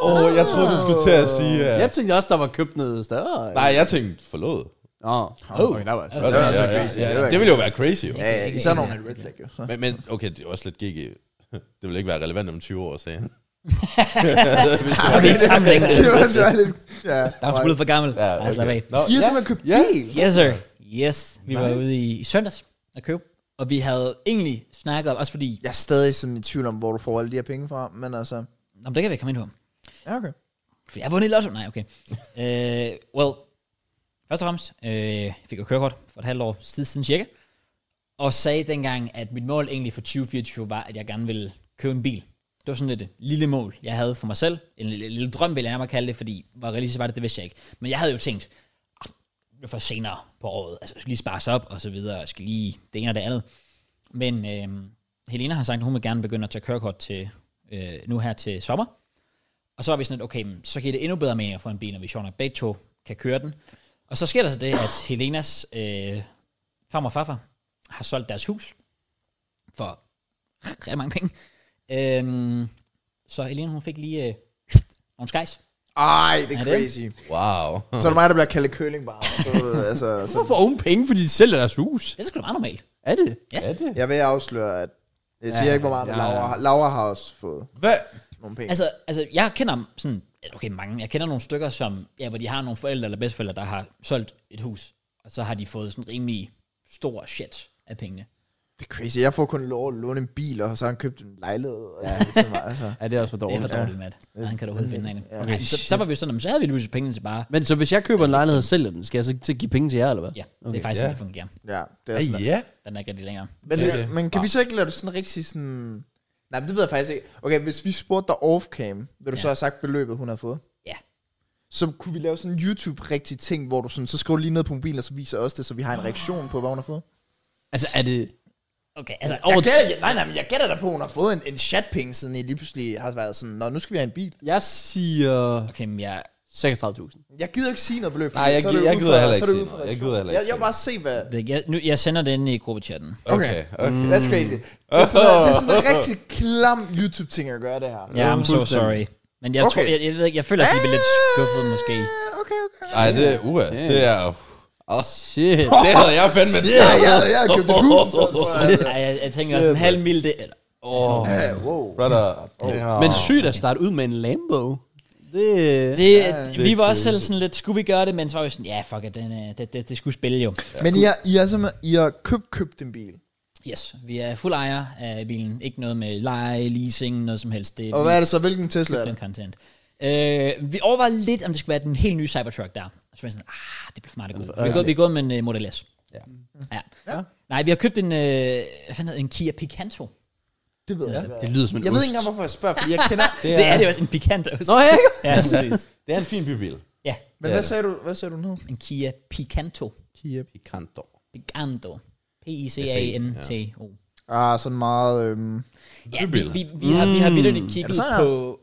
Speaker 2: Jeg troede, du skulle til at sige...
Speaker 3: Jeg tænkte også, der var købt noget større.
Speaker 2: Nej, jeg tænkte forlod.
Speaker 3: Okay, der var altså.
Speaker 2: Det ville jo være crazy, jo.
Speaker 4: Ja, især nogle af red flag, jo.
Speaker 2: Men okay, det er også lidt GG. Det vil ikke være relevant om 20 år, sagde han.
Speaker 1: Okay, ikke sammenhængende.
Speaker 4: Det var så lidt... Ja.
Speaker 1: Der er sgu lidt for gammel.
Speaker 2: Ja, okay.
Speaker 1: Altså,
Speaker 4: I har simpelthen købt bil.
Speaker 1: Yes, sir. Yes. Vi var ude i søndags at købe. Og vi havde egentlig snakket om, også fordi...
Speaker 4: Jeg er stadig sådan i tvivl om, hvor du får alle de her penge fra, men altså...
Speaker 1: Nå, det kan vi komme ind på.
Speaker 4: Ja, okay.
Speaker 1: For jeg har vundet i lotto. Nej, okay. Først og fremmest fik jeg kørekort for et halvt år siden cirka. Og sagde dengang, at mit mål egentlig for 2024 var, at jeg gerne ville købe en bil. Det var sådan et lille mål, jeg havde for mig selv. En lille drøm, vil jeg nærmere kalde det, fordi hvor realistisk var det vidste jeg ikke. Men jeg havde jo tænkt, for senere på året, altså jeg skal lige spare sig op og så videre, jeg skal lige det ene og det andet. Men Helena har sagt, at hun vil gerne begynde at tage kørekort til, nu her til sommer. Og så var vi sådan lidt, okay, så giver det endnu bedre mening at få en bil, når vi sjovt nok begge to kan køre den. Og så sker der så det, at Helenas farmor og farfar har solgt deres hus for rigtig mange penge. Så Helena, hun fik lige nogle skejs.
Speaker 4: Ej, det er
Speaker 1: Er det?
Speaker 4: crazy.
Speaker 2: Wow.
Speaker 4: Så er det mig, der bliver kaldt køling bare. Så,
Speaker 3: Hvorfor får unge penge, fordi de sælger deres hus?
Speaker 1: Det er sgu da meget normalt.
Speaker 3: Er det?
Speaker 1: Ja.
Speaker 2: Er det?
Speaker 4: jeg vil afsløre, at... Jeg siger ikke, hvor meget, men Laura har også fået
Speaker 2: Hvad?
Speaker 4: nogle penge.
Speaker 1: Altså, jeg kender sådan, okay, mange. Jeg kender nogle stykker, som, ja, hvor de har nogle forældre eller bedsteforældre, der har solgt et hus, og så har de fået sådan rimelig stor shit af pengene.
Speaker 4: Det er crazy. Jeg får kun lov at låne en bil, og så har han købt en lejlighed. Ja, altså.
Speaker 3: Ja, det er også for
Speaker 1: Det er
Speaker 3: dårligt.
Speaker 1: for dårligt, Matt. Han kan du overhovedet finde en.
Speaker 4: Ja.
Speaker 1: Okay, så var vi jo sådan, så havde vi lige pengene til bare.
Speaker 3: Men så hvis jeg køber en lejlighed og sælger den, skal jeg så til give penge til jer, eller hvad?
Speaker 1: Ja, det er faktisk sådan, det fungerer.
Speaker 4: Ja, det er sådan.
Speaker 2: Ja.
Speaker 1: Den er ikke rigtig længere.
Speaker 4: Men kan vi så ikke lade det sådan rigtig sådan... Nej, det ved jeg faktisk ikke. Okay, hvis vi spurgte dig off-cam, vil du så have sagt beløbet, hun har fået?
Speaker 1: Ja.
Speaker 4: Så kunne vi lave sådan en YouTube-rigtig ting, hvor du sådan, så skriver du lige ned på mobilen, og så viser os det, så vi har en reaktion på, hvad hun har fået.
Speaker 3: Altså, er det...
Speaker 1: Okay, altså
Speaker 4: Men jeg gætter da på, at hun har fået en chatpenge, siden I lige pludselig har været sådan, nå, nu skal vi have en bil.
Speaker 3: Jeg siger...
Speaker 1: Okay, men jeg...
Speaker 3: 36.000.
Speaker 4: Jeg gider ikke sige noget beløb,
Speaker 2: Nej, jeg gider heller ikke sige noget. Jeg gider heller ikke
Speaker 4: Jeg vil bare se, hvad...
Speaker 1: Jeg sender det inde i gruppechatten.
Speaker 2: Okay.
Speaker 4: That's crazy. Det er sådan en rigtig klam YouTube-ting at gøre det her.
Speaker 1: Ja, I'm so sorry. Men jeg tror, jeg ved ikke, jeg føler sig lidt skuffet måske.
Speaker 4: Okay.
Speaker 2: Ej, det er det er...
Speaker 3: Shit.
Speaker 2: Det havde jeg fandme
Speaker 4: Ja, jeg har købt et hus.
Speaker 1: Jeg tænker også en halv mil det...
Speaker 4: Wow.
Speaker 2: Brother.
Speaker 3: Men sygt at starte ud med en Lambo.
Speaker 1: Vi var også selv sådan lidt, skulle vi gøre det, men så var vi sådan, ja, fuck it, det skulle spille jo.
Speaker 4: Men I har købt en bil.
Speaker 1: Yes, vi er fuld ejer af bilen. Ikke noget med leje, leasing, noget som helst.
Speaker 4: Og hvad er det så? Hvilken Tesla er
Speaker 1: den
Speaker 4: det?
Speaker 1: content. Vi overvejede lidt, om det skulle være den helt nye Cybertruck der. Så var jeg sådan, det bliver for meget godt. Vi er gået med en Model S. Ja. Nej, vi har købt en Kia Picanto.
Speaker 4: Det ved jeg.
Speaker 3: Det lyder som en
Speaker 4: Jeg ved ikke engang, hvorfor jeg spørger, fordi jeg kender...
Speaker 1: Det er det også, en Picanto.
Speaker 3: Nå, ja.
Speaker 1: Ja, præcis.
Speaker 2: Det er en fin bybil.
Speaker 1: Ja,
Speaker 4: Men hvad sagde du nu?
Speaker 1: en Kia Picanto.
Speaker 4: Kia.
Speaker 2: Picanto.
Speaker 1: Picanto. P-I-C-A-N-T-O.
Speaker 4: Sådan meget...
Speaker 1: Ja, vi har vitterligt kigget
Speaker 4: sådan,
Speaker 1: på...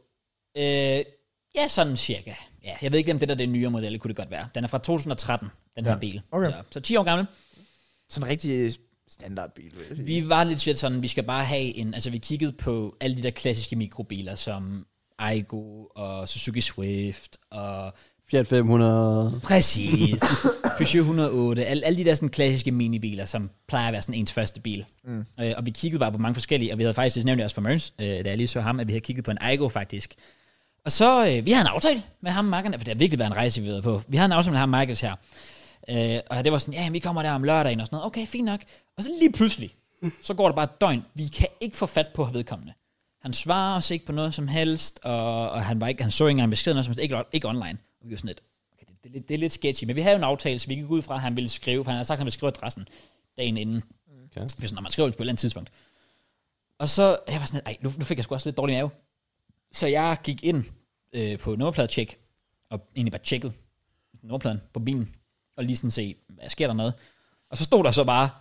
Speaker 1: ja, sådan cirka. Ja, jeg ved ikke, om det der det nyere model, kunne det godt være. Den er fra 2013, den her bil.
Speaker 4: Okay.
Speaker 1: Så 10 år gammel.
Speaker 4: Sådan en rigtig standardbil, vil jeg sige.
Speaker 1: Vi var lidt shit sådan, vi skal bare have en... Altså, vi kiggede på alle de der klassiske mikrobiler, som Aygo og Suzuki Swift og...
Speaker 3: Fiat 500.
Speaker 1: Præcis. Peugeot 108. Alle de der sådan klassiske minibiler, som plejer at være sådan ens første bil. Og vi kiggede bare på mange forskellige, og vi havde faktisk nævnt det også for Mørns, da jeg lige så ham, at vi havde kigget på en Aygo faktisk. Og så, vi havde en aftale med ham, Marken, for det har virkelig været en rejse, vi havde på. Vi havde en aftale med ham, Markens her. Og det var sådan, ja, vi kommer der om lørdagen og sådan noget. Okay, fint nok. Og så lige pludselig, så går der bare et døgn. Vi kan ikke få fat på vedkommende. Han svarer os ikke på noget som helst, og han så ikke engang beskeden, noget som helst, ikke online. Og vi var sådan lidt, okay, det er lidt sketchy, men vi havde jo en aftale, så vi gik ud fra, at han ville skrive, for han havde sagt, at han ville skrive adressen dagen inden. Okay. Hvis når man skriver det på et eller andet tidspunkt. Og så, jeg var sådan lidt, nu fik jeg sgu også lidt dårlig mave. Så jeg gik ind på nummerpladetjek, og egentlig bare tjekkede nummerpladen på bilen, og lige sådan se, hvad sker der noget. Og så stod der så bare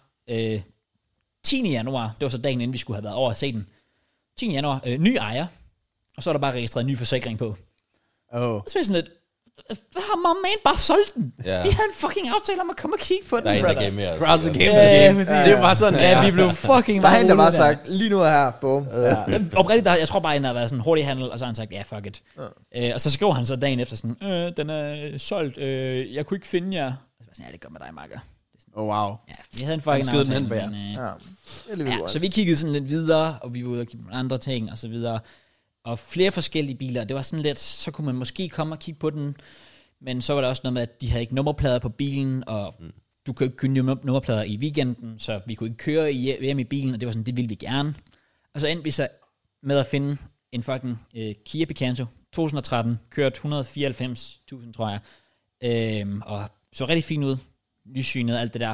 Speaker 1: 10. januar, det var så dagen inden vi skulle have været over at se den. 10. januar, ny ejer, og så er der bare registreret en ny forsikring på. Så er sådan lidt, har my man bare solgt den?
Speaker 2: Ja.
Speaker 1: Vi havde en fucking aftale om at komme og kigge på den,
Speaker 2: Der er en, der
Speaker 1: brother.
Speaker 2: gav mere.
Speaker 3: Cross the game,
Speaker 1: Ja,
Speaker 3: the game.
Speaker 1: præcis.
Speaker 3: Det er jo bare sådan.
Speaker 1: Ja, vi blev fucking
Speaker 4: Der er en, der
Speaker 1: rullet
Speaker 4: bare sagt, lige nu er her, bum.
Speaker 1: Oprigtigt, jeg tror bare, han har været sådan hurtig handel, og så har han sagt, ja, fuck it. Og så skriver han så dagen efter sådan, den er solgt, jeg kunne ikke finde jer. Og så var jeg sådan, ja, det gør med dig, makker.
Speaker 3: Oh, wow.
Speaker 1: Ja, vi havde en fucking
Speaker 3: skød den
Speaker 1: aftale,
Speaker 3: hen på jer.
Speaker 1: men,
Speaker 4: Ja, det er lidt
Speaker 1: ja,
Speaker 4: vildt.
Speaker 1: så vi kiggede sådan lidt videre, og vi var ude og kigge på andre ting, og så videre. Og flere forskellige biler, det var sådan lidt, så kunne man måske komme og kigge på den, men så var der også noget med, at de havde ikke nummerplader på bilen, og du kunne ikke købe nummerplader i weekenden, så vi kunne ikke køre hjem i bilen, og det var sådan, det ville vi gerne. Og så endte vi så med at finde en fucking Kia Picanto, 2013, kørt 194.000, tror jeg, og så rigtig fint ud, lyssynet, alt det der,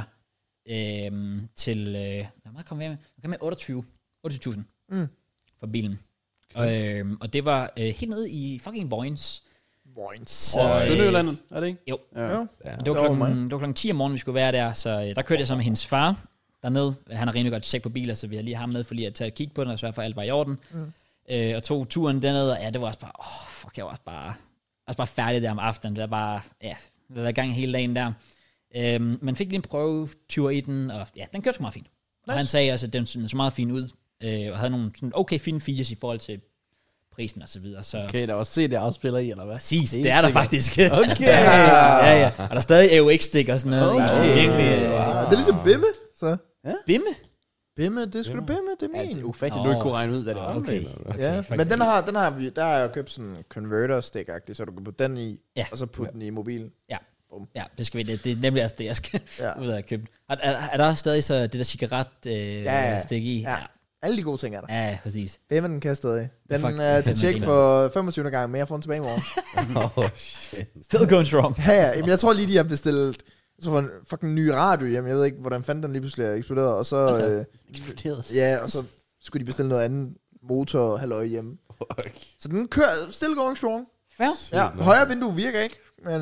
Speaker 1: til, hvor meget kom vi med? Vi kom med 28.000 for bilen. Og det var helt nede i fucking Vojens. Så,
Speaker 3: Sønderjyllandet, er det ikke?
Speaker 1: Jo.
Speaker 4: Ja.
Speaker 2: Ja.
Speaker 1: Det var klokken 10 om morgenen, vi skulle være der, så der kørte jeg så med hendes far derned. Han har rimelig godt tjek på biler, så vi har lige ham med for lige at tage et kig på den, og sørge for, at alt var i orden. Og tog turen derned, og ja, det var også bare, jeg var også bare færdig der om aftenen. Det var bare, ja, det var i gang hele dagen der. Man fik lige en prøvetur i den, og ja, den kørte sgu meget fint. Og han sagde også, at den så meget fin ud, og havde nogle sådan okay fine features i forhold til prisen og så videre. Så
Speaker 3: Okay, der var CD-afspiller i, eller hvad?
Speaker 1: præcis, det er der faktisk.
Speaker 3: Okay.
Speaker 1: ja. Og der er stadig AUX-stik og sådan noget.
Speaker 3: Okay.
Speaker 1: Virkelig,
Speaker 4: Det er ligesom Bimme, så.
Speaker 1: Bimme?
Speaker 4: Bimme, det er sgu da Bimme, det er
Speaker 3: Ja,
Speaker 4: min.
Speaker 3: det er ufatteligt, du ikke kunne regne ud, hvad det var.
Speaker 1: Okay.
Speaker 4: Ja, men der har jeg købt sådan en converter-stik-agtig, så du kan putte den i,
Speaker 1: Ja.
Speaker 4: og så putte den i mobilen.
Speaker 1: Ja, det skal vi. Det er nemlig også det, jeg skal
Speaker 4: Ja.
Speaker 1: ud af købe. Er der også stadig så det der cigaret stik i?
Speaker 4: Ja. Alle de gode ting er der.
Speaker 1: Ja, præcis.
Speaker 4: Bimme, den kan jeg stadig. Den
Speaker 1: Fuck,
Speaker 4: er til
Speaker 1: den
Speaker 4: tjek
Speaker 1: griner.
Speaker 4: for 25. gang, men jeg får den tilbage i morgen.
Speaker 2: Shit.
Speaker 1: Still going strong.
Speaker 4: Ja. Jamen, jeg tror lige, de har bestilt en fucking ny radio hjem. Jeg ved ikke, hvordan fanden den lige pludselig er eksploderet. Og så,
Speaker 3: Eksploderet.
Speaker 4: ja, og så skulle de bestille noget andet motor halløj hjemme. Så den kører still going strong.
Speaker 1: Fair.
Speaker 4: Ja, højre vindue virker ikke, men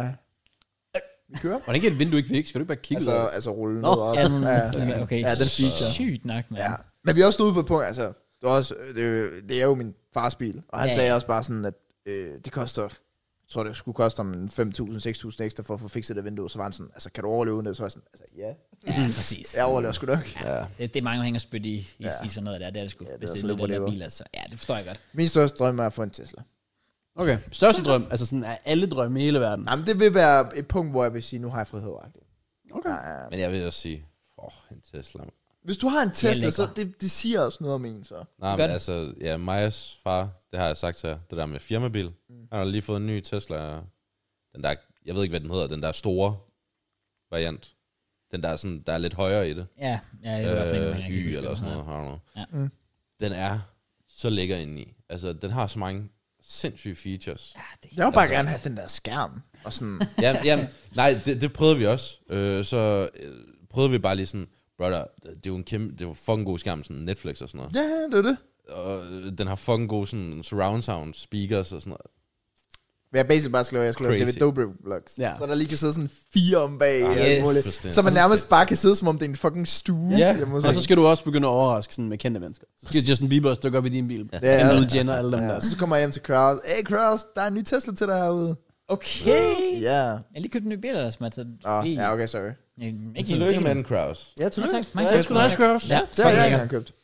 Speaker 4: vi kører.
Speaker 3: Var det ikke et vindue, ikke væk? Skal du ikke bare kigge ud af det?
Speaker 4: Altså rulle noget op.
Speaker 1: Ja, okay.
Speaker 4: Ja, den feature.
Speaker 1: Sygt nok, man.
Speaker 4: Ja. Men vi er også stået på et punkt, altså, det er jo min fars bil, og han
Speaker 1: Ja.
Speaker 4: sagde også bare sådan, at det koster, jeg tror det skulle koste ham 5.000-6.000 ekstra for at få fikset det vindue, så var han sådan, altså kan du overleve uden det? Så var jeg sådan, altså ja,
Speaker 1: Ja, præcis.
Speaker 4: jeg overlever sgu nok.
Speaker 2: Ja.
Speaker 1: Det er mange, der hænger spyt i sådan noget der. Det er det sgu.
Speaker 4: Ja, det er
Speaker 1: Hvis det
Speaker 4: også
Speaker 1: er noget,
Speaker 4: lidt
Speaker 1: der
Speaker 4: whatever.
Speaker 1: biler, så ja, det forstår jeg godt.
Speaker 4: Min største drøm er at få en Tesla.
Speaker 3: Okay, største drøm, altså sådan er alle drømme i hele verden.
Speaker 4: Jamen det vil være et punkt, hvor jeg vil sige, nu har jeg frihed.
Speaker 3: Okay.
Speaker 4: Ja.
Speaker 2: Men jeg vil også sige, en Tesla.
Speaker 4: Hvis du har en Tesla, så
Speaker 1: lækker.
Speaker 4: det siger også noget om en, så.
Speaker 2: Nej, men
Speaker 1: Godt.
Speaker 2: altså, ja, Majas far, det har jeg sagt til jer, det der med firmabil. Han har lige fået en ny Tesla, den der, jeg ved ikke, hvad den hedder, den der store variant. Den der er sådan, der er lidt højere i det.
Speaker 1: Ja, jeg ved i hvert fald ikke, hvad jeg kan
Speaker 2: Y
Speaker 1: huske,
Speaker 2: eller
Speaker 1: hvad
Speaker 2: sådan
Speaker 1: den
Speaker 2: noget, har du
Speaker 1: Ja.
Speaker 2: noget. Den er så lækker indeni. Altså, den har så mange sindssyge features.
Speaker 1: hedder. Ja, det
Speaker 4: Jeg vil bare gerne have den der skærm. Og sådan,
Speaker 2: Ja, nej, det prøvede vi også. Så prøvede vi bare lige sådan, brother, det er jo en kæmpe, det er jo fucking god skærm, sådan Netflix og sådan noget.
Speaker 4: ja, det er det.
Speaker 2: Og den har fucking gode sådan surround sound speakers og sådan noget.
Speaker 4: Hvad jeg basic bare skal lave, jeg skal lave
Speaker 2: Crazy.
Speaker 4: David Dobrik-vlogs.
Speaker 3: Ja.
Speaker 4: Så der lige kan sidde sådan 4 om bag. og
Speaker 1: yes.
Speaker 4: alt muligt.
Speaker 2: Fuldstændig.
Speaker 4: Så man nærmest bare kan sidde, som om det er en fucking stue.
Speaker 2: Ja.
Speaker 4: hjemme hos
Speaker 3: Og
Speaker 4: en.
Speaker 3: så skal du også begynde at overraske sådan med kendte mennesker. Så skal Justin Bieber også dukke op i din bil.
Speaker 4: Ja.
Speaker 3: Kendall Jenner, alle dem
Speaker 4: Ja,
Speaker 3: der.
Speaker 4: så kommer jeg hjem til Kraus. Hey Kraus, der er en ny Tesla til dig herude.
Speaker 1: Okay.
Speaker 4: Ja.
Speaker 1: Jeg har lige købt en ny bil, der smager.
Speaker 4: Ja, okay, sorry.
Speaker 1: Ikke
Speaker 2: Tillykke med den, Kraus.
Speaker 4: Ja, tillykke.
Speaker 1: tak.
Speaker 4: Ja,
Speaker 3: Det er sgu nice, Kraus.
Speaker 1: Ja,
Speaker 4: det har jeg ikke engang købt.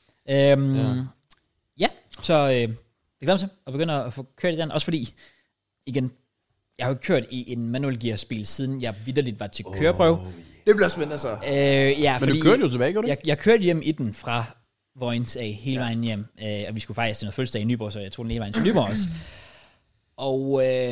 Speaker 1: Ja, så jeg glæder mig til at begynde at få kørt i den. Også fordi, igen, jeg har jo kørt i en manual gears bil, siden jeg vitterligt var til køreprøve.
Speaker 4: Det bliver spændende så.
Speaker 1: Ja,
Speaker 3: Men du kørte jo tilbage, gjorde du ikke?
Speaker 1: jeg kørte hjem i den fra Vojens af hele vejen hjem, og vi skulle faktisk til noget fødselsdag i Nyborg, så jeg tog den hele vejen til Nyborg også. Og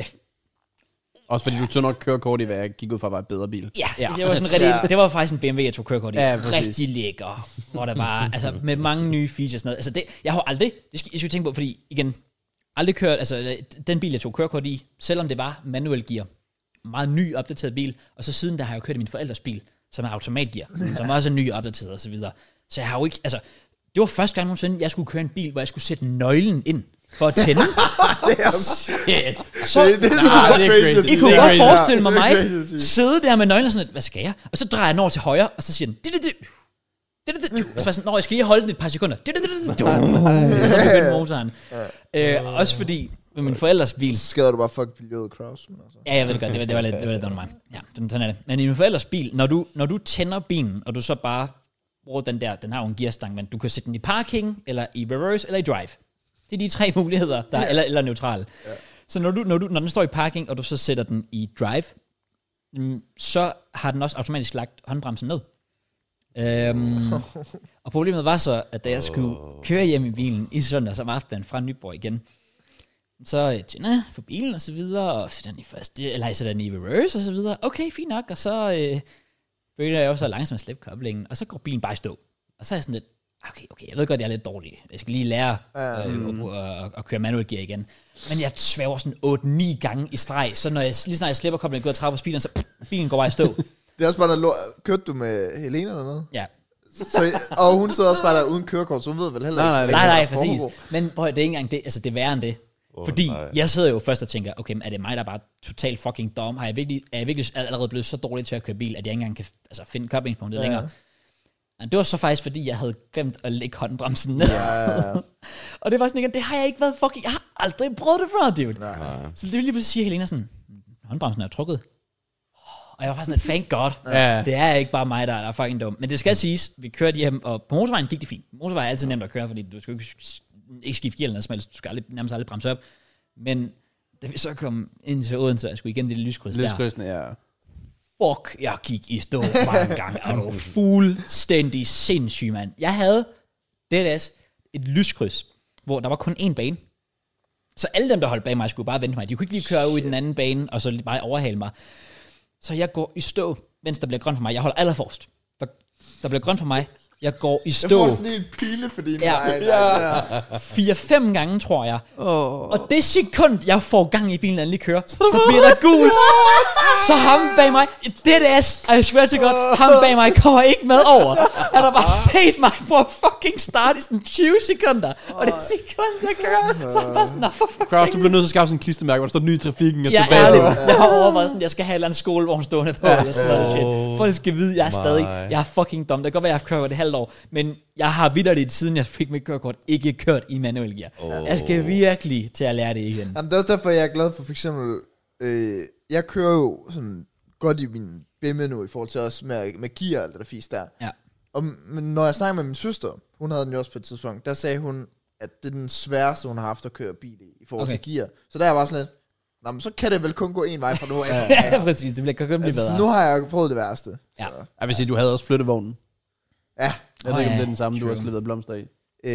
Speaker 3: Også fordi du tog nok kørekort i, hvad jeg gik ud fra var et bedre bil.
Speaker 1: ja, det var sådan rigtig,
Speaker 4: Ja.
Speaker 1: det var faktisk en BMW, jeg tog kørekort i.
Speaker 3: Ja, præcis.
Speaker 1: Rigtig lækker, hvor der var, altså med mange nye features og sådan noget. Altså det, jeg har aldrig, det skal jeg tænke på, fordi igen, aldrig kørt, altså den bil, jeg tog kørekort i, selvom det var manuel gear, meget ny opdateret bil, og så siden der har jeg jo kørt i min forældres bil, som er automatgear, som også er ny opdateret og så videre. Så jeg har jo ikke, altså, det var første gang nogensinde, jeg skulle køre en bil, hvor jeg skulle sætte nøglen ind for at tænde.
Speaker 4: Det er
Speaker 1: Shit. Så,
Speaker 4: det er sådan crazy at sige.
Speaker 1: I kunne
Speaker 4: Det er
Speaker 1: godt
Speaker 4: crazy.
Speaker 1: forestille mig
Speaker 4: Det er
Speaker 1: mig,
Speaker 4: crazy at sige.
Speaker 1: sidde der med nøglen og sådan lidt, hvad skal jeg? Og så drejer jeg den over til højre, og så siger den, og så var jeg sådan, jeg skal lige holde den et par sekunder. Så begyndte motoren. Også fordi, med min forældres bil.
Speaker 4: Så skader du bare fuck miljøet, Kraus. Altså.
Speaker 1: Ja, jeg ved det godt, det var lidt dumt mig. Ja, sådan er det. Men i min forældres bil, når du tænder bilen, og du så bare bruger den har jo en gearstang, men du kan sætte den i parking, eller i reverse, eller i drive. Det er de 3 muligheder, der er, eller neutral. Ja. Så når den står i parking, og du så sætter den i drive, så har den også automatisk lagt håndbremsen ned. Og problemet var så, at da jeg skulle køre hjem i bilen i søndag som aften fra Nyborg igen, så tænder jeg for bilen og så videre, og sætter den i første, eller jeg sætter den i reverse og så videre. Okay, fint nok, og så begynder jeg også så langsomt at slippe koblingen, og så går bilen bare i stå. Og så er jeg sådan lidt, okay, jeg ved godt, jeg er lidt dårlig. Jeg skal lige lære at køre manual gear igen. Men jeg svæver sådan 8-9 gange i streg, så lige snart jeg slipper koblingen, går jeg træder på speederen, så bilen går bare i stå.
Speaker 4: Det er også bare, når kørte du med Helena eller noget?
Speaker 1: Ja.
Speaker 4: Og hun sidder også bare der uden kørekort, så hun ved vel heller ikke.
Speaker 1: Nej, præcis. Men prøv, det er ikke engang det, altså det er værre end det. Fordi jeg sidder jo først og tænker, okay, er det mig, der er bare totalt fucking dum? Er jeg virkelig allerede blevet så dårlig til at køre bil, at jeg ikke engang kan finde koblingspunktet længere? Men det var så faktisk, fordi jeg havde glemt at lægge håndbremsen ned. Ja. Og det var sådan igen, det har jeg ikke været fucking, jeg har aldrig prøvet det før, dude. Nej. Så det vil lige pludselig sige, Helena sådan, håndbremsen er trukket. Og jeg var faktisk sådan, thank god. Ja. Det er ikke bare mig, der er fucking dum. Men det skal siges, vi kørte hjem, og på motorvejen gik det fint. Motorvejen er altid nemt at køre, fordi du skal ikke skifte gear eller noget, du skal nærmest aldrig bremse op. Men da vi så kom ind til Odense, jeg skulle igen det lyskryds der.
Speaker 3: Lyskrydsene, ja.
Speaker 1: Fuck, jeg gik i stå mange gange. Jeg var fuldstændig sindssyg, mand. Jeg havde et lyskryds, hvor der var kun én bane. Så alle dem, der holdt bag mig, skulle bare vente mig. De kunne ikke lige køre ud i den anden bane, og så bare overhale mig. Så jeg går i stå, mens der bliver grønt for mig. Jeg holder allerforrest. Der bliver grønt for mig. Jeg går i stå.
Speaker 4: Jeg får sådan en pile for din vej.
Speaker 1: 4-5 gange, tror jeg. Og det sekund, jeg får gang i bilen, og lige kører, så bliver der gul. Så ham bag mig, I swear to God, ham bag mig kommer ikke med over. Han har bare set mig på fucking start i sådan 20 sekunder. Og det sekund, jeg kører, så er han bare sådan, for fuck.
Speaker 3: Kraus, du bliver nødt til at skaffe sådan en klistermærke, hvor der står ny i trafikken. Og så
Speaker 1: ærligt. Jeg har overvejet sådan, jeg skal have en eller anden skolevogn stående på. Folk skal vide, jeg er fucking dum. Det kan godt være, jeg har kørt det halvt år, men jeg har vitterligt, siden jeg fik mit kørekort, ikke kørt i manual gear. Jeg skal virkelig til at lære det igen.
Speaker 4: Jamen, det er også derfor, jeg er glad for eksempel, jeg kører jo sådan godt i min BMW nu, i forhold til også med gear og alt det der fisk der. Ja. Men når jeg snakker med min søster, hun havde den jo også på et tidspunkt, der sagde hun, at det er den sværeste, hun har haft at køre bil i forhold til gear. Så der var sådan lidt, nå, men så kan det vel kun gå en vej fra nu af.
Speaker 1: Ja, præcis. Det bliver kun blive bedre.
Speaker 4: Så nu har jeg prøvet det værste.
Speaker 3: Ja. Jeg vil sige, du havde også flyttevognen.
Speaker 4: Ja.
Speaker 3: Jeg ved ikke, om det er den samme, du har slippet blomster i.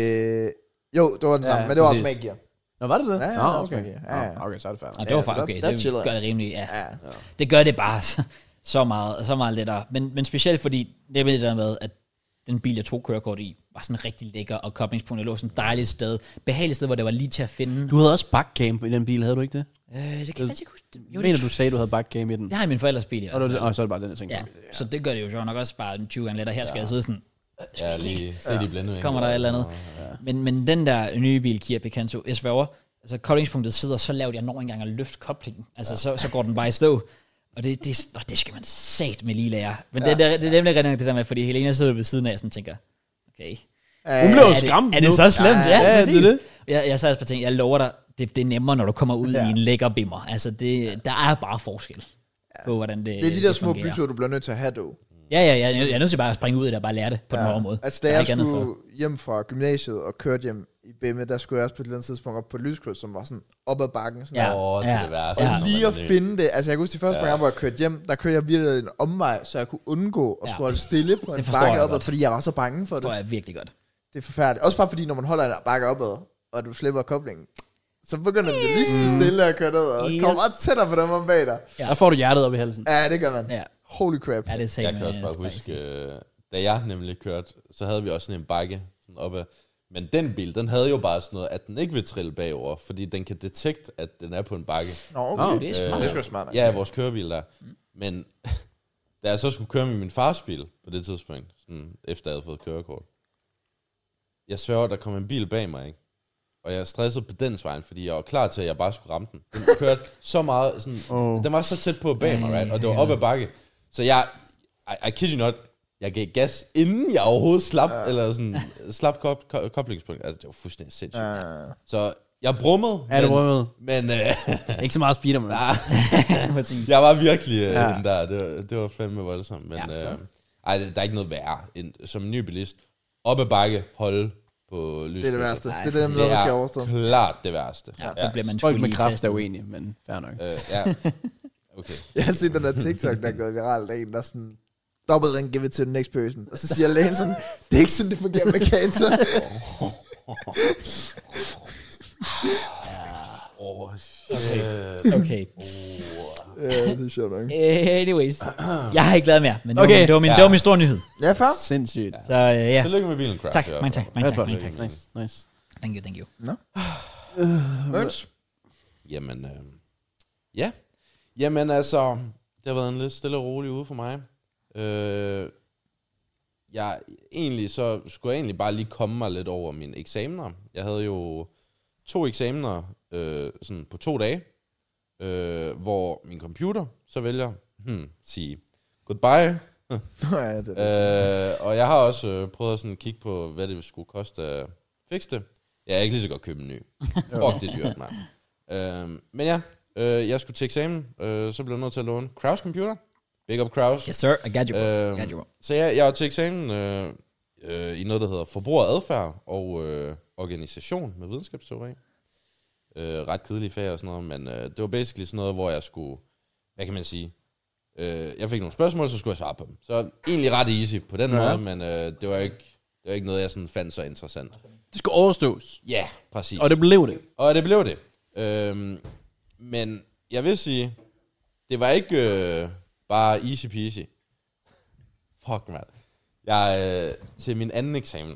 Speaker 4: Jo, det var den samme, men det var også med gear.
Speaker 3: Nå, var det det?
Speaker 4: Ja,
Speaker 3: okay. Okay, så er det færdigt.
Speaker 1: Det var faktisk okay. Det gør det rimelig, ja. Det gør det bare så meget lettere. Men specielt fordi, det er det der med, at den bil, jeg tog kørekort i, var sådan rigtig lækker, og koblingspunktet lå sådan et dejligt sted. Behageligt sted, hvor det var lige til at finde.
Speaker 3: Du havde også backcam i den bil, havde du ikke det?
Speaker 1: Det kan jeg ikke huske.
Speaker 3: Jeg mener, du sagde, du havde backcam i den.
Speaker 1: Det har jeg i min forældres bil, ja.
Speaker 3: Og så er det bare den, jeg tænker.
Speaker 1: Ja, så det gør det jo så nok også bare 20 gange lettere. Her skal jeg sidde sådan.
Speaker 2: Ja, lige se de blinde.
Speaker 1: Kommer der et eller andet. Ja. Men den der nye bil, Kia Picanto, jeg sværger, altså koblingspunktet sidder så lavt, jeg når ikke engang at løfte koblingen. Altså så går den bare i stå. Og det skal man sat med lige lære. Men det er nemlig rigtig det der med, fordi Helena sidder ved siden af, og sådan tænker, okay.
Speaker 3: Hun blev skræmt.
Speaker 1: Er det så slemt? Ja, præcis.
Speaker 3: Det.
Speaker 1: Jeg sad og tænkte, jeg lover dig, det er nemmere, når du kommer ud i en lækker bimmer. Altså, der er bare forskel på, hvordan det
Speaker 4: er de der små byture, du bliver nødt til at have, dog.
Speaker 1: Ja, jeg er nødt til bare at springe ud af det og bare lære det på den hårde måde.
Speaker 4: Altså, da jeg skulle hjem fra gymnasiet og kørte hjem i BMW, der skulle jeg også på et eller andet tidspunkt op på lyskryds, som var sådan op ad bakken. Sådan
Speaker 2: det er det værste.
Speaker 4: Og lige at finde det, altså jeg kan huske de første gange, hvor jeg kørte hjem, der kørte jeg virkelig en omvej, så jeg kunne undgå at skulle holde stille på en bakke opad, fordi jeg var så bange for det.
Speaker 1: Det tror jeg virkelig godt.
Speaker 4: Det er forfærdeligt. Også bare fordi, når man holder en bakke opad, og du slipper koblingen, så begynder det lige så stille at køre ned, og kommer meget tættere på dem om bag dig.
Speaker 3: Ja. Der får du hjertet op i halsen.
Speaker 4: Ja, det gør man. Ja. Holy crap.
Speaker 1: Ja, det
Speaker 2: jeg kan også bare huske, da jeg nemlig kørte, så havde vi også sådan en bakke sådan oppe. Men den bil, den havde jo bare sådan noget, at den ikke vil trille bagover, fordi den kan detekte, at den er på en bakke.
Speaker 4: Nå, okay.
Speaker 1: Det er smart.
Speaker 4: Det er sgu smart.
Speaker 2: Ja, vores kørebil der. Men da jeg så skulle køre med min fars bil på det tidspunkt, sådan, efter jeg havde fået kørekort, jeg sværger, der kom en bil bag mig, ikke? Og jeg stressede på dens vejen, fordi jeg var klar til, at jeg bare skulle ramme den. Den kørte så meget, sådan, den var så tæt på bag mig, right? Og det var op ad bakke. Så I kid you not, jeg gav gas, inden jeg overhovedet slap, eller sådan, slap koblingspunkt. Altså, det var fuldstændig sindssygt. Så Jeg brummede.
Speaker 3: Ja, det brummede.
Speaker 2: Men
Speaker 3: Ikke så meget Spiderman.
Speaker 1: Præcis.
Speaker 2: jeg var virkelig den der. Det var fandme voldsomt. Men
Speaker 1: Ja,
Speaker 2: der er ikke noget værre end som en ny bilist. Op ad bakke, holde på lyset.
Speaker 4: Det er det værste.
Speaker 1: Nej,
Speaker 4: Det er det, der skal overstå.
Speaker 2: klart det værste.
Speaker 1: Ja, der bliver man
Speaker 3: Folk
Speaker 1: sgu
Speaker 3: med
Speaker 1: lige
Speaker 3: kraft
Speaker 1: testet.
Speaker 3: er uenige, men fair nok.
Speaker 2: Ja. Okay.
Speaker 4: Jeg har set den der TikTok, der er gået viralt af en, der sådan, double then give it to the next person. Og så siger lægen sådan, det er ikke sådan, det fungerer med cancer.
Speaker 1: Okay.
Speaker 4: Ja, det er sjovt nok.
Speaker 1: Anyways. Jeg har ikke lavet mere, men
Speaker 3: Okay.
Speaker 1: det var min store nyhed.
Speaker 4: Ja, far.
Speaker 3: Sindssygt.
Speaker 1: Så ja.
Speaker 2: Tillykke med bilen, Crash.
Speaker 1: Tak, mange tak. Mange tak.
Speaker 3: Nice.
Speaker 1: Thank you.
Speaker 4: Møns.
Speaker 2: Jamen, ja. Jamen altså, det har været en lidt stille og rolig uge for mig. Så skulle jeg egentlig bare lige komme mig lidt over mine eksamener. Jeg havde jo 2 eksamener sådan på 2 dage, hvor min computer så vælger sige goodbye.
Speaker 4: Ja, det er
Speaker 2: Og jeg har også prøvet at sådan kigge på, hvad det skulle koste at fikse det. Jeg er ikke lige så godt købe en ny. Fuck, det er dyrt, mand. Men ja, jeg skulle til eksamen, så blev jeg nødt til at låne Kraus computer. Big up Kraus.
Speaker 1: Yes sir, I got you. Got you.
Speaker 2: Så jeg var til eksamen i noget, der hedder forbrugeradfærd og organisation med videnskabsteori. Ret kedelige fag og sådan noget, men det var basically sådan noget, hvor jeg skulle, hvad kan man sige, jeg fik nogle spørgsmål, så skulle jeg svare på dem. Så egentlig ret easy på den måde, men det var ikke noget, jeg sådan fandt så interessant.
Speaker 3: Det skal overstås.
Speaker 2: Ja, præcis.
Speaker 3: Og det blev det.
Speaker 2: Og det blev det. Men jeg vil sige, det var ikke bare easy peasy. Fuck, man. Jeg til min anden eksamen,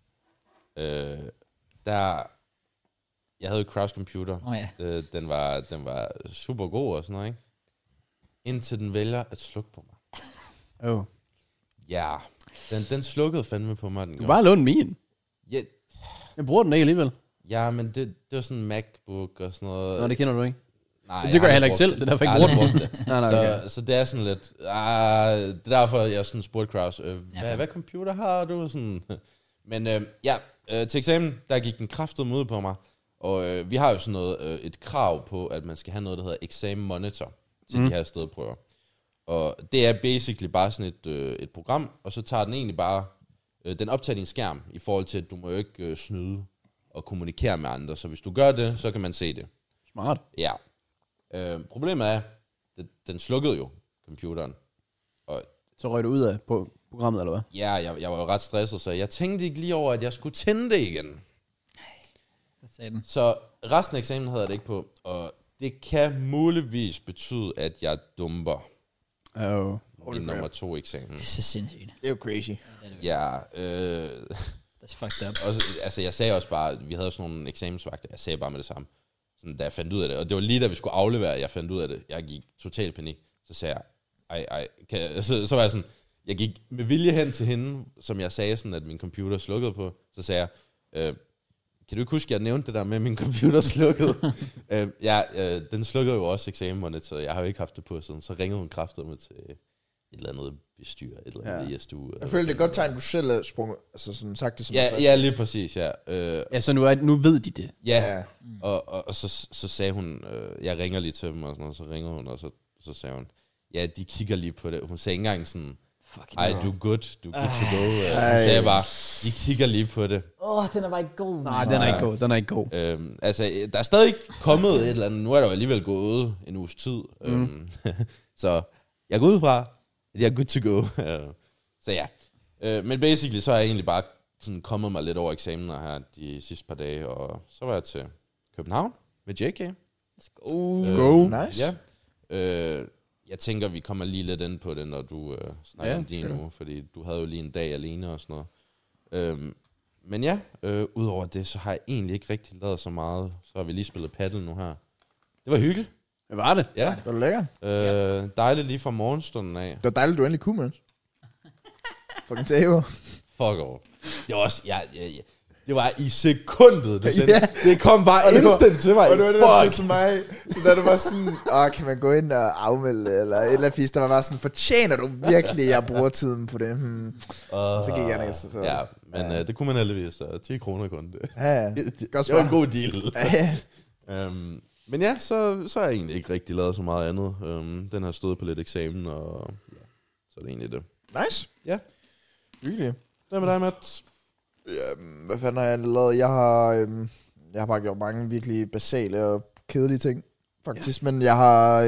Speaker 2: jeg havde jo Kraus computer.
Speaker 1: Ja.
Speaker 2: Den var super god og sådan noget, ikke? Indtil den vælger at slukke på mig. Ja, den slukkede fandme på mig.
Speaker 3: Du bare låne min.
Speaker 2: Ja,
Speaker 3: Jeg bruger den ikke alligevel.
Speaker 2: ja, men det var sådan en MacBook og sådan noget.
Speaker 3: Nå, det kender du ikke.
Speaker 2: Nej,
Speaker 3: Det gør jeg heller ikke
Speaker 2: brugt
Speaker 3: selv. Det er derfor, jeg
Speaker 2: jeg
Speaker 3: ikke
Speaker 2: har
Speaker 3: bruger
Speaker 2: aldrig brugt det.
Speaker 3: Nej, okay.
Speaker 2: Så det er sådan lidt... det er derfor, jeg sådan spurgte Kraus, hvad computer har du? Sådan. Men til eksamen, der gik den kraftedeme ud på mig. Og vi har jo sådan noget, et krav på, at man skal have noget, der hedder exam monitor til de her stedprøver. Og det er basically bare sådan et program, og så tager den egentlig bare... den optager din skærm i forhold til, at du må jo ikke snyde og kommunikere med andre. Så hvis du gør det, så kan man se det.
Speaker 3: Smart.
Speaker 2: Ja. Problemet er, den slukkede jo computeren. Og
Speaker 3: Så røg du ud af på programmet, eller hvad?
Speaker 2: ja, jeg var jo ret stresset, så jeg tænkte ikke lige over, at jeg skulle tænde det igen.
Speaker 1: Hvad sagde den?
Speaker 2: Så resten af eksamen havde jeg det ikke på, og det kan muligvis betyde, at jeg dumper i nummer 2 eksamen.
Speaker 1: Det er så sindssygt.
Speaker 4: Det er jo crazy.
Speaker 2: Ja,
Speaker 1: That's fucked up.
Speaker 2: og altså jeg sagde også bare, vi havde sådan nogle eksamensvagter, jeg sagde bare med det samme, sådan, da jeg fandt ud af det, og det var lige da vi skulle aflevere, jeg fandt ud af det, jeg gik total panik, så sagde jeg, så var jeg sådan, jeg gik med vilje hen til hende, som jeg sagde sådan, at min computer slukkede på, så sagde jeg, kan du ikke huske, at jeg nævnte det der med, at min computer slukkede? Den slukkede jo også eksamensmonitor, jeg har jo ikke haft det på siden, så ringede hun kraftedeme til et eller andet bestyr, et eller andet ISDU.
Speaker 4: Jeg føler, det er et godt tegn, du selv er sprunget, altså sådan sagt det som
Speaker 2: Ja, lige præcis, ja.
Speaker 3: Ja, så nu ved de det.
Speaker 2: Ja, og så sagde hun, jeg ringer lige til dem, og sådan noget, så ringede hun, og så sagde hun, ja, de kigger lige på det. Hun sagde ikke engang sådan, ej, du er good to go. Hun sagde bare, de kigger lige på det.
Speaker 1: Den er bare ikke god.
Speaker 3: Nej, den er ikke god.
Speaker 2: Altså, der er stadig ikke kommet et eller andet, nu er der jo alligevel gået en uges tid. Så jeg går ud fra, at jeg er good to go. Så ja. Men basically, så er jeg egentlig bare sådan kommet mig lidt over eksamener her de sidste par dage, og så var jeg til København med JK.
Speaker 1: Let's
Speaker 3: go.
Speaker 4: Nice.
Speaker 2: Ja. Jeg tænker, vi kommer lige lidt ind på det, når du snakker om din uge, fordi du havde jo lige en dag alene og sådan noget. Men ja, udover det, så har jeg egentlig ikke rigtig lavet så meget. Så har vi lige spillet paddle nu her. Det var hyggeligt.
Speaker 3: Hvad var det?
Speaker 2: Ja.
Speaker 4: Det var lækkert.
Speaker 2: Dejligt lige fra morgenstunden af.
Speaker 4: Det var dejligt, du endelig kunne, Møns. Fucking taber.
Speaker 2: Fuck off. Det var også, Det var i sekundet, du sendte.
Speaker 4: Ja.
Speaker 2: Det kom bare instant til mig.
Speaker 4: Og det var det, der blev til mig. Så da du var sådan, kan man gå ind og afmelde, eller et eller andet fisk, der var bare sådan, fortjener du virkelig, jeg bruger tiden på det? Så gik jeg ned. Så.
Speaker 2: Ja, men det kunne man heldigvis. 10 kroner kun det.
Speaker 4: Ja,
Speaker 2: Godt det var en god deal.
Speaker 4: Ja.
Speaker 2: Men ja, så har jeg egentlig ikke rigtig lavet så meget andet. Den har stået på lidt eksamen, og ja, så er det egentlig det.
Speaker 4: Nice.
Speaker 2: Ja.
Speaker 4: Hyggeligt.
Speaker 2: Hvad med dig, Matt?
Speaker 4: Hvad fanden har jeg lavet? Jeg har bare gjort mange virkelig basale og kedelige ting, faktisk. Men jeg har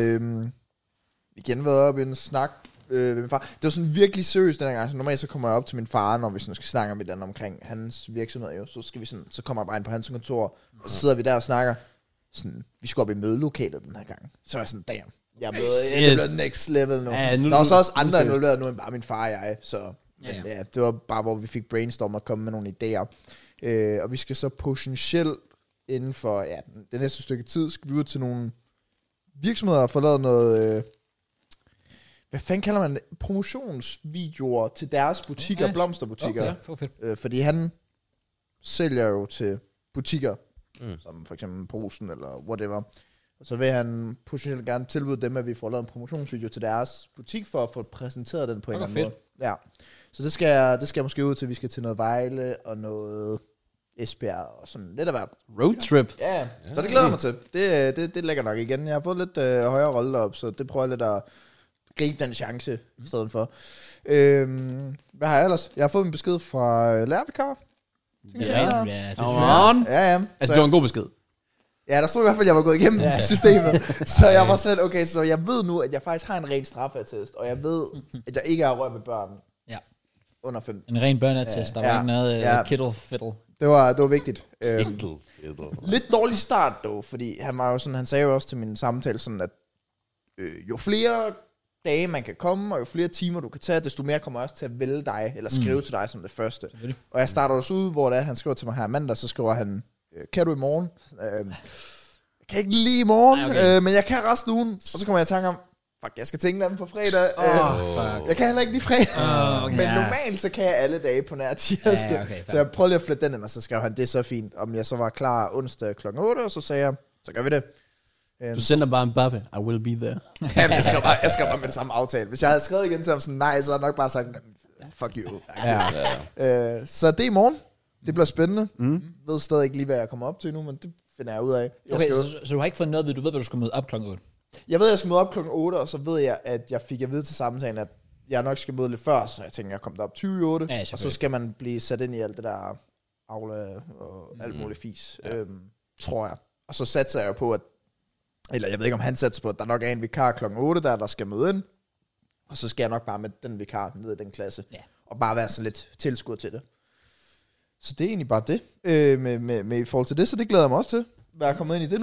Speaker 4: igen været op i en snak med min far. Det var sådan virkelig seriøst den her gang. Så normalt så kommer jeg op til min far, når vi sådan skal snakke om et eller andet omkring hans virksomhed. Jo. Så kommer jeg bare ind på hans kontor, og så sidder vi der og snakker. Sådan, vi skal op i mødelokalet den her gang. Så er jeg sådan, damn. Jeg er blevet next level nu. Ja, der var så også andre involveret nu end bare min far og jeg. Så ja, det var bare, hvor vi fik brainstorm og komme med nogle idéer. Og vi skal så potentielt inden for det næste stykke tid, skal vi ud til nogle virksomheder og få lavet noget, hvad fanden kalder man det? Promotionsvideoer til deres butikker, blomsterbutikker. Okay, fordi han sælger jo til butikker, som for eksempel Brugsen eller whatever. Og så vil han potentielt gerne tilbyde dem, at vi får lavet en promotionsvideo til deres butik, for at få præsenteret den på en eller anden måde. Ja. Så det skal jeg måske ud til. Vi skal til noget Vejle og noget Esbjerg og sådan lidt af hvert.
Speaker 3: Roadtrip.
Speaker 4: Ja, så det glæder jeg mig til. Det lægger nok igen. Jeg har fået lidt højere rolle op, så det prøver jeg lidt at gribe den chance i stedet for. Hvad har jeg ellers? Jeg har fået en besked fra lærervikar.
Speaker 3: Ja. Altså, det var en god besked.
Speaker 4: Ja, der stod i hvert fald, at jeg var gået igennem systemet. Så jeg var sådan lidt, okay, så jeg ved nu, at jeg faktisk har en ren straffeattest, og jeg ved, at jeg ikke har rørt med børn under 15.
Speaker 1: En ren børneattest, der var ikke noget kittle-fiddle.
Speaker 4: Det var vigtigt. Lidt dårlig start dog, fordi han sagde jo også til min samtale sådan, at jo flere dage man kan komme, og jo flere timer du kan tage, desto mere kommer også til at vælge dig, eller skrive til dig som det første. Og jeg starter også ud, hvor det er, han skriver til mig her mandag, så skriver han, kan du i morgen? Jeg kan ikke lige i morgen, men jeg kan resten af ugen. Og så kommer jeg i tanke om, fuck, jeg skal tænke dem på fredag. Jeg kan heller ikke lige fredag. Men normalt, så kan jeg alle dage på nær tirsdag. Okay, så jeg prøver lige at flette den ind, og så skrev han, det er så fint. Om jeg så var klar onsdag kl. 8, og så sagde jeg, så gør vi det.
Speaker 3: Du sender bare en bappe, I will be there.
Speaker 4: Jamen, jeg skrev bare med det samme aftale. Hvis jeg havde skrevet igen til ham sådan, nej, så havde jeg nok bare sagt, fuck you. Så det er i morgen. Det bliver spændende. Jeg ved stadig ikke lige, hvad jeg kommer op til nu, men det finder jeg ud af.
Speaker 1: Okay, så du har ikke fået noget ved, du ved, hvad du skal møde op klokken 8?
Speaker 4: Jeg ved, at jeg skal møde op klokken 8, og så ved jeg, at jeg fik at vide til samtalen, at jeg nok skal møde lidt før, så jeg tænker, jeg kommer derop 20:08, og så skal man blive sat ind i alt det der Aula og alt muligt fis, tror jeg. Og så satser jeg på, at, eller jeg ved ikke, om han satser på, at der nok er en vikar klokken 8, der skal møde ind, og så skal jeg nok bare med den vikar ned i den klasse, og bare være så lidt tilskud til det. Så det er egentlig bare det, med i forhold til det, så det glæder jeg mig også til, hvad jeg er kommet ind i det nu.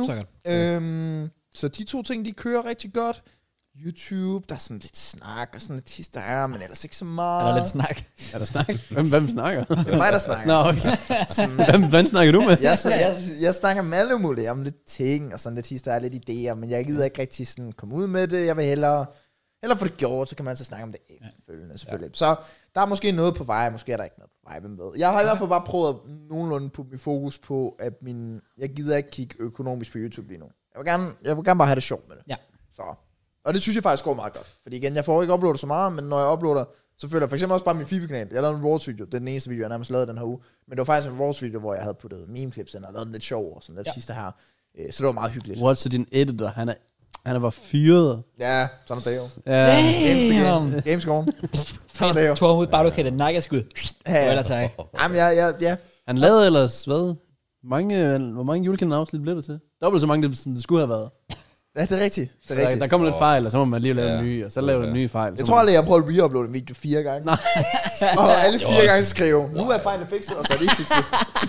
Speaker 4: Så de to ting, de kører rigtig godt. YouTube, der er sådan lidt snak og sådan lidt hister her, men ellers ikke så meget.
Speaker 1: Er der lidt snak?
Speaker 3: Er der snak? Hvem snakker?
Speaker 4: Det er mig, der snakker.
Speaker 3: Nå, okay. Hvem snakker du med?
Speaker 4: Jeg snakker med alle mulige om lidt ting, og sådan lidt hister her, lidt idéer, men jeg gider ikke rigtig sådan komme ud med det. Jeg vil hellere få det gjort, så kan man altså snakke om det efterfølgende, selvfølgelig. Så der er måske noget på vej, måske er der ikke noget på vej, hvem ved. Jeg har i hvert fald bare prøvet at nogenlunde putte mit fokus på, at jeg gider ikke kigge økonomisk på YouTube lige nu. Jeg vil gerne bare have det sjovt med det.
Speaker 1: Ja.
Speaker 4: Så. Og det synes jeg faktisk går meget godt. Fordi igen, jeg får ikke uploadet så meget, men når jeg uploader, så føler jeg for eksempel også bare min FIFA-kanal. Jeg lavede en Raws video, det er den eneste video, jeg nærmest lavede den her uge. Men det var faktisk en Raws video, hvor jeg havde puttet meme-clips ind og lavet den lidt sjov og sådan lidt sidste her. Så det var meget hyggeligt.
Speaker 3: What's så din editor? Han var fyret.
Speaker 4: Ja, sådan er det jo.
Speaker 1: Damn!
Speaker 4: Gamescore. Sådan er det jo.
Speaker 1: Tog ham ud, bare du kan det nakkeskud. Eller tak.
Speaker 4: Jamen, ja.
Speaker 3: Han lavede ellers, hvad? Hvor mange julekalender-afsnit blev det til? Dobbelt så mange, det skulle have været.
Speaker 4: Ja, det er rigtigt.
Speaker 3: Der kommer lidt fejl, og så må man lige lave en ny, og så laver du en ny fejl.
Speaker 4: Jeg tror aldrig, jeg har prøvet at re-uploade en video 4 gange. Nej. Og alle 4 gange skrive, nu er fejlen fikset, og så er det ikke fikset.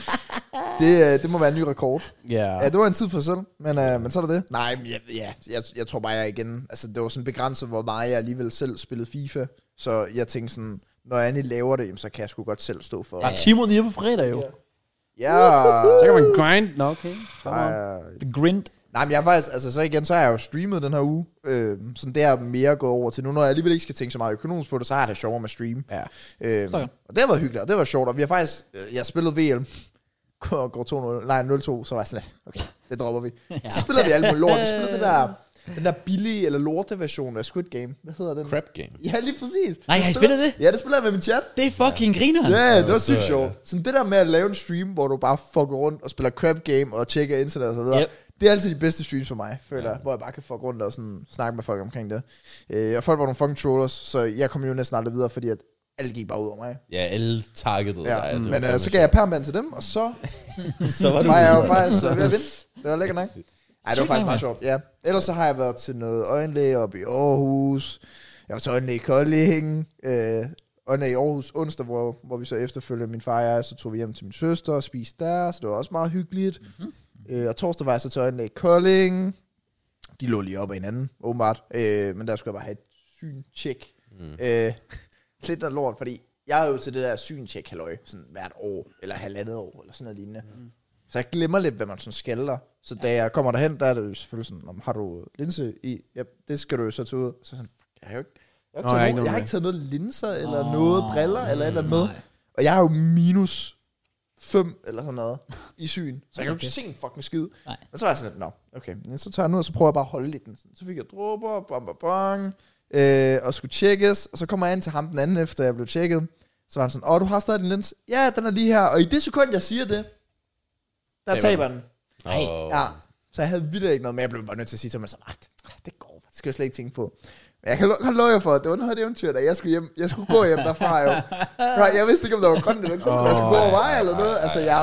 Speaker 4: Det må være en ny rekord. Ja, det var en tid for selv, men så er det. Nej, men jeg tror bare, jeg igen, altså det var sådan begrænset, hvor meget jeg alligevel selv spillede FIFA, så jeg tænkte sådan, når Annie laver det, så kan jeg sgu godt selv stå for.
Speaker 3: Ja, Timo lige på fredag jo.
Speaker 4: Ja.
Speaker 3: Så kan man grind. Nå, okay.
Speaker 1: The grind.
Speaker 4: Nej, men jeg faktisk, altså så igen, så har jeg jo streamet den her uge, sådan det er mere gået over til nu, når jeg alligevel ikke skal tænke så meget økonomisk på det, så har jeg det sjovere med stream. Ja. Og det har været hyggeligt, og det var sjovt, og vi har faktisk, jeg spillet VM, går 2-0, nej 0-2, så var jeg sådan lidt, okay, det dropper vi. Så spiller vi alt muligt lort. Vi spiller den der billige eller lorte version af Squid Game. Hvad hedder den?
Speaker 2: Crab game.
Speaker 4: Ja, lige præcis.
Speaker 1: Nej, har I spillet det?
Speaker 4: Ja, det spiller jeg med min chat.
Speaker 1: Det er fucking griner.
Speaker 4: Ja, det var sygt sjovt. Sådan det der med at lave en stream, hvor du bare fucker rundt og spiller Crab Game og tjekker internet og så videre.
Speaker 1: Yep.
Speaker 4: Det er altid de bedste streams for mig, føler jeg, hvor jeg bare kan fuck rundt og sådan snakke med folk omkring det. Og folk var nogle fucking trollers, så jeg kom jo næsten aldrig videre, fordi at alle gik bare ud over mig.
Speaker 2: Ja, alle targetede
Speaker 4: Ja,
Speaker 2: dig.
Speaker 4: men så gav jeg permband til dem, og så
Speaker 2: så var du
Speaker 4: var jeg jo faktisk ved at vinde. Det var lækkert nok. Ej, det var
Speaker 1: Sygt
Speaker 4: faktisk
Speaker 1: nok,
Speaker 4: meget sjovt, ja. Ellers så har jeg været til noget øjenlæge oppe i Aarhus. Jeg var til øjenlæge i Kolding. Øjenlæge i Aarhus onsdag, hvor vi så efterfølgende, min far og jeg, så tog vi hjem til min søster og spiste der, så det var også meget hyggeligt. Og torsdag var jeg så til øjenlæge i Kolding. De lå lige op ad hinanden, åbenbart. Men der skulle jeg bare have et syntjek. Lidt af lort, fordi jeg er jo til det der syntjek, halløj, sådan hvert år, eller halvandet år, eller sådan noget lignende. Så jeg glemmer lidt, hvad man sådan skalder. Så da jeg kommer derhen, der er det jo selvfølgelig sådan, har du linse i? Ja, det skal du jo så tage ud. Så sådan, jeg har ikke taget noget linser, eller noget briller, eller et eller andet med. Og jeg har jo minus 5 eller sådan noget i syn. Så jeg kan jo ikke se en fucking skid.
Speaker 1: Nej.
Speaker 4: Og så var jeg sådan lidt, okay. Så tager jeg nu, og så prøver jeg bare at holde lidt. Så fik jeg dråber, og skulle tjekkes. Og så kommer jeg ind til ham den anden, efter jeg blev tjekket. Så var han sådan, du har stadig din lins? Ja, den er lige her. Og i det sekund, jeg siger det, der taber den.
Speaker 1: Nej.
Speaker 4: Ja. Så jeg havde virkelig ikke noget, men jeg blev bare nødt til at sige til mig sådan, det går, det skal jeg slet ikke tænke på. Men jeg kan love jer for, at det var noget af det eventyr, da jeg skulle hjem. Jeg skulle gå hjem derfra jo. Right, jeg vidste ikke, om der var grønt eller grønt, jeg skulle gå over vej eller noget. Altså, jeg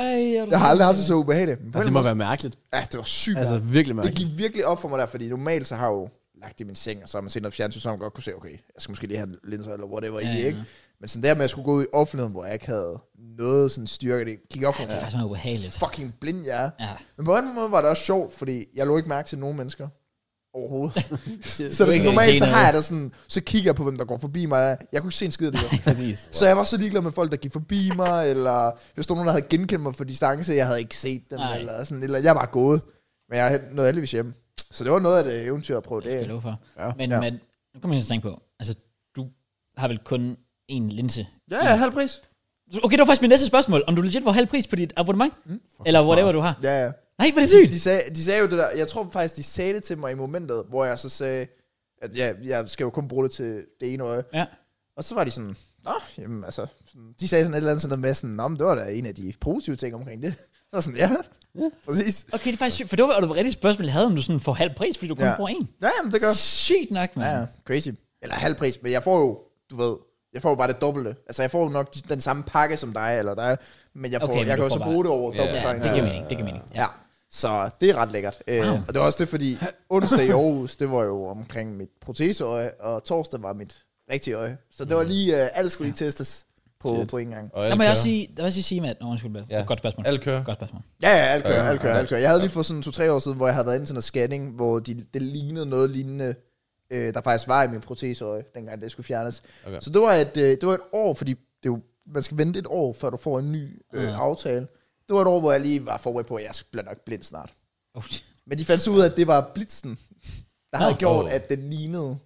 Speaker 4: har aldrig haft det så ubehageligt.
Speaker 3: Det må være mærkeligt.
Speaker 4: Ja, det var sygt.
Speaker 3: Altså, virkelig mærkeligt.
Speaker 4: Det gik virkelig op for mig der, fordi normalt så har jeg jo lagt i min seng, og så har man set noget fjernsyn, så man godt kunne se, okay, jeg skal måske lige have linser eller whatever i, ikke? Men sådan der med at skulle gå ud i offentligheden, hvor jeg ikke havde noget sådan styrke, det gik op for mig.
Speaker 1: Det er faktisk meget ubehageligt.
Speaker 4: Fucking blind jeg er.
Speaker 1: Ja.
Speaker 4: Men på en måde var det også sjovt, fordi jeg lå ikke mærke til nogen mennesker overhovedet. så det sådan,
Speaker 1: ikke
Speaker 4: normalt så
Speaker 1: noget.
Speaker 4: har jeg da sådan, så kigger jeg på, hvem der går forbi mig. Jeg kunne ikke se en skid af det der. Så jeg var så ligeglad med folk, der gik forbi mig, eller hvis der var nogen, der havde genkendt mig for distance, jeg havde ikke set dem, eller jeg var gået. Men jeg nåede heldigvis hjem. Så det var noget af det eventyr at prøve det.
Speaker 1: Det skal jeg for. Ja. Men nu kommer jeg til at tænke på, altså du har vel kun én linse?
Speaker 4: Ja, halv pris.
Speaker 1: Okay, det var faktisk mit næste spørgsmål. Om du legit får halv pris på dit abonnement? Eller whatever du har?
Speaker 4: Ja.
Speaker 1: Nej, hvor er det sygt.
Speaker 4: De sagde jo det der, jeg tror faktisk, de sagde det til mig i momentet, hvor jeg så sagde, at jeg skal jo kun bruge det til det ene øje.
Speaker 1: Ja.
Speaker 4: Og så var de sådan, jamen altså, de sagde sådan et eller andet sådan med sådan, men det var da en af de positive ting omkring det. Så var sådan, ja, præcis.
Speaker 1: Okay, det er faktisk sygt, for det var et rigtigt spørgsmål, jeg havde, om du sådan får halv pris, fordi du kun bruger én.
Speaker 4: Ja, jamen det gør.
Speaker 1: Sygt nok, man.
Speaker 4: Ja, crazy. Eller halv pris, men jeg får jo, du ved, jeg får jo bare det dobbelte. Altså jeg får jo nok den samme pakke som dig, eller dig, men jeg kan jo så bruge det over dobbelt.
Speaker 1: Ja, det giver mening,
Speaker 4: Ja. Så det er ret lækkert. Wow. Og det var også det, fordi onsdag i Aarhus, det var jo omkring mit proteseøje, og torsdag var mit rigtige øje. Så det var lige, alt skulle lige testes på en gang.
Speaker 1: Der må jeg også sige, Matt, godt spørgsmål.
Speaker 2: Alt kører.
Speaker 1: Godt spørgsmål.
Speaker 4: Ja, alt kører. Jeg havde lige for sådan 2-3 år siden, hvor jeg havde været inde til noget scanning, hvor det lignede noget lignende, der faktisk var i min proteseøje, dengang det skulle fjernes. Okay. Så det var et år, fordi det jo, man skal vente et år, før du får en ny aftale. Det var et år, hvor jeg lige var forberedt på, at jeg bliver nok blind snart. Men de fandt så ud af, at det var blitzen, der havde gjort, at det lignede.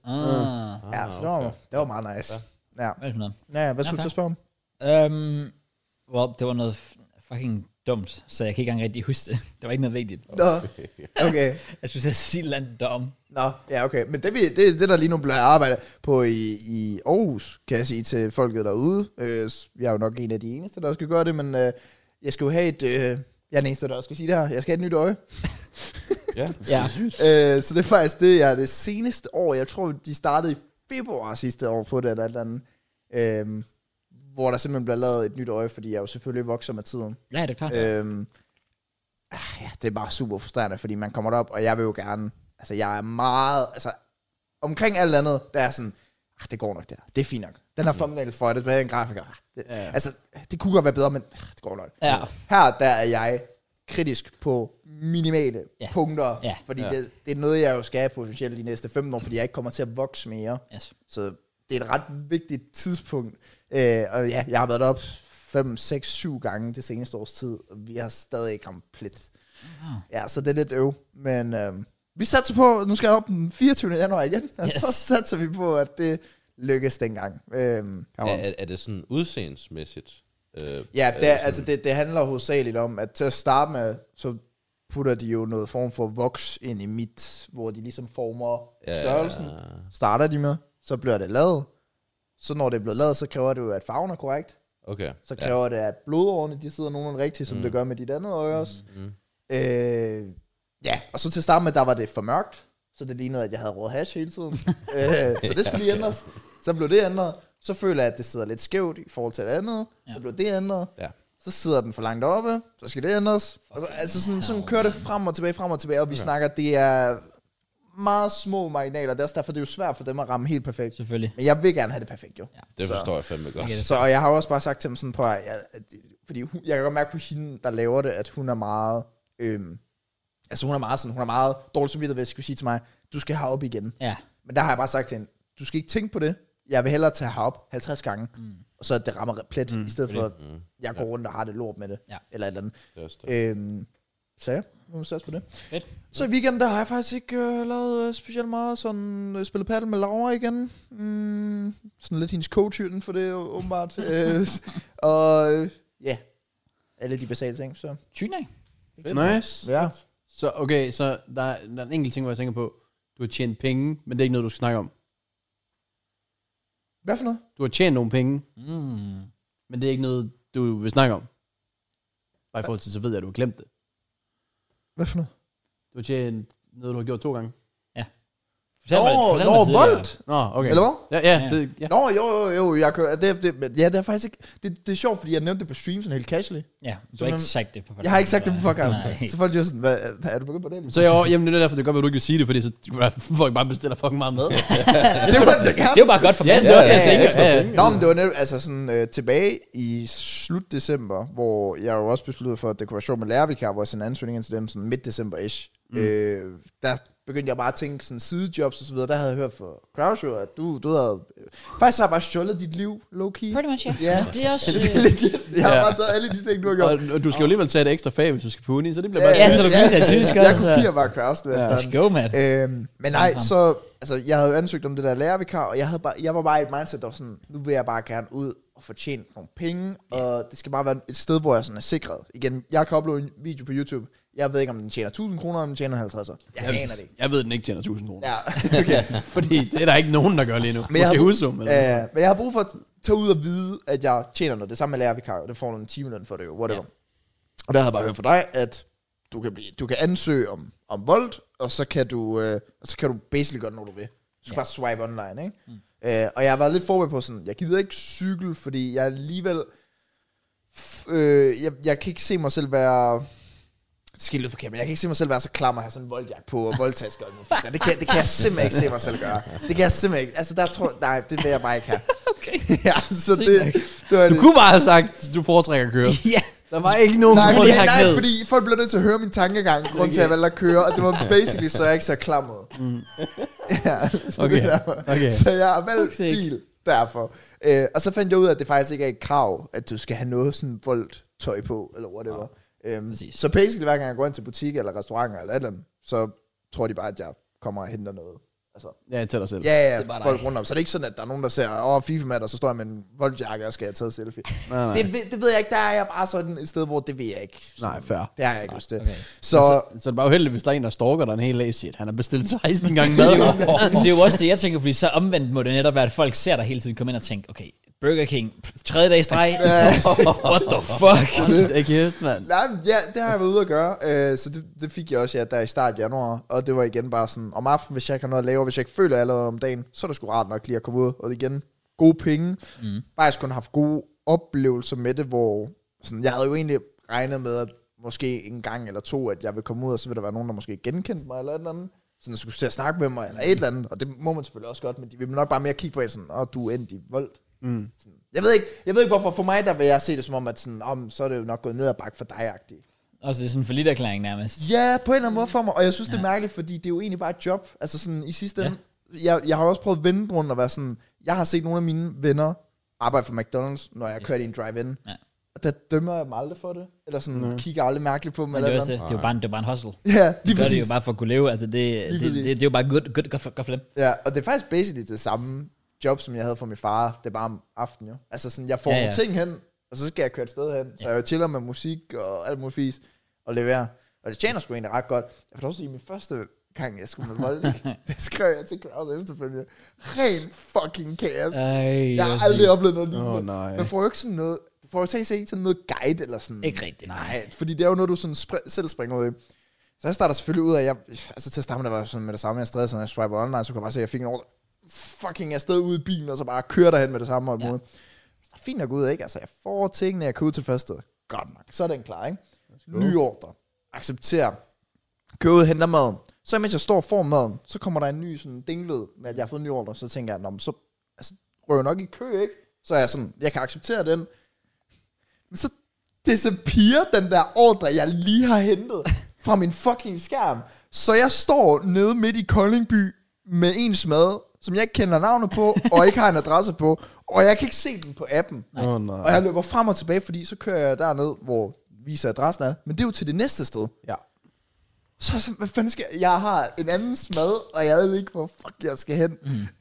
Speaker 4: Ja, så det var meget nice. Ja, hvad skulle du til at spørge om?
Speaker 1: Det var noget fucking dumt, så jeg kan ikke engang rigtig huske det. Det var ikke noget vigtigt.
Speaker 4: Okay.
Speaker 1: Jeg skulle sige land dom.
Speaker 4: Nå, ja, okay. Men det der lige nu bliver arbejdet på i Aarhus, kan jeg sige til folket derude. Jeg er jo nok en af de eneste, der skal gøre det, men jeg skal jo have et... jeg er den eneste, der også skal sige det her. Jeg skal have et nyt øje.
Speaker 2: Ja.
Speaker 4: Så det er faktisk det seneste år. Jeg tror, de startede i februar sidste år på det, eller et eller andet. Hvor der simpelthen bliver lavet et nyt øje, fordi jeg jo selvfølgelig vokser med tiden.
Speaker 1: Ja, det er klart.
Speaker 4: Det er bare super frustrerende, fordi man kommer derop, og jeg vil jo gerne... Altså, jeg er meget... Altså, omkring alt andet, der er sådan... det går nok der. Det er fint nok. Den her thumbnail for det, med en grafiker. Altså, det kunne godt være bedre, men det går nok.
Speaker 1: Ja.
Speaker 4: Her, der er jeg kritisk på minimale punkter, fordi det er noget, jeg jo skal have potentielt de næste 15 år, fordi jeg ikke kommer til at vokse mere.
Speaker 1: Yes.
Speaker 4: Så det er et ret vigtigt tidspunkt. Og ja, jeg har været op 5, 6, 7 gange det seneste års tid, og vi har stadig ikke ramt plet. Ja, så det er lidt men vi satser på, nu skal jeg op den 24. januar igen, og så satser vi på, at det lykkes dengang.
Speaker 2: Er det sådan udseendemæssigt?
Speaker 4: Ja, det handler hovedsageligt om, at til at starte med, så putter de jo noget form for voks ind i midt, hvor de ligesom former størrelsen. Starter de med, så bliver det lavet. Så når det er blevet lavet, så kræver det jo, at farven er korrekt.
Speaker 2: Okay.
Speaker 4: Så kræver det, at blodårene, de sidder nogenlunde rigtigt, som det gør med dit andet øje også. Ja, og så til at starte med, der var det for mørkt. Så det lignede, at jeg havde rød hash hele tiden. Så det skulle lige ændres. Så blev det ændret. Så føler jeg, at det sidder lidt skævt i forhold til det andet. Så blev det ændret. Ja. Så sidder den for langt oppe. Så skal det ændres. Altså sådan kører det frem og tilbage. Og vi snakker, det er meget små marginaler. Det er også derfor, det er jo svært for dem at ramme helt perfekt.
Speaker 1: Selvfølgelig.
Speaker 4: Men jeg vil gerne have det perfekt, jo.
Speaker 2: Ja, det forstår jeg fandme godt.
Speaker 4: Så og jeg har også bare sagt til dem sådan, prøv at, fordi jeg kan godt mærke på hende, der laver det, at hun er meget... hun er meget dårlig samvittighed, hvis jeg skulle sige til mig, du skal have op igen. Ja. Men der har jeg bare sagt til hende, du skal ikke tænke på det. Jeg vil hellere tage herop 50 gange, og så at det rammer plet, i stedet for, at jeg går rundt og har det lort med det. Ja. Eller et eller andet. Så ja, nu må vi sætte på det. Fedt. Så i weekenden, der har jeg faktisk ikke lavet specielt meget, sådan spillet paddle med Laura igen. Sådan lidt hendes coach for det, åbenbart. Og ja, alle de basale ting, så.
Speaker 3: Nice.
Speaker 4: Ja.
Speaker 3: Så okay, så der er en enkelt ting, hvor jeg tænker på, du har tjent penge, men det er ikke noget, du skal snakke om.
Speaker 4: Hvad for noget?
Speaker 3: Du har tjent nogle penge, men det er ikke noget, du vil snakke om. Bare i forhold til, så ved jeg, at du har glemt det.
Speaker 4: Hvad for noget?
Speaker 3: Du har tjent noget, du har gjort 2 gange.
Speaker 1: Ja.
Speaker 4: Volt!
Speaker 3: Nå, okay.
Speaker 4: Eller hvad?
Speaker 3: Ja. Det, ja.
Speaker 4: Nå, jo, det er faktisk ikke... Det er sjovt, fordi jeg nævnte det på stream sådan helt casually.
Speaker 1: Ja, du har ikke sagt det på podcast.
Speaker 4: Jeg har ikke sagt det på podcast. Så folk jo sådan, er du begyndt på det?
Speaker 3: Så jamen, det er derfor, det er godt, at du ikke vil sige det, fordi så folk bare bestiller fucking meget mad.
Speaker 1: Det er jo bare godt for mig.
Speaker 3: Det er også det, jeg tænker.
Speaker 4: Nå, men det var netop, altså sådan tilbage i slut december, hvor jeg jo også besluttede for, at det kunne være sjovt med lærervikar, hvor jeg sendte ansøgning ind til dem sådan midt december-ish. Der begyndte jeg bare at tænke sådan sidejobs og så videre. Der havde jeg hørt for Crowshow, at du havde... Faktisk har jeg bare stjålet dit liv, low-key.
Speaker 1: Pretty much, ja.
Speaker 4: Ja.
Speaker 1: Det er også...
Speaker 4: Jeg har bare taget alle de ting, du har gjort.
Speaker 3: Og du skal jo alligevel tage et ekstra fag, hvis du skal på uni, så det bliver bare...
Speaker 1: Ja, så du kan tage tysk også.
Speaker 4: Jeg kopierer bare Crowshow efter.
Speaker 1: Let's go, man.
Speaker 4: Men nej, så... Altså, jeg havde jo ansøgt om det der lærervikar, og jeg var bare i et mindset, der var sådan, nu vil jeg bare gerne ud og fortjene nogle penge, og det skal bare være et sted, hvor jeg sådan er sikret. Igen, jeg kan uploade en video på YouTube. Jeg ved ikke, om den tjener 1000 kroner, eller den tjener 50'er. Jeg aner det ikke.
Speaker 3: Jeg ved, den ikke tjener 1000 kroner.
Speaker 4: Ja, okay.
Speaker 3: Fordi det er der ikke nogen, der gør lige nu. Måske hussum.
Speaker 4: Men jeg har brug for at tage ud og vide, at jeg tjener noget. Det samme med lærervikar, og det får nogle timeløn for det jo, whatever. Og der havde jeg bare hørt for dig, at du kan ansøge om Volt, og så kan du basically gøre det, når du vil. Du skal bare swipe online, ikke? Og jeg har været lidt forberedt på sådan, jeg gider ikke cykle, fordi jeg alligevel... jeg kan ikke se mig selv være... Skilt forkert, men jeg kan ikke se mig selv være så klam og have sådan en voldjagt på og voldtasker. Det kan jeg simpelthen ikke se mig selv gøre. Det kan jeg simpelthen ikke. Altså, nej, det vil jeg bare ikke have.
Speaker 1: Okay.
Speaker 4: Ja, så det var
Speaker 3: du kunne bare have sagt, at du foretrækker at køre.
Speaker 1: Ja.
Speaker 3: Der var ikke nogen
Speaker 4: grund. Nej, fordi folk bliver nødt til at høre min tankegang, grund til at jeg valgte at køre, og det var basically, så jeg ikke så klam ud. Ja,
Speaker 3: okay.
Speaker 4: Så jeg har valgt bil derfor. Og så fandt jeg ud af, at det faktisk ikke er et krav, at du skal have noget sådan voldtøj på, eller whatever. Så basically hver gang jeg går ind til butik eller restauranter eller et eller andet, så tror de bare, at jeg kommer og henter noget. Altså,
Speaker 3: ja, til dig selv.
Speaker 4: Ja, folk rundt om. Så det er ikke sådan, at der er nogen, der ser, FIFA-mat, og så står jeg med en voldjakke, og skal jeg tage selfie. Nej. Det ved jeg ikke. Der er jeg bare sådan et sted, hvor det ved jeg ikke.
Speaker 3: Nej, fair.
Speaker 4: Det har jeg ikke lyst til. Okay.
Speaker 3: Så det er bare uheldigt, hvis der er en, der stalker dig en hel dag og siger, at han har bestilt 16 gange mad.
Speaker 1: Det er jo også det, jeg tænker, fordi så omvendt må det netop være, at folk ser dig hele tiden komme ind og tænke, okay, Burger King, 3. dag streg. What the fuck?
Speaker 3: Det er kæft, mand.
Speaker 4: Ja, det har jeg været ude at gøre. Så det fik jeg også, der i start januar. Og det var igen bare sådan, om aftenen, hvis jeg ikke har noget at lave, hvis jeg ikke føler allerede om dagen, så er det sgu rart nok lige at komme ud. Og igen, gode penge. Faktisk kun haft gode oplevelser med det, hvor sådan, jeg havde jo egentlig regnet med, at måske en gang eller to, at jeg vil komme ud, og så vil der være nogen, der måske genkendte mig eller et eller andet. Sådan, at skulle til at snakke med mig, eller et eller andet. Og det må man selvfølgelig også godt, men de vil nok bare mere kigge på en sådan, du er endt i vold. Sådan. Jeg ved ikke hvorfor. For mig der vil jeg se det som om, at sådan, så er det jo nok gået ned ad bakke for dig-agtigt.
Speaker 1: Og så det er sådan en forlitterklæring nærmest.
Speaker 4: Ja, på en eller anden måde for mig. Og jeg synes, det er mærkeligt, fordi det er jo egentlig bare et job. Altså sådan i sidste ende. Jeg har også prøvet at vende rundt og være sådan, jeg har set nogle af mine venner arbejde for McDonald's, når jeg kørte i en drive-in. Ja. Og der dømmer jeg dem aldrig for det. Eller sådan, kigger aldrig mærkeligt på dem.
Speaker 1: Men det er jo bare en hustle.
Speaker 4: Ja, lige
Speaker 1: præcis. Det er jo bare for at kunne leve. Altså det er jo bare godt for dem.
Speaker 4: Ja, og det er faktisk basically det samme job, som jeg havde for min far. Det er bare om aftenen jo. Altså sådan, jeg får nogle ting hen, Og så skal jeg køre et sted hen, så jeg chiller med musik og alt muligt fisk, og levere. Og det tjener sgu egentlig ret godt. Jeg får også sige, min første gang, jeg skulle med Voldik, det skrev jeg til Kraus efterfølgende. Ren fucking kaos. Jeg har aldrig oplevet noget lignende. Man får jo ikke sådan noget, du får jo ikke sådan noget guide eller sådan.
Speaker 1: Ikke rigtigt.
Speaker 4: Nej, fordi det er jo noget, du sådan selv springer ud i. Så jeg starter selvfølgelig ud af, til at starte med, der var sådan med det samme, jeg stressede, når jeg swiper online, så kunne jeg bare se, at jeg fik en ordre fucking afsted ud i bilen, og så bare køre derhen med det samme. Ja. Fint at gå ud, ikke? Altså, jeg får tingene, jeg kan ud til første sted. Godt nok. Så er den klar, ikke? Ny ordre. Accepter. Køre ud, henter maden. Så mens jeg står og får maden, så kommer der en ny sådan dinglød med, at jeg har fået en ny ordre. Så tænker jeg, så røver nok i kø, ikke? Så er jeg sådan, jeg kan acceptere den. Men så disappear den der ordre, jeg lige har hentet fra min fucking skærm. Så jeg står nede midt i Koldingby med en mad, som jeg ikke kender navnet på, og ikke har en adresse på, og jeg kan ikke se den på appen.
Speaker 3: Nej.
Speaker 4: Og jeg løber frem og tilbage, fordi så kører jeg derned, hvor viser adressen er. Men det er jo til det næste sted.
Speaker 3: Ja.
Speaker 4: Så hvad fanden skal jeg? Jeg har en anden smad, og jeg ved ikke, hvor fuck jeg skal hen.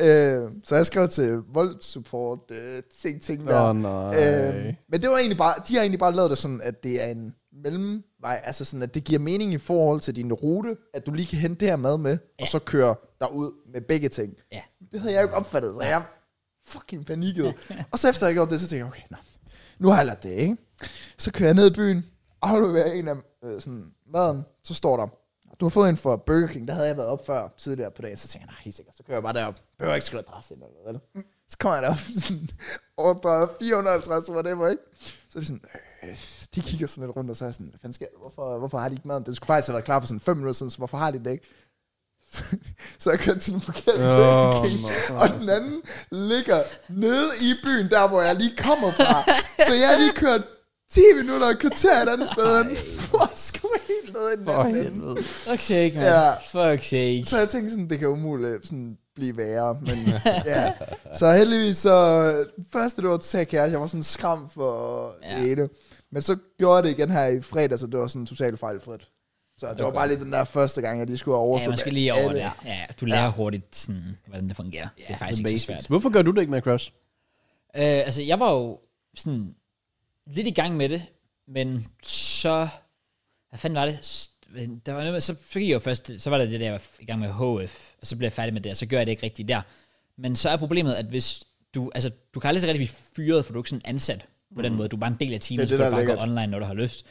Speaker 4: Så jeg skrev til Volt-support, ting der. Men det var egentlig bare, de har egentlig bare lavet det sådan, at det er en mellemvej, altså sådan, at det giver mening i forhold til din rute, at du lige kan hente det her mad med, og så køre derud med begge ting. Ja. Det havde jeg jo ikke opfattet, så jeg fucking panikket. Og så efter jeg gjorde det, så tænkte jeg, okay, nu har jeg lært det, ikke? Så kører jeg ned i byen, afleverer en af sådan maden, så står der, du har fået en for Burger King, der havde jeg været op før, tidligere på dagen, så tænker jeg, helt sikkert, så kører jeg bare derop, behøver ikke skrive adresse ind eller noget, vel? Så kommer jeg derop, sådan, ordre 450, whatever, ikke? Så er de sådan, de kigger sådan lidt rundt, og så er jeg sådan, hvad fanden sker der? Hvorfor har de ikke maden? Den skulle faktisk have været klar for sådan 5 minutter siden, så hvorfor har de det ikke? Så jeg kørte til den forkerte Burger King, og den anden ligger nede i byen, der hvor jeg lige kommer fra. Så jeg har lige kørt 10 minutter og kvarter et andet sted, for at skulle helt ned i den anden.
Speaker 1: Fuck sake, man. Ja. Fuck sake.
Speaker 4: Så jeg tænkte sådan, det kan umuligt sådan blive værre, men ja. Så heldigvis, så første det var totalt kæreste, jeg var sådan skræmt for det. Men så gjorde jeg det igen her i fredag, så det var sådan totalt fejlfrit. Så det var bare lige den der første gang, at de skulle overstå.
Speaker 1: Ja, man skal lige over der. Ja, du lærer hurtigt, sådan, hvordan det fungerer. Det er faktisk ikke så svært.
Speaker 3: Hvorfor gør du det ikke med Cross?
Speaker 1: Altså, jeg var jo sådan lidt i gang med det, men så... Hvad fanden var det? Der var noget med, så fik jeg jo først... Så var der det der, jeg var i gang med HF, og så blev jeg færdig med det, og så gør jeg det ikke rigtigt der. Men så er problemet, at hvis du... Altså, du kan aldrig så rigtig blive fyret, for du er ikke sådan ansat på den måde. Du er bare en del af teamet, så du kan bare gå online, når du har lyst.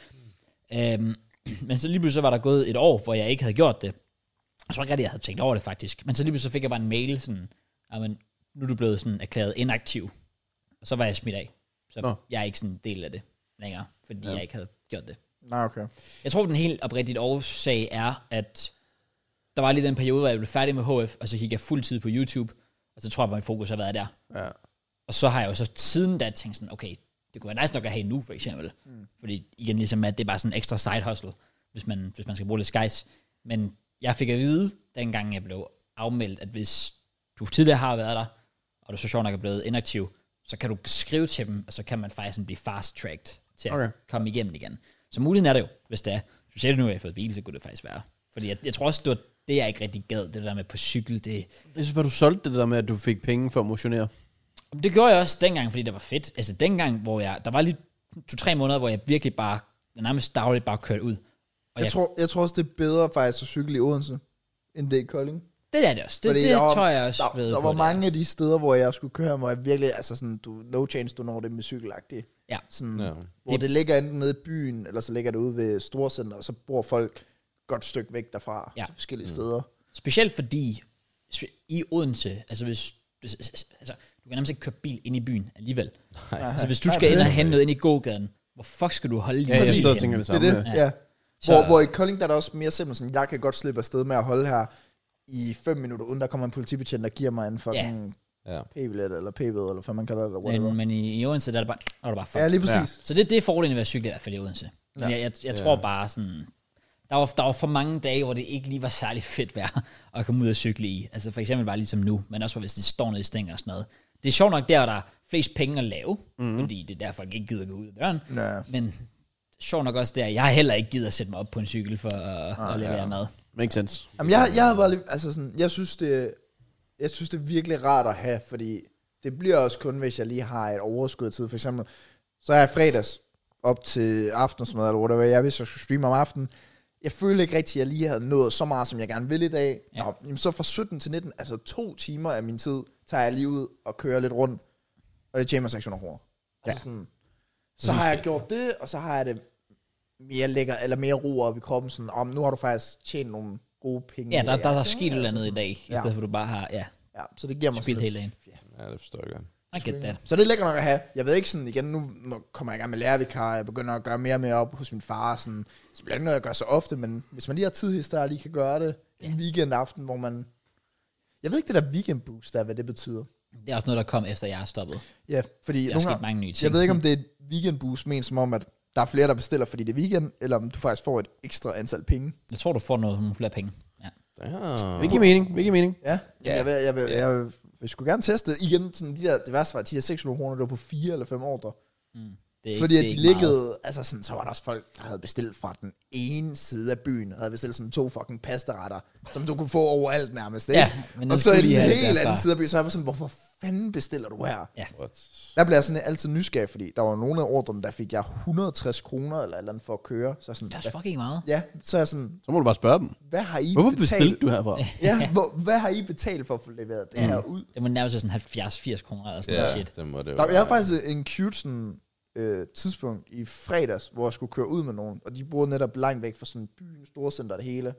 Speaker 1: Men så lige pludselig så var der gået et år, hvor jeg ikke havde gjort det. Jeg tror ikke rigtig, jeg havde tænkt over det faktisk. Men så lige pludselig så fik jeg bare en mail sådan, men nu er du blevet sådan erklæret inaktiv. Og så var jeg smidt af. Så jeg er ikke sådan en del af det længere, fordi jeg ikke havde gjort det.
Speaker 4: Nej, okay. Jeg
Speaker 1: tror, den helt oprigtigt årsag er, at der var lige den periode, hvor jeg blev færdig med HF, og så gik jeg fuldtid på YouTube, og så tror jeg, at mit fokus har været der. Ja. Og så har jeg jo så siden da tænkt sådan, okay, det kunne være nice nok at have nu, for eksempel. Fordi igen, ligesom at det er bare sådan en ekstra side hustle, hvis man skal bruge lidt skies. Men jeg fik at vide, dengang jeg blev afmeldt, at hvis du tidligere har været der, og du så sjovt nok er blevet inaktiv, så kan du skrive til dem, og så kan man faktisk sådan blive fast-tracked til at komme igennem igen. Så muligheden er det jo, hvis det er. Specielt nu, at jeg har fået bil, så kunne det faktisk være. Fordi jeg tror også, det jeg ikke rigtig gad, det der med på cykel, det...
Speaker 3: Jeg synes bare, du solgte det der med, at du fik penge for at motionere.
Speaker 1: Det gjorde jeg også dengang, fordi det var fedt. Altså dengang, hvor der var lige 2-3 måneder, hvor jeg virkelig bare, nærmest dagligt bare kørte ud. Og
Speaker 4: jeg tror også, det er bedre faktisk at cykle i Odense, end det i Kolding.
Speaker 1: Det er det også. Det tror jeg også ved.
Speaker 4: Der var mange af de steder, hvor jeg skulle køre, hvor jeg virkelig, altså sådan, no chance, du når det med cykelagtigt. Ja. Sådan, hvor det ligger enten nede i byen, eller så ligger det ude ved Storcenter, og så bor folk godt stykke væk derfra, til forskellige steder.
Speaker 1: Specielt fordi, i Odense, altså du kan nærmest ikke køre bil ind i byen alligevel. Altså hvis du skal ind og hente noget ind i gågaden, hvor fuck skal du holde din bil?
Speaker 3: Jeg tænker det samme.
Speaker 4: Det er det, Hvor i Kolding, der er der også mere simpelt sådan, jeg kan godt slippe afsted med at holde her i 5 minutter, uden der kommer en politibetjent, der giver mig en fucking p-billet, eller p-bøde, eller hvad man kalder det, eller
Speaker 1: men i Odense, der er det bare fuck.
Speaker 4: Ja, lige præcis. Ja.
Speaker 1: Så det er fordelen ved at cykle i hvert fald i Odense. Men jeg tror bare sådan, der var for mange dage, hvor det ikke lige var særlig fedt vejr at komme ud og cykle i. Altså for eksempel bare ligesom nu, men også hvis det står nede i stænger og sådan noget. Det er sjovt nok der er flest penge at lave, fordi det er der, folk ikke gider gå ud af døren. Ja. Men sjovt nok også der, jeg har heller ikke gider at sætte mig op på en cykel for at levere mad.
Speaker 3: Makes sense.
Speaker 4: Jamen, jeg havde bare lige, altså sådan, jeg synes det er virkelig rart at have, fordi det bliver også kun, hvis jeg lige har et overskud af tid. For eksempel, Så er jeg fredags op til aftensmad, eller whatever. Jeg vidste, jeg skulle streame om aftenen. Jeg følte ikke rigtigt, at jeg lige havde nået så meget, som jeg gerne ville i dag.
Speaker 1: Ja.
Speaker 4: Nå, jamen, så fra 17 til 19, altså 2 timer af min tid, tager jeg lige ud og kører lidt rundt. Og det tjener mig 600 kroner. Ja. Så har jeg gjort det, og så har jeg det mere lækker, eller mere ro op i kroppen. Sådan, nu har du faktisk tjent nogle gode penge.
Speaker 1: Ja, der er sket et eller andet i dag, i stedet for du bare har,
Speaker 4: Ja, så det giver mig
Speaker 1: spildt
Speaker 4: sådan
Speaker 1: hele
Speaker 4: lidt.
Speaker 1: dagen.
Speaker 2: Ja, det forstår jeg godt.
Speaker 1: I get that.
Speaker 4: Så det er lækkert nok at have. Jeg ved ikke sådan igen, nu kommer jeg i gang med lærervikar, jeg begynder at gøre mere og mere op hos min far. Sådan, så bliver det ikke noget, jeg gør så ofte, men hvis man lige har tid til at lige kan gøre det en weekendaften, hvor man... Jeg ved ikke det der weekend boost der, hvad det betyder.
Speaker 1: Det er også noget, der kom efter, jeg er stoppet.
Speaker 4: Ja, fordi
Speaker 1: Der er sket mange nye ting.
Speaker 4: jeg ved ikke, om det er et weekend boost, men som om, at der er flere, der bestiller, fordi det er weekend, eller om du faktisk får et ekstra antal penge.
Speaker 1: Jeg tror, du får nogle flere penge. Ja.
Speaker 2: Ja.
Speaker 3: Hvilken mening?
Speaker 4: Ja, jeg vil sgu gerne teste igen, sådan de der, det værste var, de her 600 kroner, det var på 4 eller 5 ordre.
Speaker 1: Det er
Speaker 4: Fordi
Speaker 1: ikke,
Speaker 4: at
Speaker 1: det
Speaker 4: de
Speaker 1: er ikke
Speaker 4: liggede, altså sådan, så var der også folk, der havde bestilt fra den ene side af byen, havde bestilt sådan 2 fucking pastaretter, som du kunne få overalt nærmest, ikke?
Speaker 1: Ja, men nu
Speaker 4: og så
Speaker 1: skulle
Speaker 4: i den
Speaker 1: lige have det
Speaker 4: helt
Speaker 1: derfra.
Speaker 4: anden side af byen, så var jeg sådan, hvorfor fanden bestiller du her?
Speaker 1: Ja.
Speaker 2: What?
Speaker 4: Der blev jeg sådan altid nysgerrig, fordi der var nogle af ordrene, der fik jeg 160 kroner eller et eller andet for at køre. Så sådan,
Speaker 1: Det er fucking meget.
Speaker 4: ja, så er jeg sådan,
Speaker 3: Så må du bare spørge dem.
Speaker 4: hvad har I
Speaker 3: Hvorfor
Speaker 4: betalt?
Speaker 3: bestilte du herfra?
Speaker 4: Ja, hvad har I betalt for at få leveret det her ud?
Speaker 1: Det må nærmest være sådan 70-80 kroner eller sådan noget shit.
Speaker 2: det må det
Speaker 4: Der,
Speaker 2: være.
Speaker 4: jeg havde faktisk en cute sådan, tidspunkt i fredags, hvor jeg skulle køre ud med nogen, og de boede netop langt væk fra sådan byen, storcenter det hele.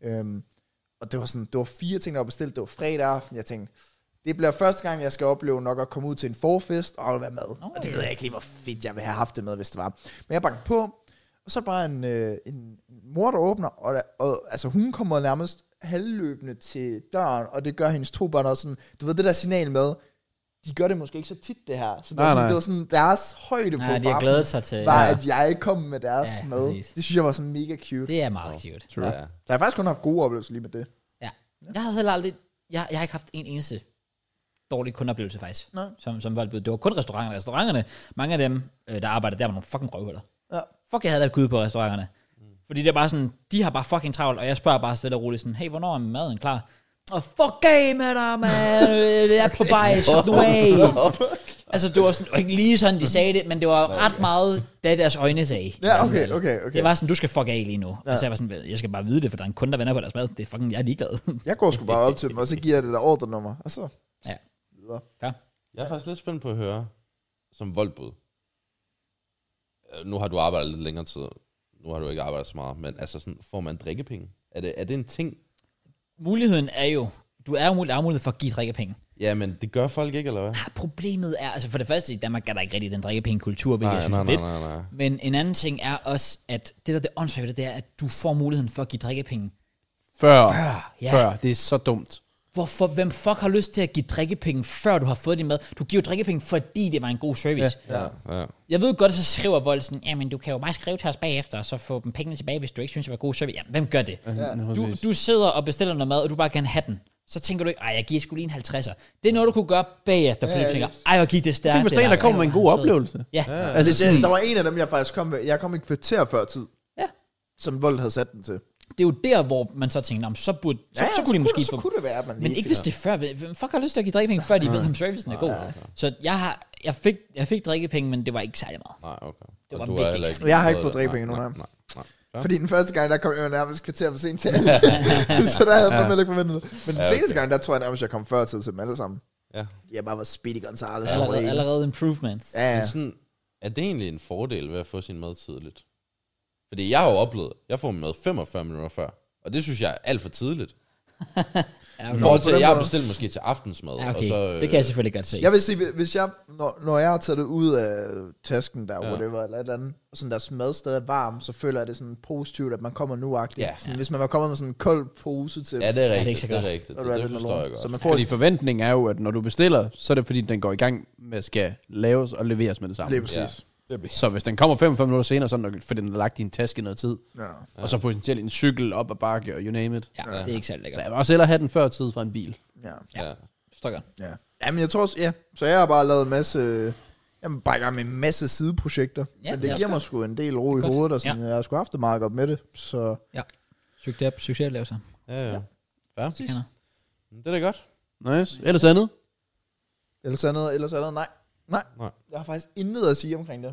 Speaker 4: Og det var sådan, det var 4 ting, der var bestilt. Det var fredag aften. Jeg tænkte, det bliver første gang, jeg skal opleve nok at komme ud til en forfest og være med. Og det ved jeg ikke lige, hvor fedt jeg ville have haft det med, hvis det var. Men jeg bankede på, og så er der bare en mor, der åbner, og altså hun kommer nærmest halvløbende til døren, og det gør hendes 2 børn også sådan, du ved det der signal med, de gør det måske ikke så tit det her. Så det, var, sådan, det var sådan deres højde på
Speaker 1: Nej, de har glædet sig til...
Speaker 4: var, at jeg kom med deres mad.
Speaker 1: præcis.
Speaker 4: Det synes jeg var sådan mega cute.
Speaker 1: Det er meget cute.
Speaker 2: Ja.
Speaker 4: Så jeg har faktisk kun haft gode oplevelser lige med det.
Speaker 1: Ja. Jeg havde heller aldrig... Jeg har ikke haft en eneste dårlig kundeoplevelse faktisk,
Speaker 4: Nej.
Speaker 1: som voldbud. Det var kun restauranterne. Restauranterne, mange af dem, der arbejdede der, var nogle fucking røvhuller.
Speaker 4: Ja.
Speaker 1: Fuck, jeg havde da gud på restauranterne. Fordi det er bare sådan, de har bare fucking travlt, og jeg spørger bare stille og roligt sådan, hey, hvornår er maden klar? Og fuck af med dig, man. Det er på vej, slap nu af. Altså, det var sådan, ikke lige sådan, de sagde det, men det var ret meget, da deres øjne sagde.
Speaker 4: Ja, okay.
Speaker 1: Det var sådan, du skal fuck af lige nu. Ja. Altså, jeg var sådan, jeg skal bare vide det, for der er en kunde, der vender på deres mad. Det er fucking, jeg er ligeglad.
Speaker 4: Jeg går sgu bare op til dem, og så giver jeg det der ordrenummer, og så
Speaker 1: Ja.
Speaker 4: videre.
Speaker 1: Ja.
Speaker 2: Jeg er faktisk lidt spændt på at høre, som voldbud. Nu har du arbejdet lidt længere tid. Nu har du ikke arbejdet så meget, men altså sådan, får man drikkepenge? Er det en ting?
Speaker 1: Muligheden er jo, du er jo mulighed for at give drikkepenge.
Speaker 2: Ja, men det gør folk ikke, eller hvad?
Speaker 1: Problemet er, altså for det første, i Danmark er der ikke rigtig den drikkepengekultur, hvilket jeg synes er fedt.
Speaker 2: Nej.
Speaker 1: Men en anden ting er også, at det åndssvagt, det er, at du får muligheden for at give drikkepenge.
Speaker 3: Før.
Speaker 1: Ja.
Speaker 3: Det er så dumt.
Speaker 1: Hvem fuck har lyst til at give drikkepenge, før du har fået din mad? Du giver jo drikkepenge, fordi det var en god service.
Speaker 4: Ja.
Speaker 1: Jeg ved godt, at så skriver Vold sådan, jamen du kan jo bare skrive til os bagefter, og så få dem pengene tilbage, hvis du ikke synes, det var god service. Jamen, hvem gør det? Du sidder og bestiller noget mad, og du bare kan have den. Så tænker du ikke, jeg giver sgu lige en 50'er. Det er noget, du kunne gøre bagefter, fordi du tænker, hvor gik det stærkt.
Speaker 3: Tænk, hvis der er en, der kommer med en god oplevelse.
Speaker 1: Ja.
Speaker 3: Altså,
Speaker 4: Der var en af dem, jeg faktisk kom med. Jeg kom i kvarter før tid.
Speaker 1: Ja.
Speaker 4: Som Vold havde sat den til.
Speaker 1: Det er jo der, hvor man så tænker, så kunne de måske
Speaker 4: så kunne det være, at man
Speaker 1: men
Speaker 4: lige
Speaker 1: ikke hvis det er før. Hvem fuck har lyst til at give drikkepenge, før de ved, om servicen er god? Så jeg fik drikkepenge, men det var ikke særlig meget.
Speaker 2: Nej, okay.
Speaker 1: Det var
Speaker 2: du
Speaker 1: vigtigt.
Speaker 2: heller
Speaker 4: Jeg har ikke fået drikkepenge endnu.
Speaker 2: Nej. Ja.
Speaker 4: Fordi den første gang, der kom jeg jo nærmest kvarter for sent til alle. Så der havde jeg fandme ikke forventet det. Men den seneste gang, der tror jeg nærmest, jeg kom før tid til dem alle sammen.
Speaker 2: Ja.
Speaker 4: Jeg bare var Speedy Gonzales.
Speaker 1: Allerede improvements.
Speaker 4: Ja.
Speaker 2: Men sådan, er det egentlig en fordel ved at få sin mad tidligt? Fordi jeg har jo oplevet, jeg får min mad 45 minutter før. Og det synes jeg er alt for tidligt.
Speaker 1: Ja,
Speaker 2: I forhold til, at jeg har bestilt måske til aftensmad.
Speaker 1: Ja, okay.
Speaker 2: Og så,
Speaker 1: Det kan jeg selvfølgelig godt se.
Speaker 4: Jeg vil sige, hvis jeg, når jeg har taget det ud af tasken der, whatever, eller et eller andet, og sådan deres mad stadig er varm, så føler jeg det sådan positivt, at man kommer nu-agtigt.
Speaker 2: Ja.
Speaker 4: Sådan, hvis man var kommet med sådan en kold pose til...
Speaker 2: Ja, det er
Speaker 1: ikke
Speaker 2: rigtigt.
Speaker 1: så
Speaker 2: Det er
Speaker 1: godt.
Speaker 2: rigtigt.
Speaker 4: så er
Speaker 2: Det forstår jeg godt.
Speaker 4: Så man får
Speaker 3: Fordi forventningen er jo, at når du bestiller, så er det fordi, den går i gang med at skal laves og leveres med det samme.
Speaker 4: lige præcis.
Speaker 3: Så hvis den kommer 45 minutter senere, så er det, fordi den har lagt i en taske i noget tid,
Speaker 4: Ja.
Speaker 3: og så potentielt en cykel op ad bakke, og you name it.
Speaker 1: Ja, det er ikke særlig
Speaker 3: Så
Speaker 1: lækkert.
Speaker 3: jeg vil også hellere have den før tid fra en bil.
Speaker 4: Ja.
Speaker 2: Ja.
Speaker 1: Forstår godt.
Speaker 4: Ja. Jamen, jeg tror også, ja. Så jeg har bare lavet en masse... Jamen, bare i gang med en masse sideprojekter.
Speaker 1: Ja,
Speaker 4: men
Speaker 1: det er
Speaker 4: det giver
Speaker 1: også
Speaker 4: mig sgu en del ro i
Speaker 1: godt.
Speaker 4: hovedet, og sådan, jeg har sgu haft det meget godt med det. Så
Speaker 1: Succes at lave sig.
Speaker 2: Ja. Fair.
Speaker 1: Kender.
Speaker 2: Det er da godt.
Speaker 3: Nice. Ellers andet?
Speaker 4: ellers andet, nej.
Speaker 2: Nej.
Speaker 4: Jeg har faktisk intet at sige omkring det.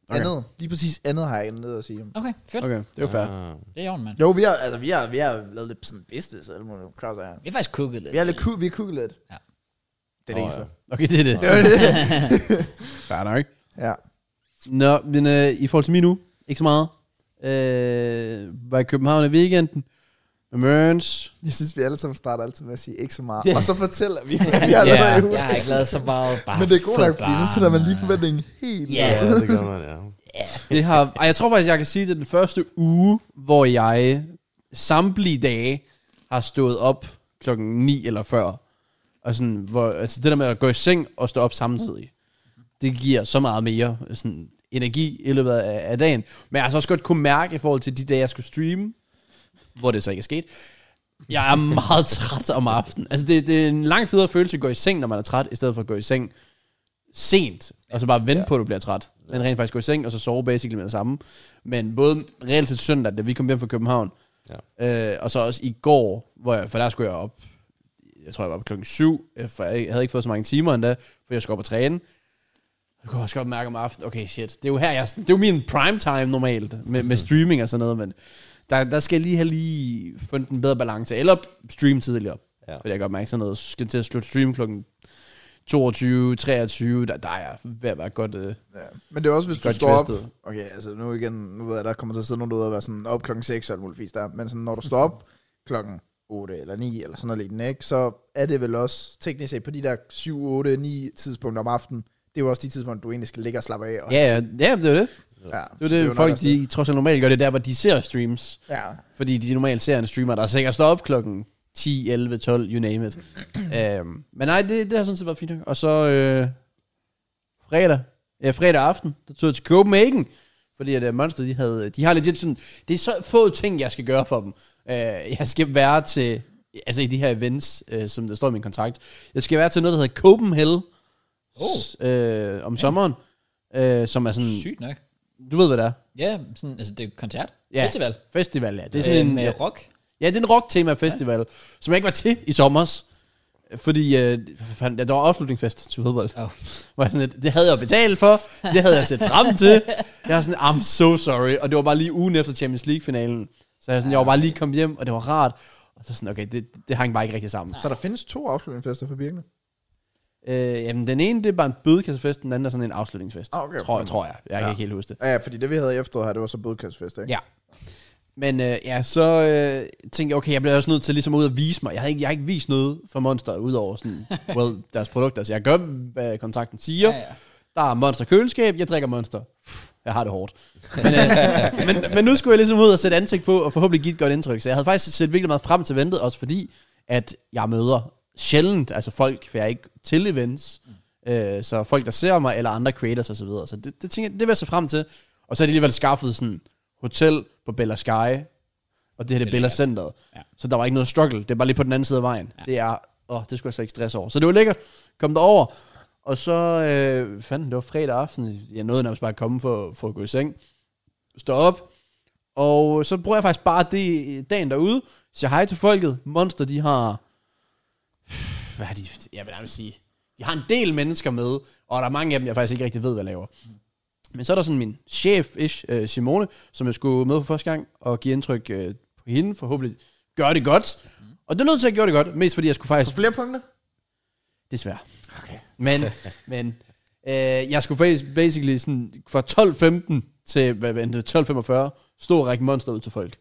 Speaker 4: Andet. Lige præcis andet har jeg andet at sige.
Speaker 1: Okay, fedt.
Speaker 3: Okay, det er jo fair.
Speaker 1: Det er jorden, mand.
Speaker 4: Jo, vi har lavet lidt sådan business, eller noget crowd her.
Speaker 1: Vi har faktisk cooked lidt.
Speaker 4: Vi har cooked lidt.
Speaker 1: Ja.
Speaker 4: Det er det eneste.
Speaker 3: Okay, det er det.
Speaker 4: Det var det.
Speaker 3: Fair nok.
Speaker 4: Ja.
Speaker 3: Nå, men i forhold til min uge, ikke så meget. Var i København i weekenden. Med Mørns.
Speaker 4: Jeg synes, vi alle sammen starter altid med at sige ikke så meget.
Speaker 3: Yeah.
Speaker 4: Og så fortæller vi, hvad vi har lavet i ugen.
Speaker 1: Jeg har ikke lavet så meget. Bare
Speaker 4: Men det er godt nok, fordi så
Speaker 1: bare,
Speaker 4: sætter man lige forventningen helt.
Speaker 1: Ja.
Speaker 2: Ja, det gør man, ja.
Speaker 3: Det har, jeg tror faktisk, jeg kan sige, at det er den første uge, hvor jeg samtlige dage har stået op klokken 9 eller før. Og sådan, hvor, altså det der med at gå i seng og stå op samtidig, det giver så meget mere sådan, energi i løbet af dagen. Men jeg har så også godt kunne mærke i forhold til de dage, jeg skulle streame, hvor det så ikke er sket. Jeg er meget træt om aftenen. Altså det er en langt federe følelse at gå i seng, når man er træt, i stedet for at gå i seng sent, og så bare vente på, at du bliver træt. Men rent faktisk gå i seng, og så sove basically med det samme. Men både reelt til søndag, da vi kom hjem fra København, og så også i går, for der skulle jeg op, jeg tror jeg var på klokken 7, for jeg havde ikke fået så mange timer endda, for jeg skulle op og træne. Jeg kunne også godt mærke om aftenen, okay shit, det er jo her, det er jo min prime time normalt, med streaming og sådan noget, men der skal jeg lige finde en bedre balance, eller stream tidligere. Ja. Fordi jeg kan godt mærke sådan noget, skal til at slutte stream klokken 22, 23, der er jeg ved at være godt. Ja.
Speaker 4: Men det er også, hvis du står
Speaker 3: kvæstet.
Speaker 4: op. Okay, altså nu ved jeg, der kommer til at sidde nogen derude og være sådan op klokken 6 og alt muligt der. Men sådan, når du står op klokken 8 eller 9 eller sådan noget lignende, ikke, så er det vel også teknisk set på de der 7, 8, 9 tidspunkter om aftenen. Det er jo også de tidspunkter, du egentlig skal ligge og slappe af. Og
Speaker 3: Ja, det er det.
Speaker 4: ja,
Speaker 3: Det er det, folk de trods alt normalt gør det der, hvor de ser streams.
Speaker 4: Ja.
Speaker 3: Fordi de normalt ser en streamer, der sikkert står op klokken 10, 11, 12, you name it. Men nej, det har sådan set været fint. Og så fredag aften, der tog jeg til Copenhagen, fordi at Monster, de har legit sådan, det er så få ting, jeg skal gøre for dem. Jeg skal være til, altså i de her events, som der står i min kontrakt, jeg skal være til noget, der hedder Copenhagen om sommeren, som er sådan,
Speaker 1: Sygt nok.
Speaker 3: du ved, hvad det er?
Speaker 1: Ja, sådan, altså det er koncert.
Speaker 3: Ja.
Speaker 1: Festival,
Speaker 3: ja. Det er sådan
Speaker 1: med rock.
Speaker 3: Ja, det er en rock-tema-festival, som jeg ikke var til i sommers. Fordi der var afslutningsfest til fodbold. Var sådan det havde jeg betalt for, det havde jeg set frem til. Jeg var sådan, I'm so sorry. Og det var bare lige ugen efter Champions League-finalen. Så jeg var bare lige kommet hjem, og det var rart. Og så sådan, okay, det hang bare ikke rigtig sammen.
Speaker 4: Så der findes 2 afslutningsfester for Birkene?
Speaker 3: Jamen, den ene, det er bare en bødekassefest, den anden er sådan en afslutningsfest.
Speaker 4: Okay.
Speaker 3: Tror jeg. Jeg kan ikke helt huske det.
Speaker 4: Ja, fordi det vi havde i efteråret her, det var så bødekassefest, ikke?
Speaker 3: Ja. Men så tænkte jeg, okay, jeg bliver også nødt til ligesom ud at vise mig. Jeg har ikke vist noget for Monster, udover sådan, deres produkter. Så jeg gør, hvad kontrakten siger. Ja. Der er Monster køleskab, jeg drikker Monster. Jeg har det hårdt. Men nu skulle jeg ligesom ud og sætte ansigt på, og forhåbentlig give et godt indtryk. Så jeg havde faktisk set virkelig meget frem til ventet, også fordi, at jeg møder sjældent, altså folk, for jeg er ikke til events. Så folk, der ser mig, eller andre creators og så videre. Så det tænker jeg, det vil jeg se frem til. Og så er de alligevel skaffet sådan hotel på Bella Sky, og det her det er Bella Centeret. Ja. Så der var ikke noget struggle, det er bare lige på den anden side af vejen. Ja. Det er, det skulle jeg så ikke stress over. Så det var lækkert, kom derover, og så det var fredag aften, jeg nåede nærmest bare at komme for at gå i seng, stå op, og så bruger jeg faktisk bare dagen derude, siger hej til folket. Monster, de har, hvad har de, jeg vil nærmest sige, de har en del mennesker med, og der er mange af dem, jeg faktisk ikke rigtig ved, hvad jeg laver. Men så er der sådan min chef-ish, Simone, som jeg skulle med for første gang, og give indtryk på hende, forhåbentlig gøre det godt. Og det er nødt til at gøre det godt, mest fordi jeg skulle faktisk...
Speaker 4: På flere punkter?
Speaker 3: Desværre. Okay. Men jeg skulle faktisk basically sådan fra 12.15 til 12.45 stå og række Monster ud til folk.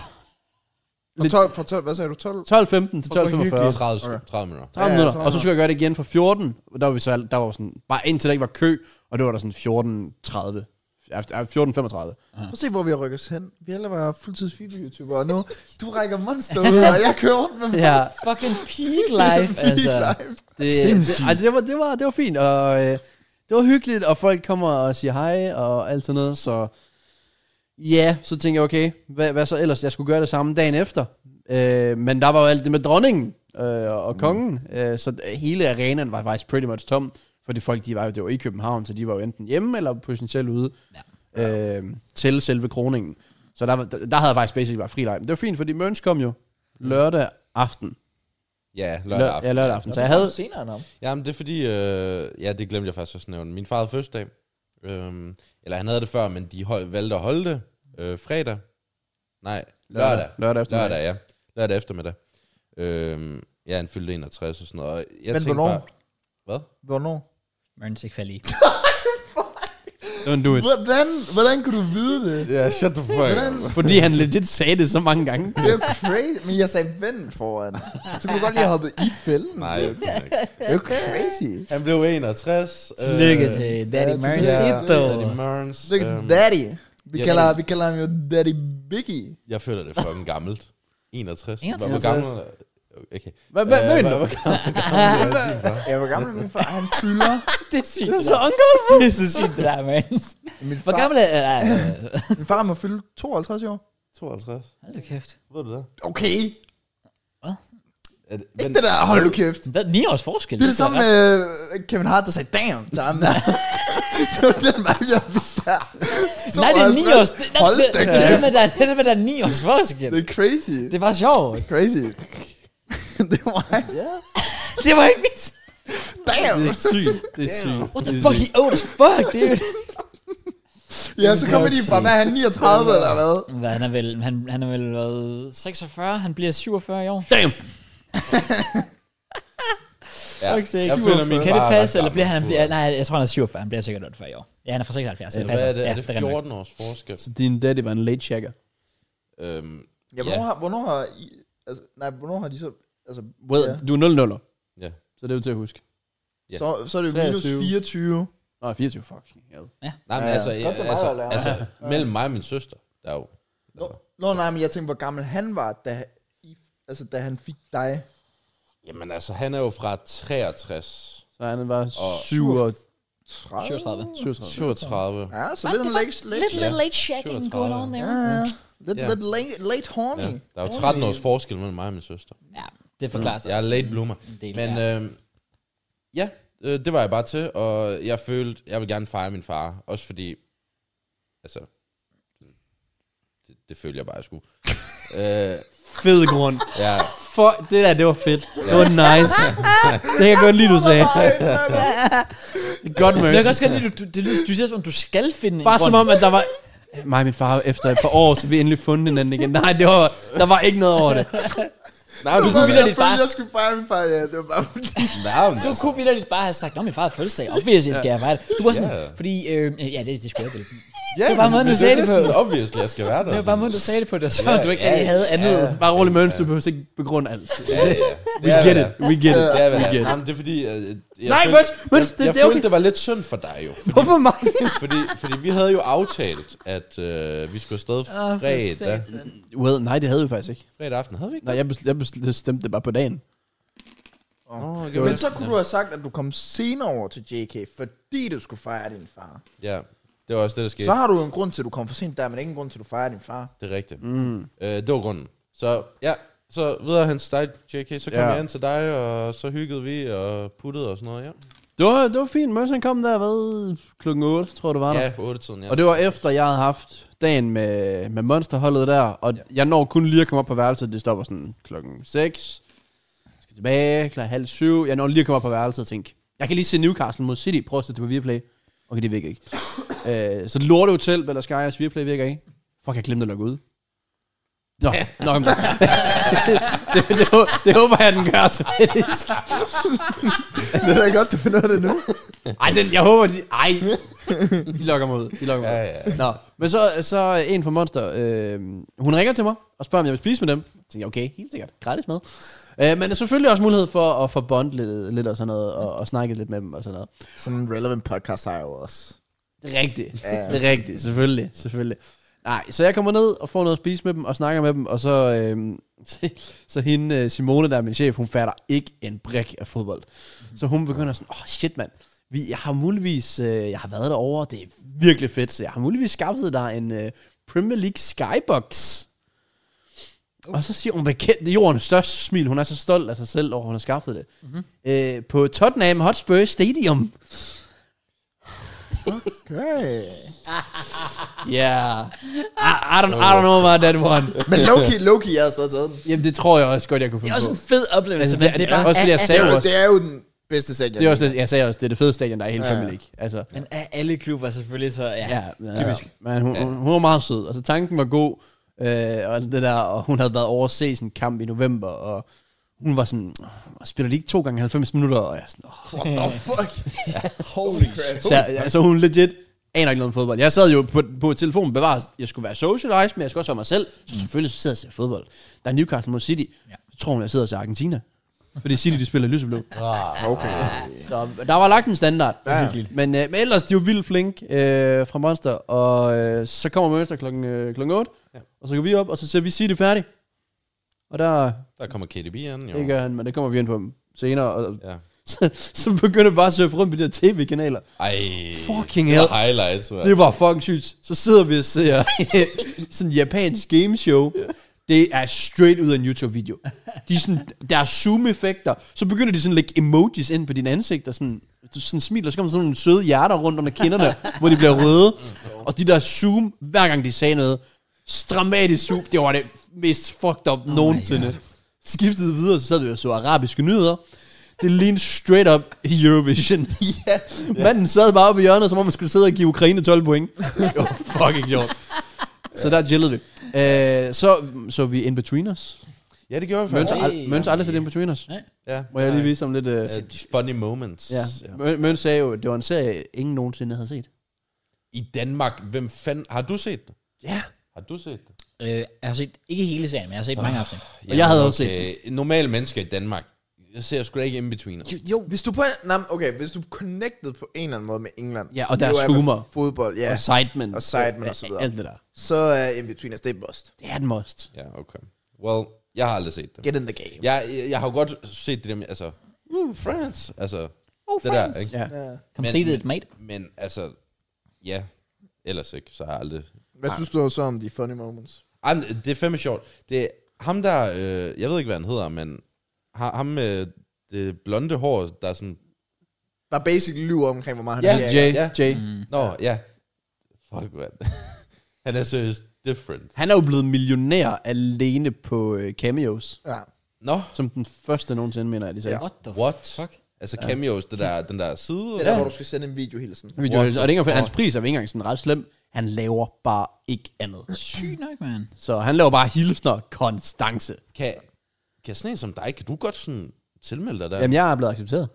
Speaker 4: Fra 12, hvad sagde du? 12?
Speaker 3: 12.15 til 12.45.
Speaker 2: 30 minutter.
Speaker 3: 30 minutter. Og så skulle jeg gøre det igen fra 14. Der var sådan, bare indtil der ikke var kø, og det var der sådan 14.30. 14.35.
Speaker 4: Prøv at se, hvor vi har rykket os hen. Vi alle var fuldtids FIFA-YouTuber, og nu du rækker Monster ud, og jeg kører rundt med
Speaker 3: ja.
Speaker 1: Fucking peak life, altså.
Speaker 3: Det var fint, og det var hyggeligt, og folk kommer og siger hej, og alt sådan noget, så ja, så tænkte jeg, okay, hvad så ellers? Jeg skulle gøre det samme dagen efter, men der var jo alt det med dronningen og kongen, så hele arenaen var faktisk pretty much tom, fordi folk, det var i København, så de var jo enten hjemme, eller potentielt ude til selve kroningen. Så der havde jeg faktisk basically bare fri leg. Det var fint, fordi Mørns kom jo lørdag aften.
Speaker 2: Ja, lørdag aften.
Speaker 3: Ja, lørdag aften. Så jeg havde...
Speaker 4: senere end ham.
Speaker 2: Jamen, det er fordi, det glemte jeg faktisk også at nævne. Min far havde fødselsdag. Eller han havde det før, men de valgte at holde det fredag. Nej, lørdag ja. Lørdag eftermiddag. Ja, han fyldte 61 og sådan noget.
Speaker 4: Men hvornår?
Speaker 2: Bare, hvad?
Speaker 4: Hvornår?
Speaker 1: Mørens ikke falde i.
Speaker 3: Don't do it.
Speaker 4: Hvordan kunne du vide det?
Speaker 2: Ja, shut the fuck up.
Speaker 3: Fordi han legit sagde det så mange gange.
Speaker 4: Det er jo crazy. Men jeg sagde vent foran. Så kunne du godt lige have hoppet i fælden.
Speaker 2: Nej, det
Speaker 4: er jo crazy.
Speaker 2: Han blev 61.
Speaker 1: Tillykke til Daddy Mørensito.
Speaker 2: Daddy Mørens.
Speaker 4: Lykke til Daddy. Vi kalder ham jo Daddy Biggie.
Speaker 2: Jeg føler det fucking gammelt. 61.
Speaker 1: 61.
Speaker 2: Hvor gammel? Okay.
Speaker 3: Hvad mener du?
Speaker 4: Hvor gammel er min far? Han fylder.
Speaker 1: Det er sygt.
Speaker 3: Det er så uncomfortable.
Speaker 1: Det er så sygt, det der, Mørens. Hvor gammel er...
Speaker 4: Min far må fylde 52 år.
Speaker 2: 52.
Speaker 1: Hold da kæft.
Speaker 2: Ved du det?
Speaker 4: Okay.
Speaker 1: Hvad?
Speaker 4: Ikke det der, hold du kæft.
Speaker 1: Det er 9 års forskel.
Speaker 4: Det er det samme med Kevin Hart, der sagde, damn, til ham der. Det var den vej, jeg vidste der.
Speaker 1: Nej, det er 9 års...
Speaker 4: Hold da
Speaker 1: Det er
Speaker 4: kæft.
Speaker 1: det med, der er 9 års forskel.
Speaker 4: Det er crazy.
Speaker 1: Det var sjovt.
Speaker 4: Crazy. Det var
Speaker 1: Det var ikke mit...
Speaker 4: damn.
Speaker 3: Det er sygt. Det er sygt.
Speaker 1: What the fuck, he old as fuck, dude.
Speaker 4: Ja, så kommer de fra, hvad er han, 39 eller hvad?
Speaker 1: Hvad, han er vel været 46, han bliver 47 i år.
Speaker 3: Damn.
Speaker 2: Ja.
Speaker 1: Fuck sake.
Speaker 2: Jeg føler min
Speaker 1: Kan det
Speaker 2: far
Speaker 1: passe,
Speaker 2: er
Speaker 1: eller bliver
Speaker 2: gammel.
Speaker 1: han... Nej, jeg tror, han er 47, han bliver sikkert 48 i år. Ja, han er fra 76, så det
Speaker 2: Hvad
Speaker 1: passer.
Speaker 2: er det? Er det
Speaker 1: Ja, er
Speaker 2: 14 års forskel?
Speaker 3: Så din daddy var en late checker.
Speaker 4: Ja, hvornår har I... Altså, nej, hvornår har de så... Altså,
Speaker 3: Well,
Speaker 4: ja.
Speaker 3: du er 0-0'er.
Speaker 2: Ja.
Speaker 3: Så det er jo til at huske.
Speaker 2: Ja.
Speaker 4: Så er det jo minus
Speaker 3: 23.
Speaker 4: 24.
Speaker 3: Nå, 24, fuck. Ja.
Speaker 2: Nej, men
Speaker 4: Ja,
Speaker 2: altså,
Speaker 4: godt, det var meget at lære.
Speaker 2: mellem mig og min søster, der er jo...
Speaker 4: Nå, nej, men jeg tænkte, hvor gammel han var, da han fik dig.
Speaker 2: Jamen altså, han er jo fra 63.
Speaker 3: Så han var
Speaker 2: Og
Speaker 3: 37.
Speaker 1: 37.
Speaker 2: 37.
Speaker 4: Ja, så lidt
Speaker 1: Little late checking going on there.
Speaker 4: Ja,
Speaker 2: Ja.
Speaker 4: lidt late horny.
Speaker 2: Ja. Der er jo 13 års forskel mellem mig og min søster.
Speaker 1: Ja, det forklarer sig.
Speaker 2: Jeg er
Speaker 1: også
Speaker 2: late bloomer.
Speaker 1: en del,
Speaker 2: Men
Speaker 1: ja.
Speaker 2: det var jeg bare til, og jeg følte, jeg vil gerne fejre min far. Også fordi, altså, det følte jeg bare, jeg skulle.
Speaker 3: Fed grund.
Speaker 2: Ja,
Speaker 3: For det der, det var fedt. Det var nice. Det kan jeg godt lide, du sagde. Godt
Speaker 1: Jeg
Speaker 3: mørk.
Speaker 1: kan også godt lide, det lyder, du siger, som om du skal finde en
Speaker 3: Bare
Speaker 1: grund.
Speaker 3: som om, at der var... Mig og min far efter et par år, så vi endelig fundet hinanden igen. Nej, der var ikke noget over det.
Speaker 2: nej, du
Speaker 1: kunne
Speaker 2: kunne
Speaker 1: vildt bare-
Speaker 4: Jeg skulle fejre min far, ja. Det var bare fordi...
Speaker 1: Du kunne vitterligt bare have sagt, nå, min far har fødselsdag, obviously skal jeg fejre det. Du var sådan,
Speaker 2: Ja.
Speaker 1: fordi, ja, det skulle jeg vel.
Speaker 2: Ja,
Speaker 1: Det var bare måden, du sagde det på.
Speaker 2: sådan, obviously, jeg skal være der.
Speaker 1: Det var bare måden, du sagde det på det, så
Speaker 2: Ja,
Speaker 1: du ikke
Speaker 2: ja,
Speaker 1: rigtig havde andet.
Speaker 3: Bare rolig Mørens, du behøver ikke begrunde alt.
Speaker 2: Ja, ja.
Speaker 3: We get it. We get it.
Speaker 2: Det er, hvad
Speaker 3: We
Speaker 2: det
Speaker 3: get
Speaker 2: er.
Speaker 3: it.
Speaker 2: Jamen, det er fordi, jeg
Speaker 3: Nej,
Speaker 2: følte-
Speaker 3: Mørens,
Speaker 2: jeg
Speaker 3: det er okay.
Speaker 2: følte, det var lidt synd for dig jo.
Speaker 3: Hvorfor mig?
Speaker 2: Fordi vi havde jo aftalt, at vi skulle afsted fredag.
Speaker 3: Well, nej, det havde vi faktisk ikke.
Speaker 2: Fredag aften havde vi ikke?
Speaker 3: Nej, jeg bestemte det bare på dagen.
Speaker 4: Men så kunne du have sagt, at du kom senere over til JK, fordi du skulle fejre din far.
Speaker 2: Ja, det var også det, der skete.
Speaker 4: Så har du jo en grund til, at du kom for sent der, men ikke en grund til, at du fejrer din far.
Speaker 2: Det er rigtigt. Det var grunden. Så ja, så videre hans dig, JK, så kom jeg ind til dig, og så hyggede vi og puttede og sådan noget, ja.
Speaker 3: Det var fint. Mørens han kom der, hvad? Klokken 8, tror jeg, det var der.
Speaker 2: Ja, på 8-tiden, ja.
Speaker 3: Og det var efter, jeg havde haft dagen med monsterholdet der, og jeg når kun lige at komme op på værelset. Det stopper sådan klokken 6. Jeg skal tilbage klokken 6:30. Jeg når lige at komme op på værelset og tænke, jeg kan lige se Newcastle mod City. Prøv at sætte det på Viaplay. Okay, det virker ikke. Så lortehotel, eller Skyers Viaplay virker ikke. Fuck, jeg glemte at logge ud. Nå, nok om det. det håber jeg, den gør til.
Speaker 4: Det er da godt, du finder det nu.
Speaker 3: Ej, jeg håber, de lokker mig ud. De lokker mig ud.
Speaker 2: Ja.
Speaker 3: Nå, men så en fra Monster, hun ringer til mig og spørger, om jeg vil spise med dem. Jeg tænker, okay, helt sikkert, gratis mad. Men der er selvfølgelig også mulighed for at få bondet lidt og sådan noget, og snakke lidt med dem og sådan noget.
Speaker 4: Sådan en relevant podcast har jeg jo også.
Speaker 3: Det er rigtigt, det er rigtigt, selvfølgelig. Nej, så jeg kommer ned og får noget at spise med dem, og snakker med dem, og så hende, Simone, der er min chef, hun fatter ikke en brik af fodbold. Så hun begynder sådan, shit mand, jeg har muligvis, jeg har været derovre, det er virkelig fedt, så jeg har muligvis skaffet dig en Premier League Skybox. Og så siger hun, det er jordens største smil, hun er så stolt af sig selv over, hun har skaffet det. På Tottenham Hotspur Stadium.
Speaker 4: Okay.
Speaker 3: Yeah. I don't know about that one.
Speaker 4: Men Loki, jeg har så taget den.
Speaker 3: Jamen, det tror jeg også godt, jeg kunne
Speaker 1: Det
Speaker 3: finde
Speaker 1: er også
Speaker 3: på.
Speaker 1: en fed oplevelse.
Speaker 3: Altså, det er bare, også fordi jeg sagde jo også.
Speaker 4: Det er jo den bedste stadion.
Speaker 3: Det er også det, jeg sagde også, det er det fede stadion, der er i hele Premier League. Altså,
Speaker 1: Men af alle klubber selvfølgelig så,
Speaker 3: typisk. Men hun var meget sød. Altså, tanken var god, og alt det der, og hun havde været over at se sådan en kamp i november, og hun var sådan, spiller de ikke 2 gange 90 minutter? Og jeg sådan,
Speaker 4: What the fuck?
Speaker 1: holy crap.
Speaker 3: Så altså, hun legit aner ikke noget om fodbold. Jeg sad jo på telefonen bevares. Jeg skulle være socialized, men jeg skulle også være mig selv. Så selvfølgelig så sidder jeg og ser fodbold. Der er Newcastle mod City. Så tror hun, jeg sidder og ser Argentina. Fordi City, de spiller lyseblå.
Speaker 4: Okay.
Speaker 3: Så der var lagt en standard.
Speaker 4: Ja.
Speaker 3: Men ellers, de var vildt flink fra Monster. Og så kommer Monster klokken 8.
Speaker 2: Ja.
Speaker 3: Og så går vi op, og så ser vi City færdig. Og der
Speaker 2: kommer KDB ind, jo.
Speaker 3: det gør han, men det kommer vi ind på senere. Og
Speaker 2: Ja.
Speaker 3: så begynder jeg bare at surfe rundt på de der tv-kanaler.
Speaker 2: Ej.
Speaker 3: Fucking
Speaker 2: det
Speaker 3: hell.
Speaker 2: var highlights, man.
Speaker 3: Det var fucking sygt. Så sidder vi og ser sådan en japansk gameshow. Det er straight ud af en YouTube-video. De er sådan, der er zoom-effekter. Så begynder de sådan at lægge emojis ind på dine ansigter. Sådan, du sådan smiler, så kommer sådan nogle søde hjerter rundt under kinderne, hvor de bliver røde. Og de der zoom, hver gang de sagde noget, dramatisk zoom, det var det mest fucked up nogensinde. Skiftede videre, så sad vi og så arabiske nyheder. Det lignede straight up Eurovision. Manden sad bare oppe i hjørnet, som om man skulle sidde og give Ukraine 12 point. Det var fucking sjovt. Så der chillede vi. Så vi In-Betweeners.
Speaker 2: Ja, det gjorde vi faktisk.
Speaker 3: Møns aldrig set In-Betweeners.
Speaker 2: Ja.
Speaker 3: Må jeg lige vise om lidt...
Speaker 2: Funny moments.
Speaker 3: Ja. Møns sagde jo, det var en serie, ingen nogensinde havde set.
Speaker 2: I Danmark, hvem fanden... Har du set det?
Speaker 3: Ja.
Speaker 2: Har du set det?
Speaker 1: Jeg har set, ikke hele serien, men jeg har set mange afsnit.
Speaker 3: Og jeg havde også set
Speaker 2: Normale mennesker i Danmark. Jeg ser sgu da ikke In-Betweeners.
Speaker 4: Jo, hvis du hvis du er connected på en eller anden måde med England.
Speaker 3: Ja, og der
Speaker 4: jo
Speaker 3: er zoomer.
Speaker 4: med fodbold, ja.
Speaker 3: Og Sidemen.
Speaker 4: Og Sidemen og så videre.
Speaker 3: Alt det der.
Speaker 4: Så er In-Betweeners, det er must.
Speaker 3: Det er den must.
Speaker 2: Ja, okay. Well, jeg har aldrig set det.
Speaker 4: Get in the game.
Speaker 2: Jeg har jo godt set det der med, altså... France, altså... det
Speaker 1: France.
Speaker 2: der, ikke?
Speaker 3: Ja.
Speaker 1: Completed it, mate.
Speaker 2: Men altså... Ja, ellers ikke, så har jeg aldrig...
Speaker 4: Hvad synes du så om de funny moments?
Speaker 2: Ej, det er fandme sjovt. Det er ham der... jeg ved ikke, hvad han hedder, men... Ham med det blonde hår, der er sådan...
Speaker 4: Der er basically lyver omkring, hvor meget han
Speaker 2: Ja.
Speaker 3: Jay.
Speaker 2: Nå, ja. Fuck, man. Han er seriøst different.
Speaker 3: Han er jo blevet millionær alene på cameos.
Speaker 4: Ja.
Speaker 2: Nå,
Speaker 3: Som den første nogensinde, mener jeg, de sagde.
Speaker 4: Ja.
Speaker 1: What the
Speaker 2: what?
Speaker 1: fuck?
Speaker 2: Altså cameos, den der side?
Speaker 4: Det er der, hvor du skal sende en video hele tiden.
Speaker 3: Og det er ikke engang, hans pris er ikke engang sådan ret slem. Han laver bare ikke andet.
Speaker 1: Sygt nok, man.
Speaker 3: Så han laver bare hilsner konstance.
Speaker 2: Kan sådan en som dig, kan du godt sådan tilmelde dig der?
Speaker 3: Jamen, jeg er blevet accepteret.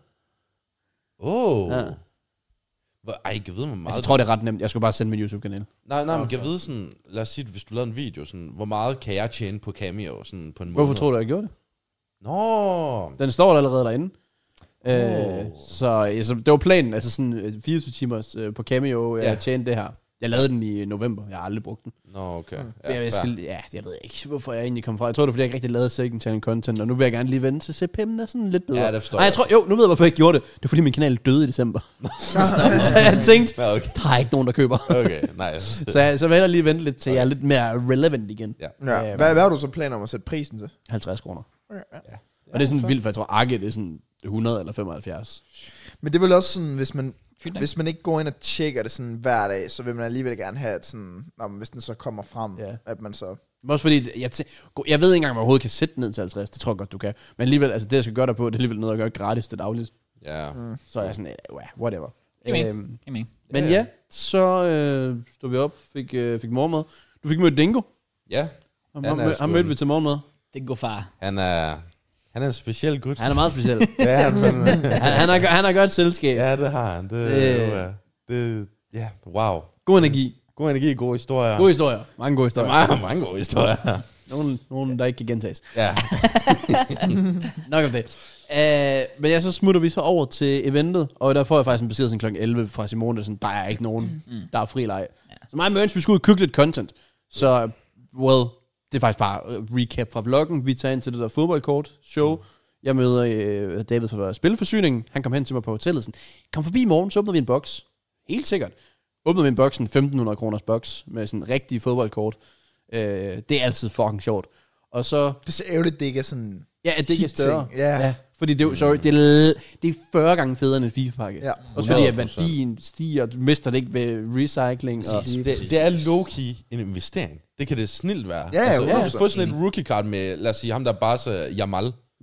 Speaker 2: Ja.
Speaker 3: Ja.
Speaker 2: Ej, kan vide, hvor meget...
Speaker 3: Altså, jeg tror, det er ret nemt. Jeg skal bare sende min YouTube-kanal.
Speaker 2: Nej, men kan vide sådan... Lad os sige, hvis du lavede en video, sådan, hvor meget kan jeg tjene på cameo sådan på en måned?
Speaker 3: Hvorfor tror du, jeg gjorde det?
Speaker 2: Nå.
Speaker 3: Den står der allerede derinde. Så det var planen. Altså sådan 24 timers på cameo. Jeg tjente det her. Jeg lavede den i november. Jeg har aldrig brugt den.
Speaker 2: Nå, okay.
Speaker 3: Jeg ved ikke, hvorfor jeg egentlig kom fra. Jeg tror, det er, fordi jeg ikke rigtig lavede second channel content, og nu vil jeg gerne lige vente til CPM'en er sådan lidt bedre.
Speaker 2: Ja, det forstår
Speaker 3: jeg. Nu ved jeg, hvorfor jeg ikke gjorde det. Det er, fordi min kanal døde i december. Så jeg tænkte,
Speaker 2: Ja, okay.
Speaker 3: der er ikke nogen, der køber.
Speaker 2: Okay, nice.
Speaker 3: så jeg vil hellere lige vente lidt til, jeg er lidt mere relevant igen.
Speaker 2: Ja.
Speaker 4: Ja. Hvad har du så planer om at sætte prisen til?
Speaker 3: 50 kroner.
Speaker 4: Ja.
Speaker 3: Og det er sådan vildt, for jeg tror, Arke, det er sådan 100 eller 75.
Speaker 4: Men det er vel også sådan, hvis man ikke går ind og tjekker det sådan hver dag, så vil man alligevel gerne have, at sådan, hvis den så kommer frem, at man så...
Speaker 3: Men også fordi, jeg ved ikke engang, om jeg overhovedet kan sætte den ned til 50. Det tror jeg godt, du kan. Men alligevel, altså det, jeg skal gøre der på, det er alligevel noget at gøre gratis til dagligt.
Speaker 2: Ja.
Speaker 3: Så er jeg sådan, whatever.
Speaker 1: Men
Speaker 3: Ja, så stod vi op, fik morgenmad. Du fik mødt Dingo.
Speaker 2: Ja.
Speaker 3: Han mødte vi til morgenmad.
Speaker 1: det går far.
Speaker 2: Han er en speciel gut.
Speaker 3: Han er meget speciel.
Speaker 2: Ja,
Speaker 3: han har godt selskab.
Speaker 2: ja, det har han. Wow.
Speaker 3: God energi.
Speaker 2: God energi, gode historier.
Speaker 3: Gode historier. Mange gode historier.
Speaker 2: Mange gode historier.
Speaker 3: Nogen, der ikke kan gentages.
Speaker 2: Ja.
Speaker 3: Nok om det. Men så smutter vi så over til eventet, og der får jeg faktisk en besked sådan kl. 11 fra Simone, der sådan, der er ikke nogen, der er fri leg. Så mig og Mørens, vi skulle ud og købe lidt content. Så, det er faktisk bare recap fra vloggen. Vi tager ind til det der fodboldkort-show. Jeg møder David fra Spilforsyningen. Han kom hen til mig på hotellet. Sådan, kom forbi i morgen, så åbner vi en boks. Helt sikkert. Åbner vi en boks, en 1.500 kroners boks, med sådan en rigtig fodboldkort. Det er altid fucking sjovt. Og så...
Speaker 4: Det er så ærgerligt, det ikke er sådan...
Speaker 3: Ja, at det ikke er større.
Speaker 4: Ja.
Speaker 3: Fordi det er 40 gange federe end en FIFA-pakke.
Speaker 4: Ja.
Speaker 3: Også fordi, at værdien stiger, du mister det ikke ved recycling. Og
Speaker 2: Det er low-key en investering. Det kan det snilt være.
Speaker 4: Ja,
Speaker 2: altså,
Speaker 4: ja,
Speaker 2: få sådan et rookie-card med, lad os sige, ham der bare så Jamal.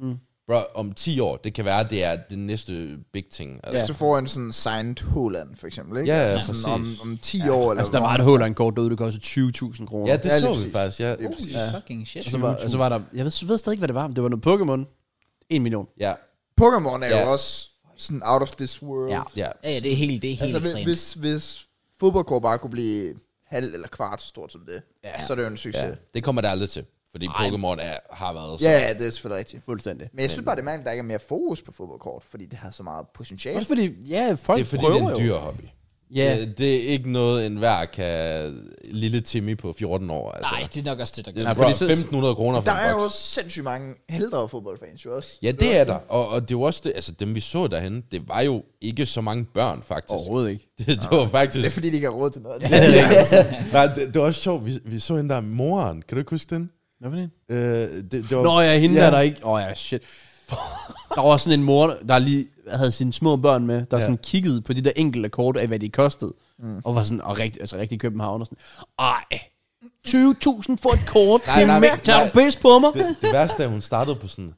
Speaker 2: bro, om 10 år, det kan være, det er det næste big ting. Altså.
Speaker 4: Hvis du får en sådan signed Haaland, for eksempel, ikke?
Speaker 2: Ja,
Speaker 4: altså sådan om 10 år, eller
Speaker 3: Altså, der var et Haaland-kort derude, det kostede 20.000 kroner.
Speaker 2: Ja, det
Speaker 4: Ja,
Speaker 2: så
Speaker 4: lige
Speaker 2: vi
Speaker 4: præcis.
Speaker 2: faktisk, ja.
Speaker 4: Det er præcis.
Speaker 1: Fucking shit.
Speaker 3: Og så var der, jeg ved stadig ikke, hvad det var, men det var noget Pokémon. 1 million.
Speaker 2: Ja,
Speaker 4: Pokémon er
Speaker 2: Ja.
Speaker 4: jo også sådan out of this world.
Speaker 3: Ja.
Speaker 2: ja.
Speaker 1: Ja, det er helt
Speaker 4: Altså,
Speaker 1: ekstremt.
Speaker 4: hvis fodboldkort bare kunne blive halv eller kvart så stort som det, så er det jo en succes.
Speaker 2: Ja, det kommer der aldrig til, fordi
Speaker 1: Ej.
Speaker 2: Pokémon har været så...
Speaker 4: Ja, det er selvfølgelig rigtigt.
Speaker 3: Fuldstændig.
Speaker 4: Men jeg synes bare, det er mærkeligt, at der ikke er mere fokus på fodboldkort, fordi det har så meget potentiale.
Speaker 3: Også fordi, ja, folk
Speaker 2: Det er fordi,
Speaker 3: prøver
Speaker 2: det er en
Speaker 3: jo.
Speaker 2: dyr hobby.
Speaker 3: Ja,
Speaker 2: Det er ikke noget, enhver kan... Lille Timmy på 14 år, altså.
Speaker 1: Nej, det er nok også det, der gør.
Speaker 2: Ja,
Speaker 3: Nej,
Speaker 2: bro,
Speaker 3: fordi så-
Speaker 2: 1.500 kroner for
Speaker 4: Der er
Speaker 2: en
Speaker 4: jo
Speaker 2: boks.
Speaker 4: også sindssygt mange ældre fodboldfans jo også.
Speaker 2: Ja, det er der. Og det er jo også det, altså dem vi så derhen, det var jo ikke så mange børn, faktisk.
Speaker 3: overhovedet ikke.
Speaker 2: Det var faktisk...
Speaker 4: Det er fordi, de ikke har råd til noget.
Speaker 2: Nej, det var også sjovt. Vi så hende der moren. Kan du ikke huske den?
Speaker 3: Hvad for det?
Speaker 2: Det var,
Speaker 3: Nå ja, hende der ikke... ja, shit. Der var sådan en mor, der lige havde sine små børn med, der sådan kiggede på de der enkelte kort af, hvad de kostede. Og var sådan, og rigtig i København, og sådan, ej, 20.000 for et kort, tager du bedst på mig?
Speaker 2: det værste er, at hun startede på sådan,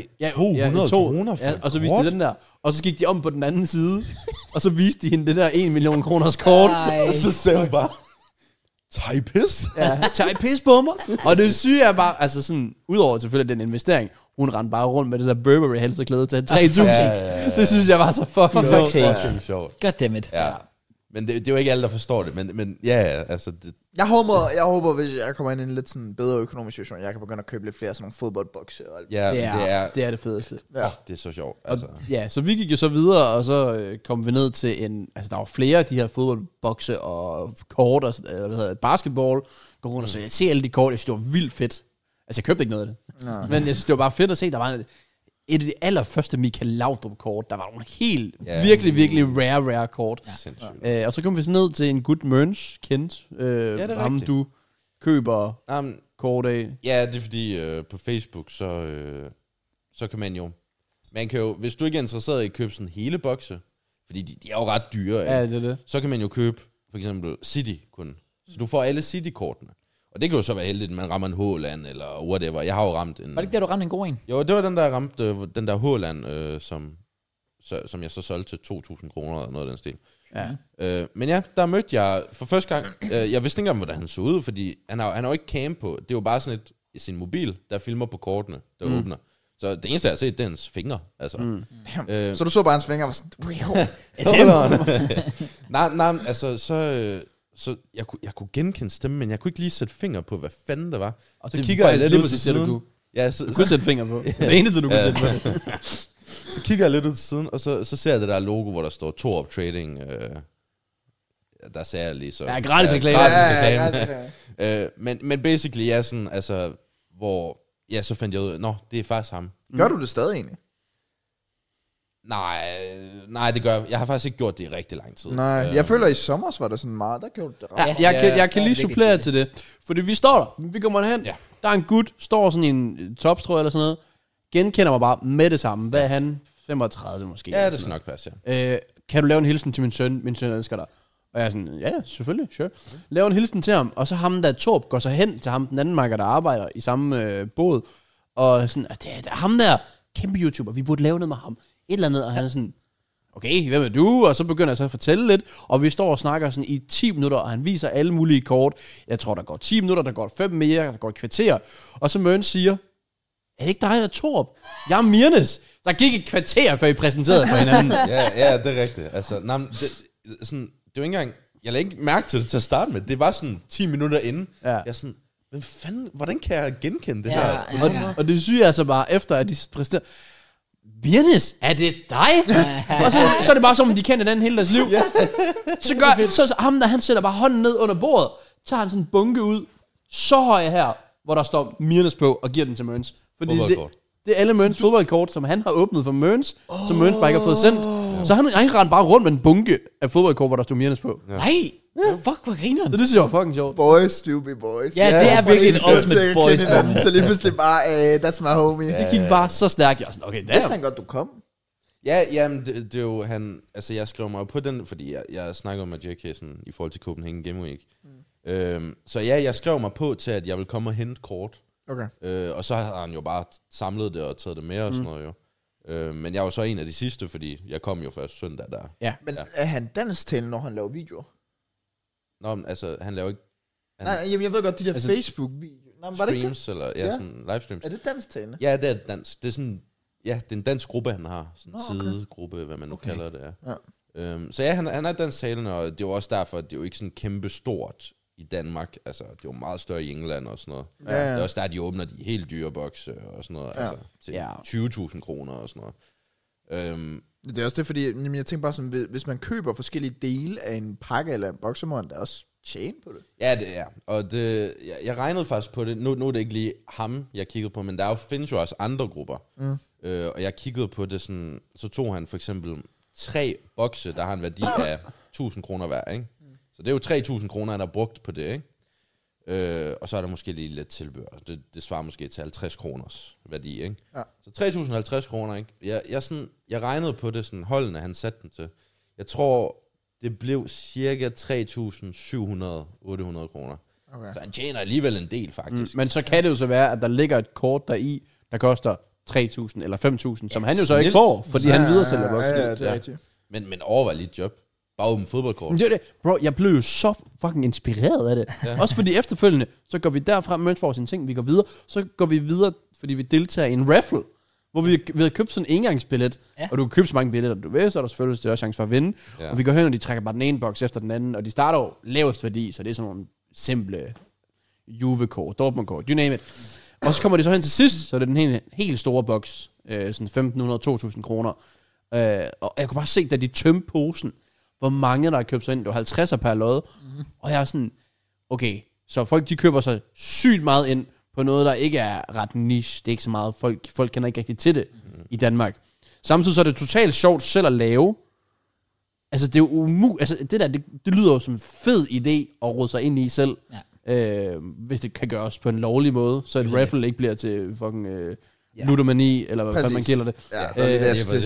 Speaker 2: 200 kroner for
Speaker 3: og så
Speaker 2: et
Speaker 3: viste
Speaker 2: kort?
Speaker 3: de den der. Og så gik de om på den anden side, og så viste de hende det der 1 million kroners kort.
Speaker 1: Ej.
Speaker 2: Og så sagde hun bare, tag pis.
Speaker 3: Ja, tager et pis på mig. Og det syge er bare, altså sådan, udover selvfølgelig den investering, hun rendte bare rundt med det der Burberry halsterklæde til 3.000. Det synes jeg var så fucking
Speaker 1: For
Speaker 3: sjovt.
Speaker 1: fuck's sake.
Speaker 2: Fucking sjovt.
Speaker 1: Goddammit.
Speaker 2: Ja. Men det er jo ikke alle, der forstår det. Men ja, altså... Det,
Speaker 4: Jeg håber, hvis jeg kommer ind i en lidt sådan bedre økonomisk situation, jeg kan begynde at købe lidt flere sådan nogle fodboldbokse og alt.
Speaker 2: ja,
Speaker 3: Det er det fedeste.
Speaker 4: Ja.
Speaker 2: det er så sjovt. Altså.
Speaker 3: Ja, så vi gik jo så videre, og så kom vi ned til en... Altså, der var flere af de her fodboldbokse og kort, og hvad hedder det, basketball. Gå rundt og så jeg ser alle de kort, jeg synes, det var vildt fedt. Altså, jeg købte ikke noget af det.
Speaker 4: Nå.
Speaker 3: Men jeg synes, det var bare fedt at se, der var et af de allerførste Michael Laudrup-kort. Der var nogle helt, virkelig rare kort.
Speaker 2: Ja. Sindssygt.
Speaker 3: Og så kom vi så ned til en good Mørns kendt.
Speaker 2: det er
Speaker 3: ham
Speaker 2: rigtigt.
Speaker 3: du køber kort af.
Speaker 2: Ja, det er fordi på Facebook, så kan man jo... Man kan jo, hvis du ikke er interesseret i at købe sådan hele bokse, fordi de er jo ret dyre,
Speaker 3: Ja,
Speaker 2: ikke?
Speaker 3: det er det.
Speaker 2: Så kan man jo købe for eksempel City kun. Så du får alle City-kortene. Og det kan jo så være heldigt, at man rammer en Haaland eller whatever. Jeg har jo ramt en...
Speaker 1: Var det ikke der, du ramte en god en?
Speaker 2: Jo, det var den, der ramte den der Haaland, som jeg så solgte til 2.000 kroner eller noget af den stil.
Speaker 3: Ja.
Speaker 2: Men ja, der mødte jeg for første gang... jeg vidste ikke engang, hvordan han så ud, fordi han har jo ikke cam på. Det er jo bare sådan sin mobil, der filmer på kortene, der åbner. Så det eneste, jeg har set, det er hans fingre. Altså.
Speaker 4: Så du så bare hans fingre og var sådan,
Speaker 2: Nej, altså, så jeg kunne genkende stemmen, men jeg kunne ikke lige sætte finger på, hvad fanden det var.
Speaker 3: Og
Speaker 2: Så
Speaker 3: det
Speaker 2: kigger
Speaker 3: var
Speaker 2: jeg
Speaker 3: faktisk
Speaker 2: lidt
Speaker 3: lige
Speaker 2: ud til
Speaker 3: præcis det, du
Speaker 2: siden.
Speaker 3: kunne.
Speaker 2: Ja,
Speaker 3: Du kunne sætte fingre på. Det eneste, du kunne sætte på.
Speaker 2: så kigger jeg lidt ud til siden, og så ser jeg det der logo, hvor der står Torup Trading. Der sagde jeg lige så.
Speaker 3: Ja, gratis reklame.
Speaker 2: Gratis reklame. Men basically, ja, sådan, altså, hvor, ja, så fandt jeg ud af, det er faktisk ham.
Speaker 4: Gør du det stadig egentlig?
Speaker 2: Nej, det gør jeg. Jeg har faktisk ikke gjort det i rigtig lang tid.
Speaker 4: Nej, jeg føler i sommer var det sådan meget, der gjorde det ret.
Speaker 3: Jeg kan lige supplere til det. Fordi vi står der. Vi kommer hen.
Speaker 2: Ja.
Speaker 3: Der er en gut, står sådan i en topstrøg eller sådan noget. Genkender mig bare med det samme. Hvad er han? 35 måske.
Speaker 2: Ja, det skal nok passe, ja.
Speaker 3: Kan du lave en hilsen til min søn? Min søn elsker dig. Og jeg er sådan, ja, selvfølgelig, sure. Laver en hilsen til ham, og så ham der Torb går så hen til ham, den anden marker, der arbejder i samme båd. Og sådan, det er ham der, kæmpe YouTuber, vi burde lave noget med ham. Et eller andet, og han er sådan, okay, hvem er du? Og så begynder jeg så at fortælle lidt, og vi står og snakker sådan i 10 minutter, og han viser alle mulige kort. Jeg tror, der går 10 minutter, der går 5 mere, der går et kvarter. Og så Mørn siger, er det ikke dig, der er Torb? Jeg er Mirnes. Der gik et kvarter, før I præsenterede for hinanden.
Speaker 2: Ja, det er rigtigt. Altså, det var ikke engang... Jeg lagde ikke mærke til det til at starte med. Det var sådan 10 minutter inden. Ja. Jeg er sådan, men fanden, hvordan kan jeg genkende det her?
Speaker 3: Og det syge er så bare, efter at de præsenterer, Birnes, er det dig? Og så er det bare som, om de kender den hele deres liv. Så ham der, han sætter bare hånden ned under bordet, tager han sådan en bunke ud, så høj her, hvor der står Mirnes på, og giver den til Mørns. Fordi det er alle Mørns fodboldkort, som han har åbnet for Mørns, som Mørns bare ikke har fået sendt. Så han rendte bare rundt med en bunke af fodboldkort, hvor der stod Mirnes på.
Speaker 1: Nej, fuck, hvor griner
Speaker 3: Så det synes jeg var fucking sjovt.
Speaker 4: Boys, do be boys.
Speaker 1: Ja, det er virkelig en ultimate boys moment.
Speaker 4: Så lige pludselig bare, that's my homie.
Speaker 3: Det gik bare så stærkt. Jeg var sådan, okay,
Speaker 4: Vidste
Speaker 3: damn.
Speaker 4: han godt, du kom?
Speaker 2: Ja, jamen, det er jo han... Altså, jeg skrev mig på den, fordi jeg snakker med JK sådan, i forhold til Copenhagen Game Week. Så ja, jeg skrev mig på til, at jeg vil komme og hente kort.
Speaker 4: Okay.
Speaker 2: Og så har han jo bare samlet det og taget det med og sådan noget jo. Men jeg var så en af de sidste, fordi jeg kom jo først søndag der.
Speaker 3: Ja.
Speaker 4: Men er han dansktalende, når han laver videoer?
Speaker 2: Nå, men altså, han laver ikke
Speaker 4: Nej, jamen, jeg ved godt, de der
Speaker 3: Altså,
Speaker 4: Facebook-videoer. Nej, men var det ikke
Speaker 2: streams, eller sådan livestreams.
Speaker 4: Er det dansktalende?
Speaker 2: Ja, det er dansk. Det er sådan, det er en dansk gruppe, han har. Sådan en
Speaker 4: okay.
Speaker 2: sidegruppe, hvad man nu kalder det.
Speaker 4: Ja.
Speaker 2: Så ja, han er dansktalende, og det er jo også derfor, at det er jo ikke sådan kæmpe stort i Danmark. Altså, det er jo meget større i England og sådan noget.
Speaker 4: Ja.
Speaker 2: Det er også der, de åbner de helt dyre bokse og sådan noget.
Speaker 4: Ja.
Speaker 2: Altså, til 20.000 kroner og sådan noget.
Speaker 4: Det er også det, fordi jeg tænker bare sådan, hvis man køber forskellige dele af en pakke eller en boks, så må man da også tjene på det.
Speaker 2: Ja, det er. Og det, jeg regnede faktisk på det. Nu er det ikke lige ham, jeg kiggede på, men der findes jo også andre grupper. Og jeg kiggede på det sådan, så tog han for eksempel 3 bokse, der har en værdi af 1.000 kroner hver, ikke? Så det er jo 3.000 kroner, han har brugt på det, ikke? Og så er der måske lige lidt tilbehør. Det svarer måske til 50 kroners værdi, ikke?
Speaker 4: Ja.
Speaker 2: Så 3.050 kroner, ikke? Jeg regnede på det, sådan holdene, han satte den til. Jeg tror, det blev cirka 3.700-800 kroner.
Speaker 4: Okay.
Speaker 2: Så han tjener alligevel en del, faktisk.
Speaker 3: Men så kan det jo så være, at der ligger et kort deri, der koster 3.000 eller 5.000, som han jo så ikke
Speaker 2: snilt.
Speaker 3: får, fordi han videresælger boksen.
Speaker 4: Ja, det er rigtigt.
Speaker 2: Men overvej lige et job. Bare åbne fodboldkort.
Speaker 3: Men det er det. Bro, jeg blev jo så fucking inspireret af det. Ja. Også fordi efterfølgende, så går vi derfra, møns for sin ting, vi går videre, så går vi videre, fordi vi deltager i en raffle, hvor vi havde købt sådan en engangsbillet, og du kan købe så mange billetter, du vil, så er der selvfølgelig også chance for at vinde. Ja. Og vi går hen, og de trækker bare den ene boks efter den anden, og de starter jo lavest værdi, så det er sådan nogle simple Juve-kort, Dortmund-kort, you name it. Og så kommer de så hen til sidst, så det er den helt store boks, sådan 1.500-2.000 kroner. Og jeg kunne bare se, da de tømte posen, hvor mange der har købt sig ind. Det var 50'er per lod. Og jeg er sådan, okay, så folk de køber sig sygt meget ind på noget, der ikke er ret niche. Det er ikke så meget, folk kender ikke rigtig til det i Danmark. Samtidig så er det totalt sjovt selv at lave. Altså det er jo altså det der, det lyder jo som en fed idé at rode sig ind i selv. Ja. Hvis det kan gøres på en lovlig måde, så et raffle ikke bliver til fucking ludomani, eller hvad man kalder det.
Speaker 4: Ja, det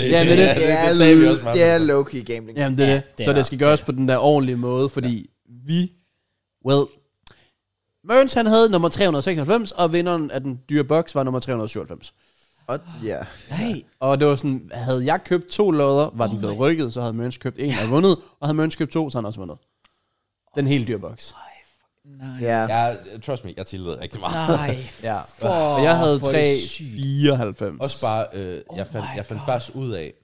Speaker 4: er low-key gambling.
Speaker 3: Jamen det er det. Så det skal gøres på den der ordentlige måde, fordi Mørns han havde nummer 396, og vinderen af den dyre boks var nummer 397.
Speaker 4: Og
Speaker 3: Og det var sådan, havde jeg købt 2 lodder, var den blevet rykket, så havde Mørns købt 1 og vundet, og havde Mørns købt 2, så han også vundet. Den helt dyre boks.
Speaker 2: Ja, trust me, jeg tillede rigtig meget.
Speaker 1: Nej,
Speaker 3: ja. Og jeg havde 394.
Speaker 2: Også bare, jeg fandt faktisk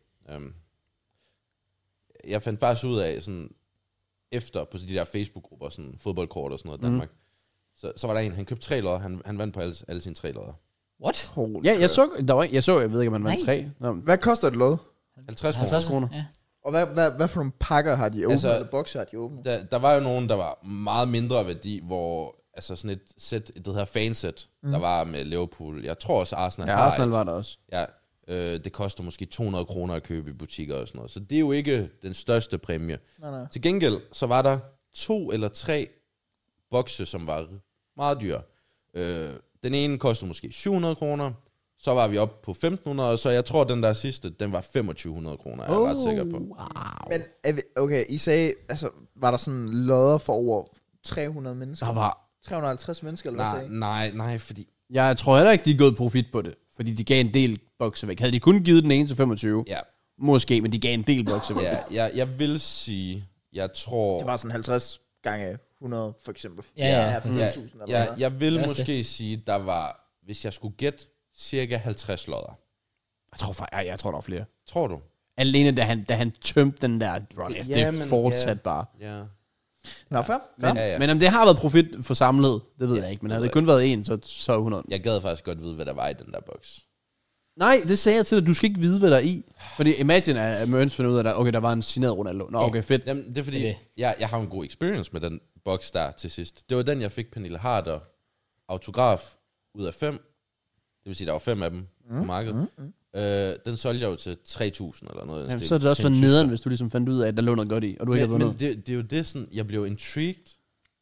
Speaker 2: ud af, sådan, efter på de der Facebook-grupper, sådan fodboldkort og sådan noget i Danmark, så var der en, han købte 3 lodder, han vandt på alle sine 3 lodder.
Speaker 1: What?
Speaker 3: Ja, jeg ved ikke, om han vandt 3.
Speaker 4: Hvad koster et lod?
Speaker 2: 50 kroner.
Speaker 1: Ja.
Speaker 4: Og hvad for nogle pakker har de åbnet, eller bokser har de åbnet?
Speaker 2: Der var jo nogen, der var meget mindre værdi, hvor altså sådan et sæt, det hedder fansæt, der var med Liverpool. Jeg tror også Arsenal
Speaker 3: har Arsenal var der også.
Speaker 2: Ja, det koster måske 200 kroner at købe i butikker og sådan noget. Så det er jo ikke den største præmie.
Speaker 4: Nej.
Speaker 2: Til gengæld, så var der 2 eller 3 bokse, som var meget dyre. Den ene kostede måske 700 kroner. Så var vi oppe på 1.500, og så jeg tror, den der sidste, den var 2.500 kroner, jeg er ret sikker på.
Speaker 3: Wow.
Speaker 4: Men, okay, I sagde, altså, var der sådan lodder for over 300 mennesker?
Speaker 3: Der var
Speaker 4: 350 mennesker, eller hvad sagde I?
Speaker 2: Nej, fordi...
Speaker 3: Jeg tror heller ikke, de er gået profit på det, fordi de gav en del bokse væk. Havde de kun givet den ene til 25?
Speaker 2: Ja.
Speaker 3: Måske, men de gav en del bokse væk.
Speaker 2: Ja, jeg vil sige, jeg tror...
Speaker 4: Det var sådan 50 gange 100, for eksempel.
Speaker 2: Jeg vil måske sige, der var, hvis jeg skulle gætte, cirka 50 lodder.
Speaker 3: Jeg tror, der var flere.
Speaker 2: Tror du?
Speaker 3: Alene da han tømte den der run, det fortsat bare.
Speaker 2: Ja.
Speaker 4: Nå, fair.
Speaker 3: Men om det har været profit for samlet, det ved jeg ikke. Men havde det kun været en, så 100.
Speaker 2: Jeg gad faktisk godt vide, hvad der var i den der boks.
Speaker 3: Nej, det sagde jeg til dig. Du skal ikke vide, hvad der er i. Fordi imagine, at Mørns finder ud af, at der var en signeret Ronaldo. Nå, okay, fedt.
Speaker 2: Jamen, det er fordi, jeg har en god experience med den boks der til sidst. Det var den, jeg fik Pernille Harder autograf ud af 5. Det vil sige, der var 5 af dem på markedet. Den solgte jeg jo til 3.000 eller noget.
Speaker 3: Jamen, så er det også for nederen, hvis du ligesom fandt ud af, at der lå noget godt i, og du ikke havde vundet.
Speaker 2: Men det er jo det sådan, jeg blev intrigued.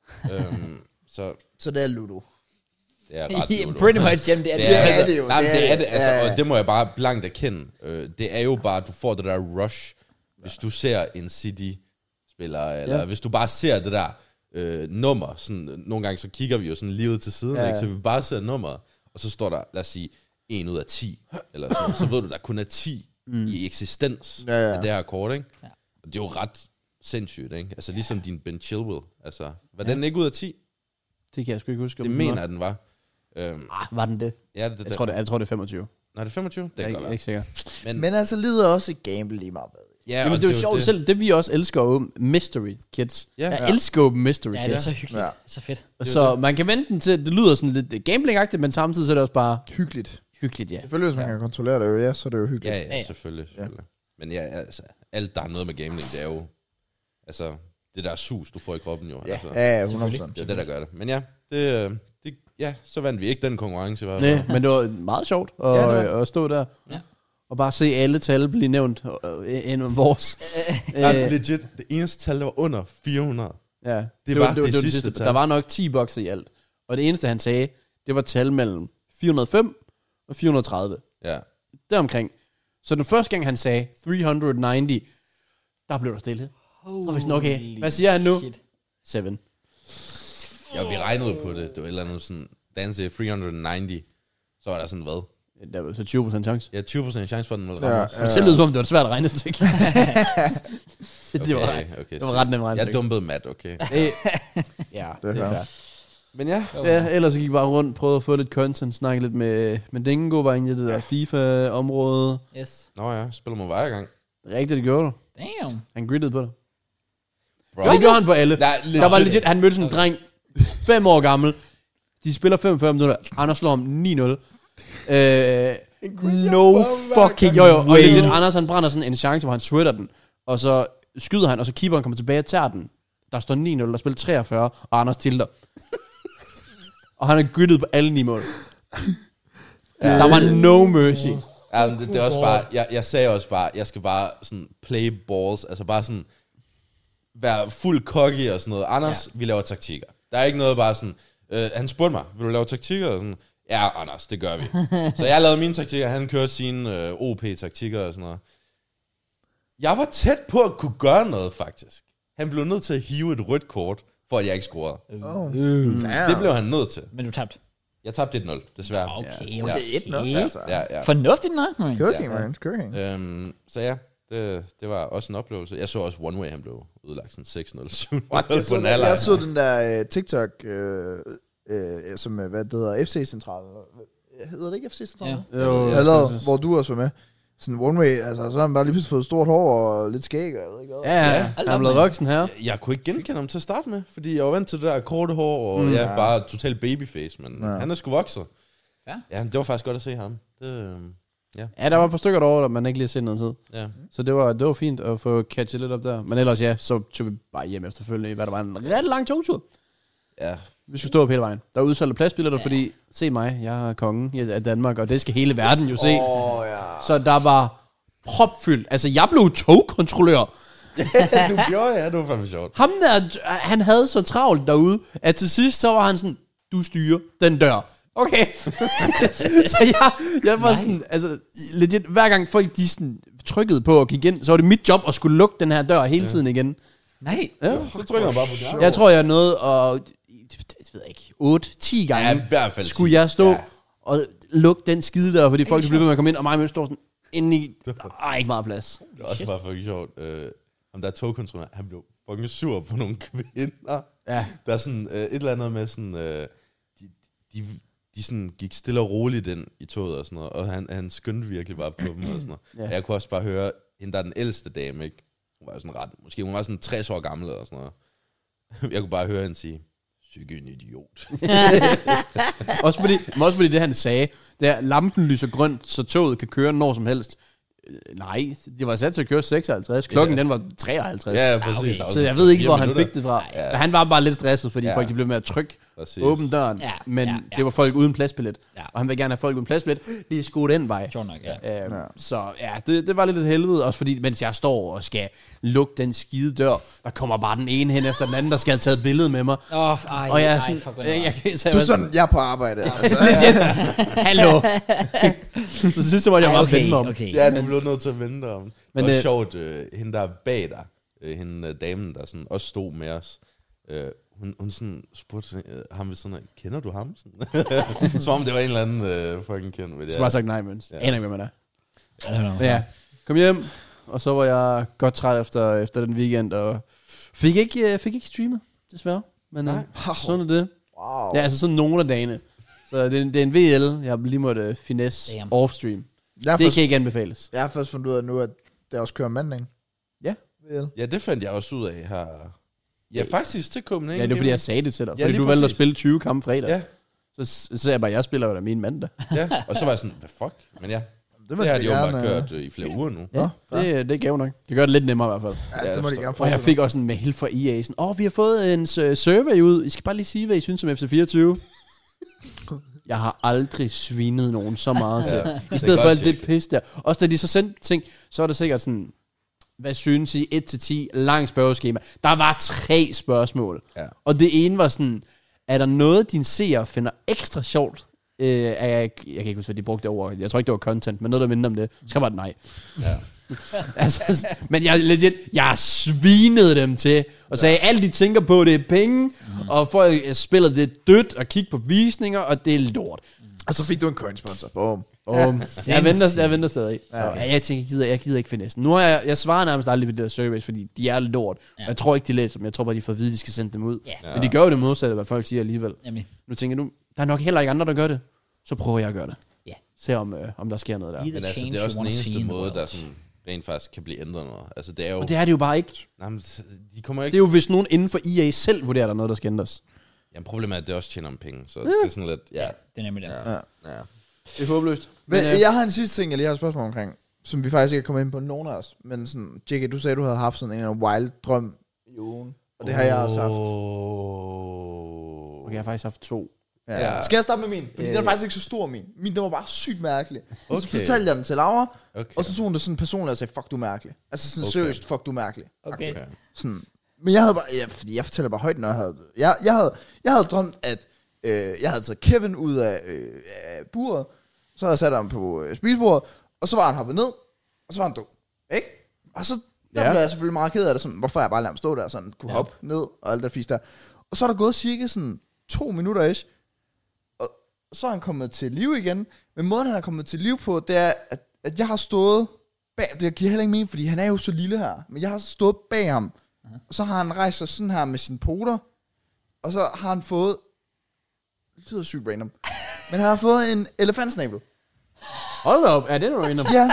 Speaker 4: Så det er Ludo.
Speaker 2: Det er ret Ludo.
Speaker 1: Pretty much, jamen, det er det.
Speaker 4: Det er jo.
Speaker 2: Nej, det er det, altså, og det må jeg bare blankt erkende. Det er jo bare, at du får det der rush, hvis du ser en City-spiller, eller hvis du bare ser det der nummer. Sådan, nogle gange så kigger vi jo sådan lige ud til siden, ikke? Så vi bare ser nummeret. og så står der, lad os sige, 1 ud af 10, eller sådan, så ved du, der kun er 10 i eksistens af det her kort, ikke? Ja. Og det er jo ret sindssygt, ikke? Altså ligesom din Ben Chilwell, altså, var den ikke ud af 10?
Speaker 3: Det kan jeg sgu ikke huske.
Speaker 2: Det mener jeg, den var.
Speaker 3: Var den det?
Speaker 2: Ja,
Speaker 3: Jeg tror, det er 25.
Speaker 2: Nej, det er 25? Det
Speaker 3: Jeg
Speaker 2: kan
Speaker 3: er
Speaker 2: godt være.
Speaker 3: ikke sikker.
Speaker 4: Men altså, lider også et gamble lige meget med.
Speaker 2: Ja,
Speaker 3: Jamen,
Speaker 2: og
Speaker 3: det er jo sjovt, selv det vi også elsker jo mystery kids.
Speaker 2: Ja.
Speaker 3: Jeg elsker jo mystery
Speaker 1: Ja, det er
Speaker 3: kids.
Speaker 1: så hyggeligt.
Speaker 4: Ja.
Speaker 1: Så fedt.
Speaker 3: Så man kan vente den til, det lyder sådan lidt gambling-agtigt, men samtidig så er det også bare
Speaker 4: Hyggeligt.
Speaker 3: hyggeligt, ja.
Speaker 4: Selvfølgelig, hvis man kan kontrollere det jo, ja, så er det jo hyggeligt.
Speaker 2: Ja, selvfølgelig. Men ja, altså, alt der har noget med gambling, det er jo, altså, det der sus, du får i kroppen jo.
Speaker 4: Ja,
Speaker 2: Altså,
Speaker 4: ja, 100%.
Speaker 2: det er det, der gør det. Men ja, ja, så vandt vi ikke den konkurrence i hvert fald.
Speaker 3: Nej, men det var meget sjovt at stå der.
Speaker 1: Ja.
Speaker 3: Og bare se alle tal blive nævnt end vores.
Speaker 2: Ja, legit, det eneste tal, der var under 400.
Speaker 3: Ja,
Speaker 2: Det var det sidste tal.
Speaker 3: Der var nok 10 bokse i alt. Og det eneste, han sagde, det var tal mellem 405 og 430.
Speaker 2: Ja.
Speaker 3: Deromkring. Så den første gang, han sagde 390, der blev der stille. Og vi sådan, okay, hvad siger han nu? 7.
Speaker 2: Ja, vi regnede på det. Det var et eller andet sådan, da han sagde 390, så var der sådan hvad?
Speaker 3: Der var så 20% chance.
Speaker 2: Ja, 20% chance for den.
Speaker 4: Ja,
Speaker 3: Det ser ud som om, det var et svært regnestykke. det var ret nemt regnestykke.
Speaker 2: Jeg dumpede Matt, okay.
Speaker 3: Ja,
Speaker 4: Det er
Speaker 3: det er fair.
Speaker 2: Men ja.
Speaker 3: Ja, ellers så gik vi bare rundt, prøvede at få lidt content, snakke lidt med Dingo, var inde i det der FIFA-område.
Speaker 1: Yes.
Speaker 2: Nå ja, spiller man hver gang.
Speaker 3: Rigtigt, det gjorde du.
Speaker 1: Damn.
Speaker 3: Han grittede på dig.
Speaker 2: Bro.
Speaker 3: Det gjorde han på alle.
Speaker 2: Nej,
Speaker 3: Der var legit, han mødte sådan en dreng, 5 år gammel. De spiller 45 minutter. Anders slår ham 9-0. No fucking jo. Og legit, Anders han brænder sådan en chance, hvor han sweater den. Og så skyder han, og så keeperen kommer tilbage og tager den. Der står 9-0, der spiller 43, og Anders tilter. Og han er grittet på alle 9 mål. Der var no mercy.
Speaker 2: Ja, det er også bare, jeg sagde også bare, jeg skal bare sådan play balls, altså bare sådan være fuld cocky og sådan noget. Anders, vi laver taktikker. Der er ikke noget bare sådan, han spurgte mig, vil du lave taktikker? Og sådan, ja, Anders, det gør vi. Så jeg lavede mine taktikker, han kører sine OP-taktikker og sådan noget. Jeg var tæt på at kunne gøre noget, faktisk. Han blev nødt til at hive et rødt kort, for at jeg ikke scorede. Det blev han nødt til.
Speaker 1: Men du tabte.
Speaker 2: Jeg tabte 1-0, desværre.
Speaker 1: Okay,
Speaker 2: Ja.
Speaker 1: okay.
Speaker 4: 1-0, altså.
Speaker 2: Ja.
Speaker 1: Fornuftigt nok, man.
Speaker 4: Cooking, man. Cooking.
Speaker 2: Så ja, det var også en oplevelse. Jeg så også One Way, han blev udlagt sådan 6-0.
Speaker 4: Jeg så den der TikTok, som, hvad det hedder, FC-central. Hedder det ikke FC-central?
Speaker 1: Ja.
Speaker 4: Eller, hvor du også var med. Sådan One Way, altså, så har han bare lige pludselig fået stort hår og lidt skæg, og jeg ved ikke hvad.
Speaker 3: Ja, han er blevet voksen her.
Speaker 2: Jeg kunne ikke genkende ham til at starte med, fordi jeg var vant til det der korte hår, og bare totalt babyface, men han er sgu vokset. Ja, det var faktisk godt at se ham.
Speaker 3: Ja, der var et par stykker derovre, der man ikke lige har set noget tid.
Speaker 2: Ja.
Speaker 3: Så det var fint at få catchet lidt op der. Men ellers ja, så tog vi bare hjem efterfølgende, hvad der var en ret lang togtur.
Speaker 2: Ja.
Speaker 3: Vi skulle stå op hele vejen. Der er udsolgte pladsbilletter, fordi, se mig, jeg er kongen af Danmark, og det skal hele verden jo se.
Speaker 4: Ja.
Speaker 3: Så der var propfyldt. Altså, jeg blev togkontrollør.
Speaker 2: Du gjorde, ja, det var fandme sjovt.
Speaker 3: Ham der, han havde så travlt derude, at til sidst, så var han sådan, du styrer den dør. Okay. Så jeg var sådan, altså, legit, hver gang folk de sådan trykkede på og gik ind, så var det mit job at skulle lukke den her dør hele tiden igen.
Speaker 1: Nej.
Speaker 3: Ja.
Speaker 2: Så trykker man bare på det.
Speaker 3: Jeg tror, jeg nåede, og det ved jeg ikke, 8-10 gange
Speaker 2: Ja, i hvert fald
Speaker 3: skulle jeg stå og lukke den skide der, fordi folk blev ved med at komme ind, og mig og står sådan inde i, ikke meget plads.
Speaker 2: Det var også bare fucking sjovt. Ham der togkontrollør, han blev fucking sur på nogle kvinder.
Speaker 3: Ja.
Speaker 2: Der er sådan et eller andet med sådan, de sådan gik stille og roligt ind i toget og sådan noget, og han skyndte virkelig bare på dem og sådan noget.
Speaker 3: Ja.
Speaker 2: Jeg kunne også bare høre, hende der er den ældste dame, ikke? Hun var sådan ret, måske hun var sådan 60 år gammel eller sådan noget. Jeg kunne bare høre hende sige, sikke en idiot.
Speaker 3: også fordi det han sagde, det er, lampen lyser grønt, så toget kan køre når som helst. Nej, det var sat til at køre 56. Klokken den var 53.
Speaker 2: Ja, præcis.
Speaker 1: Okay.
Speaker 3: Så jeg ved ikke, hvor han fik det fra.
Speaker 2: Ja.
Speaker 3: Han var bare lidt stresset, fordi folk de blev med at trykke åbne døren.
Speaker 1: Ja,
Speaker 3: Men
Speaker 1: ja.
Speaker 3: det var folk uden pladsbillet.
Speaker 1: Ja.
Speaker 3: Og han vil gerne have folk uden pladsbillet. Lige skue den vej.
Speaker 1: Sjovt nok, ja.
Speaker 3: Så ja, det var lidt et helvede. Også fordi, mens jeg står og skal lukke den skide dør, der kommer bare den ene hen efter den anden, der skal have taget et billede med mig. Og jeg er sådan,
Speaker 4: Du er sådan, jeg er på arbejde. Altså.
Speaker 3: Hallo. Så synes jeg, at jeg bare vende mig om.
Speaker 1: Okay.
Speaker 2: Ja, du blev nødt til at vende dig om.
Speaker 3: Men,
Speaker 2: det var sjovt, hende der bag dig, hende damen, der sådan også stod med os, hun sådan spurgte ham ved sådan af, kender du ham? Sådan. Som om det var en eller anden fucking kendt.
Speaker 3: Så bare sagt nej, men aner ikke, hvem man er.
Speaker 1: Ja.
Speaker 3: Ja, kom hjem, og så var jeg godt træt efter den weekend, og fik ikke streamet, desværre. Men sådan er det.
Speaker 4: Wow.
Speaker 3: Ja, altså sådan nogle af dagene. Så det er en VL, jeg lige måtte finesse off-stream. Det kan ikke anbefales.
Speaker 4: Jeg har først fundet ud af nu, at det også kører mandag.
Speaker 3: Ja.
Speaker 4: VL.
Speaker 2: Ja, det fandt jeg også ud af her. Ja, faktisk til Copenhagen.
Speaker 3: Ja, det er fordi, jeg sagde det til dig.
Speaker 2: Ja,
Speaker 3: Fordi
Speaker 2: lige
Speaker 3: du valgte at
Speaker 2: præcis.
Speaker 3: spille 20 kampe fredag.
Speaker 2: Ja.
Speaker 3: Så sagde jeg bare, jeg spiller jo da min mandag.
Speaker 2: Ja, og så var jeg sådan, hvad fuck? Men ja,
Speaker 4: Det
Speaker 2: det har de jo bare kørt i flere uger nu.
Speaker 3: Ja, det er gav nok. Det gør det lidt nemmere i hvert fald.
Speaker 4: Ja, det må de gerne få.
Speaker 3: Og jeg fik også en mail fra EA, sådan, vi har fået en survey ud. I skal bare lige sige, hvad I synes om FC24. Jeg har aldrig svinet nogen så meget til. I stedet for alt det pis der. Også da de så sendte ting, så var det sikkert sådan, hvad synes I? 1-10, lang spørgeskema. Der var 3 spørgsmål.
Speaker 2: Ja.
Speaker 3: Og det ene var sådan, er der noget, din seer finder ekstra sjovt? Jeg kan ikke huske, hvad de brugte over. Jeg tror ikke, det var content, men noget, der minder om det. Så var det nej.
Speaker 2: Ja.
Speaker 3: Altså, men jeg svinede dem til, og sagde, alt de tænker på, det er penge, og folk spiller det dødt, og kigge på visninger, og det er lort.
Speaker 4: Og så fik du en coin-sponsor. Boom.
Speaker 3: Jeg venter stadig. Så, jeg tænker, jeg gider ikke finesse. Nu har jeg svarer nærmest aldrig på det der surveys, fordi de er lort. Ja. Jeg tror ikke, de læser dem. Jeg tror bare, de får at vide, de skal sende dem ud. Ja. Men de gør jo det modsatte, hvad folk siger alligevel. Jamen. Nu tænker jeg, der er nok heller ikke andre, der gør det. Så prøver jeg at gøre det. Ja. Se om der sker noget der.
Speaker 2: Men altså, det er også den eneste måde, der sådan rent faktisk kan blive ændret noget. Altså, det er jo...
Speaker 3: Og det er det jo bare ikke.
Speaker 2: Nej, men de kommer ikke...
Speaker 3: Det er jo, hvis nogen inden for EA selv vurderer, der er noget, der skal ændres.
Speaker 2: Jamen, problemet er, at det også tjener om penge. Så det er sådan lidt... Ja,
Speaker 1: det er nemlig det.
Speaker 2: Ja.
Speaker 3: Det er håbløst.
Speaker 4: Men jeg har en sidste ting, jeg lige har et spørgsmål omkring, som vi faktisk ikke er kommet ind på nogen af os. Men sådan, Jake, du sagde, du havde haft sådan en wild drøm i ugen. Og det har jeg også haft.
Speaker 3: Okay, jeg har faktisk haft 2.
Speaker 4: Ja. Skal jeg starte med min? Fordi den er faktisk ikke så stor, min. Min, den var bare sygt mærkelig. Okay. Så fortalte jeg den til Laura, og så tog hun det sådan personligt og sagde, fuck, du er mærkelig. Altså sådan seriøst, fuck, du er mærkelig.
Speaker 1: Okay.
Speaker 4: Sådan. Men jeg havde bare, fordi jeg fortæller bare højt, når jeg havde drømt, at jeg havde taget Kevin ud af buret, så havde jeg sat ham på spisebordet, og så var han hoppet ned, og så var han død. Ikke? Og så der blev jeg selvfølgelig meget ked af det, sådan, hvorfor jeg bare lader ham stå der, sådan kunne hoppe ned, og alt det fisk der. Og så er der gået cirka sådan 2 minutter ish, og så er han kommet til liv igen, men måden han er kommet til liv på, det er, at jeg har stået bag, det giver heller ikke mening, fordi han er jo så lille her, men jeg har stået bag ham, og så har han rejst sig sådan her med sine poter, og så har han fået, det lyder sygt random, men han har fået en elefantsnabel.
Speaker 3: Hold op, er det noget random?
Speaker 4: Ja.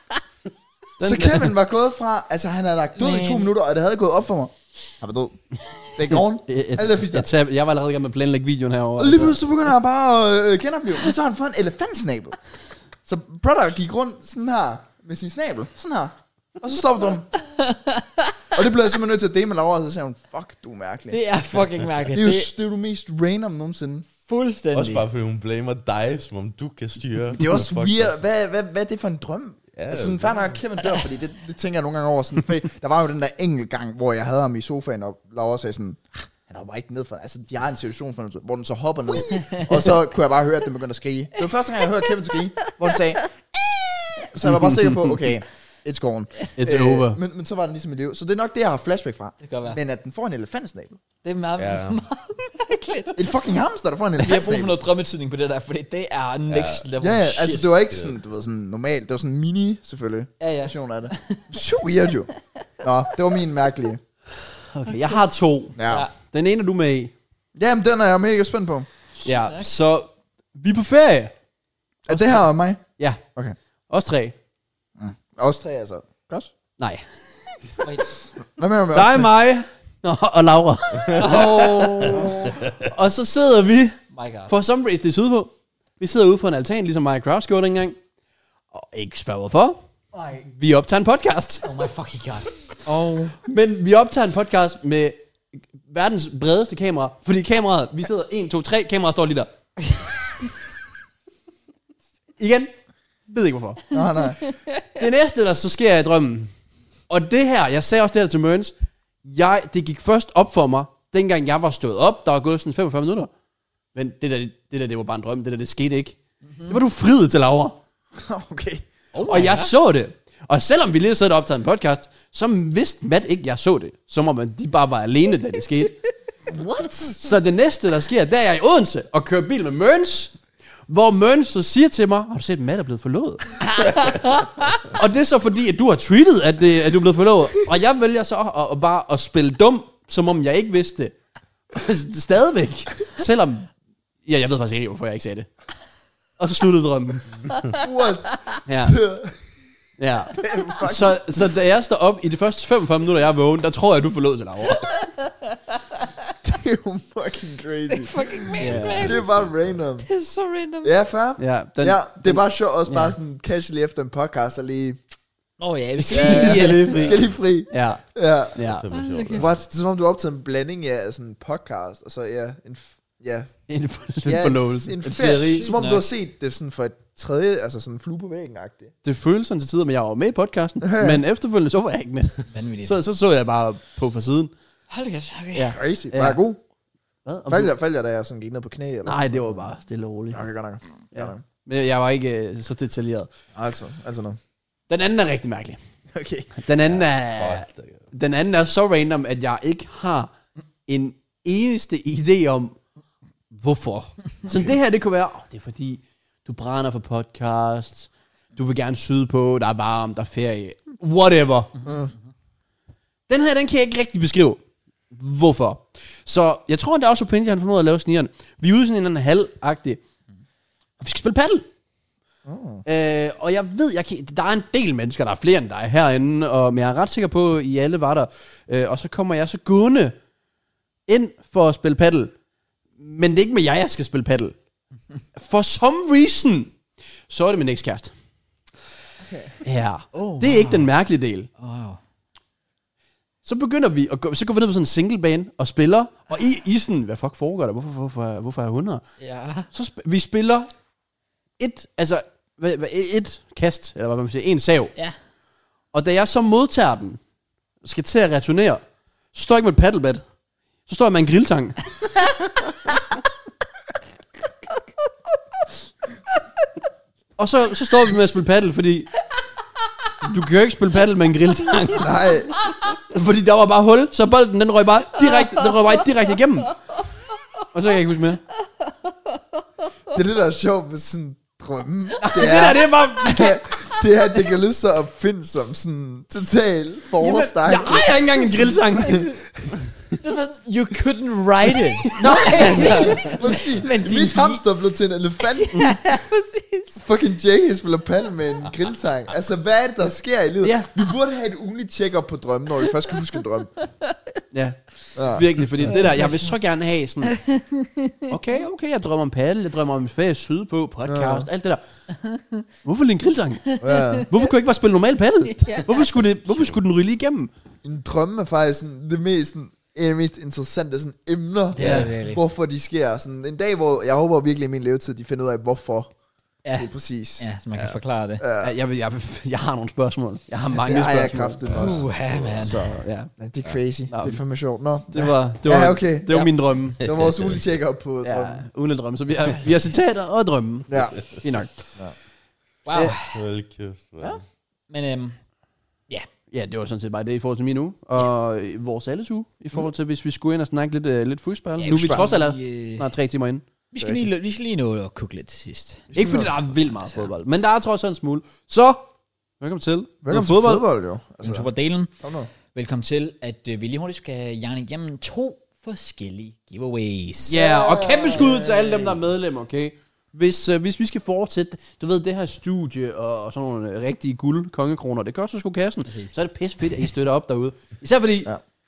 Speaker 4: Så Kevin var gået fra, altså han havde lagt død i 2 minutter, og det havde gået op for mig. Han var død. Det er gården.
Speaker 3: Jeg var allerede i gang med at planlægge videoen herovre.
Speaker 4: Og lige pludselig så begynder han bare at genopleve. Men så har han fået en elefantsnabel. Så brother gik rundt sådan her, med sin snabel. Sådan her. Og så stoppede hun. Og det blev jeg simpelthen nødt til at dele med Laura, og så sagde hun, fuck, du er mærkelig.
Speaker 1: Det er fucking mærkeligt.
Speaker 4: Det er jo det mest random nogensinde.
Speaker 1: Fuldstændig.
Speaker 2: Også bare fordi hun blamer dig, som om du kan styre.
Speaker 4: Det er også weird. Hvad er det for en drøm? Ja, altså sådan færdig nok Kevin dør, fordi det tænker jeg nogle gange over sådan, der var jo den der enkelt gang, hvor jeg havde ham i sofaen, og Laura sagde sådan, han hopper ikke ned for, altså de har en situation, for, hvor den så hopper ned, og så kunne jeg bare høre, at den begyndte at skrige. Det var første gang, jeg hørte Kevin skrige, hvor den sagde, så jeg var bare sikker på, okay, it's gone.
Speaker 3: It's over.
Speaker 4: Men så var den ligesom i liv. Så det er nok det, jeg har flashback fra.
Speaker 1: Det kan godt være.
Speaker 4: Men at den får en elefantsnabel.
Speaker 1: Det er meget mærkeligt.
Speaker 4: Et fucking hamster, der får en
Speaker 1: Vi har brug for
Speaker 4: elefantsnabel.
Speaker 1: noget drømmetydning på det der, fordi det er next level
Speaker 4: Ja,
Speaker 1: shit.
Speaker 4: altså det var ikke sådan, du ved, sådan normalt. Det var sådan en mini, selvfølgelig, version af det. Så weird jo. Nå, det var min mærkelige.
Speaker 3: Okay, jeg har 2.
Speaker 4: Ja.
Speaker 3: Den ene er du med i.
Speaker 4: Jamen, den er jeg mega spændt på.
Speaker 3: Ja, så vi er på ferie.
Speaker 4: Er det her og mig?
Speaker 3: Ja.
Speaker 4: Okay.
Speaker 3: Os 3.
Speaker 4: Os 3, altså. Godt.
Speaker 3: Nej.
Speaker 4: Hvad mener du med
Speaker 3: Der
Speaker 4: os
Speaker 3: er
Speaker 4: 3?
Speaker 3: mig og Laura. Og så sidder vi for some reason, det er sydpå. Vi sidder ude på en altan, ligesom Mike Kraus gjorde dengang. Og ikke spørg hvorfor. Vi optager en podcast.
Speaker 1: Oh my fucking god.
Speaker 3: Men vi optager en podcast med verdens bredeste kamera. Fordi kameraet, vi sidder 1, 2, 3, kameraet står lige der. Igen. Ved ikke hvorfor.
Speaker 4: Nej.
Speaker 3: Det næste, der så sker i drømmen. Og det her, jeg sagde også det her til Mørns. Det gik først op for mig, dengang jeg var stået op. Der var gået sådan 45 minutter. Men det var bare en drøm. Det skete ikke. Mm-hmm. Det var du friet til, Laura.
Speaker 4: Okay.
Speaker 3: Og jeg så det. Og selvom vi lige sad og optaget en podcast, så vidste Matt ikke, jeg så det. Som om de bare var alene, da det skete.
Speaker 4: What?
Speaker 3: Så det næste, der sker, der er jeg i Odense og kører bil med Mørns, hvor Mørns så siger til mig, har du set, Matt er blevet forlovet? Og det er så fordi, at du har tweetet, at du er blevet forlovet. Og jeg vælger så bare at spille dum, som om jeg ikke vidste det. Stadigvæk. Selvom, ja, jeg ved faktisk ikke, hvorfor jeg ikke sagde det. Og så sluttede drømmen.
Speaker 4: What?
Speaker 3: Ja. Ja. Så da jeg står op i de første 45 minutter, jeg er vågen, der tror jeg, du forlod til Laura.
Speaker 4: Det er jo fucking crazy.
Speaker 1: Fucking man,
Speaker 3: Yeah.
Speaker 4: Det er bare random.
Speaker 1: Det er så random.
Speaker 4: Ja, fair.
Speaker 3: Ja,
Speaker 4: Ja, det er bare sjovt også bare sådan casually efter en podcast og lige...
Speaker 1: Ja, vi skal
Speaker 4: Skal lige fri.
Speaker 3: Ja,
Speaker 4: Ja.
Speaker 3: ja.
Speaker 4: What? Det er som om du har optaget en blanding af sådan en podcast, og så
Speaker 3: En forlovelse.
Speaker 4: en
Speaker 3: En
Speaker 4: ferie.
Speaker 3: ferie.
Speaker 4: Som om du har set det sådan for et tredje, altså sådan en flue på væggen-agtigt.
Speaker 3: Det føles sådan til tider, men jeg var med i podcasten. Men efterfølgende så var jeg ikke med.
Speaker 1: vanvittigt.
Speaker 3: Så jeg bare på for siden.
Speaker 1: Hold da kæft, okay.
Speaker 3: Ja.
Speaker 4: Crazy.
Speaker 3: Ja.
Speaker 4: Var jeg god?
Speaker 3: Hvad?
Speaker 4: Faldt jeg da jeg sådan gik ned på knæ? Eller?
Speaker 3: Nej, det var bare stille og roligt.
Speaker 4: Okay, godt nok.
Speaker 3: Ja.
Speaker 4: Godt nok.
Speaker 3: Men jeg var ikke så detaljeret.
Speaker 4: Altså noget.
Speaker 3: Den anden er rigtig mærkelig.
Speaker 4: Okay.
Speaker 3: Den anden er så random, at jeg ikke har en eneste idé om, hvorfor. Så det her, det kunne være, det er fordi, du brænder for podcast, du vil gerne syde på, der er varmt, der er ferie, whatever. Den her, den kan jeg ikke rigtig beskrive, hvorfor. Så jeg tror, det er også Opinion, han formået at lave snigeren. Vi er ude i sådan en halvagtig, og vi skal spille paddle. Og jeg ved, der er en del mennesker, der er flere end dig herinde, men jeg er ret sikker på, at I alle var der. Og så kommer jeg så gående ind for at spille paddle. Men det er ikke med jeg skal spille paddle. For some reason, så er det min ekskæreste. Okay. Ja, det er ikke den mærkelige del. Så begynder vi, så går vi ned på sådan en single bane og spiller. Og i sådan, hvad fuck foregår der? Hvorfor er hun her?
Speaker 1: Ja.
Speaker 3: Så vi spiller et kast, eller hvad man siger, en sav.
Speaker 1: Ja.
Speaker 3: Og da jeg så modtager den, skal til at returnere, så står jeg ikke med et paddlebed. Så står jeg med en grilltang. Og så står vi med at spille paddle, fordi du kan jo ikke spille paddle med en grilltang.
Speaker 4: Nej.
Speaker 3: Fordi der var bare hul, så bolden den røg bare direkte igennem. Og så kan jeg ikke huske mere.
Speaker 4: Det er det, der er sjovt med sådan drømme.
Speaker 3: Det er bare...
Speaker 4: Det her, det kan lyde så opfindsomt, sådan total forårsdag.
Speaker 3: Jeg ejer ikke engang en grilltang.
Speaker 1: You couldn't write it.
Speaker 4: Præcis.
Speaker 1: Men din-
Speaker 4: Mit hamster er blevet til en elefant.
Speaker 1: Præcis.
Speaker 4: Fucking Jake spiller paddle med en grilltang. Altså, hvad er det, der sker i livet?
Speaker 3: Ja.
Speaker 4: Vi burde have et ugenligt check-up på drømmen, når vi først skal huske en drøm.
Speaker 3: Ja,
Speaker 4: Ja.
Speaker 3: virkelig, fordi det der, jeg vil så gerne have sådan, okay, jeg drømmer om paddle, jeg drømmer om ferie sydpå, podcast, alt det der. Hvorfor lige en grilltang?
Speaker 4: Ja.
Speaker 3: Hvorfor kunne jeg ikke bare spille normal paddle? Hvorfor skulle den ryge lige igennem?
Speaker 4: En drømme er faktisk sådan, det mest, sådan, en af de mest interessante sådan, emner.
Speaker 1: Det er det virkelig.
Speaker 4: Hvorfor de sker. Sådan, en dag, hvor jeg håber virkelig i min levetid, de finder ud af, hvorfor.
Speaker 1: Ja.
Speaker 4: Det er præcis.
Speaker 1: Ja, så man kan forklare det.
Speaker 3: Jeg har nogle spørgsmål. Jeg har mange
Speaker 4: Det har jeg
Speaker 3: spørgsmål.
Speaker 4: kraftigt også.
Speaker 1: Man.
Speaker 3: Så ja,
Speaker 4: Ja, det er crazy.
Speaker 3: Nå.
Speaker 4: Det er fandme sjovt. Nå,
Speaker 3: det var min drømme.
Speaker 4: det var vores ugenlige check-up på drømmen.
Speaker 3: Ja, uden at drømme. Så vi har citater og drømme.
Speaker 4: Ja.
Speaker 3: Fint nok.
Speaker 1: Wow.
Speaker 2: Hold kæft,
Speaker 1: Ja. Men
Speaker 3: Ja, det var sådan set bare det i forhold til min uge. Og vores alles uge, i forhold til, hvis vi skulle ind og snakke lidt fodbold.
Speaker 1: Ja,
Speaker 3: Nu er vi trods alt
Speaker 1: vi,
Speaker 3: snart 3 timer inde.
Speaker 1: vi skal lige nå at kukke lidt til sidst.
Speaker 3: Ikke fordi der er vildt meget fodbold, men der er trods alt en smule. Så, velkommen til.
Speaker 4: Velkommen til fodbold, jo.
Speaker 1: Altså, Superdelen.
Speaker 4: Kom nu.
Speaker 1: Velkommen til, at vi lige hurtigt skal jerne igennem 2 forskellige giveaways.
Speaker 3: Ja, og kæmpe skud til alle dem, der er medlemmer, okay? Hvis vi skal fortsætte, du ved, det her studie og sådan nogle rigtige kongekroner, det gør så sgu kassen, så er det pisse fedt, at I støtter op derude. Især fordi,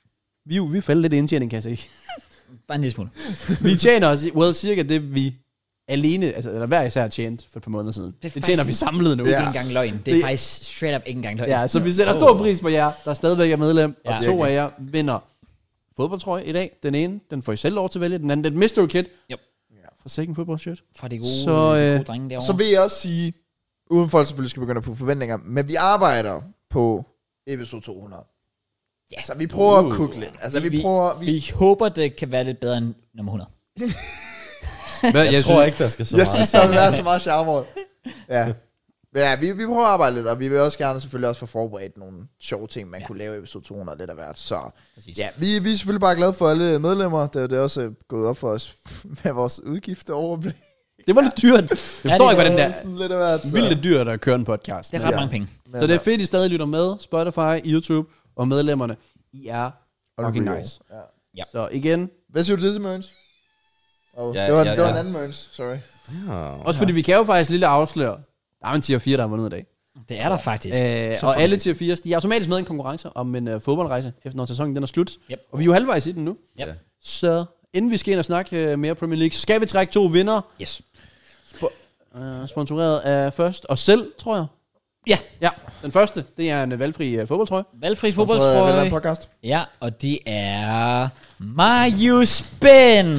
Speaker 3: vi falder lidt indtjening, kan jeg sige.
Speaker 1: Bare en lille smule.
Speaker 3: Vi tjener os, cirka det, vi alene, altså, eller hver især tjent for et par måneder siden. Det tjener vi samlet nu.
Speaker 1: Det er ikke engang løgn. Det er faktisk straight up ikke engang løgn.
Speaker 3: Ja, så vi sætter stor pris på jer, der stadigvæk er medlem, og
Speaker 1: Ja.
Speaker 3: 2 af jer vinder fodboldtrøje i dag. Den ene, den får I selv lov til at vælge, den anden, det er et mystery kit.
Speaker 1: Yep.
Speaker 3: Fra Sækken fodboldshirt.
Speaker 1: Fra de gode,
Speaker 3: Så,
Speaker 1: de gode drenge derovre.
Speaker 4: Så vil jeg også sige, uden folk selvfølgelig skal begynde på forventninger, men vi arbejder på episode 200.
Speaker 1: Ja.
Speaker 4: Altså, vi prøver at kukke lidt. Altså,
Speaker 1: Vi håber, det kan være lidt bedre end nummer 100.
Speaker 2: Jeg tror ikke, der skal så
Speaker 4: Jeg
Speaker 2: meget.
Speaker 4: synes, der vil være så meget charme. Ja. Ja, vi prøver at arbejde lidt, og vi vil også gerne selvfølgelig også få forberedt nogle sjove ting, man kunne lave i episode 200 lidt af hvert. Så ja, vi er selvfølgelig bare glade for alle medlemmer. Det er også gået op for os med vores udgifter overblik.
Speaker 3: Det var lidt dyrt. Jeg forstår ikke, hvad den der
Speaker 4: Lidt af hvert,
Speaker 3: vildt dyrt at køre en podcast.
Speaker 1: Det er ret mange penge.
Speaker 3: Så det er fedt, I stadig lytter med. Spotify, YouTube og medlemmerne. I er fucking nice.
Speaker 1: Ja.
Speaker 3: Så igen.
Speaker 4: Hvad siger du til Mørns?
Speaker 2: Ja,
Speaker 4: det var
Speaker 2: ja.
Speaker 4: en anden Mørns, sorry.
Speaker 3: Også fordi vi kan jo faktisk lille afsløre. Der er en tier 4, der har vundet i dag.
Speaker 1: Det er der faktisk.
Speaker 3: Og alle tier 4, de er automatisk med i en konkurrence om en fodboldrejse, efter når sæsonen den er slut.
Speaker 1: Yep.
Speaker 3: Og vi er jo halvvejs i den nu.
Speaker 1: Yep.
Speaker 3: Så inden vi skal ind og snakke mere Premier League, så skal vi trække 2 vinder.
Speaker 1: Yes.
Speaker 3: Sponsoreret af først og selv, tror jeg.
Speaker 1: Ja.
Speaker 3: Ja, den første, det er en valgfri fodboldtrøje.
Speaker 1: Valgfri
Speaker 4: Hvad
Speaker 1: fodboldtrøje.
Speaker 4: podcast?
Speaker 1: Ja, og det er Marius Ben,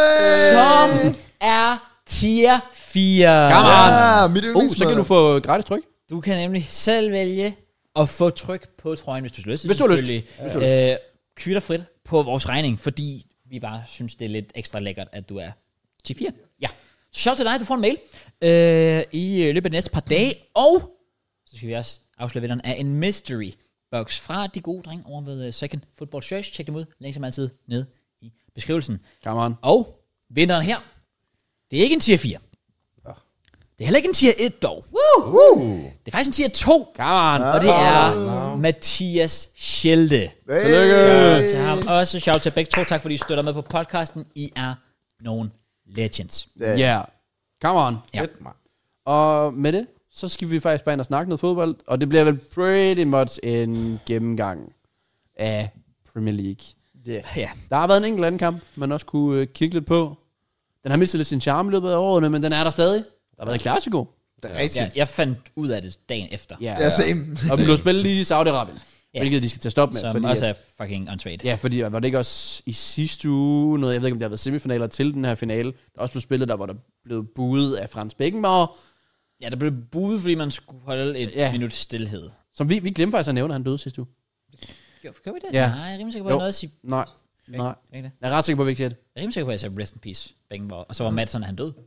Speaker 1: som er tier 4.
Speaker 3: Come on.
Speaker 4: Ja, mit
Speaker 3: Så kan
Speaker 4: yndlingsmedlem.
Speaker 3: du få gratis tryk.
Speaker 1: Du kan nemlig selv vælge at få tryk på trøjen, hvis du har lyst.
Speaker 3: Hvis du har lyst.
Speaker 1: Selvfølgelig. Kvitterfrit på vores regning, fordi vi bare synes, det er lidt ekstra lækkert, at du er tier 4. Ja. Så shout til dig, du får en mail i løbet af de næste par dage, og så skal vi også afsløre vinderen af en mystery box fra de gode drenge over ved Second Football Church. Tjek dem ud. Link som altid ned i beskrivelsen.
Speaker 3: Come on.
Speaker 1: Og vinderen her, det er ikke en tier 4. Det er heller ikke en tier 1 dog. Det er faktisk en tier 2.
Speaker 3: Come on.
Speaker 1: Og det er Mathias Schelte.
Speaker 4: Tillykke.
Speaker 1: Shout til ham. Også shout til begge to. Tak fordi I støtter med på podcasten. I er nogle legends.
Speaker 3: Ja. Yeah. Come on.
Speaker 1: Ja.
Speaker 2: Fedt, man.
Speaker 3: Og med det, så skal vi faktisk bare ind og snakke noget fodbold. Og det bliver vel pretty much en gennemgang af Premier League.
Speaker 1: Ja.
Speaker 3: Der har været en enkelt anden kamp, man også kunne kigge lidt på. Den har mistet lidt sin charme i løbet af årene, men den er der stadig. Der har været Clasico.
Speaker 4: Det er rigtigt.
Speaker 1: Ja, jeg fandt ud af det dagen efter.
Speaker 4: Ja, same.
Speaker 3: Og den blev spillet lige i Saudi-Arabien.
Speaker 1: Ja.
Speaker 3: Hvilket de skal til at stoppe med.
Speaker 1: Som
Speaker 3: fordi
Speaker 1: også er fucking unsweet.
Speaker 3: ja, fordi var det ikke også i sidste uge noget, jeg ved ikke, om det har været semifinaler til den her finale, der også blev spillet, der hvor der blev buet af Frans Beckenbauer.
Speaker 1: Ja, der blev budet, fordi man skulle holde et minut stillhed.
Speaker 3: Som vi glemte faktisk at nævne, at han døde sidste uge.
Speaker 1: Gør vi det?
Speaker 3: Ja.
Speaker 1: Nej, jeg er rimelig sikker på, at jeg nåede at sige...
Speaker 3: Nej.
Speaker 1: Ikke det?
Speaker 3: Jeg er ret sikker på, at vi ikke siger det.
Speaker 1: Jeg er rimelig sikker på, at jeg sagde rest in peace, Beckenbauer. Og så var Madsen, han død.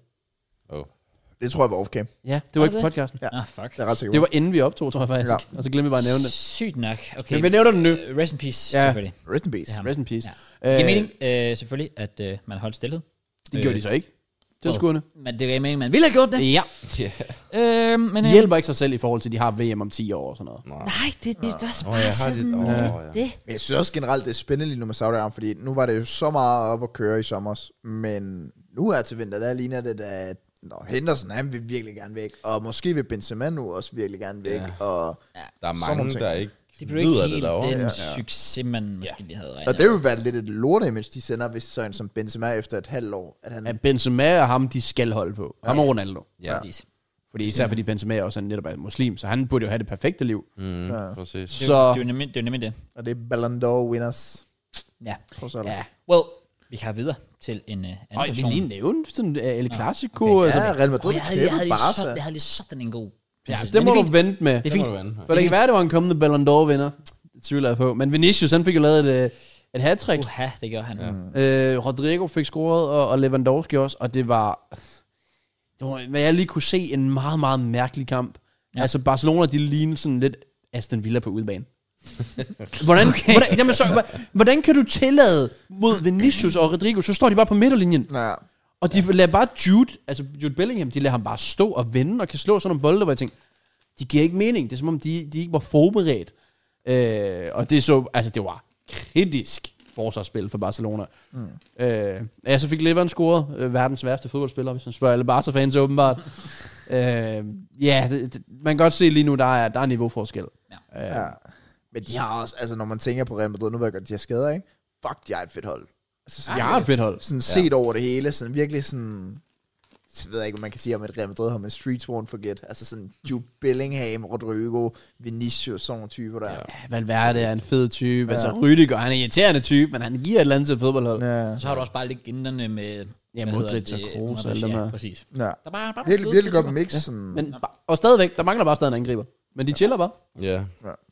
Speaker 4: Det tror jeg var off-cam.
Speaker 3: Ja, det var ikke på podcasten.
Speaker 4: Ja.
Speaker 1: Fuck.
Speaker 4: Det er ret sikkert.
Speaker 3: Det var inden vi optog, tror jeg faktisk. Ja. Og så glemte vi bare at nævne det.
Speaker 1: Sygt nok. Okay.
Speaker 3: Men vi nævner den nu.
Speaker 1: Rest in peace,
Speaker 3: Ja.
Speaker 1: selvfølgelig.
Speaker 4: Rest in peace.
Speaker 1: Det er ham.
Speaker 3: Rest in peace.
Speaker 1: Ja. Det giver mening, selvfølgelig, at man holdt stillhed.
Speaker 3: Det gjorde de så ikke. Det var skuerne.
Speaker 1: Men det giver mening, man ville have gjort det.
Speaker 3: Ja.
Speaker 1: Men,
Speaker 3: De hjælper ikke sig selv i forhold til, at de har VM om 10 år og sådan noget.
Speaker 1: nej, det er også
Speaker 2: jeg
Speaker 1: bare
Speaker 2: har
Speaker 1: sådan
Speaker 2: lidt-
Speaker 1: det.
Speaker 4: Men jeg synes også generelt, det er spændende lige nu med Saudi-Arabien, fordi nu var det jo så meget op at køre i sommer, men nu er til vinter, der ligner det, at Henderson, han vil virkelig gerne væk, og måske vil Benzema nu også virkelig gerne væk, og
Speaker 2: Der er
Speaker 4: Sådan
Speaker 2: mange,
Speaker 4: nogle ting.
Speaker 2: der ikke
Speaker 1: Det blev ikke
Speaker 2: nyder
Speaker 1: helt
Speaker 2: det derovre.
Speaker 1: den succes, man måske lige havde regnet.
Speaker 4: og det vil være lidt et lorteimage, de sender, hvis sådan som Benzema efter et halvt år, at han...
Speaker 3: At Benzema og ham, de skal holde på. Ham og Ronaldo.
Speaker 2: Ja.
Speaker 1: Præcis.
Speaker 3: Fordi især fordi Benzema også netop er muslim, så han burde jo have det perfekte liv.
Speaker 2: Præcis.
Speaker 1: Det er
Speaker 3: Så
Speaker 1: jo nemlig det.
Speaker 4: Og det er Ballon d'Or winners.
Speaker 1: Ja.
Speaker 3: ja.
Speaker 1: Well, vi kan videre til en anden
Speaker 3: Og jeg vil
Speaker 1: person.
Speaker 3: lige nævne sådan El Clasico.
Speaker 1: Okay.
Speaker 3: Altså,
Speaker 4: Ja, Real Madrid,
Speaker 1: Jeg havde,
Speaker 4: kæmpe Barca.
Speaker 1: jeg havde lige sådan en god...
Speaker 3: ja,
Speaker 1: Men
Speaker 3: det må
Speaker 1: er
Speaker 3: du
Speaker 1: fint.
Speaker 3: vente med.
Speaker 1: Det er fint.
Speaker 3: For det kan være, det var en kommende Ballon d'Or-vinder. Det tvivler jeg på. Men Vinicius, han fik jo lavet et hat-trick.
Speaker 1: Uha, det gør han. Ja.
Speaker 3: Rodrigo fik scoret, og Lewandowski også. Og det var, hvad jeg lige kunne se, en meget, meget mærkelig kamp. Ja. Altså Barcelona, de lignede sådan lidt Aston Villa på udebane. Hvordan kan du tillade mod Vinicius og Rodrigo, så står de bare på midterlinjen.
Speaker 4: Ja.
Speaker 3: Og de lader bare Jude Bellingham, de lader ham bare stå og vende og kan slå sådan nogle bolde, hvor jeg tænkte, de giver ikke mening. Det er som om, de ikke var forberedt. Og det så, altså det var kritisk forsvarsspil for Barcelona. Ja, så fik Lewandowski scoret, verdens værste fodboldspiller, hvis man spørger alle Barca-fans åbenbart. Ja, man kan godt se lige nu, der er niveauforskel.
Speaker 4: Ja. Men de har også, altså når man tænker på Real Madrid, nu ved jeg godt, de har skader, ikke? Fuck, de har et fedt hold. Altså, sådan,
Speaker 3: Jeg har et fedt hold.
Speaker 4: sådan set over det hele, sådan virkelig sådan, så ved jeg ikke, hvad man kan sige om et Real Madrid har, men streets won't forget. Altså sådan Jude Bellingham, Rodrigo, Vinicius, sådan nogle typer der.
Speaker 3: Ja, Valverde er en fed type. Altså Rüdiger, han er en irriterende type, men han giver et eller andet til et fodboldhold.
Speaker 4: Ja.
Speaker 1: Så har du også bare legenderne med...
Speaker 3: Ja, Modric og Kroos og alle dem her.
Speaker 1: Ja, præcis.
Speaker 4: Ja.
Speaker 1: Der er bare
Speaker 4: Virkelig, virkelig godt
Speaker 1: typer.
Speaker 4: mix. Sådan.
Speaker 3: Men, og stadig, der mangler bare stadig en angriber. Men de chiller bare.
Speaker 2: Ja.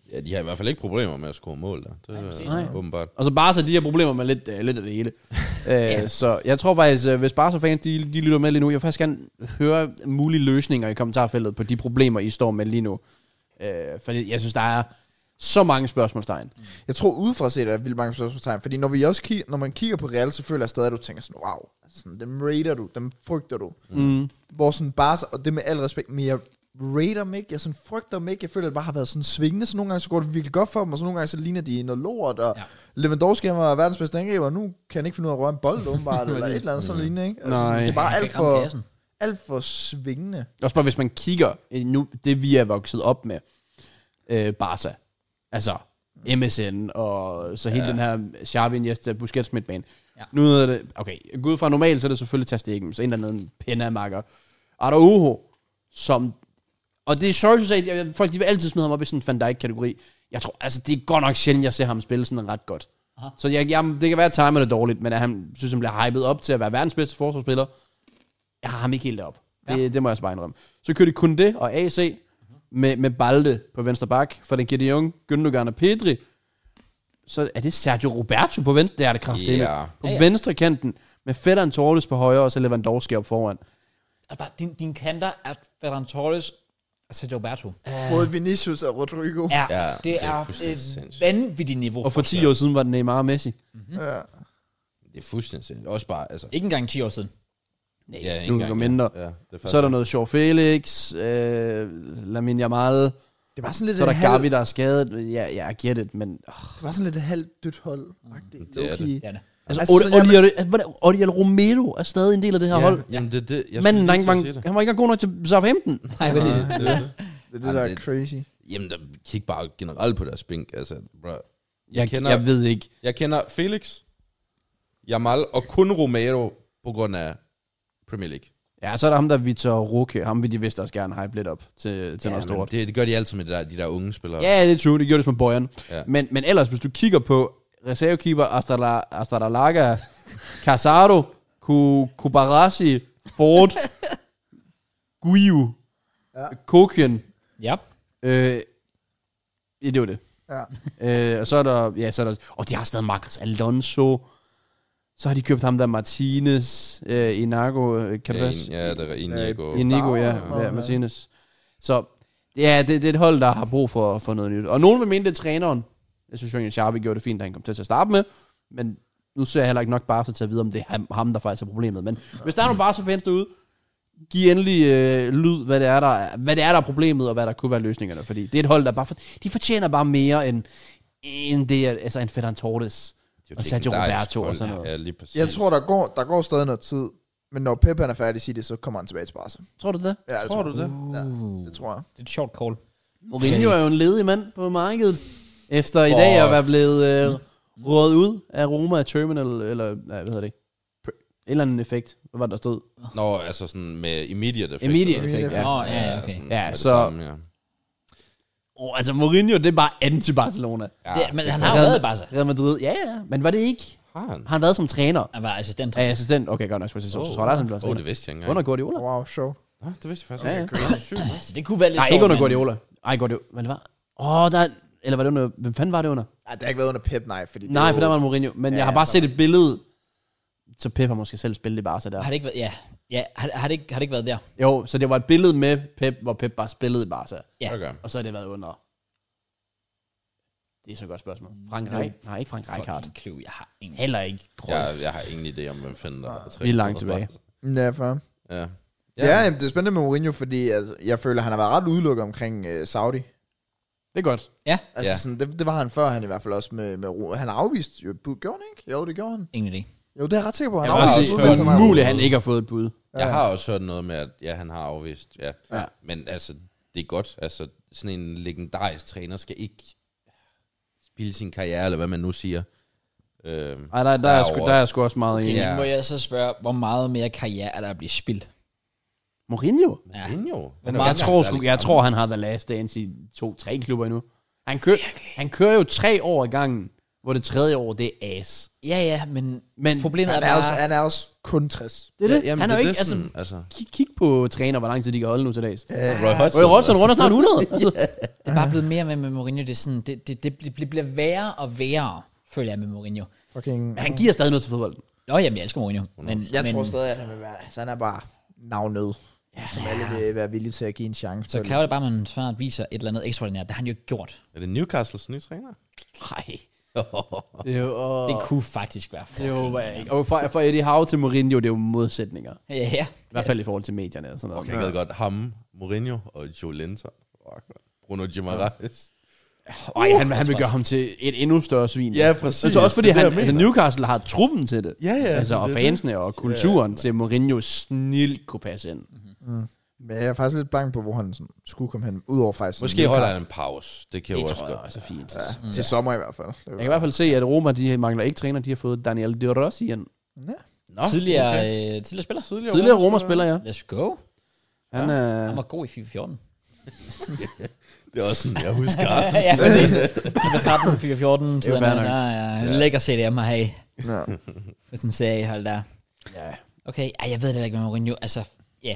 Speaker 2: Ja, de har i hvert fald ikke problemer med at score mål der. Det er åbenbart.
Speaker 3: Og så Barca, de har problemer med lidt af det hele. Så jeg tror faktisk, hvis Barca-fans, de lytter med lige nu, jeg vil faktisk gerne høre mulige løsninger i kommentarfeltet på de problemer, I står med lige nu. For jeg synes, der er så mange spørgsmålstegn.
Speaker 4: Jeg tror udefra set, er vildt mange spørgsmålstegn, fordi når man kigger på Real, så føler jeg stadig, at du tænker sådan, wow, sådan, dem rater du, dem frygter du. Hvor sådan Barca, og det med al respekt, men jeg rater dem ikke, jeg sådan frygter dem ikke, jeg føler, at det bare har været sådan svingende, så nogle gange så går det virkelig godt for dem, og så nogle gange så ligner de noget lort, og Lewandowski var verdens bedste angriber, og nu kan han ikke finde ud af at røre en bold, åbenbart, eller et eller andet sådan lignende, ikke? Altså, sådan, det er bare alt for svingende.
Speaker 3: Også bare hvis man kigger, nu det vi er vokset op med, Barca, altså MSN, og så hele den her Xavi, Iniesta, Busquets midtbane. Ja. Nu er det, okay, gud fra normalt, så er det selvfølgelig Ter Stegen, så en eller anden Penna-makker. Araujo, som, og det er sjovt, at folk de vil altid smide ham op i sådan en Van Dijk-kategori. Jeg tror, altså det er godt nok sjældent, jeg ser ham spille sådan ret godt. Aha. Så det kan være, at timer er dårligt, men at han synes, han bliver hypet op til at være verdens bedste forsvarsspiller. Jeg har ham ikke helt op. Det må jeg så bare indrømme. Så kører de kun det, og AC, med Balde på venstre bak, for den giver de unge, Gündogan og Pedri. Så er det Sergio Roberto på venstre, det er det kraftedeme. På venstre kanten, med Ferran Torres på højre, og så Lewandowski op foran.
Speaker 1: Altså, din kanter er Ferran Torres og Sergio Roberto.
Speaker 4: Både Vinicius og Rodrigo.
Speaker 1: Ja, det er et vanvittigt niveau.
Speaker 3: Og for 10 år siden var det Neymar og Messi.
Speaker 2: Ja. Det er fuldstændig. Også bare, altså.
Speaker 1: Ikke engang 10 år siden.
Speaker 3: Nej, ja, ikke engang mindre. Ja, så er der noget Joao Felix, Lamine Yamal.
Speaker 4: Det var sådan lidt
Speaker 3: så er der Gavi, der er skadet. Ja, jeg giver det, men...
Speaker 4: Det var sådan lidt et halvt dødt hold.
Speaker 3: Det er det. Oriol Romero er stadig en del af det her hold.
Speaker 2: Jamen,
Speaker 3: manden, han var ikke engang god nok til Southampton.
Speaker 1: Nej, præcis.
Speaker 4: Det er der er crazy.
Speaker 2: Jamen, kig bare generelt på deres bænk. Altså, bro.
Speaker 3: Jeg ved ikke.
Speaker 2: Jeg kender Felix, Yamal og kun Romero på grund af Premier League.
Speaker 3: Ja, så er der ham der Vitor Roque. Ham vil de vist også gerne hype lidt op til noget stort.
Speaker 2: Det gør de altid med de der unge spillere.
Speaker 3: Ja, det er true. Det gjorde det med Bojan. Ja. Men ellers, hvis du kigger på reservekeeper, Astralaga, Casado, Kubarasi, Ford, Guiu, Kokian.
Speaker 1: Ja.
Speaker 3: Det var det. Ja. Og så er der... Og de har stadig Marcos Alonso. Så har de købt ham der Martinez, Inago, kan det passe?
Speaker 2: Ja, der er Inigo.
Speaker 3: Inigo, ja, Martinez. Så ja, det er et hold, der har brug for noget nyt. Og nogen vil mene, det er træneren. Jeg synes jo, at Xavi gjorde det fint, da han kom til at starte med. Men nu ser jeg heller ikke nok Barca til at vide, om det er ham, der faktisk er problemet. Men hvis der er nogle Barca-fans derude, giv endelig lyd, hvad det er, der er problemet, og hvad der kunne være løsningerne. Fordi det er et hold, der bare... De fortjener bare mere end det, altså en Ferran Torres og Sergio Roberto og sådan noget.
Speaker 2: Ja,
Speaker 4: jeg tror, der går stadig noget tid, men når Pep er færdig i det, så kommer han tilbage til Barca.
Speaker 3: Tror du det?
Speaker 4: Ja, tror du det? Ja, det tror jeg.
Speaker 1: Det er et short call.
Speaker 3: Mourinho er jo en ledig mand på markedet, efter i dag at være blevet rådet ud af Roma Terminal, eller hvad hedder det? En eller anden effekt. Hvad var der stod?
Speaker 2: Nå, altså sådan med immediate effekt.
Speaker 3: Immediate effekt, ja.
Speaker 1: Ja, okay.
Speaker 3: Ja, så... altså Mourinho, det er bare anti-Barcelona.
Speaker 1: Ja, men han har jo været i Barca.
Speaker 3: Real Madrid, ja. Men var det ikke?
Speaker 2: Har
Speaker 3: han været som træner?
Speaker 1: Han var assistent.
Speaker 3: Ja, assistent. Okay, godt nok. Så tror jeg, han blev træner.
Speaker 2: Det vidste jeg ikke.
Speaker 3: Under Guardiola.
Speaker 4: Wow, show.
Speaker 2: Det vidste jeg faktisk ikke.
Speaker 1: Så det kunne være lidt
Speaker 3: sjovt. Nej, ikke under Guardiola. Ej, Guardiola. Hvad det var? Der... Eller var det under... Hvem fanden var det under?
Speaker 4: Nej, det har ikke været under Pep, nej. Fordi
Speaker 3: nej, for der var Mourinho. Men jeg har bare set et billede, så Pep har måske selv spillet i Barca der.
Speaker 1: Har det ikke været... Ja, har det ikke været der?
Speaker 3: Jo, så det var et billede med Pep, hvor Pep bare spillede i Barca.
Speaker 1: Ja.
Speaker 2: Okay.
Speaker 3: Og så har det været under... Det er så et godt spørgsmål. Frank Rijkaard. Nej, ikke Frank Rijkaard.
Speaker 1: Jeg har ingen...
Speaker 3: Heller ikke Cruyff.
Speaker 2: Jeg har ingen idé om, hvem fanden der er.
Speaker 3: Vi er langt tilbage.
Speaker 4: Ja, for.
Speaker 2: Ja.
Speaker 4: Ja, det er spændende med Mourinho, fordi altså, jeg føler, at han har været ret udelukket omkring Saudi.
Speaker 3: Det er godt.
Speaker 1: Ja.
Speaker 4: Altså, sådan, det var han før, han i hvert fald også med han har afvist jo bud. Gjorde han ikke? Jo, det gjorde han.
Speaker 1: Ingen idé.
Speaker 4: Jo, det er jeg ret sikker på. Han
Speaker 3: har afvist bud. Det er muligt, han ikke har fået et bud.
Speaker 2: Jeg har også hørt noget med, at han har afvist. Ja. Men altså, det er godt. Altså, sådan en legendarisk træner skal ikke spille sin karriere, eller hvad man nu siger.
Speaker 3: Ej, der er sgu også meget enig.
Speaker 1: Må jeg så spørge, hvor meget mere karriere er der at blive spildt?
Speaker 3: Mourinho?
Speaker 1: Ja.
Speaker 3: Jeg tror, han har the last dance i 2-3 klubber endnu. Han kører jo 3 år i gangen, hvor det tredje år, det er as.
Speaker 1: Ja, men problemet
Speaker 4: Han
Speaker 1: er
Speaker 4: er, også,
Speaker 1: bare...
Speaker 4: han er også kun 60.
Speaker 3: Det er det.
Speaker 2: Jamen,
Speaker 3: Han er jo
Speaker 2: det
Speaker 3: ikke,
Speaker 2: sådan,
Speaker 3: kig på træner, hvor lang tid de kan holde nu til dags.
Speaker 2: Roy Hodgson.
Speaker 3: Roy Hodgson runder snart 100. Altså.
Speaker 1: Det er bare blevet mere med Mourinho. Det, er sådan, det bliver værre og værre, føler jeg med Mourinho.
Speaker 4: Fucking...
Speaker 3: Han giver stadig noget til fodbolden.
Speaker 1: Nå, jamen, jeg elsker Mourinho. Men,
Speaker 4: Jeg
Speaker 1: men,
Speaker 4: tror stadig, at han vil være... Så han er bare navnet, som alle vil være villige til at give en chance.
Speaker 1: så kræver det bare, at man snart viser et eller andet ekstraordinært. Det har han jo ikke gjort.
Speaker 2: Er det Newcastles nye træner?
Speaker 3: Nej. Det er jo...
Speaker 1: Det kunne faktisk være.
Speaker 3: Det håber jeg ikke. Og fra Eddie Howe til Mourinho, det er jo modsætninger.
Speaker 1: Ja.
Speaker 3: I hvert fald i forhold til medierne og sådan noget.
Speaker 2: Okay, jeg gad godt ham, Mourinho og Joe Linton. Bruno Guimaraes.
Speaker 3: Han vil gøre ham til et endnu større svin.
Speaker 2: Ja, præcis.
Speaker 3: Jeg tror også, fordi
Speaker 2: Det er det, jeg
Speaker 3: altså
Speaker 2: mener.
Speaker 3: Newcastle har truppen til det.
Speaker 2: Ja.
Speaker 3: Altså, og
Speaker 2: det er
Speaker 3: fansene og kulturen til Mourinho snilt kunne passe ind.
Speaker 4: Men jeg er faktisk lidt blank på, hvor han sådan skulle komme hen. Udover faktisk...
Speaker 2: Måske holder han en pause. Det kan jo
Speaker 3: Det
Speaker 2: også
Speaker 3: tror jeg
Speaker 2: godt.
Speaker 3: også er fint.
Speaker 4: Ja, til sommer i hvert fald.
Speaker 3: Jeg kan i hvert fald se, at Roma, de mangler ikke træner. De har fået Daniel De Rossi ind.
Speaker 2: Nå,
Speaker 1: Tidligere spiller.
Speaker 3: Tidligere Roma-spiller, ja.
Speaker 1: Let's go.
Speaker 3: Han
Speaker 1: Han var god i FIFA 14.
Speaker 2: Det er også sådan, jeg husker.
Speaker 1: Ja, præcis. FIFA 13, FIFA 14.
Speaker 3: Det er jo fair nok.
Speaker 1: Ja. Lækker CDM at have.
Speaker 4: Ja.
Speaker 1: Med sådan en seriehold der.
Speaker 3: Ja.
Speaker 1: Okay, jeg ved det ikke med Mourinho. Altså, ja.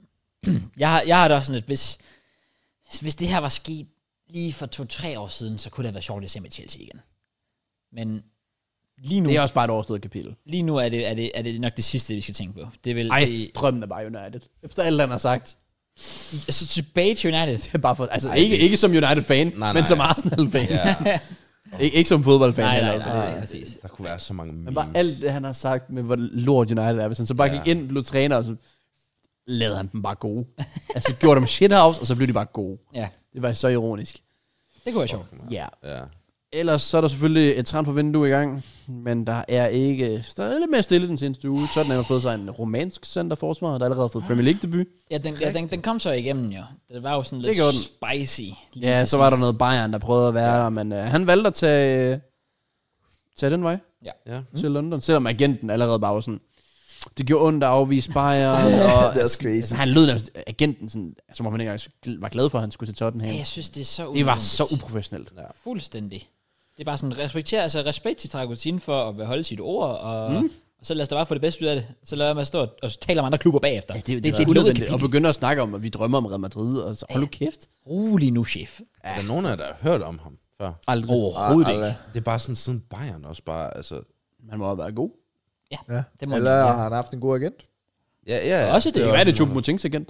Speaker 1: Jeg har det også sådan lidt, hvis det her var sket lige for 2-3 år siden, så kunne det have været sjovt at se med Chelsea igen. Men lige nu,
Speaker 3: Det er også bare et overstået kapitel.
Speaker 1: lige nu er det nok det sidste, vi skal tænke på. Det vil,
Speaker 3: Ej, drømmen er bare United. Efter alt, han har sagt.
Speaker 1: altså tilbage til United.
Speaker 3: Det er bare for, altså, ikke som United-fan,
Speaker 2: Nej.
Speaker 3: men som Arsenal-fan.
Speaker 2: Ja,
Speaker 3: Ikke som fodboldfan.
Speaker 1: Nej,
Speaker 3: heller.
Speaker 1: præcis.
Speaker 2: der kunne være så mange
Speaker 3: Men bare alt det, han har sagt med, hvor lort United er. Hvis han så bare gik ind, blev træner, og så lavede han dem bare gode. Altså gjorde dem shithouse, og så blev de bare gode.
Speaker 1: Ja,
Speaker 3: Det var så ironisk.
Speaker 1: det kunne være sjovt.
Speaker 3: Ja.
Speaker 2: Ja.
Speaker 3: Ellers så er der selvfølgelig et transfervindue i gang, men der er lidt mere stille den seneste uge. Tottenham har fået sig en romansk centerforsvar, der har allerede fået Premier League debut.
Speaker 1: Ja, den kom så igennem, jo. Det var jo sådan lidt
Speaker 3: gjorde den.
Speaker 1: spicy. lige
Speaker 3: Ja,
Speaker 1: til
Speaker 3: så var der
Speaker 1: sidst.
Speaker 3: noget Bayern, der prøvede at være der, men han valgte at tage den vej
Speaker 2: Ja.
Speaker 3: til London, selvom agenten allerede bare var sådan, det gjorde ondt at afvise Bayern, og
Speaker 4: Det er
Speaker 3: altså,
Speaker 4: også crazy.
Speaker 3: han lød nærmest agenten sådan, som om han ikke engang var glad for, at han skulle til Tottenham.
Speaker 1: Ja, jeg synes, det er så
Speaker 3: Det var
Speaker 1: unødvendigt.
Speaker 3: så uprofessionelt.
Speaker 1: Fuldstændig. Det er bare sådan, respekt til Dragutin for at holde sit ord, og så lad os da bare få det bedste ud af det. Så lad os med at stå og tale om andre klubber bagefter.
Speaker 3: Ja, det er
Speaker 1: et
Speaker 3: unødvendigt
Speaker 1: kapitel.
Speaker 3: at begynde at snakke om, at vi drømmer om Real Madrid, og så hold nu kæft.
Speaker 1: Rolig nu, chef.
Speaker 2: Er der nogen af jer, der har hørt om ham før?
Speaker 3: Aldrig.
Speaker 1: Overhovedet ikke.
Speaker 2: Det er bare sådan siden Bayern også bare, altså...
Speaker 3: Man må have været god.
Speaker 1: Ja,
Speaker 4: Ja.
Speaker 1: det må
Speaker 4: Eller
Speaker 1: man.
Speaker 4: har han haft en god agent?
Speaker 2: Ja.
Speaker 1: Også det.
Speaker 3: Det kan være, det er Choupo-Motings agent.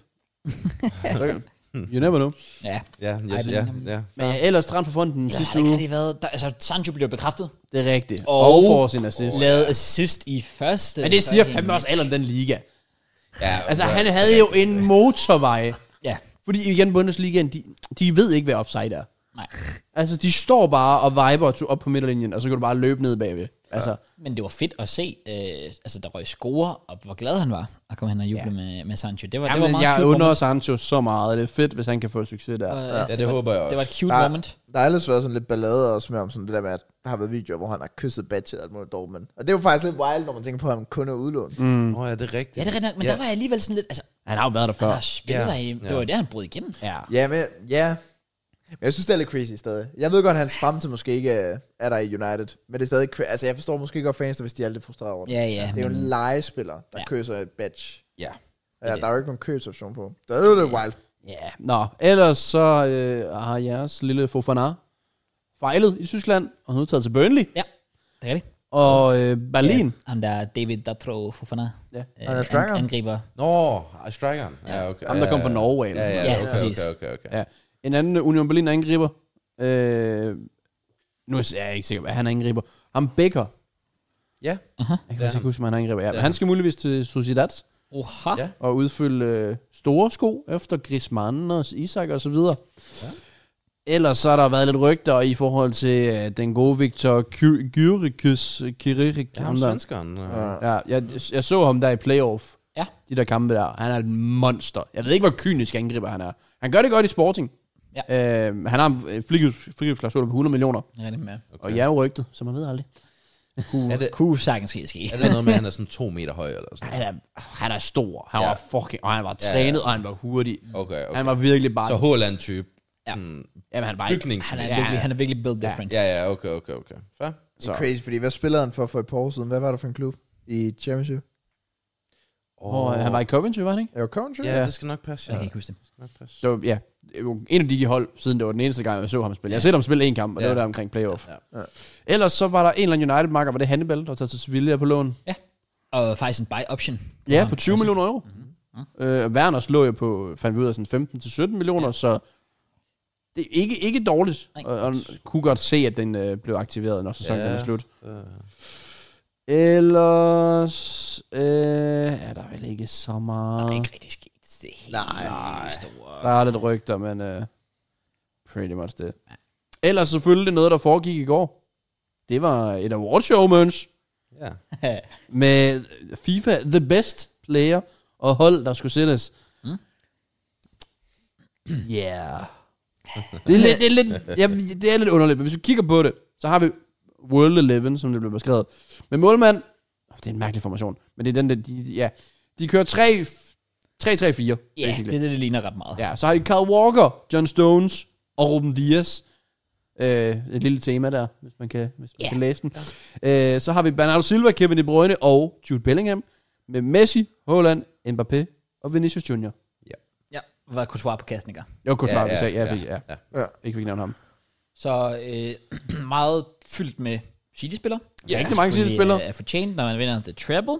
Speaker 3: You never know.
Speaker 1: Ja.
Speaker 2: Ja.
Speaker 3: Men ja, ellers transferfonden
Speaker 1: Der
Speaker 3: sidste
Speaker 1: har ikke
Speaker 3: uge.
Speaker 1: rigtig været... Altså, Sancho blev bekræftet.
Speaker 3: Det er rigtigt.
Speaker 1: Og-
Speaker 3: Og får sin assist.
Speaker 1: Lavet assist i første.
Speaker 3: Men det siger fandme også alt om den liga.
Speaker 2: Ja,
Speaker 3: Altså, han havde jo en motorvej.
Speaker 1: Ja.
Speaker 3: Fordi igen, Bundesligaen, de ved ikke, hvad offside er.
Speaker 1: Nej.
Speaker 3: Altså, de står bare og viber op på midterlinjen, og så kan du bare løbe ned bagved. Altså,
Speaker 1: Men det var fedt at se, altså der røg score, og hvor glad han var at komme hen og juble med Sancho. Det var
Speaker 3: jamen,
Speaker 1: meget
Speaker 3: jeg
Speaker 1: cute
Speaker 3: under
Speaker 1: moment.
Speaker 3: Sancho så meget. Det er fedt, hvis han kan få succes der.
Speaker 2: Ja, det håber jeg også.
Speaker 1: Det var et cute
Speaker 4: Der-
Speaker 1: moment.
Speaker 4: Der har ellers været sådan lidt ballade også med om sådan det der med, at der har været videoer, hvor han har kysset badget alt muligt Dortmund. Og det er jo faktisk lidt wild, når man tænker på, at han kun er udlånt.
Speaker 2: Åh, ja, det er rigtigt.
Speaker 1: Ja, det er rigtigt nok, men der var jeg alligevel sådan lidt, altså,
Speaker 3: Han har jo været der før.
Speaker 1: han har spillet
Speaker 2: Ja.
Speaker 1: der i, det var jo der, han brød igennem.
Speaker 3: Ja.
Speaker 4: Ja, men jeg synes, det er lidt crazy stadig. Jeg ved godt, at hans fremtid måske ikke er der i United. Men det er stadig altså jeg forstår måske godt fans, hvis de er lidt frustreret over det.
Speaker 1: Ja,
Speaker 4: Det er jo en legespiller, der
Speaker 1: Ja.
Speaker 4: kysser et badge.
Speaker 2: Ja.
Speaker 4: Ja, der er jo ikke nogen købsoption på. Det er jo lidt wild.
Speaker 3: Ja. Nå, ellers så har jeres lille Fofana fejlet i Tyskland, og nu taget til Burnley.
Speaker 1: Ja, det er rigtigt.
Speaker 3: Og Berlin.
Speaker 1: Ham der David Datro Fofana.
Speaker 3: Ja.
Speaker 4: Han er striker.
Speaker 1: Angriber.
Speaker 2: Nå, strikeren. Ja, okay.
Speaker 3: Ham, der kom fra Norge. Eller sådan noget.
Speaker 1: Ja,
Speaker 2: okay,
Speaker 1: præcis.
Speaker 2: okay.
Speaker 3: Ja. En anden Union Berlin angriber. Nu er jeg ikke sikker på, at han er angriber. Ham Becker.
Speaker 2: Ja.
Speaker 3: Jeg kan faktisk ikke huske, om han er angriber. Ja, men
Speaker 2: Ja.
Speaker 3: han skal muligvis til Sociedad
Speaker 1: Oha.
Speaker 2: Ja.
Speaker 3: og udfylde store sko efter Griezmann og Isak og så videre.
Speaker 2: Ja.
Speaker 3: Ellers så har der været lidt rygter i forhold til den gode Victor Kirik.
Speaker 2: Ja, ham svenskeren.
Speaker 3: Ja, jeg så ham der i playoff.
Speaker 1: Ja.
Speaker 3: De der kampe der. Han er et monster. Jeg ved ikke, hvor kynisk angriber han er. Han gør det godt i Sporting.
Speaker 1: Ja.
Speaker 3: Han har en frikøbsklausul på 100 millioner.
Speaker 1: Rigtig med.
Speaker 3: Og jeg er jo rygtet, så man ved aldrig.
Speaker 2: Er det,
Speaker 1: Kunne sagtens ske.
Speaker 2: er det noget med, at han er sådan 2 meter høj eller sådan
Speaker 3: Han er stor. Han
Speaker 2: Ja.
Speaker 3: var fucking... Og han var trænet,
Speaker 2: Ja.
Speaker 3: og han var hurtig.
Speaker 2: Okay.
Speaker 3: Han var virkelig bare...
Speaker 2: Så Haaland-type.
Speaker 1: Ja.
Speaker 3: Jamen, han var ikke...
Speaker 2: Bygnings.
Speaker 1: Han er virkelig built different.
Speaker 2: Ja, okay. Fair.
Speaker 4: Det er crazy, fordi hvad spillede han for et par år siden? Hvad var det for en klub i Championship?
Speaker 3: Han var i Coventry, var han ikke?
Speaker 4: Er det Coventry?
Speaker 2: Ja, det skal nok passe.
Speaker 1: Jeg kan ikke huske det.
Speaker 2: Det skal nok passe.
Speaker 3: Så ja, det var en af de hold, siden det var den eneste gang, jeg så ham spille. Jeg har set ham spille en kamp, og det var der omkring playoff.
Speaker 2: Ja.
Speaker 3: Ellers så var der en eller anden United-marker, var det Hannibal, der var taget til Sevilla på lån.
Speaker 1: Og faktisk en buy option.
Speaker 3: Ja, på 20 millioner euro. Werners lå jo på, fandt vi ud af, sådan 15 til 17 millioner, så det er ikke dårligt. Og kunne godt se, at den blev aktiveret, når sæsonen er slut. Ellers er der vel ikke så meget.
Speaker 1: Der er ikke rigtig sket det helt store.
Speaker 3: Der er lidt rygter, men pretty much det. Ellers selvfølgelig noget, der foregik i går. Det var et awardshow, Møns.
Speaker 2: Ja.
Speaker 3: Med FIFA The Best Player og hold, der skulle sættes. Yeah. Det er lidt underligt, men hvis vi kigger på det, så har vi World 11, som det blev beskrevet. Men målmand, det er en mærkelig formation, men det er den der, de kører 3-3-4.
Speaker 1: Ja, det ligner ret meget.
Speaker 3: Ja, så har de Kyle Walker, John Stones og Ruben Dias. Et lille tema der, hvis man kan læse den. Ja. Så har vi Bernardo Silva, Kevin De Bruyne og Jude Bellingham. Med Messi, Haaland, Mbappé og Vinicius Junior.
Speaker 1: Ja, var Courtois på kassen, ikke?
Speaker 3: Jo, Courtois, ikke fik nævnt ham.
Speaker 1: Så meget fyldt med City-spillere.
Speaker 3: Ja, rigtig mange City-spillere.
Speaker 1: Er fortjent, når man vinder The Treble.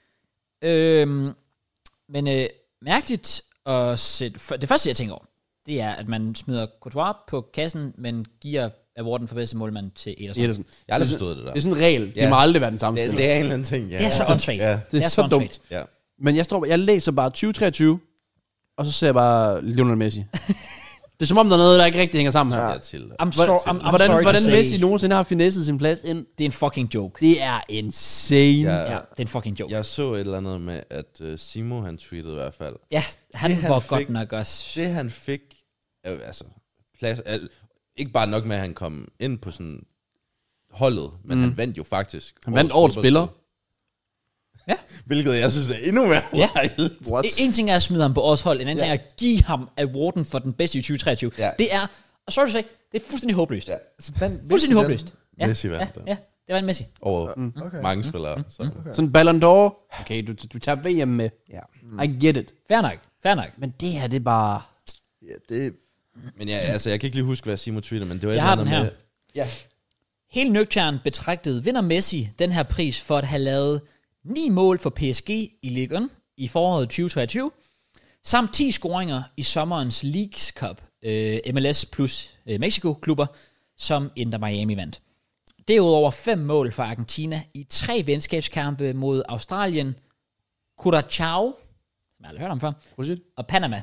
Speaker 1: Men mærkeligt at sætte... Det første, jeg tænker over, det er, at man smider Courtois på kassen, men giver awarden for bedste målmand til Ederson.
Speaker 2: Jeg har aldrig forstået det der.
Speaker 3: Det er sådan en regel. Det må aldrig være den samme spiller.
Speaker 2: Det er en eller anden ting, ja.
Speaker 1: Det er så åndssvagt.
Speaker 2: Ja.
Speaker 3: Det er så dumt.
Speaker 2: Ja.
Speaker 3: Men jeg læser bare 2023, og så ser jeg bare Lionel Messi. Det er som om, der er noget, der ikke rigtig hænger sammen her. Hvordan Messi nogensinde har finesset sin plads ind?
Speaker 1: Det er en fucking joke.
Speaker 3: Det er insane.
Speaker 1: Ja, det er en fucking joke.
Speaker 2: Jeg så et eller andet med, at Simo, han tweetede i hvert fald.
Speaker 1: Ja, han var godt nok også.
Speaker 2: Det han fik, altså plads, ikke bare nok med, at han kom ind på sådan holdet, men han vandt jo faktisk.
Speaker 3: Han vandt årets spiller.
Speaker 1: Ja.
Speaker 2: Hvilket jeg synes er endnu mere
Speaker 1: wild. En ting er at smide ham på årets hold, en anden ting er at give ham awarden for den bedste i 2023. Ja. Det er, og sorry to say, det er fuldstændig håbløst. Ja. Fuldstændig håbløst. Ja.
Speaker 2: Messi vandt
Speaker 1: ja, det var en Messi.
Speaker 2: Over mange spillere. Så.
Speaker 3: Sådan Ballon d'Or. Okay, du tager VM med. Ja. I get it.
Speaker 1: Fair nok.
Speaker 3: Men det her, det er bare...
Speaker 4: Ja, det...
Speaker 2: Men ja, altså, jeg kan ikke lige huske, hvad Simo tweetede, men det var
Speaker 1: jeg har den her.
Speaker 2: Med, ja.
Speaker 1: Helt nøgternt betragtet vinder Messi den her pris for at have lavet 9 mål for PSG i Ligaen i foråret 2023, samt 10 scoringer i sommerens Leagues Cup, MLS plus Mexico-klubber, som Inter Miami vandt. Derudover 5 mål for Argentina i 3 venskabskampe mod Australien, Curaçao, som jeg aldrig hørt om før, og Panama.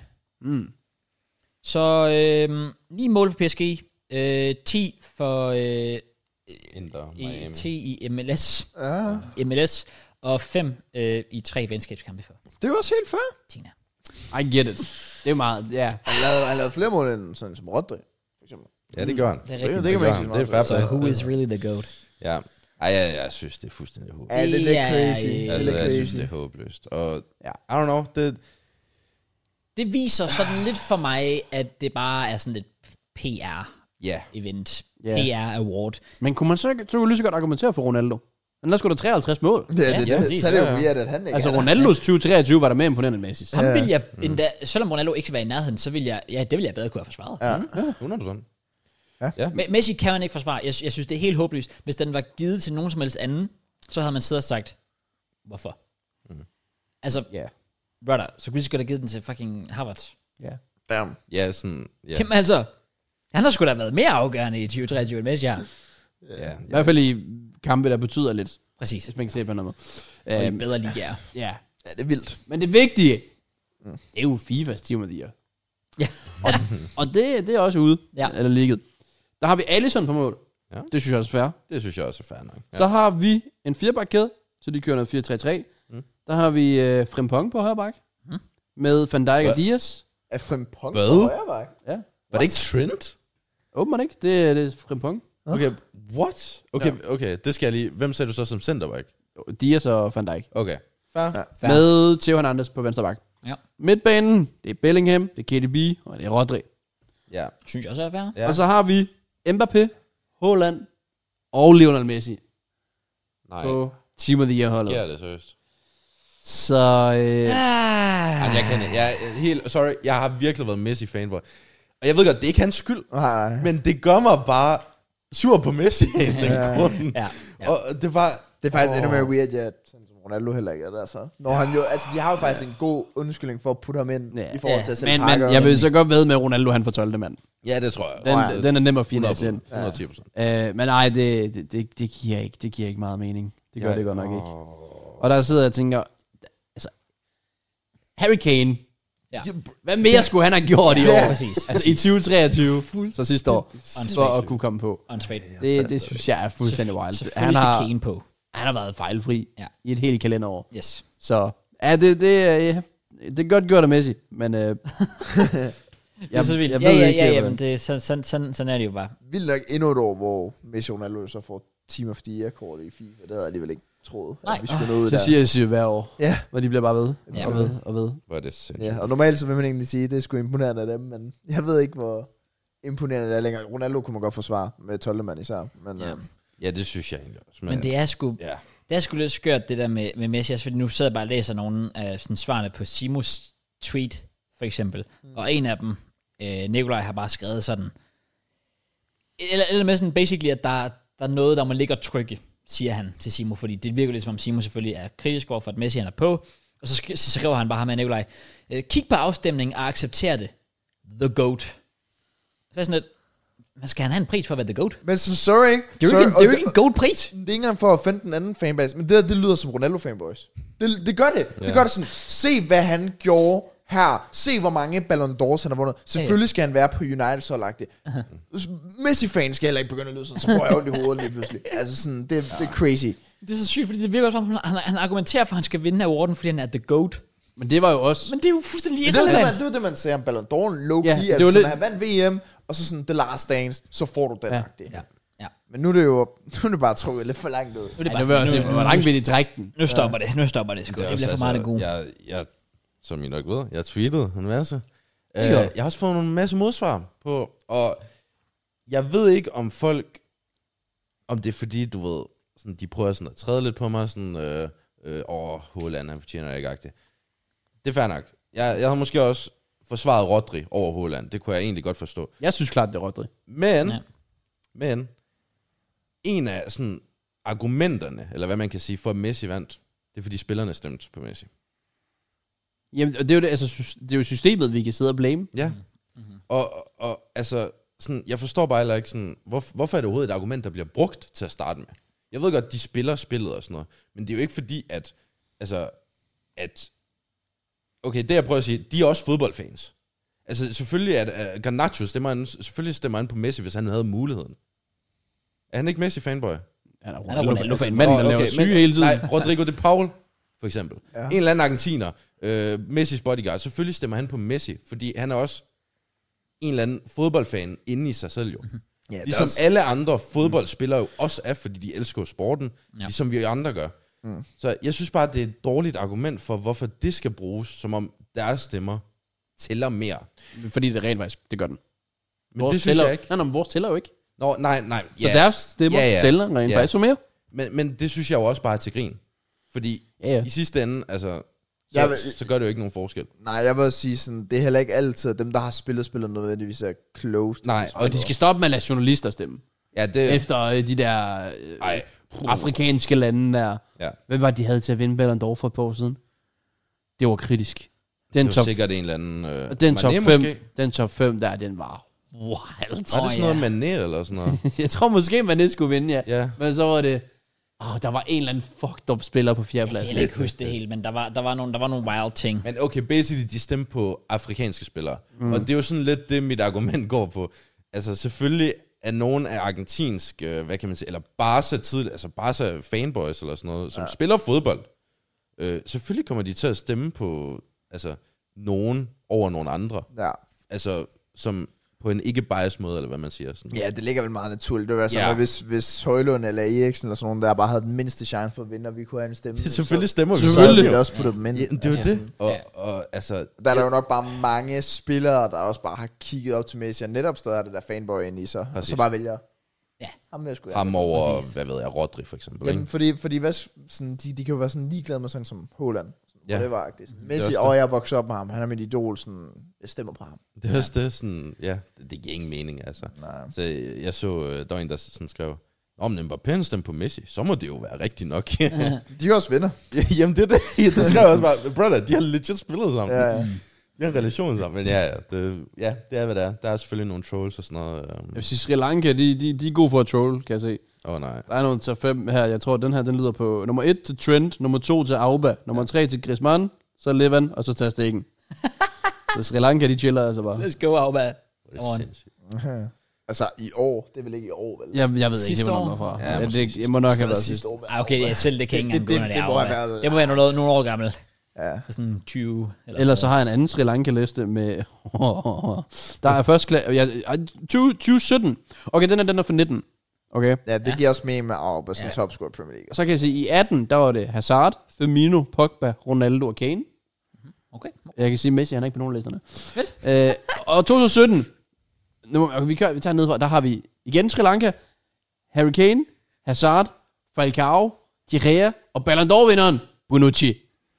Speaker 1: Så 9 mål for PSG, 10 for
Speaker 2: Inter Miami.
Speaker 1: 10 i MLS, og 5 i 3 venskabskampe før.
Speaker 4: Det er jo også helt fair.
Speaker 1: Tina.
Speaker 3: I get it. Det er jo meget, ja.
Speaker 4: Han lavede flere mål end sådan som Rodri, for eksempel.
Speaker 2: Ja, det gør han.
Speaker 1: Det er rigtigt.
Speaker 4: Det kan man ikke sige
Speaker 2: meget. Det er fair.
Speaker 1: So who is really the GOAT?
Speaker 2: Ja. Ej, jeg synes, det er fuldstændig håbløst.
Speaker 4: Ja, det er lidt crazy.
Speaker 2: Altså, jeg synes, det er håbløst. Og, I don't know,
Speaker 1: det viser sådan lidt for mig, at det bare er sådan lidt PR-event. PR-award.
Speaker 3: Men kunne man så lige så godt argumentere for Ronaldo? Men der skulle der 53 mål.
Speaker 4: Så er det jo weird, at han ikke
Speaker 3: altså Ronaldos 2023 var der mere imponerende end Messi.
Speaker 1: Ham vil jeg endda, selvom Ronaldo ikke skal være i nærheden, så vil jeg, det vil jeg bedre kunne have forsvaret.
Speaker 2: Ja. 100%.
Speaker 1: Ja. Messi kan han ikke forsvare. Jeg synes, det er helt håbløst. Hvis den var givet til nogen som helst anden, så havde man siddet og sagt, hvorfor? Altså, brother, så kunne vi skulle have givet den til fucking Harvard.
Speaker 4: Damn.
Speaker 2: Ja, sådan... Ja.
Speaker 1: Jamen altså, han har sgu da været mere afgørende i 2023 end Messi har.
Speaker 3: I hvert fald i kampe, der betyder lidt.
Speaker 1: Præcis.
Speaker 3: Hvis man kan se på noget.
Speaker 1: Og i bedre ligaer.
Speaker 3: Ja,
Speaker 4: det er vildt.
Speaker 3: Men det vigtige, det er jo FIFAs Team of the Year.
Speaker 1: Ja.
Speaker 3: og det er også ude, eller ligget. Der har vi Alisson på mål.
Speaker 2: Ja.
Speaker 3: Det synes jeg også er fair.
Speaker 2: Det synes jeg også er fair nok. Ja.
Speaker 3: Så har vi en 4-bakkæde, så de kører noget 4-3-3. Der har vi Frimpong på højre bak. Med Van Dijk og Dias.
Speaker 4: Er Frimpong
Speaker 2: på
Speaker 4: højre bak?
Speaker 3: Ja.
Speaker 2: Var det ikke Trent?
Speaker 3: Åbenbart ikke. Det er Frimpong.
Speaker 2: Okay, what? Okay, det skal jeg lige... Hvem ser du så som centerback?
Speaker 3: Dias og Van Dijk.
Speaker 2: Okay. Fair.
Speaker 3: Med Theo Hernandez på venstre bak.
Speaker 1: Ja.
Speaker 3: Midtbanen, det er Bellingham, det er KDB, og det er Rodri.
Speaker 2: Ja.
Speaker 1: Synes jeg også er fair.
Speaker 2: Ja.
Speaker 3: Og så har vi Mbappé, Haaland og Lionel Messi
Speaker 2: Nej,
Speaker 3: på Team of the Year-holdet.
Speaker 2: sker det seriøst?
Speaker 3: Så
Speaker 2: Jamen, jeg kan ikke. Jeg er helt, sorry, jeg har virkelig været Messi-fanboy. Og jeg ved godt, det er ikke hans skyld.
Speaker 4: Nej.
Speaker 2: Men det gør mig bare sur på Messi af den grunden.
Speaker 1: Ja.
Speaker 2: Og det var...
Speaker 4: Det er faktisk endnu mere weird, ja, sådan som Ronaldo heller ikke er der så. Når han jo, altså de har jo faktisk en god undskyldning for at putte ham ind i forhold til at sætte pakker.
Speaker 3: Men jeg vil så godt ved med Ronaldo, han får 12. mand.
Speaker 2: Ja, det tror jeg.
Speaker 3: Den er nem at finansiere.
Speaker 2: 110%.
Speaker 3: Men nej, det giver ikke meget mening. Det gør det godt nok ikke. Og der sidder jeg og tænker, altså, Harry Kane, hvad mere skulle han have gjort i år?
Speaker 1: Præcis.
Speaker 3: Altså i 2023, så sidste år, for at kunne komme på. Det synes jeg er fuldstændig wild. Han har været fejlfri i et helt kalenderår.
Speaker 1: Yes.
Speaker 3: Så ja, det er godt gjort af Messi, men
Speaker 1: det er så vildt. Ja, men det, sådan er det jo bare.
Speaker 4: Vildt nok endnu et år, hvor Messi og Ronaldo så får Team of the Year-kort i FIFA. Det havde jeg alligevel ikke troet.
Speaker 1: Nej.
Speaker 4: Vi skulle nå ud
Speaker 3: det
Speaker 4: der.
Speaker 3: siger jeg hver år.
Speaker 4: Ja.
Speaker 3: Hvor de bliver bare ved.
Speaker 1: Ja.
Speaker 3: Og ved.
Speaker 2: Hvor er det sindssygt.
Speaker 4: Ja, og normalt så vil man egentlig sige, at det er sgu imponerende af dem, men jeg ved ikke, hvor imponerende det er længere. Ronaldo kunne man godt forsvare med 12. mand især. Men,
Speaker 2: Ja, det synes jeg egentlig også.
Speaker 1: Men det er sgu... Ja. Det er sgu lidt skørt, det der med Messi, fordi nu sidder jeg bare og læser nogle af sådan svarene på Simos tweet, for eksempel. Og en af dem, Nikolaj, har bare skrevet sådan, eller med sådan basically, at der er noget, der må ligge og trykke, siger han til Simo, fordi det virker lidt som om Simo selvfølgelig er kritisk over for, at Messi han er på, og så skriver han bare ham med Nikolaj, kig på afstemningen og accepter det. The GOAT. Så er sådan lidt, hvad skal han have en pris for at være the GOAT?
Speaker 4: Men så sorry, ikke?
Speaker 1: Det er jo ikke en GOAT-pris.
Speaker 4: Det er ikke engang for at finde den anden fanbase, men det lyder som Ronaldo-fanboys. Det gør det. Det gør det sådan, se hvad han gjorde her. Se hvor mange Ballon d'Ors han har vundet. Selvfølgelig skal han være på United så lagt. Messi-fans skal heller ikke begynde at lyde sådan, så får jeg ondt i hovedet lige pludselig. Altså sådan, det er crazy.
Speaker 1: Det er så sygt, fordi det virker også som, han argumenterer for, at han skal vinde awarden, fordi han er the GOAT.
Speaker 3: Men det var jo også...
Speaker 1: Men det er jo fuldstændig
Speaker 4: irrelevant. Det var det, man sagde om Ballon d'Or. Low-key,
Speaker 3: ja,
Speaker 4: altså sådan, han vandt VM, og så sådan, The Last Dance, så får du den.
Speaker 1: Ja.
Speaker 4: Men nu er det jo bare trukket lidt for langt ud.
Speaker 3: Hvor langt vil de trække den?
Speaker 1: Nu stopper det. Sgu. Det bliver for meget det gode.
Speaker 2: Jeg, som I nok ved, jeg tweetede en masse. Jeg har også fået en masse modsvar på, og jeg ved ikke om folk, om det er fordi, du ved, sådan, de prøver sådan at træde lidt på mig, sådan, Haaland, han fortjener ikke agtigt. Det er fair nok. Jeg har måske også forsvaret Rodri over Haaland. Det kunne jeg egentlig godt forstå.
Speaker 3: Jeg synes klart, det er Rodri.
Speaker 2: Men en af sådan argumenterne, eller hvad man kan sige, for at Messi vandt, det er fordi spillerne stemte på Messi.
Speaker 3: Jamen, det er jo det, altså, det er jo systemet, vi kan sidde og blame.
Speaker 2: Ja. Og altså, sådan, jeg forstår bare heller ikke sådan, hvorfor er det overhovedet et argument, der bliver brugt til at starte med? Jeg ved godt, de spiller spillet og sådan noget, men det er jo ikke fordi, at okay, det jeg prøver at sige, de er også fodboldfans. Altså, selvfølgelig er Garnacho stemmer han på Messi, hvis han havde muligheden. Er han ikke Messi-fanboy?
Speaker 3: Han er Ronaldo-fan. Manden, der laver syge hele tiden.
Speaker 2: Nej, Rodrigo de Paul, for eksempel. Ja. En eller anden argentiner, Messis bodyguard, selvfølgelig stemmer han på Messi, fordi han er også en eller anden fodboldfan inde i sig selv jo. Ja, ligesom også... alle andre fodboldspillere jo også er, fordi de elsker sporten, ligesom vi andre gør. Så jeg synes bare, det er et dårligt argument for, hvorfor det skal bruges, som om deres stemmer tæller mere.
Speaker 3: Fordi det rent faktisk, det gør den.
Speaker 2: Men vores det synes jeg ikke.
Speaker 3: Nej, vores tæller jo ikke.
Speaker 2: Nå, nej.
Speaker 3: Så deres stemmer tæller rent faktisk for mere.
Speaker 2: Men det synes jeg jo også bare er til grin. Fordi i sidste ende, altså, så gør det jo ikke nogen forskel.
Speaker 4: Nej, jeg vil sige sådan, det er heller ikke altid, dem der har spillet nødvendigvis er closed.
Speaker 3: Nej, og de skal stoppe med at lade journalister stemme.
Speaker 2: Ja, det...
Speaker 3: Efter de der afrikanske lande der. Ja. Hvad var de havde til at vinde Ballon d'Or for et par år siden? Det var kritisk.
Speaker 2: Det var sikkert en eller anden...
Speaker 3: den top 5 der, den var wild.
Speaker 2: Var det sådan noget Mané eller sådan noget?
Speaker 3: Jeg tror måske Mané skulle vinde, ja. Men så var det... der var en eller anden fucked up spiller på fjerdepladsen.
Speaker 1: Jeg kan ikke huske det helt, men der var nogle wild ting.
Speaker 2: Men okay, basically, de stemte på afrikanske spillere. Og det er jo sådan lidt det, mit argument går på. Altså selvfølgelig er nogen af argentinsk, hvad kan man sige, eller Barca fanboys eller sådan noget, som spiller fodbold. Selvfølgelig kommer de til at stemme på nogen over nogle andre.
Speaker 4: Ja.
Speaker 2: Altså, som på en ikke-bias måde, eller hvad man siger. Sådan.
Speaker 4: Ja, det ligger vel meget naturligt. Det var sådan, hvis Højlund eller Eriksen eller sådan nogen, der bare havde den mindste chance for at vinde, og vi kunne have en stemme.
Speaker 2: Det selvfølgelig stemmer vi.
Speaker 4: Så havde vi det også på det mindste.
Speaker 2: Ja, det er jo det. Og altså...
Speaker 4: Der er jo nok bare mange spillere, der også bare har kigget op til Messi, og netop stadig det der fanboy ind i sig, og så bare vælger ham
Speaker 2: over, hvad ved jeg, Rodri for eksempel.
Speaker 4: Jamen, fordi hvad, sådan, de kan jo være sådan ligeglade med sådan som Haaland. Ja. Det var ikke Messi,
Speaker 2: og
Speaker 4: jeg voksede op med ham. Han er mit idol, sådan, jeg stemmer på ham.
Speaker 2: Det er også det, sådan, ja, det giver ingen mening, altså. Nej. Så jeg så, der var en, der sådan skrev, om Mbappé stemmer på Messi, så må det jo være rigtigt nok.
Speaker 4: De er også venner.
Speaker 2: Jamen det er det. Det skrev også bare, brother, de har legit spillet sammen.
Speaker 4: Ja.
Speaker 2: De har en relation sammen, men det er, hvad det er. Der er selvfølgelig nogle trolls og sådan noget.
Speaker 3: Jeg vil sige, Sri Lanka, de er gode for at troll, kan jeg se.
Speaker 2: Nej.
Speaker 3: Der er nogle top 5 her. Jeg tror, den her, den lyder på nummer 1 til Trent, nummer 2 til Auba, nummer 3 til Griezmann, så Levan, og så Ter Stegen. Så Sri Lanka, de chiller altså bare.
Speaker 1: Let's go, Auba.
Speaker 4: Altså i år, det er vel ikke i år, vel?
Speaker 3: Jeg ved
Speaker 1: sidste
Speaker 3: ikke,
Speaker 1: år?
Speaker 3: hvornår fra.
Speaker 2: Ja,
Speaker 3: det må nok have været sidste år.
Speaker 1: Okay, selv det kan ikke engang gå under
Speaker 4: det må have været.
Speaker 1: Det må være nogle år gammel.
Speaker 4: Ja.
Speaker 1: Sådan 20.
Speaker 3: Eller så har jeg en anden Sri Lanka-liste med... der er først... 2017. Okay, den er for 19. Okay.
Speaker 4: Ja, det giver også med Auba som topscorer i Premier League.
Speaker 3: Så kan jeg sige, i 18, der var det Hazard, Firmino, Pogba, Ronaldo og Kane.
Speaker 1: Okay.
Speaker 3: Jeg kan sige, Messi, han er ikke på nogen af listerne. Fedt. Og 2017, vi tager ned fra, der har vi igen Sri Lanka, Harry Kane, Hazard, Falcao, Di Rea og Ballon d'Or-vinderen, Bonucci.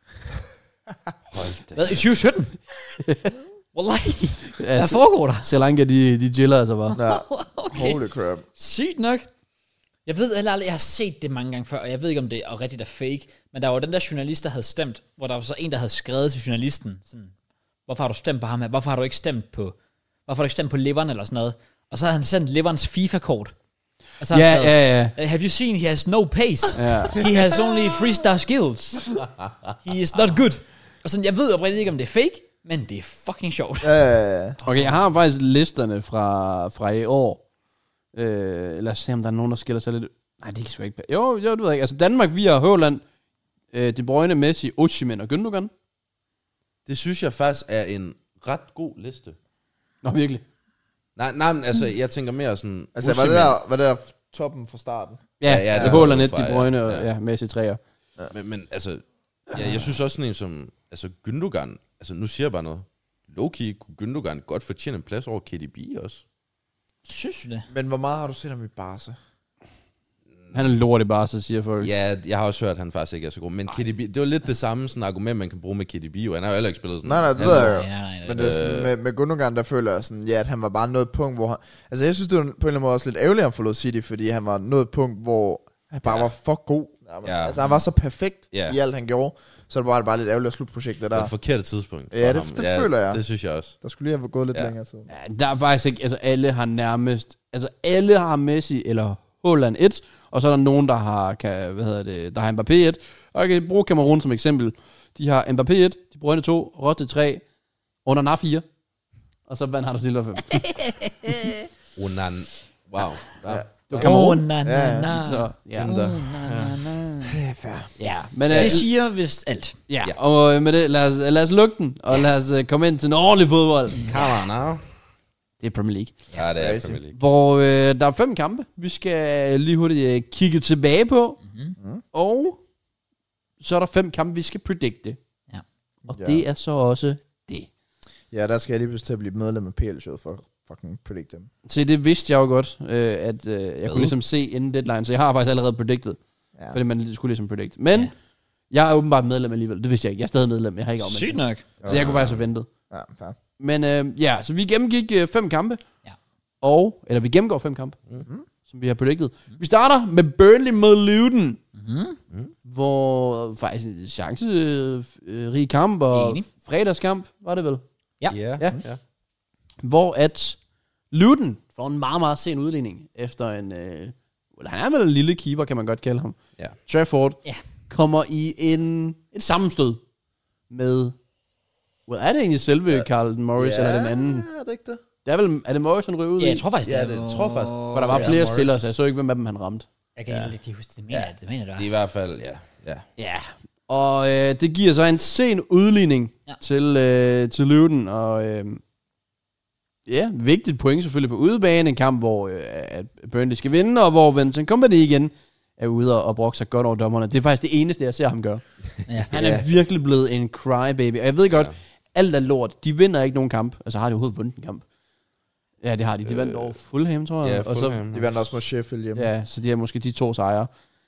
Speaker 1: Hvad, i 2017? Wallahi. Hvad foregår der?
Speaker 3: Sri Lanka, de chiller altså bare.
Speaker 4: Ja.
Speaker 1: Okay.
Speaker 4: Holy crap.
Speaker 1: Sygt nok. Jeg ved heller aldrig, jeg har set det mange gange før, og jeg ved ikke, om det er rigtigt er fake, men der var den der journalist, der havde stemt, hvor der var så en, der havde skrevet til journalisten, sådan, hvorfor har du stemt på ham her? Hvorfor har du ikke stemt på Leveren eller sådan noget? Og så har han sendt Leverens FIFA-kort. Og så har han skrevet, have you seen, he has no pace. He has only 3-star skills. He is not good. Og sådan, jeg ved oprigtigt ikke, om det er fake, men det er fucking sjovt.
Speaker 3: Okay, jeg har faktisk listerne fra i år. Lad os se, om der er nogen, der skiller sig lidt. Nej, det kan sgu ikke. Jo, du ved ikke. Altså Danmark, vi har Haaland, De Bruyne, Messi, Osimhen og Gündogan.
Speaker 2: Det synes jeg faktisk er en ret god liste.
Speaker 3: Nå, virkelig.
Speaker 2: Nej, men altså, jeg tænker mere sådan...
Speaker 4: Altså, var det der toppen fra starten?
Speaker 3: Ja, det er Haaland 1, De Bruyne og Messi 3'er.
Speaker 2: Ja. Men altså, jeg synes også sådan en som... Altså, Gündogan... Altså, nu siger jeg bare noget. Low-key kunne Gündogan godt fortjene en plads over KDB også.
Speaker 1: Synes du det?
Speaker 4: Men hvor meget har du set ham i Barca?
Speaker 3: Han er lort i Barca, siger folk.
Speaker 2: Ja, jeg har også hørt, at han faktisk ikke er så god. Men KDB, det var lidt det samme sådan argument, man kan bruge med KDB. Jo. Han har jo heller ikke spillet sådan...
Speaker 4: Nej, det ved jeg jo.
Speaker 1: Nej.
Speaker 4: Men det er sådan, med Gundogan, der føler jeg sådan, at han var bare nået et punkt, hvor han... Altså, jeg synes, det var på en eller anden måde også lidt ærgerligt, at han forlod City, fordi han var nået et punkt, hvor han bare var for god. Altså, han var så perfekt i alt, han gjorde. Så det var bare lidt ærgerligt at slutte projektet der.
Speaker 2: Det forkerte tidspunkt.
Speaker 4: Ja, det føler jeg.
Speaker 2: Det synes jeg også.
Speaker 4: Der skulle lige have gået lidt længere tid.
Speaker 3: Ja, der er faktisk ikke... Altså, alle har nærmest... Altså, alle har Messi eller Haaland 1, og så er der nogen, der har, der har Mbappé 1. Og jeg kan bruge Cameroon som eksempel. De har Mbappé 1, De Bruyne 2, Rodri 3, Onana 4. Og så Van Silva 5.
Speaker 2: Onan. Wow. Ja.
Speaker 3: Det var Cameroon.
Speaker 1: Så,
Speaker 3: ja.
Speaker 1: Ja, men det siger vist alt.
Speaker 3: Ja, og med det, lad os lukke den, og lad os komme ind til en ordentlig fodbold.
Speaker 2: Come on now.
Speaker 3: Det er Premier League.
Speaker 2: Ja, det er Premier League.
Speaker 3: Hvor der er 5 kampe, vi skal lige hurtigt kigge tilbage på. Og så er der 5 kampe, vi skal predicte. Ja. Og det er så også det.
Speaker 4: Ja, der skal jeg lige pludselig til at blive medlem af PL-showet for at fucking predict dem.
Speaker 3: Så det vidste jeg jo godt, at jeg kunne ligesom se inden deadline, så jeg har faktisk allerede predicted. Ja. Fordi man skulle ligesom predict. Men jeg er åbenbart medlem alligevel. Det vidste jeg ikke. Jeg er stadig medlem. Jeg har ikke afmeldt.
Speaker 1: Sygt nok.
Speaker 3: Så jeg kunne faktisk have ventet.
Speaker 4: Ja, fair.
Speaker 3: Men så vi gennemgik 5 kampe. Ja. Eller vi gennemgår 5 kampe, som vi har predicted. Vi starter med Burnley mod Luton. Hvor faktisk en chancerig kamp og fredagskamp, var det vel?
Speaker 1: Ja.
Speaker 3: Hvor at Luton får en meget, meget sen udligning efter en... han er vel en lille keeper, kan man godt kalde ham.
Speaker 2: Ja.
Speaker 3: Trafford kommer i et sammenstød med... er det egentlig selve Carlton Morris, eller den anden?
Speaker 2: Ja, er det ikke det?
Speaker 3: Er det Morris, han ryger ud i?
Speaker 1: Ja, jeg tror faktisk,
Speaker 2: det er det. Jeg tror faktisk.
Speaker 3: For der var flere spillere, så jeg så ikke, hvem af dem han ramte.
Speaker 1: Jeg kan ikke lige huske det. Det mener det var.
Speaker 2: I hvert fald, ja.
Speaker 3: Og det giver så en sen udligning til Luton, og Ja, vigtigt point selvfølgelig på udebane. En kamp, hvor at Burnley skal vinde, og hvor Vincent Kompany igen er ude og brokke sig godt over dommerne. Det er faktisk det eneste, jeg ser ham gøre.
Speaker 1: Ja.
Speaker 3: Han er virkelig blevet en crybaby. Og jeg ved godt, alt er lort. De vinder ikke nogen kamp. Altså har de overhovedet vundet en kamp? Ja, det har de. De vandt over Fulham, tror jeg.
Speaker 2: Ja,
Speaker 3: og så,
Speaker 4: De vandt også mod Sheffield hjemme.
Speaker 3: ja, så de har måske de 2 sejre.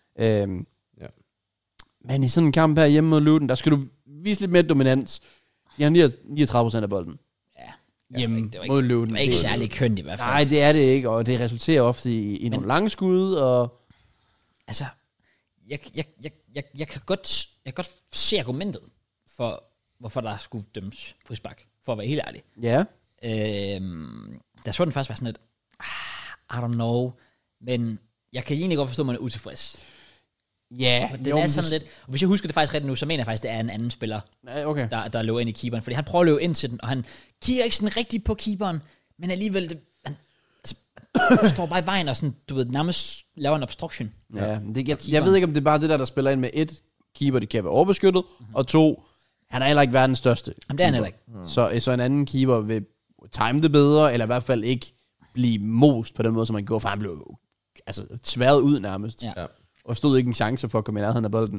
Speaker 3: Men i sådan en kamp her hjemme mod Luton, der skal du vise lidt mere dominans. De har 39% af bolden.
Speaker 1: Ja.
Speaker 3: Hjemme
Speaker 1: Det var
Speaker 3: mod Luton.
Speaker 1: Det var ikke særlig kønt i hvert fald.
Speaker 3: Nej, det er det ikke, og det resulterer ofte i nogle lange skud, og...
Speaker 1: Altså, jeg kan godt se argumentet for, hvorfor der skulle dømmes frispark, for at være helt ærlig.
Speaker 3: Ja.
Speaker 1: Der så den faktisk være sådan lidt, I don't know, men jeg kan egentlig godt forstå, at man er utilfreds.
Speaker 3: Ja,
Speaker 1: Den er sådan lidt, og hvis jeg husker det faktisk rigtigt nu, så mener jeg faktisk, det er en anden spiller,
Speaker 3: okay.
Speaker 1: der løber ind i keeperen, fordi han prøver at løbe ind til den, og han kigger ikke sådan rigtigt på keeperen, men alligevel, han står bare i vejen og sådan, du ved, nærmest laver en obstruction.
Speaker 3: Ja, jeg ved ikke, om det er bare det der spiller ind med 1, keeper, de kan være overbeskyttet, og 2, han er heller ikke verdens største.
Speaker 1: Jamen, det er han heller ikke.
Speaker 3: Så en anden keeper vil time det bedre, eller i hvert fald ikke blive most på den måde, som han gjorde, for han blev tværet ud nærmest.
Speaker 1: Ja.
Speaker 3: Og stod ikke en chance for at komme i nærheden af bolden.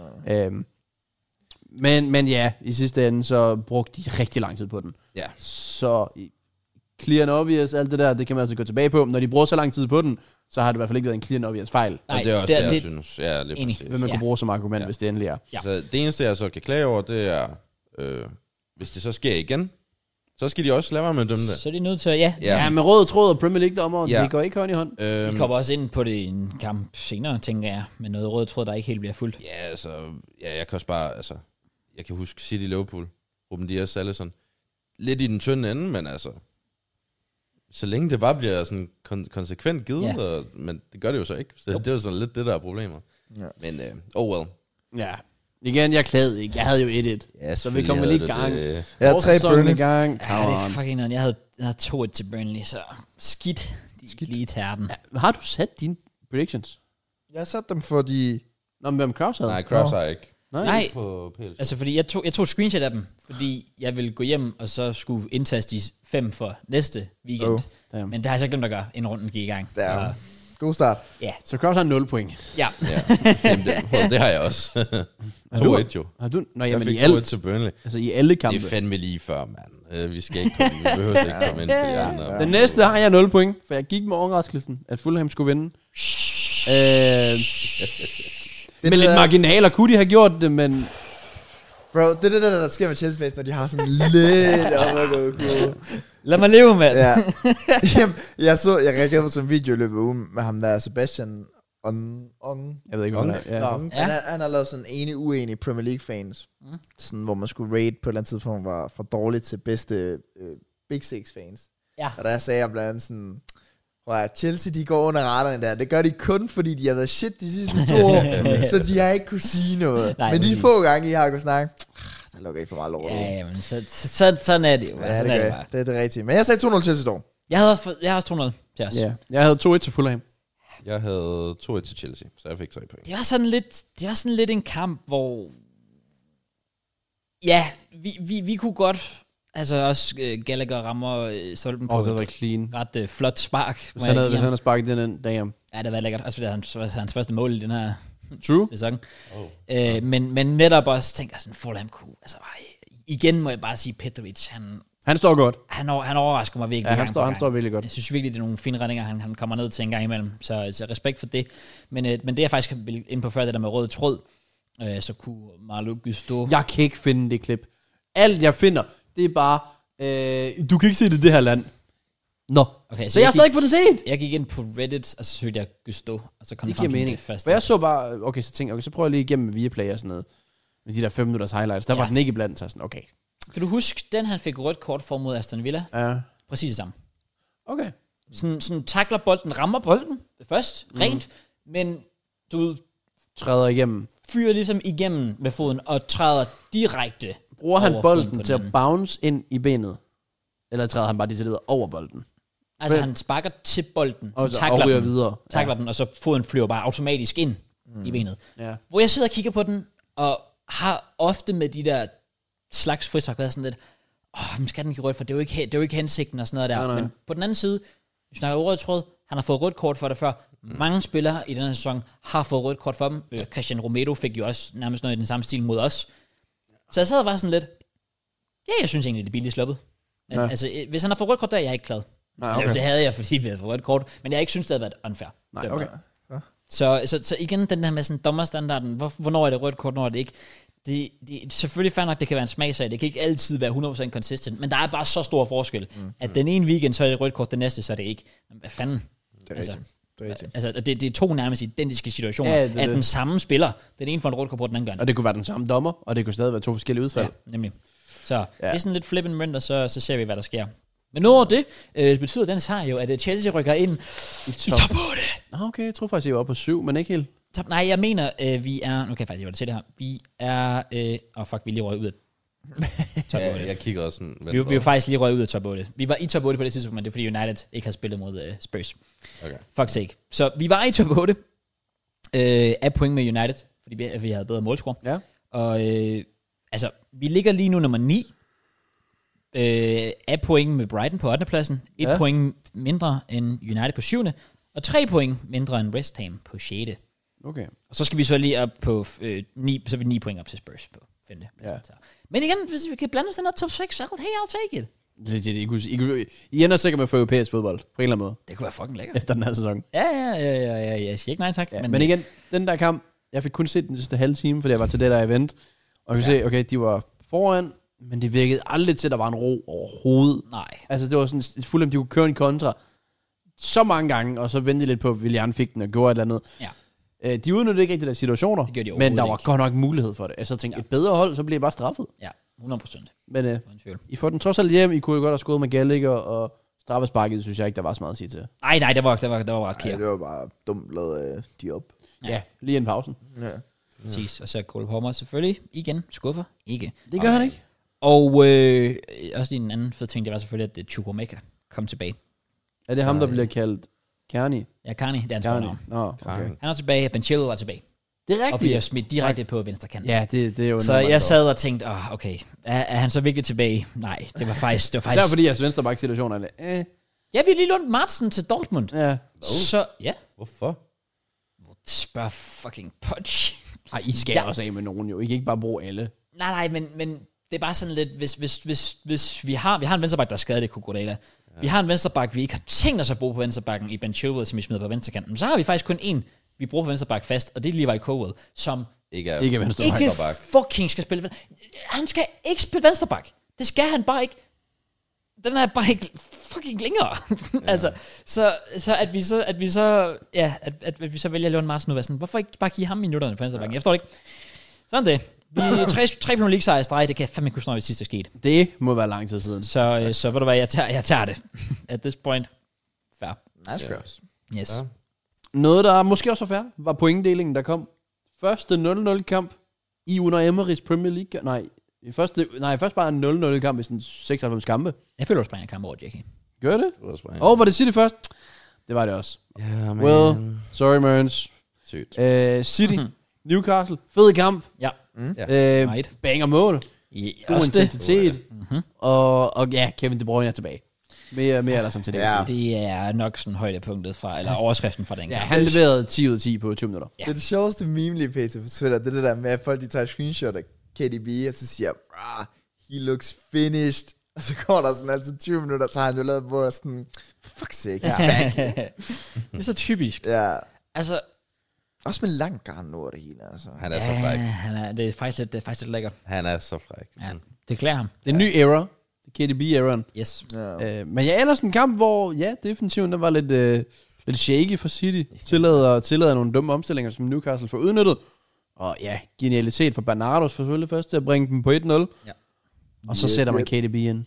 Speaker 3: Men ja, i sidste ende, så brugte de rigtig lang tid på den.
Speaker 2: Ja.
Speaker 3: Så clear and obvious, alt det der, det kan man altså gå tilbage på. Når de bruger så lang tid på den, så har det i hvert fald ikke været en clear and obvious fejl.
Speaker 1: Nej,
Speaker 2: og det er også det, jeg synes. Ja, lidt
Speaker 1: enig.
Speaker 2: præcis.
Speaker 3: Vil man kunne bruge som argument, hvis det endelig er.
Speaker 1: Ja.
Speaker 2: Så det eneste, jeg så kan klage over, det er, hvis det så sker igen, så skal de også lade være med at dømme det.
Speaker 1: Så er de nødt til at,
Speaker 3: Ja, med rød tråd og Premier League-dommer, det går ikke hånd i hånd.
Speaker 1: Vi kommer også ind på det i en kamp senere, tænker jeg, med noget rød tråd, der ikke helt bliver fuldt.
Speaker 2: Ja, altså, jeg kan også bare, jeg kan huske City Liverpool, Ruben Dias, Alisson, lidt i den tynde ende, men altså, så længe det bare bliver sådan konsekvent givet, men det gør det jo så ikke. Så det er jo sådan lidt det, der er problemet. Ja. Men, well.
Speaker 3: Ja. Igen, jeg klagede ikke. Jeg havde jo 1-1.
Speaker 2: Ja,
Speaker 3: så vi kommer lige i gang.
Speaker 4: Jeg havde 3 Burnley.
Speaker 3: i gang.
Speaker 1: Ja, det er fucking noget. Jeg havde 2-1 til Burnley, så skidt. Lige tærten.
Speaker 3: Ja, har du sat dine predictions?
Speaker 4: Jeg har sat dem for de...
Speaker 3: Nå, men hvem Kraus havde?
Speaker 2: Nej, Kraus har ikke.
Speaker 1: Nej,
Speaker 2: På PLC.
Speaker 1: altså fordi jeg tog et screenshot af dem, fordi jeg ville gå hjem, og så skulle indtaste de 5 for næste weekend.
Speaker 3: Damn.
Speaker 1: Men det har jeg så glemt at gøre, inden runden gik i gang.
Speaker 4: Der. God start.
Speaker 1: Ja.
Speaker 3: Så Kraus har 0 point.
Speaker 1: Ja.
Speaker 2: det har jeg også. 2-1 jo.
Speaker 3: Har du? Nå,
Speaker 2: Jeg
Speaker 3: jamen
Speaker 2: fik
Speaker 3: i
Speaker 2: 2-1
Speaker 3: alt.
Speaker 2: til Burnley.
Speaker 3: Altså i alle kampe.
Speaker 2: Det er fandme lige før, mand. Vi skal ikke komme, vi behøver ikke komme ind på de andre.
Speaker 3: Den næste har jeg 0 point, for jeg gik med overraskelsen, at Fulham skulle vinde. Med lidt marginaler kunne de have gjort det, men...
Speaker 4: Bro, det er det der sker med Chelsea-fans, når de har sådan lidt
Speaker 1: Lad mig leve, mand.
Speaker 4: Ja. Jamen, jeg reagerede på sådan en video i løbet af ugen med ham der, Sebastian On.
Speaker 3: Jeg ved ikke, hvad det er. Ja.
Speaker 4: Nå, han har lavet sådan en uenig Premier League-fans. Sådan, hvor man skulle rate på et eller andet tidspunkt var fra dårligt til bedste Big Six-fans.
Speaker 1: Ja.
Speaker 4: Og der sagde jeg blandt andet sådan... Chelsea, de går under radaren der. Det gør de kun, fordi de har været shit de sidste 2 år. Så de har ikke kunne sige noget.
Speaker 1: Nej,
Speaker 4: men de få gange, I har kunnet snakke, der lukker ikke for meget lort.
Speaker 1: Ja, men sådan er det jo.
Speaker 4: Ja,
Speaker 1: sådan
Speaker 4: det,
Speaker 1: er det, bare.
Speaker 4: det er det rigtige. Men jeg sagde 2-0 Chelsea dog.
Speaker 1: Jeg har også 2-0 til os.
Speaker 3: Ja. Jeg havde 2-1 til Fulham.
Speaker 2: Jeg havde 2-1 til Chelsea, så jeg fik 3 point.
Speaker 1: Det var sådan lidt en kamp, hvor... Ja, vi kunne godt... Altså også Gallagher rammer Stolpen på
Speaker 3: det var clean.
Speaker 1: ret flot spark.
Speaker 3: Hvis han havde sparket den ind, damn.
Speaker 1: Ja, det var lækkert. Også fordi det er hans første mål i den her
Speaker 3: True.
Speaker 1: sæson. Men netop også tænker sådan, Fulham kunne... Altså, igen må jeg bare sige, Petrovic,
Speaker 3: han står godt.
Speaker 1: Han overrasker mig virkelig.
Speaker 3: Ja, han står virkelig godt.
Speaker 1: Jeg synes virkelig, det er nogle fine redninger, han kommer ned til en gang imellem. Så respekt for det. Men det jeg faktisk vil ind på før, det der med rød tråd, så kunne Malo Gusto...
Speaker 3: Jeg kan ikke finde det klip. Alt jeg finder, det er bare, du kan ikke se det i det her land. Nå. Okay, så jeg har stadig ikke fået det set.
Speaker 1: Jeg gik ind på Reddit, og så søgte jeg Gusto, og så kom
Speaker 3: det
Speaker 1: frem
Speaker 3: til det første. For jeg så bare, okay, så tænkte jeg, så prøver jeg lige igennem Viaplay og sådan noget. Med de der 5 minutters highlights. Der var den ikke iblandt, så sådan, okay.
Speaker 1: Kan du huske, den han fik rødt kort for mod Aston Villa?
Speaker 3: Ja.
Speaker 1: Præcis det samme.
Speaker 3: Okay.
Speaker 1: Sådan takler bolden, rammer bolden, det først, rent, men du
Speaker 3: træder igennem.
Speaker 1: Fyrer ligesom igennem med foden, og træder direkte.
Speaker 3: Bruger han bolden til at bounce ind i benet? Eller træder han bare decideret over bolden?
Speaker 1: Altså han sparker til bolden,
Speaker 3: og
Speaker 1: så takler den,
Speaker 3: videre.
Speaker 1: Takler den, og så foden flyver bare automatisk ind i benet.
Speaker 3: Ja.
Speaker 1: Hvor jeg sidder og kigger på den, og har ofte med de der slags frispark været sådan lidt, skal den give rødt for, det er jo ikke hensigten og sådan noget der.
Speaker 3: Nej.
Speaker 1: Men på den anden side, vi snakker rødt tråd, han har fået rødt kort for det før. Mange spillere i den her sæson har fået rødt kort for dem. Christian Romero fik jo også nærmest noget i den samme stil mod os. Så jeg sad og var sådan lidt, jeg synes egentlig, det er billigt sluppet. Men, altså, hvis han har fået rødt kort der, jeg er ikke glad.
Speaker 3: Nej, okay.
Speaker 1: Det havde jeg, fordi vi havde fået rødt kort, men jeg har ikke synes, det havde været unfair.
Speaker 3: Nej, okay.
Speaker 1: Så igen, den der med sådan dommerstandarden, hvornår er det rødt kort, hvornår er det ikke? Det selvfølgelig fair nok, det kan være en smagsag, det kan ikke altid være 100% consistent, men der er bare så stor forskel, at den ene weekend, så er det rødt kort, den næste, så er det ikke. Hvad fanden?
Speaker 4: Det er rigtigt.
Speaker 1: Altså, det er to nærmest identiske situationer,
Speaker 3: Ja,
Speaker 1: at den samme spiller, den ene får en rødt kort på, den anden gør.
Speaker 3: Og det kunne være den samme dommer, og det kunne stadig være to forskellige udfald.
Speaker 1: Ja, nemlig. Så det er sådan lidt flip and rent, og så ser vi, hvad der sker. Men over det betyder den sejr jo, at Chelsea rykker ind i top 8.
Speaker 3: Okay, jeg tror faktisk, jeg var oppe på 7, men ikke helt.
Speaker 1: Nej, jeg mener, vi er... Nu kan jeg faktisk ikke til det her. Vi er... vi lige røg ud af top 8.
Speaker 2: Jeg kigger også sådan...
Speaker 1: Vi er faktisk lige røget ud af top 8. Vi var i top 8 på det tidspunkt, men det er fordi United ikke har spillet mod Spurs.
Speaker 2: Okay.
Speaker 1: Fuck sake. Så vi var i top 8 af point med United, fordi vi havde bedre målscore.
Speaker 3: Ja.
Speaker 1: Og vi ligger lige nu nummer 9 af point med Brighton på 8. pladsen. 1 point mindre end United på 7. Og 3 point mindre end West Ham på 6.
Speaker 3: Okay.
Speaker 1: Og så skal vi så lige op på 9, så er vi 9 point op til Spurs på 5. pladsen. Ja. Men igen, hvis vi kan blande os den her top 6, I'll take it.
Speaker 3: I ender sikkert med at få europæisk fodbold, på en eller anden måde,
Speaker 1: Det kunne være fucking lækkert.
Speaker 3: efter den her sæson.
Speaker 1: Ja, jeg siger ikke nej tak.
Speaker 3: Ja, men igen, den der kamp, jeg fik kun set den sidste halve time, fordi jeg var til det der event, og jeg kunne se, okay, de var foran, men det virkede aldrig til, at der var en ro overhovedet.
Speaker 1: Nej.
Speaker 3: Altså, det var sådan fuldt, de kunne køre en kontra så mange gange, og så vente lidt på, at Willian fik den og gjorde et eller andet.
Speaker 1: Ja.
Speaker 3: De udnyttede ikke rigtig de der situationer,
Speaker 1: Det gjorde de
Speaker 3: men der var
Speaker 1: ikke.
Speaker 3: godt nok mulighed for det. Altså, jeg tænkte, et bedre hold, så bliver I bare straffet.
Speaker 1: Ja, 100%.
Speaker 3: Men
Speaker 1: Uden tvivl.
Speaker 3: I får den trods alt hjem. I kunne jo godt have skåret med Gallagher, og straffesparket, synes jeg ikke, der var så meget at sige til.
Speaker 1: Nej, det var ret clear.
Speaker 4: Ja, det var bare dumt lavet de op.
Speaker 3: Ja, lige en pausen.
Speaker 4: Ja.
Speaker 1: Præcis. Og så Cole Palmer selvfølgelig igen skuffer ikke.
Speaker 3: Det gør han ikke.
Speaker 1: Og også lige en anden fed ting, det var selvfølgelig, at Chukwuemeka kom tilbage.
Speaker 3: Er det ham, der bliver kaldt Kearney?
Speaker 1: Ja, Carney, det er hans
Speaker 3: Kearney.
Speaker 1: fornavn.
Speaker 3: Nå, okay.
Speaker 1: Han er tilbage, Ben Chilwell var tilbage.
Speaker 3: Det er
Speaker 1: Og
Speaker 3: rigtigt.
Speaker 1: bliver smidt direkte på venstre kant.
Speaker 3: Ja, det er jo
Speaker 1: Så jeg sad og tænkte, okay, er han så virkelig tilbage? Nej, det var faktisk...
Speaker 3: Især fordi jeres venstreback-situation er lidt,
Speaker 1: Ja, vi har lige lånt Martsen til Dortmund.
Speaker 3: ja.
Speaker 1: Så, ja.
Speaker 2: Hvorfor?
Speaker 1: Spørg fucking Punch.
Speaker 3: Ej, I skal også af med nogen jo. I kan ikke bare bruge alle.
Speaker 1: Nej, men det er bare sådan lidt, hvis vi har en venstreback, der er skadet i Cucurella. Ja. Vi har en venstreback, vi ikke har tænkt os at bruge på venstrebacken i Ben Chilwell, som vi smider på venstrekanten. Så har vi faktisk kun en, vi bruger på venstreback fast, og det er Levi Colwill, som
Speaker 3: Ikke venstreback.
Speaker 1: ikke fucking skal spille. Han skal ikke spille venstreback. Det skal han bare ikke. Den er bare ikke fucking længere. Ja. Altså, så at vi så vælger at låne Marsen nu, sådan, hvorfor ikke bare give ham minutterne på venstrebacken? Jeg forstår det ikke. Sådan det. Vi er 3 Premier League sejre i streg, det kan jeg fandme ikke huske, når det sidste skete.
Speaker 3: Det må være lang tid siden.
Speaker 1: Så ved du hvad, jeg tager det. At this point. Fair.
Speaker 4: Nice cross.
Speaker 1: Yes.
Speaker 2: Ja.
Speaker 3: Noget, der måske også var fair, var pointdelingen, der kom. Første 0-0-kamp i Unai Emerys Premier League. Først bare en 0-0 kamp i sådan 96 kampe.
Speaker 1: Jeg føler, du springer kamp over, Jackie.
Speaker 3: Gør det?
Speaker 2: Det
Speaker 3: Var det City først? Det var det også.
Speaker 2: Ja, man.
Speaker 3: Well, sorry, Mørns.
Speaker 2: Sygt.
Speaker 3: City, Newcastle, fed kamp.
Speaker 1: Ja. Right.
Speaker 3: Banger mål. God
Speaker 1: Også det.
Speaker 3: intensitet. Og ja, Kevin De Bruyne er tilbage. Mere eller sådan til det.
Speaker 4: Ja.
Speaker 1: Det er nok sådan højdepunktet fra, eller overskriften fra den
Speaker 3: Ja,
Speaker 1: kamp.
Speaker 3: han leverede 10 ud af 10 på 20 minutter.
Speaker 1: Ja.
Speaker 4: Det er det sjoveste meme lige pt. På Twitter. Det er det der med, at folk de tager screenshot af KDB, og så siger, he looks finished. Og så går der sådan altid 20 minutter, så har han jo lavet hvor sådan, for fuck's sake, ja.
Speaker 1: Det er så typisk.
Speaker 4: Ja.
Speaker 1: Altså,
Speaker 4: Også med lang garn nu og det hele, altså.
Speaker 2: Han er så fræk.
Speaker 1: det er faktisk lidt lækkert.
Speaker 2: Han er så fræk.
Speaker 1: Ja, det klæder ham.
Speaker 3: Det er en ny era. Det er KDB-eraen.
Speaker 1: Yes.
Speaker 4: Ja.
Speaker 3: Men ja, ellers en kamp, hvor defensiven der var lidt shaky for City. Tillader nogle dumme omstillinger, som Newcastle får udnyttet. Og ja, genialitet for Bernardo selvfølgelig først til at bringe dem på 1-0.
Speaker 1: Ja.
Speaker 3: Og så sætter man KDB ind.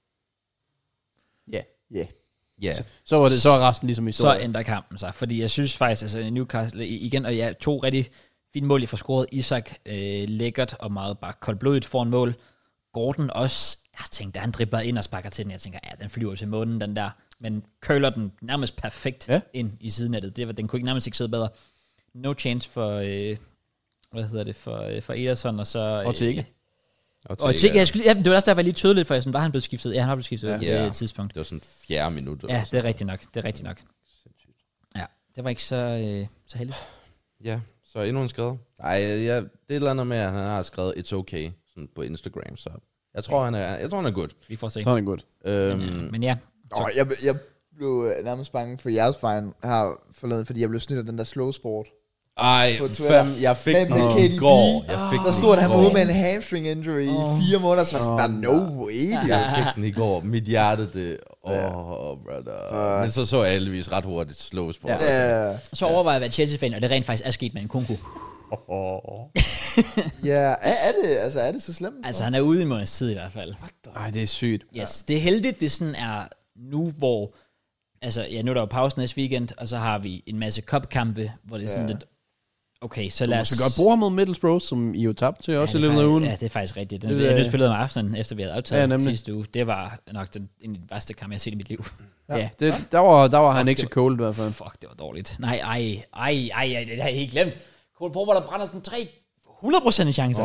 Speaker 3: Ja.
Speaker 4: Ja.
Speaker 2: Ja.
Speaker 3: Så var resten ligesom i
Speaker 1: Så ændrer kampen sig, fordi jeg synes faktisk, altså Newcastle igen, og ja, 2 rigtig fine mål i forscoret. Isak lækkert og meget bare koldblodigt foran mål. Gordon også, jeg tænkte, da han dribler ind og sparker til den, jeg tænker, ja, den flyver til månen, den der. Men køler den nærmest perfekt ind i sidenettet. Den kunne ikke nærmest ikke sidde bedre. No chance for, for Ederson, og så...
Speaker 3: Ortega.
Speaker 1: Og det var også der, var lige tydeligt, for sådan, var han blevet skiftet? Ja, han har blevet skiftet på et tidspunkt.
Speaker 2: Det var sådan 4. minut.
Speaker 1: Ja, det er rigtigt nok. Ja, det var ikke så heldigt.
Speaker 2: Ja, så endnu en skade. Nej, det er et eller andet med, at han har skrevet It's okay sådan på Instagram, så jeg tror, han er good.
Speaker 1: Vi får se.
Speaker 3: Så er han good.
Speaker 1: Men ja.
Speaker 4: Jeg blev nærmest bange for jeres vejen her forleden, fordi jeg blev snydt af den der slow sport.
Speaker 2: Ej, jeg fik den
Speaker 4: i
Speaker 2: går.
Speaker 4: Der stod, at han var ude med en hamstring injury i 4 måneder, så var sådan, no way.
Speaker 2: Jeg fik den i går. Mit hjerte, brother. Men så jeg heldigvis ret hurtigt slow sport.
Speaker 1: Så overvejer jeg at være Chelsea-fan, og det rent faktisk er sket med en Kunku.
Speaker 4: Ja, er det så slemt?
Speaker 1: Altså, han er ude i en måneds tid i hvert fald.
Speaker 3: Ej, det er sygt.
Speaker 1: Yes, det er heldigt, det sådan er nu, hvor... Altså, ja, nu er der jo pause næste weekend, og så har vi en masse cup-kampe, hvor det er sådan lidt... Okay, så lad os...
Speaker 3: Du skal godt bruge ham mod Middlesbrough, som I jo tabte til også i løbet af ugen.
Speaker 1: Ja, det er faktisk rigtigt. Jeg spillede om aftenen, efter vi havde aftalt sidste uge. Det var nok en af de værste kampe, jeg har set i mit liv.
Speaker 3: Ja, der var han ikke så cold i hvert fald.
Speaker 1: Fuck, det var dårligt. Nej, det har jeg helt glemt. Cole Palmer, der brænder sådan 100% chancer.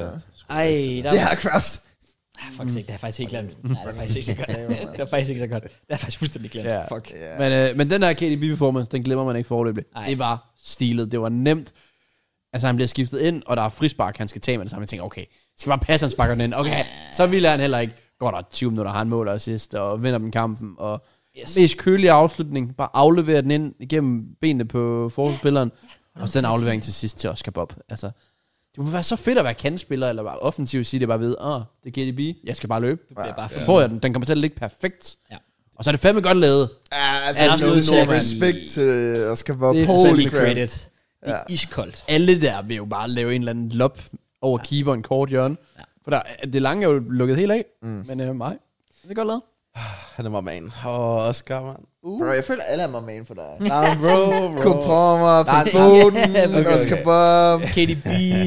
Speaker 2: Ja.
Speaker 4: Ja, Kraft.
Speaker 1: Fuck sake, det har jeg faktisk helt glemt. Nej, det var faktisk ikke så godt. Det var faktisk ikke så godt. Det har jeg faktisk fuldstændig glemt.
Speaker 3: Ja.
Speaker 1: Fuck.
Speaker 3: Men den der KDB-performance, den glemmer man ikke foreløbig. Det var stilet, det var nemt. Altså han bliver skiftet ind, og der er frispark, han skal tage med det samme. Jeg tænker, okay, skal bare passe, han sparker den ind. Okay, så ville han heller ikke. Går der 20 minutter, har han mål og assist, og vinder dem kampen. Og mest kølige afslutning, bare aflevere den ind igennem benene på forsvarsspilleren. Og så den aflevering til sidst til Oscar Bob. Altså, det må være så fedt at være kandspiller, eller bare offensivt sige det bare ved, det er KDB, jeg skal bare løbe. Så får jeg den. Den kommer til at ligge perfekt. Ja. Og så er det fandme godt lavet.
Speaker 4: Ja, altså, jeg er nødt til at respekt til Oscar Bob.
Speaker 1: Holy credit. Det er iskoldt.
Speaker 3: Alle der vil jo bare lave en eller anden lop over keeperen, kort hjørne. Ja. For det lange er jo lukket helt af. Men mig, det er godt lavet.
Speaker 2: Han er man. Oscar, man.
Speaker 4: Bro, jeg føler, alle er man for dig.
Speaker 2: Nej, bro.
Speaker 4: Kopoma, Foden, Oscar Bob,
Speaker 1: KDB.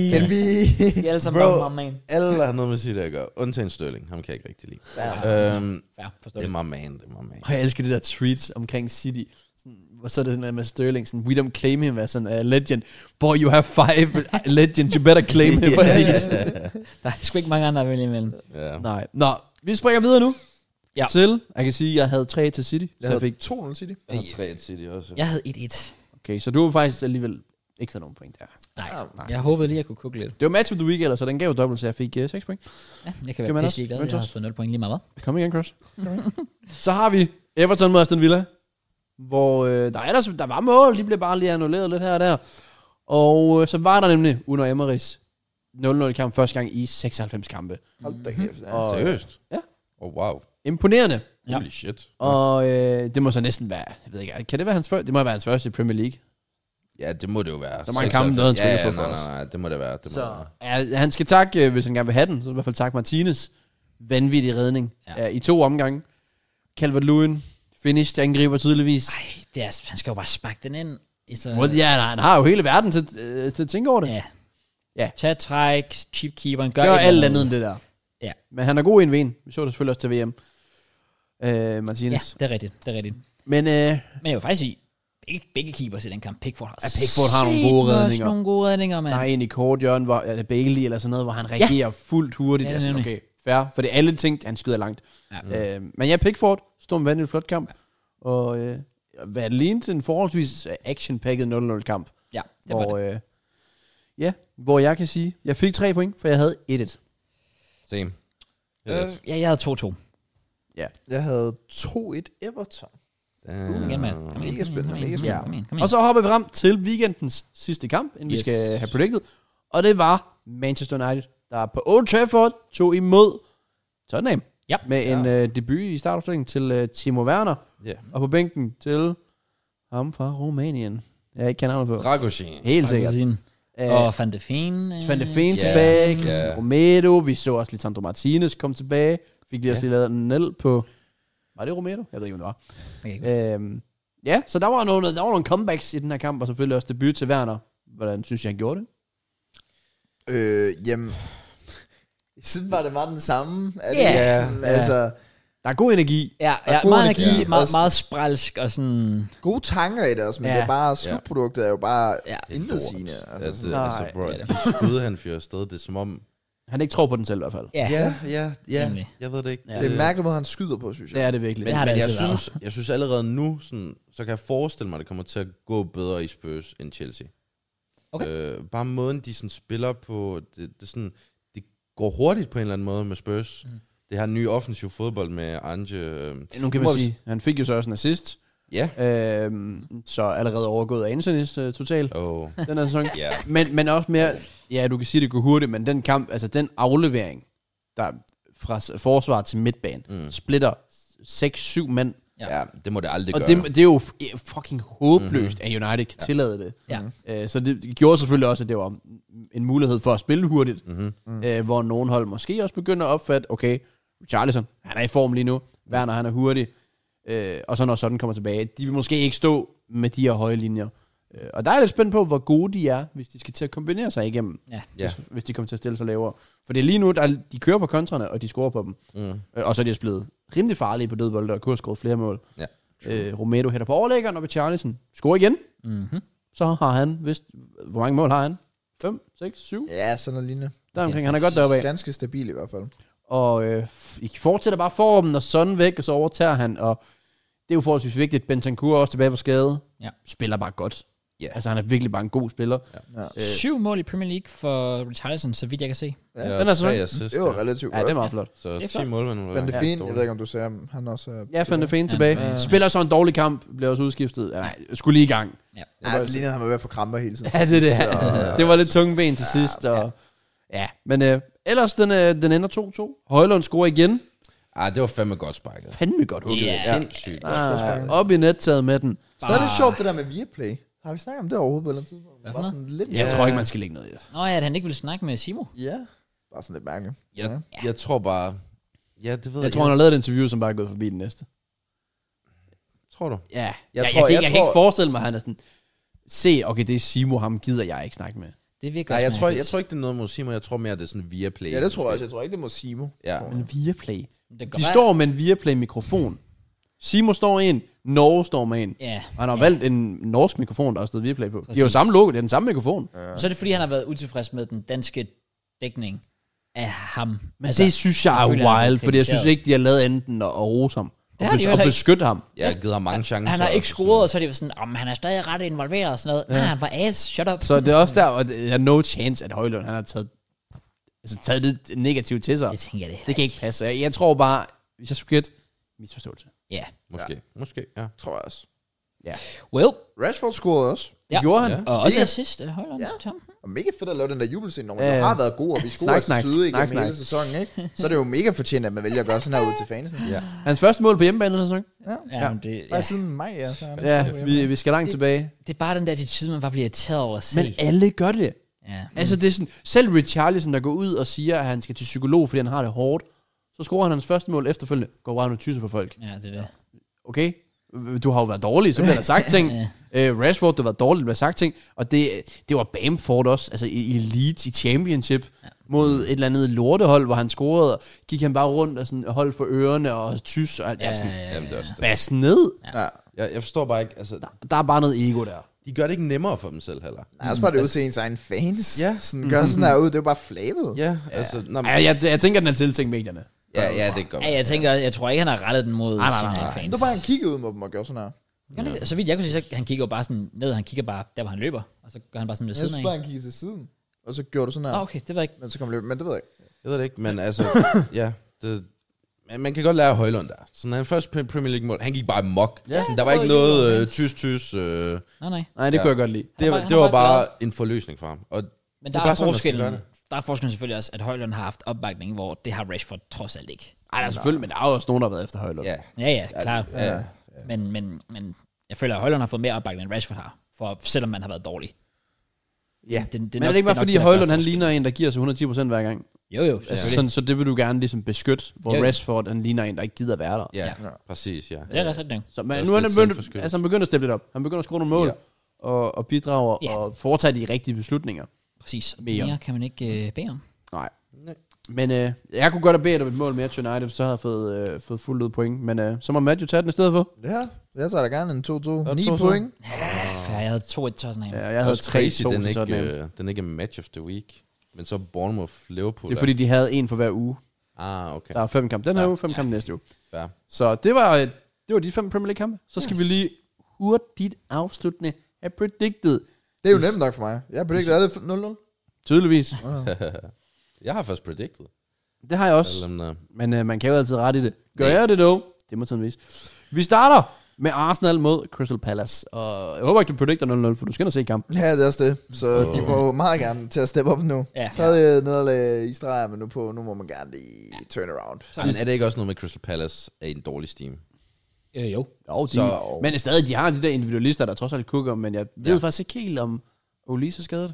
Speaker 1: De er alle sammen man.
Speaker 2: Alle har noget med sit at gøre. Undtagen Sterling. Ham kan jeg ikke rigtig lide. Det er my man.
Speaker 3: Og jeg elsker det der tweet omkring City. Og så er det sådan noget med Sterling, sådan, we don't claim him as a legend. Boy, you have 5 legends, you better claim him.
Speaker 1: Præcis. Der er sgu ikke mange andre at vælge imellem.
Speaker 3: Nej. Nå, vi springer videre nu.
Speaker 1: Ja.
Speaker 3: Til, jeg kan sige, at jeg havde 3 til City.
Speaker 4: Jeg havde 2-0 City.
Speaker 2: Jeg havde 3 til City også.
Speaker 1: Jeg havde 1-1.
Speaker 3: Okay, så du har faktisk alligevel ikke fået nogen point der.
Speaker 1: Nej. Jeg håbede lige, at jeg kunne kukke lidt.
Speaker 3: Det var match of the week, eller så den gav dobbelt, så jeg fik 6 point.
Speaker 1: Ja, jeg kan være pisselig glad. Jeg har fået 0 point lige meget.
Speaker 3: Kom igen, Cross. Så har vi Everton mod Aston Villa, hvor der var mål, de blev bare lige annulleret lidt her og der. Og så var der nemlig Unai Emerys 0-0 kamp første gang i 96 kampe.
Speaker 4: Hold da kæft.
Speaker 2: Seriøst?
Speaker 3: Ja.
Speaker 2: Wow.
Speaker 3: Imponerende.
Speaker 2: Holy shit.
Speaker 3: Og det må så næsten være, jeg ved ikke, kan det være hans første? Det må være hans første i Premier League.
Speaker 2: Ja, det må det jo være.
Speaker 3: Så mange kampe, der han skulle få for os.
Speaker 2: Nej, det må det være.
Speaker 3: Ja, han skal takke, hvis han gerne vil have den, så i hvert fald takke Martinez. Vanvittig redning i 2 omgange. Calvert-Lewin, finished, angriber tydeligvis.
Speaker 1: Han skal jo bare sparke den ind.
Speaker 3: Han har jo hele verden til at tænke over det.
Speaker 1: Ja. Tag træk, cheap keeper,
Speaker 3: gør alt andet end det der.
Speaker 1: Ja.
Speaker 3: Men han er god i en ven. Vi så det selvfølgelig også til VM. Martinez.
Speaker 1: Ja, det er rigtigt.
Speaker 3: Men
Speaker 1: jeg vil faktisk sige, begge keepers i den kamp. Pickford
Speaker 3: har nogle gode redninger.
Speaker 1: Man.
Speaker 3: Der er en i kort hjørne, hvor er det Bailey eller sådan noget, hvor han reagerer fuldt hurtigt. Ja, sådan, okay, fair. For det er alle ting, han skyder langt. Ja. Men Pickford stod en vanvittig flot kamp. Ja. Og hvad lignede til en forholdsvis action-packet 0-0 kamp.
Speaker 1: Ja, det var det.
Speaker 3: Hvor jeg kan sige, jeg fik 3 point, for jeg havde 1-1.
Speaker 2: Same.
Speaker 1: Jeg havde 2-2.
Speaker 4: Ja. Jeg havde 2-1 Everton.
Speaker 1: Igen, mand.
Speaker 4: Mega spændende.
Speaker 3: Og så hopper vi frem til weekendens sidste kamp, inden vi skal have predicted. Og det var Manchester United, der på Old Trafford tog imod Tottenham.
Speaker 1: Ja.
Speaker 3: Med en debut i startopstillingen til Timo Werner.
Speaker 2: Yeah.
Speaker 3: Og på bænken til ham fra Rumænien. Jeg ikke kender navnet på.
Speaker 2: Dragoshin.
Speaker 3: Helt sikkert.
Speaker 1: Og Van de Ven.
Speaker 3: Tilbage. Romero. Vi så også Lisandro Martinez komme tilbage. Fik lige også lige lavet en nel på... Var det Romero? Jeg ved ikke, om det var. Så der var nogle comebacks i den her kamp, og selvfølgelig også debut til Werner. Hvordan synes jeg, han gjorde det?
Speaker 4: Jamen... Jeg synes bare, det var den samme.
Speaker 3: Altså... Der er god energi.
Speaker 1: Ja, meget energi, meget sprælsk og sådan...
Speaker 4: Gode tanker i det også, men det er bare, slutproduktet er jo bare intetsigende.
Speaker 2: Bro, de skud, han fyrer afsted, det er som om,
Speaker 3: Han ikke tror på den selv i hvert fald.
Speaker 1: Ja. Nemlig.
Speaker 2: Jeg ved det ikke.
Speaker 1: Ja.
Speaker 4: Det er en mærkelig måde, han skyder på, synes jeg.
Speaker 3: Det er det virkelig.
Speaker 1: Det har det
Speaker 2: Men
Speaker 1: altid
Speaker 2: jeg synes allerede nu, sådan, så kan jeg forestille mig, at det kommer til at gå bedre i Spurs end Chelsea.
Speaker 1: Okay.
Speaker 2: Bare måden, de sådan spiller på, det sådan, det går hurtigt på en eller anden måde med Spurs. Det her nye offensiv fodbold med Ange.
Speaker 3: Nu kan man sige, han fik jo så også en assist.
Speaker 2: Ja.
Speaker 3: Så allerede overgået af Anthony's totalt den her sæson.
Speaker 2: Yeah.
Speaker 3: Men også mere, ja, du kan sige, det går hurtigt, men den kamp, altså den aflevering, der fra forsvar til midtbane, splitter 6-7 mænd.
Speaker 2: Ja, det må det aldrig
Speaker 3: og
Speaker 2: gøre.
Speaker 3: det er jo fucking håbløst, at United kan tillade det.
Speaker 1: Ja.
Speaker 3: Så det gjorde selvfølgelig også, at det var en mulighed for at spille hurtigt, hvor nogen hold måske også begynder at opfatte, okay, Richarlison, han er i form lige nu, Werner, han er hurtig, og så når sådan kommer tilbage, de vil måske ikke stå med de her høje linjer. Og der er lidt spændt på, hvor gode de er, hvis de skal til at kombinere sig igennem, hvis de kommer til at stille sig lavere. For det er lige nu, de kører på kontrerne, og de scorer på dem. Og så er de blevet rimelig farlige på dødbolde, og kunne have scoret flere mål.
Speaker 2: Ja.
Speaker 3: Romero hætter på overlæggeren, og Richarlison scorer igen. Så har han, hvor mange mål har han? 5, 6, 7?
Speaker 4: Ja, sådan noget lignende.
Speaker 3: Der omkring, han er godt deroppe af.
Speaker 4: Ganske stabil i hvert fald.
Speaker 3: Og I fortsætter bare formen, og sådan væk, og så overtager han, og det er jo forholdsvis vigtigt. Bentancur er også tilbage på skade.
Speaker 1: Ja.
Speaker 3: Spiller bare godt.
Speaker 2: Yeah.
Speaker 3: Altså, han er virkelig bare en god spiller.
Speaker 4: Ja.
Speaker 1: 7 mål i Premier League for Richarlison, så vidt jeg kan se.
Speaker 4: Ja.
Speaker 3: Den er så-
Speaker 2: 3 assist.
Speaker 4: Det var relativt
Speaker 3: Ja,
Speaker 4: godt.
Speaker 3: det er meget flot.
Speaker 2: Så
Speaker 1: Det er
Speaker 2: 10
Speaker 1: flot.
Speaker 2: mål.
Speaker 4: Men det er fint. Jeg ved ikke, om du ser ham. Han også...
Speaker 3: Ja, fandt det fint tilbage. Spiller så en dårlig kamp, bliver også udskiftet. Nej, skulle lige i gang.
Speaker 1: Ja.
Speaker 4: Ja, det lignede, han var ved at få kramper hele tiden.
Speaker 3: Ja, det er det.
Speaker 4: Så-
Speaker 3: Det var lidt tunge ben til sidst. Og, ja, men ellers, den ender 2-2. Højlund scorer igen.
Speaker 2: Det var fandme godt sparket.
Speaker 3: Fandme godt hugget.
Speaker 1: Ja.
Speaker 2: Sindssygt.
Speaker 3: Op i nettaget med den.
Speaker 4: Stadig lidt sjovt, det der med Viaplay. Har vi snakket om det overhovedet på et eller andet tidspunkt?
Speaker 1: Hvad for
Speaker 4: Bare
Speaker 1: noget?
Speaker 4: sådan lidt,
Speaker 3: Jeg tror ikke, man skal lægge noget i det.
Speaker 1: Nå ja, at han ikke ville snakke med Simo.
Speaker 4: Ja, bare sådan lidt mærkeligt.
Speaker 2: Jeg tror bare... Ja, det ved
Speaker 3: Jeg tror, han har lavet et interview, som bare er gået forbi den næste.
Speaker 2: Tror du?
Speaker 3: Ja,
Speaker 2: Jeg
Speaker 3: jeg kan ikke forestille mig, at han er sådan... Se, okay, det er Simo, ham gider jeg ikke snakke med.
Speaker 1: Det virker
Speaker 2: Nej,
Speaker 1: også
Speaker 2: jeg
Speaker 1: mærkeligt.
Speaker 2: tror ikke, det er noget mod Simon. Jeg tror mere, det er sådan Viaplay.
Speaker 4: Ja, det tror jeg også. Jeg tror ikke, det må Simo.
Speaker 2: Ja.
Speaker 3: Men Viaplay.
Speaker 1: Det
Speaker 3: De står med en Viaplay-mikrofon. Simo står en, Norge står med en.
Speaker 1: Ja.
Speaker 3: Og han har valgt en norsk mikrofon, der har stået Viaplay på. De har jo
Speaker 1: Præcis.
Speaker 3: samme logo, det er den samme mikrofon.
Speaker 1: Og så er det fordi, han har været utilfreds med den danske dækning af ham.
Speaker 3: Men altså, det synes jeg er
Speaker 1: føler, han er
Speaker 3: wild, fordi jeg synes
Speaker 1: kritiseret.
Speaker 3: ikke, de har lavet enten at rose ham.
Speaker 1: Det har de jo
Speaker 3: Og
Speaker 1: heller ikke.
Speaker 3: beskytte ham.
Speaker 2: Jeg har givet ham mange chancer.
Speaker 1: Han har ikke
Speaker 2: og
Speaker 1: scoret, og så er det jo sådan, han er stadig ret involveret og sådan noget. Nej, han var ass, shut up.
Speaker 3: Så det er også der, og det er no chance, at Højlund han har taget det negativt til sig.
Speaker 1: Det tænker jeg det.
Speaker 3: Det kan ikke passe. Jeg tror bare, hvis jeg skulle gætte, misforståelse.
Speaker 1: Ja.
Speaker 2: Måske, ja.
Speaker 4: Tror jeg også.
Speaker 1: Well.
Speaker 4: Rashford scorede også.
Speaker 1: Ja.
Speaker 3: Gjorde han?
Speaker 2: Ja.
Speaker 1: Og også
Speaker 4: Mega-
Speaker 1: assist, Højlund.
Speaker 4: Ja.
Speaker 1: Tom.
Speaker 4: Og mega fedt at lave den der jubelscene, når man
Speaker 3: Ja, ja.
Speaker 4: har været god, og vi scorer til
Speaker 3: Snak.
Speaker 4: syde igennem
Speaker 3: Snak.
Speaker 4: hele sæsonen, ikke? Så er det jo mega fortjent, at man vælger at gøre sådan her ud til fansen. Ja.
Speaker 3: Hans første mål på hjemmebane i den sæson.
Speaker 1: Ja, men det,
Speaker 4: Bare
Speaker 1: ja.
Speaker 4: siden maj, ja. Så er han
Speaker 3: Ja,
Speaker 4: scoret
Speaker 3: vi skal langt tilbage.
Speaker 1: Det er bare den der attitude, man bare bliver irriteret over at se.
Speaker 3: Men alle gør det.
Speaker 1: Ja.
Speaker 3: Altså det er sådan, selv Richarlison, der går ud og siger, at han skal til psykolog, fordi han har det hårdt, så scorer han hans første mål efterfølgende, går bare ud og tysser på folk.
Speaker 1: Ja, det er det.
Speaker 3: Okay? Du har jo været dårlig, så bliver der sagt ting. Rashford, du har været dårlig, der bliver sagt ting. Og det var Bamford også, altså i Leeds, i Championship, mod et eller andet lortehold, hvor han scorede, og gik han bare rundt og sådan holdt for ørerne og tys, og alt sådan,
Speaker 2: Jamen, det er også det.
Speaker 3: bas ned.
Speaker 4: Ja.
Speaker 2: Jeg forstår bare ikke, altså,
Speaker 3: Der er bare noget ego der.
Speaker 2: de gør det ikke nemmere for dem selv heller.
Speaker 4: Nej, også bare det ud til ens egen fans.
Speaker 2: Ja.
Speaker 4: Sådan, gør sådan her ud, det er jo bare flabet.
Speaker 2: Ja, altså, nå,
Speaker 3: Ja, jeg tænker, den er tiltænkt medierne.
Speaker 2: ja, det gør
Speaker 1: Ja, jeg tror ikke, han har rettet den mod
Speaker 3: Nej.
Speaker 1: sine
Speaker 4: Det
Speaker 1: fans.
Speaker 4: var bare, han kiggede ud mod dem og gjorde sådan her.
Speaker 1: Så vidt jeg kunne sige, så han kigger jo bare sådan ned, han kigger bare der, hvor han løber, og så gør han bare sådan ved
Speaker 4: Jeg
Speaker 1: siden
Speaker 4: synes
Speaker 1: af.
Speaker 4: bare, han kiggede til siden. Og så gjorde du sådan her.
Speaker 1: Okay, det var ikke.
Speaker 4: Men så kom løb. Men det ved jeg ikke.
Speaker 2: Jeg ved det ikke, men altså, ja, men man kan godt lære af Højlund der. Så når han først Premier League mål, han gik bare mok.
Speaker 3: Ja.
Speaker 2: Sådan, der var ikke noget tys.
Speaker 1: Nej.
Speaker 3: Nej, det kunne jeg godt lide.
Speaker 1: Han var
Speaker 2: Det var
Speaker 1: bare
Speaker 2: bare en forløsning for ham. Og
Speaker 1: Men
Speaker 2: det
Speaker 1: der
Speaker 2: bare
Speaker 1: er
Speaker 2: sådan, man skal
Speaker 1: forskellen.
Speaker 2: gøre
Speaker 1: Der er forskellen selvfølgelig også, at Højlund har haft opbakning, hvor det har Rashford trods alt ikke.
Speaker 3: Ej, der er selvfølgelig, men der er jo også nogen, der har været efter Højlund.
Speaker 2: ja,
Speaker 1: Ja, klart.
Speaker 2: ja.
Speaker 1: Men jeg føler, at Højlund har fået mere opbakning, end Rashford har, selvom man har været dårlig.
Speaker 4: Ja.
Speaker 1: Det
Speaker 3: Men er det ikke bare fordi, Højlund han ligner en, der giver sig 110% hver gang?
Speaker 1: Jo, selvfølgelig.
Speaker 3: Sådan, så det vil du gerne ligesom beskytte, hvor
Speaker 1: Jo.
Speaker 3: Rashford han ligner en, der ikke gider være der.
Speaker 2: Ja, præcis, ja.
Speaker 1: Det er ret rigtigt.
Speaker 3: Så,
Speaker 2: Det
Speaker 3: men
Speaker 2: er
Speaker 3: nu er
Speaker 2: også
Speaker 3: han
Speaker 2: lidt
Speaker 3: begyndt,
Speaker 2: selvforskyldt.
Speaker 3: altså, han begynder at steppe lidt op. Han begynder at score nogle mål og bidrager
Speaker 1: Ja.
Speaker 3: og foretage de rigtige beslutninger.
Speaker 1: Præcis.
Speaker 3: Mere.
Speaker 1: Mere kan man ikke bede om.
Speaker 3: Nej. Men jeg kunne godt have bedt om et mål mere til United, så har jeg fået fuldt ud point. Men så må Matthew tage den i stedet for.
Speaker 4: Ja, jeg tager da gerne en 2-2. 9
Speaker 2: 2-2.
Speaker 4: point.
Speaker 1: Ja, for jeg havde 2-1 Tottenham.
Speaker 3: Ja, jeg havde
Speaker 2: Også crazy,
Speaker 3: 3-2
Speaker 2: den
Speaker 3: til Tottenham.
Speaker 2: ikke match of the week. Men så Bournemouth, Liverpool.
Speaker 3: Det er fordi, de havde en for hver uge.
Speaker 2: Okay.
Speaker 3: Der er 5 kampe den her uge, 5 kampe næste uge.
Speaker 2: Ja.
Speaker 3: Så det var de 5 Premier League kampe. Så skal vi lige hurtigt afsluttende have predicted.
Speaker 4: Det er jo nemt nok for mig. Jeg har predicted alle 0-0.
Speaker 3: Tydeligvis.
Speaker 2: Jeg har først predicted.
Speaker 3: Det har jeg også. Men man kan jo altid ret i det. Gør jeg det dog? Det må tiden vise. Vi starter med Arsenal mod Crystal Palace. Og jeg håber ikke, du predicter 0-0, for du skal ind og se kampen.
Speaker 4: Ja, det er også det. Så de må meget gerne til at steppe op nu.
Speaker 1: Ja.
Speaker 4: Tredje nederlag i streg, men nu må man gerne lige turn around.
Speaker 2: Men er det ikke også noget med Crystal Palace er en dårlig steam?
Speaker 1: Jo.
Speaker 3: Men stadig, de har de der individualister, der trods alt kukker, men jeg ved faktisk ikke helt, om Olise er skadet.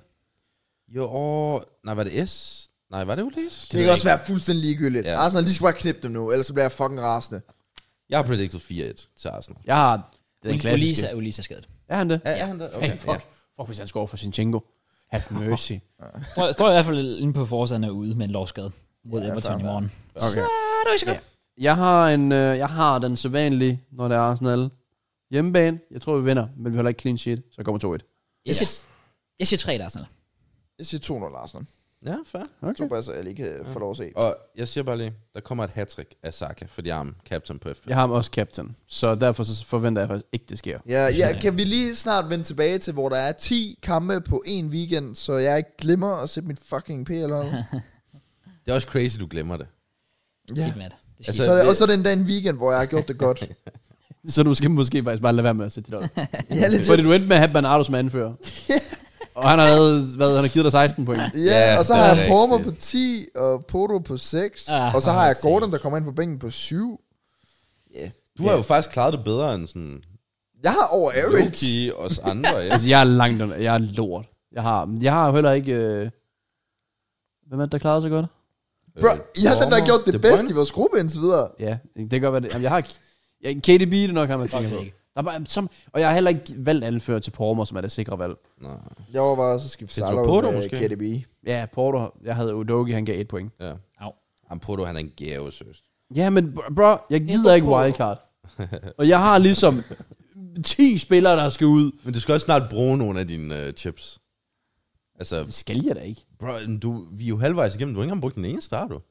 Speaker 2: Jo, nej, var det S? Nej, var det Olise?
Speaker 4: Det kan også være fuldstændig ligegyldigt.
Speaker 2: Ja.
Speaker 4: Arsenal, de skal bare knippe dem nu, ellers så bliver jeg fucking rasende.
Speaker 2: Jeg har predicted 4-1 til Arsenal.
Speaker 3: Jeg har den klassiske.
Speaker 1: Olise er skadet.
Speaker 3: Er han det?
Speaker 2: Er han det? Okay,
Speaker 3: Fuck, hvis han scorer for Zinchenko. Have mercy.
Speaker 1: Står i hvert fald inde på forsiden af ude med en lovskade mod Everton i morgen.
Speaker 3: Okay.
Speaker 1: Så er det ikke så godt.
Speaker 3: Jeg har den sædvanlige, når det er Arsenal. Hjemmebane. Jeg tror, vi vinder, men vi holder ikke clean sheet, så kommer 2-1.
Speaker 1: Jeg siger 3 Arsenal.
Speaker 4: Jeg siger 2-0 Arsenal.
Speaker 2: Ja, fair.
Speaker 4: Okay. Så bare så jeg lige kan få lov at se.
Speaker 2: Og jeg siger bare lige, der kommer et hat-trick af Saka, fordi jeg er captain på FPL.
Speaker 3: Jeg har ham også captain, så derfor så forventer jeg faktisk ikke, det sker.
Speaker 4: Ja, kan vi lige snart vende tilbage til, hvor der er 10 kampe på en weekend, så jeg ikke glemmer at sætte mit fucking PL-hold.
Speaker 2: Det er også crazy, du glemmer det.
Speaker 4: Ja.
Speaker 1: Helt mad.
Speaker 4: Og så er det en weekend, hvor jeg har gjort det godt.
Speaker 3: Så du skal måske faktisk bare lade være med at sætte dit hold.
Speaker 4: Ja, lidt.
Speaker 3: Fordi du endte med at have Bernardo som anfører. Og han har givet dig 16 point.
Speaker 4: Ja, og så har
Speaker 2: det
Speaker 4: jeg
Speaker 2: er
Speaker 4: Pormer
Speaker 2: rigtigt.
Speaker 4: på 10, og Porto på 6, og så har jeg Gordon, der kommer ind på bænken på 7. Yeah.
Speaker 2: Du har jo faktisk klaret det bedre end sådan
Speaker 4: Jeg har over average.
Speaker 2: Loki og os andre, ja.
Speaker 3: Altså, jeg er langt under. Jeg er lort. Jeg har heller ikke... Hvem er det, der klarede sig godt?
Speaker 4: Bro, jeg har den, der har gjort det
Speaker 2: De
Speaker 4: bedste
Speaker 2: Bruyne.
Speaker 4: i vores gruppe indtil videre.
Speaker 3: Ja, det kan godt være det. Jamen, jeg har... KDB, det er nok, han tænker på. Der er bare, og jeg har heller ikke valgt anfører til Pormer, som er det sikre valg.
Speaker 2: Nå.
Speaker 4: Jeg overvejer også at skifte
Speaker 2: Pedro
Speaker 4: Salah
Speaker 2: Porto
Speaker 4: ud med
Speaker 2: måske?
Speaker 4: KDB.
Speaker 3: Ja, Porto. Jeg havde Udogi, han gav 1 point.
Speaker 2: Ja.
Speaker 1: Au.
Speaker 2: Porto, han er en gave, seriøst.
Speaker 3: Ja, men bro, jeg gider ikke wildcard. Og jeg har ligesom 10 spillere, der skal ud.
Speaker 2: Men du skal også snart bruge nogle af dine chips. Altså,
Speaker 3: Det skal jeg da ikke.
Speaker 2: bro, vi er jo halvvejs igennem. Du har ikke engang brugt den ene start, du.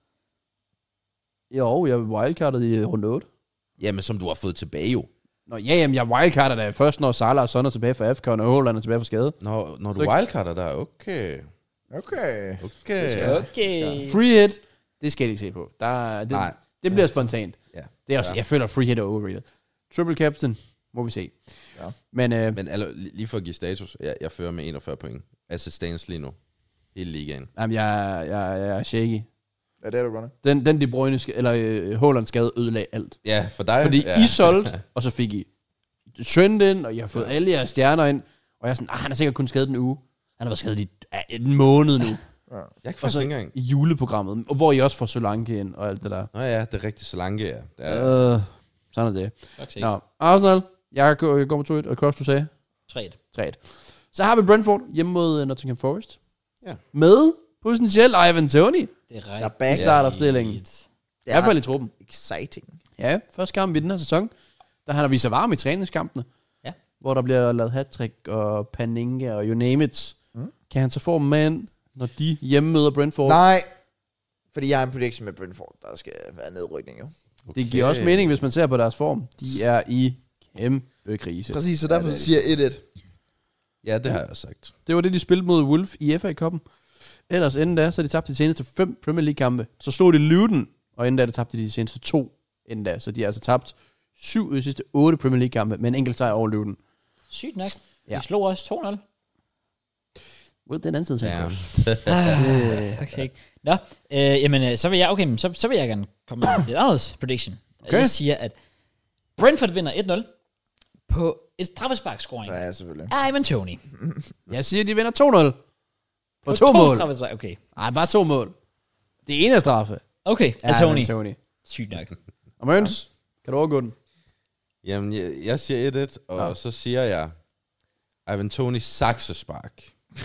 Speaker 3: Jo, jeg wildcardet i runde 8.
Speaker 2: Jamen, som du har fået tilbage jo.
Speaker 3: Nå, ja, jamen, jeg wildcarder da først, når Salah og Son er tilbage fra FK, og når Haaland er tilbage fra skade.
Speaker 2: Når du
Speaker 3: Så-
Speaker 2: wildcarder der, okay.
Speaker 4: Okay.
Speaker 1: Okay.
Speaker 3: Free hit, det skal jeg ikke se på.
Speaker 2: Nej.
Speaker 3: Det bliver spontant.
Speaker 2: Ja.
Speaker 3: Det er også, jeg føler, free hit er overrated. Triple captain, må vi se.
Speaker 4: Ja.
Speaker 3: Men
Speaker 2: Men lige for at give status, jeg fører med 41 point. Assistance lige nu. Hele ligaen.
Speaker 3: jamen, jeg er shaky.
Speaker 4: Ja, det er du godt.
Speaker 3: Den De Bruyne, Haaland skade ødelagde alt.
Speaker 2: Ja, for dig.
Speaker 3: Fordi
Speaker 2: ja.
Speaker 3: I solgte, og så fik I Trent ind, og I har fået alle jeres stjerner ind. Og jeg er sådan, han har sikkert kun skadet en uge. Han har været skadet i en måned nu.
Speaker 2: Jeg kan
Speaker 3: Og
Speaker 2: faktisk
Speaker 3: så
Speaker 2: ikke engang.
Speaker 3: i juleprogrammet, og hvor I også får Solanke ind og alt det der.
Speaker 2: Nå ja, det er rigtig Solanke, ja. Det er,
Speaker 3: Sådan er det.
Speaker 1: Okay.
Speaker 3: Nå, Arsenal, jeg går med 2-1, og Cross, du sagde
Speaker 1: 3.
Speaker 3: 3-1. Så har vi Brentford hjemme mod Nottingham Forest.
Speaker 2: Ja.
Speaker 3: Med potentielt Ivan Toney.
Speaker 1: Det er
Speaker 4: Jeg er
Speaker 1: rigtigt.
Speaker 4: back.
Speaker 3: Startopstillingen. I hvert fald i truppen.
Speaker 4: Exciting.
Speaker 3: Ja, første kamp i den her sæson. Der han har vist sig varm i træningskampene.
Speaker 1: Ja.
Speaker 3: Hvor der bliver lavet hat-trick og Panenka og you name it. Kan han så få dem med ind, når de hjemme møder Brentford?
Speaker 4: Nej, fordi jeg har en prediction med Brentford, der skal være nedrykning jo.
Speaker 3: Det giver også mening, hvis man ser på deres form. De er i kæmpe krise.
Speaker 4: Præcis, så derfor siger jeg 1-1.
Speaker 2: ja, det har jeg også sagt.
Speaker 3: Det var det, de spillede mod Wolf i FA-koppen. Ellers inden da, så de tabte de seneste 5 Premier League-kampe. Så slog de Luton, og inden da, tabte de seneste 2 inden da. Så de har altså tabt 7 af de sidste 8 Premier League-kampe, med en enkelt sejr over Luton.
Speaker 1: Sygt nok.
Speaker 3: Ja.
Speaker 1: Vi slog også 2-0.
Speaker 3: Well, den anden side, så
Speaker 1: Okay. Nå, jamen, så vil jeg, okay, så vil jeg gerne komme med lidt andet prediction.
Speaker 3: Okay.
Speaker 1: Jeg siger, at Brentford vinder 1-0 på et straffesparkscoring
Speaker 4: Ja, selvfølgelig.
Speaker 1: af Ivan Toney.
Speaker 3: Jeg siger, de vinder 2-0. På 2
Speaker 1: to
Speaker 3: mål.
Speaker 1: straffespark, okay.
Speaker 3: Nej, bare 2 mål. Det ene er straffe.
Speaker 1: Okay, af
Speaker 3: Ja,
Speaker 1: Toney. Sygt nok.
Speaker 3: Og Møns, kan du overgå den?
Speaker 2: Jamen, jeg siger 1-1, og så siger jeg Ivan Toney saksespark.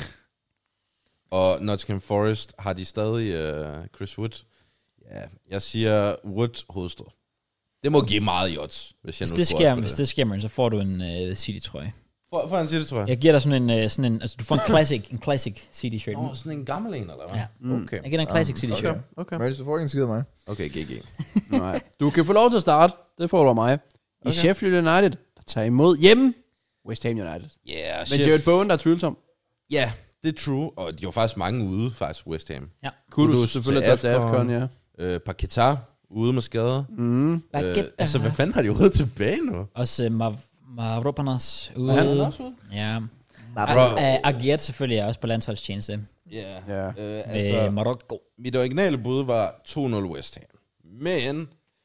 Speaker 2: Og Nottingham Forest har de stadig Chris Wood. Ja, jeg siger Wood hovedstød. Det må give meget odds, hvis jeg
Speaker 1: Hvis
Speaker 2: nu
Speaker 1: det
Speaker 2: tror
Speaker 1: sker,
Speaker 2: også på
Speaker 1: hvis det sker, man, så får du en City-trøje.
Speaker 2: For han siger det, tror jeg.
Speaker 1: Jeg giver dig sådan en altså du får en classic City-shirt.
Speaker 2: Sådan en gammel en, eller hvad?
Speaker 1: Ja.
Speaker 2: Okay.
Speaker 1: Jeg giver dig en classic City-shirt.
Speaker 3: Okay.
Speaker 4: Mørens, du får ikke en skid af mig.
Speaker 2: Okay, GG.
Speaker 3: Nej. Du kan få lov til at starte. Det får du af mig. I Sheffield United, der tager imod hjemme West Ham United.
Speaker 2: Yeah,
Speaker 3: Men Jared Bowen, der er tvivlsom.
Speaker 2: Ja, det er true. Og de var faktisk mange ude, faktisk, West Ham.
Speaker 1: Ja.
Speaker 3: Kudus selvfølgelig tager til AFCON, ja.
Speaker 2: Paquetá ude med skader. Altså, hvad fanden har de overhovedet tilbage nu?
Speaker 1: Også Mavropanos ude.
Speaker 3: Han er også ude.
Speaker 1: Ja.
Speaker 2: Bro.
Speaker 1: Aguiat selvfølgelig er også på landsholdstjeneste.
Speaker 2: Ja.
Speaker 1: Med Marokko.
Speaker 2: Mit originale bud var 2-0 West Ham. Men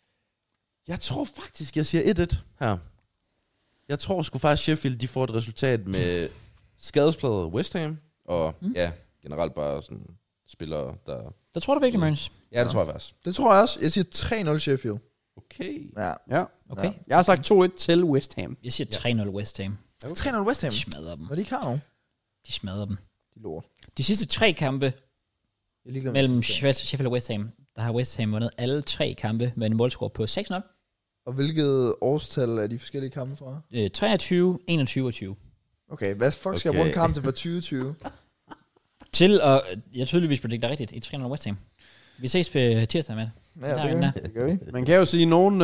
Speaker 2: jeg tror faktisk, jeg siger 1-1 her. Jeg tror sgu faktisk, Sheffield de får et resultat med skadespladet West Ham. Og ja, generelt bare sådan spillere, der...
Speaker 1: Der tror du virkelig, Mørens?
Speaker 2: Ja, det tror jeg faktisk.
Speaker 4: Det tror jeg også. Jeg siger 3-0 Sheffield.
Speaker 2: Okay.
Speaker 4: Ja.
Speaker 1: Okay.
Speaker 3: Jeg har sagt 2-1 til West Ham.
Speaker 1: Jeg siger 3-0 West Ham.
Speaker 4: 3-0 West Ham.
Speaker 1: De smadrer dem.
Speaker 4: Når de ikke har nogen.
Speaker 1: De smadrer dem.
Speaker 4: De lort.
Speaker 1: De sidste 3 kampe
Speaker 4: Jeg ligeglad med
Speaker 1: mellem
Speaker 4: det sidste.
Speaker 1: Sheffield og West Ham, der har West Ham vundet alle 3 kampe med en målscore på 6-0.
Speaker 4: Og hvilket årstal er de forskellige kampe fra?
Speaker 1: 23, 21 og 20.
Speaker 4: Okay, hvad fuck skal jeg bruge en kamp til for 2020?
Speaker 1: Til, og jeg tydeligvis predikter rigtigt, i 3-0 West Ham. Vi ses på tirsdag med det.
Speaker 4: Ja, det gør vi.
Speaker 3: Man kan jo sige, at nogen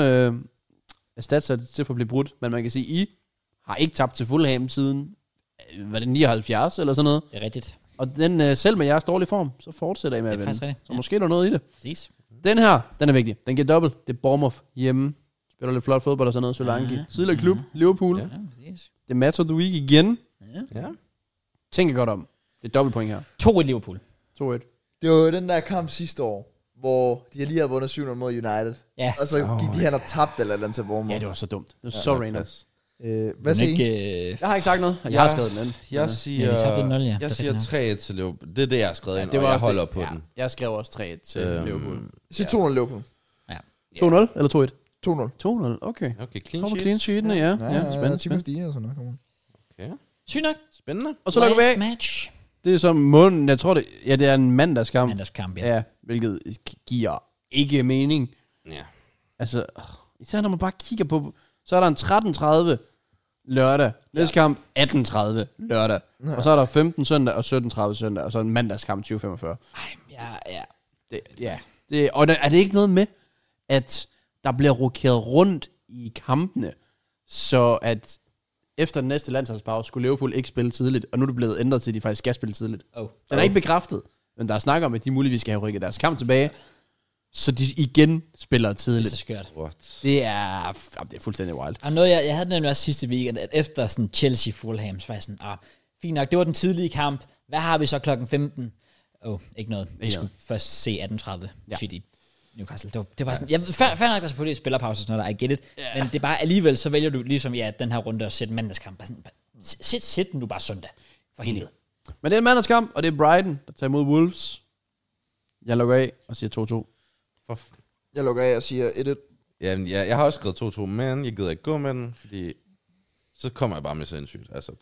Speaker 3: stats er til for at blive brudt, men man kan sige, I har ikke tabt til Fulham siden, var det 79 eller sådan noget?
Speaker 1: Det er rigtigt.
Speaker 3: Og den, selv med jeres dårlige form, så fortsætter I med
Speaker 1: Det
Speaker 3: at
Speaker 1: er
Speaker 3: vinde.
Speaker 1: faktisk rigtigt.
Speaker 3: Så måske er der noget i det.
Speaker 1: Præcis.
Speaker 3: Den her, den er vigtig. Den giver dobbelt. Det er Bournemouth hjemme. Spiller lidt flot fodbold og sådan noget. Solanke. Tidligere klub. Liverpool.
Speaker 1: Ja, præcis.
Speaker 3: Det er match of the week igen.
Speaker 2: Ja.
Speaker 3: Tænker godt om. Det er dobbelt point her.
Speaker 1: 2 i Liverpool.
Speaker 3: 2-1.
Speaker 4: Det var jo den der kamp sidste år, hvor de lige havde vundet 7-0 mod United.
Speaker 1: Ja.
Speaker 4: Og så gik de hen og tabte eller andet til Bournemouth.
Speaker 3: Ja, det var så dumt. Det var så random.
Speaker 4: Hvad siger I?
Speaker 1: Ikke,
Speaker 3: Jeg har ikke sagt noget. Jeg har skrevet den anden.
Speaker 2: Jeg siger,
Speaker 1: de tabte 1-0, ja.
Speaker 2: jeg
Speaker 1: Det er
Speaker 2: siger
Speaker 1: rigtigt
Speaker 2: 3 til Liverpool. Det er det, jeg har skrevet ind,
Speaker 3: det
Speaker 2: og
Speaker 3: var
Speaker 2: jeg
Speaker 3: også
Speaker 2: holder
Speaker 3: det.
Speaker 2: på den.
Speaker 3: Jeg skrev også 3 til Liverpool.
Speaker 4: Jeg siger 2-0 Liverpool.
Speaker 3: 2-0 eller 2-1?
Speaker 4: 2-0.
Speaker 3: 2-0, okay.
Speaker 2: Okay, clean
Speaker 3: Tror på
Speaker 2: sheet.
Speaker 3: clean sheetene, ja. Spændende.
Speaker 4: Team of the Year og sådan noget.
Speaker 2: Okay.
Speaker 1: sygt nok.
Speaker 2: Spændende.
Speaker 3: Og så lukker vi
Speaker 1: Last
Speaker 3: af.
Speaker 1: match.
Speaker 3: Det er som måneden, jeg tror det, ja, det er en mandagskamp.
Speaker 1: Mandagskamp, ja.
Speaker 3: Ja, hvilket giver ikke mening.
Speaker 2: Ja.
Speaker 3: Altså, især når man bare kigger på, så er der en 13:30 lørdag. Næste kamp 18:30 lørdag. Ja. Og så er der 15 søndag og 17:30 søndag, og så en mandagskamp 20:45.
Speaker 1: Ej, ja.
Speaker 3: Og er det ikke noget med, at der bliver rokeret rundt i kampene, så at efter den næste landsholdspause skulle Liverpool ikke spille tidligt, og nu er det blevet ændret til, at de faktisk skal spille tidligt. Den er ikke bekræftet, men der er snak om, at de muligvis skal have rykket deres kamp tilbage, så de igen spiller
Speaker 1: Det er
Speaker 3: tidligt.
Speaker 1: så skørt.
Speaker 2: What?
Speaker 3: Det er fuldstændig wild.
Speaker 1: Og noget, jeg havde nemlig også sidste weekend, at efter sådan Chelsea-Fulham, så var jeg sådan, fint nok, det var den tidlige kamp. Hvad har vi så klokken 15? Ikke noget. Vi skulle først se 18:30 City Newcastle. Det var sådan, fair nok, der er selvfølgelig spillerpause og sådan noget, der I get it. Men det er bare alligevel, så vælger du ligesom, den her runde at sætte mandagskamp. Bare sådan, sæt den nu bare søndag. For helvede.
Speaker 3: Men det er en mandagskamp, og det er Brighton, der tager imod Wolves. Jeg logger af og siger 2-2.
Speaker 4: Jeg lukker af og siger 1-1.
Speaker 2: Jamen, jeg har også skrevet 2-2, men jeg gider ikke gå med den, fordi så kommer jeg bare med sindssygt. Altså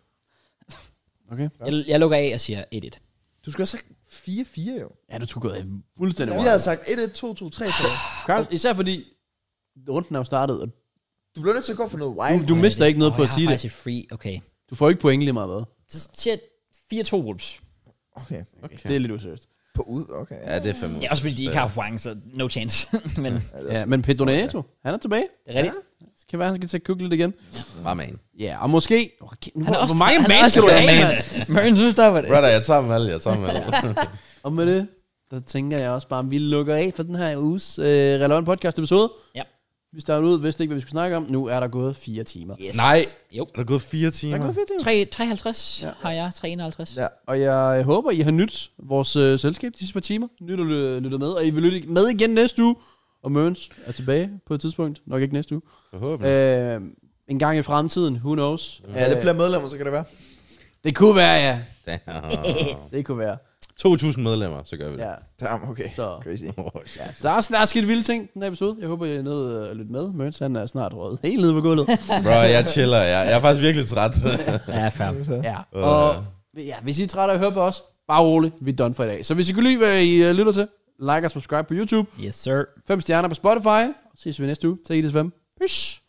Speaker 2: 3-3.
Speaker 3: Okay.
Speaker 1: Jeg lukker af og siger 1-1.
Speaker 4: Du skulle have sagt 4-4 jo.
Speaker 3: Ja, du tog gået af fuldstændig
Speaker 4: Vi
Speaker 3: wild.
Speaker 4: havde sagt 1-1, 2-2, 3-3.
Speaker 3: Carl, især fordi runden er jo startet, og
Speaker 4: Du bliver nødt til at gå for noget wild.
Speaker 3: du mister ikke noget på at sige
Speaker 1: Jeg har
Speaker 3: det.
Speaker 1: faktisk et free, okay.
Speaker 3: Du får ikke point lige meget hvad.
Speaker 1: Så siger jeg 4-2 Wolves.
Speaker 4: Okay.
Speaker 3: Det er lidt useriøst.
Speaker 4: På ud, okay.
Speaker 2: Ja, det er 5
Speaker 1: Ja, også fordi de ikke har point, så no chance. Men
Speaker 3: Ja, men Pedro Neto, han er tilbage.
Speaker 1: det er rigtigt.
Speaker 3: Det kan være, han skal tage kuk lidt igen.
Speaker 2: Raman.
Speaker 3: Ja, og måske...
Speaker 1: Han er også
Speaker 3: hvor mange
Speaker 1: han er
Speaker 3: mails
Speaker 1: også
Speaker 3: skal du have,
Speaker 1: tilbage,
Speaker 3: mand?
Speaker 1: Mørens, nu stopper det.
Speaker 2: Brother, jeg tager dem alle.
Speaker 3: Og med det, der tænker jeg også bare, at vi lukker af for den her uges relevant podcast episode.
Speaker 1: Ja.
Speaker 3: Vi startede ud, vidste ikke, hvad vi skulle snakke om. Nu er der gået 4 timer.
Speaker 1: Yes.
Speaker 2: Nej.
Speaker 1: Jo.
Speaker 2: Er der gået 4
Speaker 3: Der
Speaker 2: timer?
Speaker 3: er gået 4 timer.
Speaker 1: 3,50 har jeg, 3,51.
Speaker 4: Ja.
Speaker 3: Og jeg håber, I har nyt vores selskab de sidste par timer. Lyttet med, og I vil lytte med igen næste uge. Og Mørens er tilbage på et tidspunkt. Nok ikke næste uge.
Speaker 2: Forhåbentlig.
Speaker 3: En gang i fremtiden, who knows.
Speaker 4: Ja, er det flere medlemmer, så kan det være.
Speaker 3: Det kunne være, ja.
Speaker 2: Damn.
Speaker 3: Det kunne være.
Speaker 2: 2.000 medlemmer, så gør vi det.
Speaker 3: Ja.
Speaker 4: Damn, okay.
Speaker 3: Så.
Speaker 4: Crazy.
Speaker 3: Ja. Der er sket vilde ting den her episode. Jeg håber, I er nødt at lytte med. Mørens, han er snart røget helt nede på gulvet.
Speaker 2: Bro, jeg chiller. Jeg er faktisk virkelig træt.
Speaker 1: Ja, fair.
Speaker 3: Ja. Og hvis I er trætte af at høre på os, bare roligt. Vi er done for i dag. Så hvis I kunne lide, hvad I lytter til, like og subscribe på YouTube.
Speaker 1: Yes, sir.
Speaker 3: 5 stjerner på Spotify. Så ses vi næste uge. Tag i det svømme. Peace.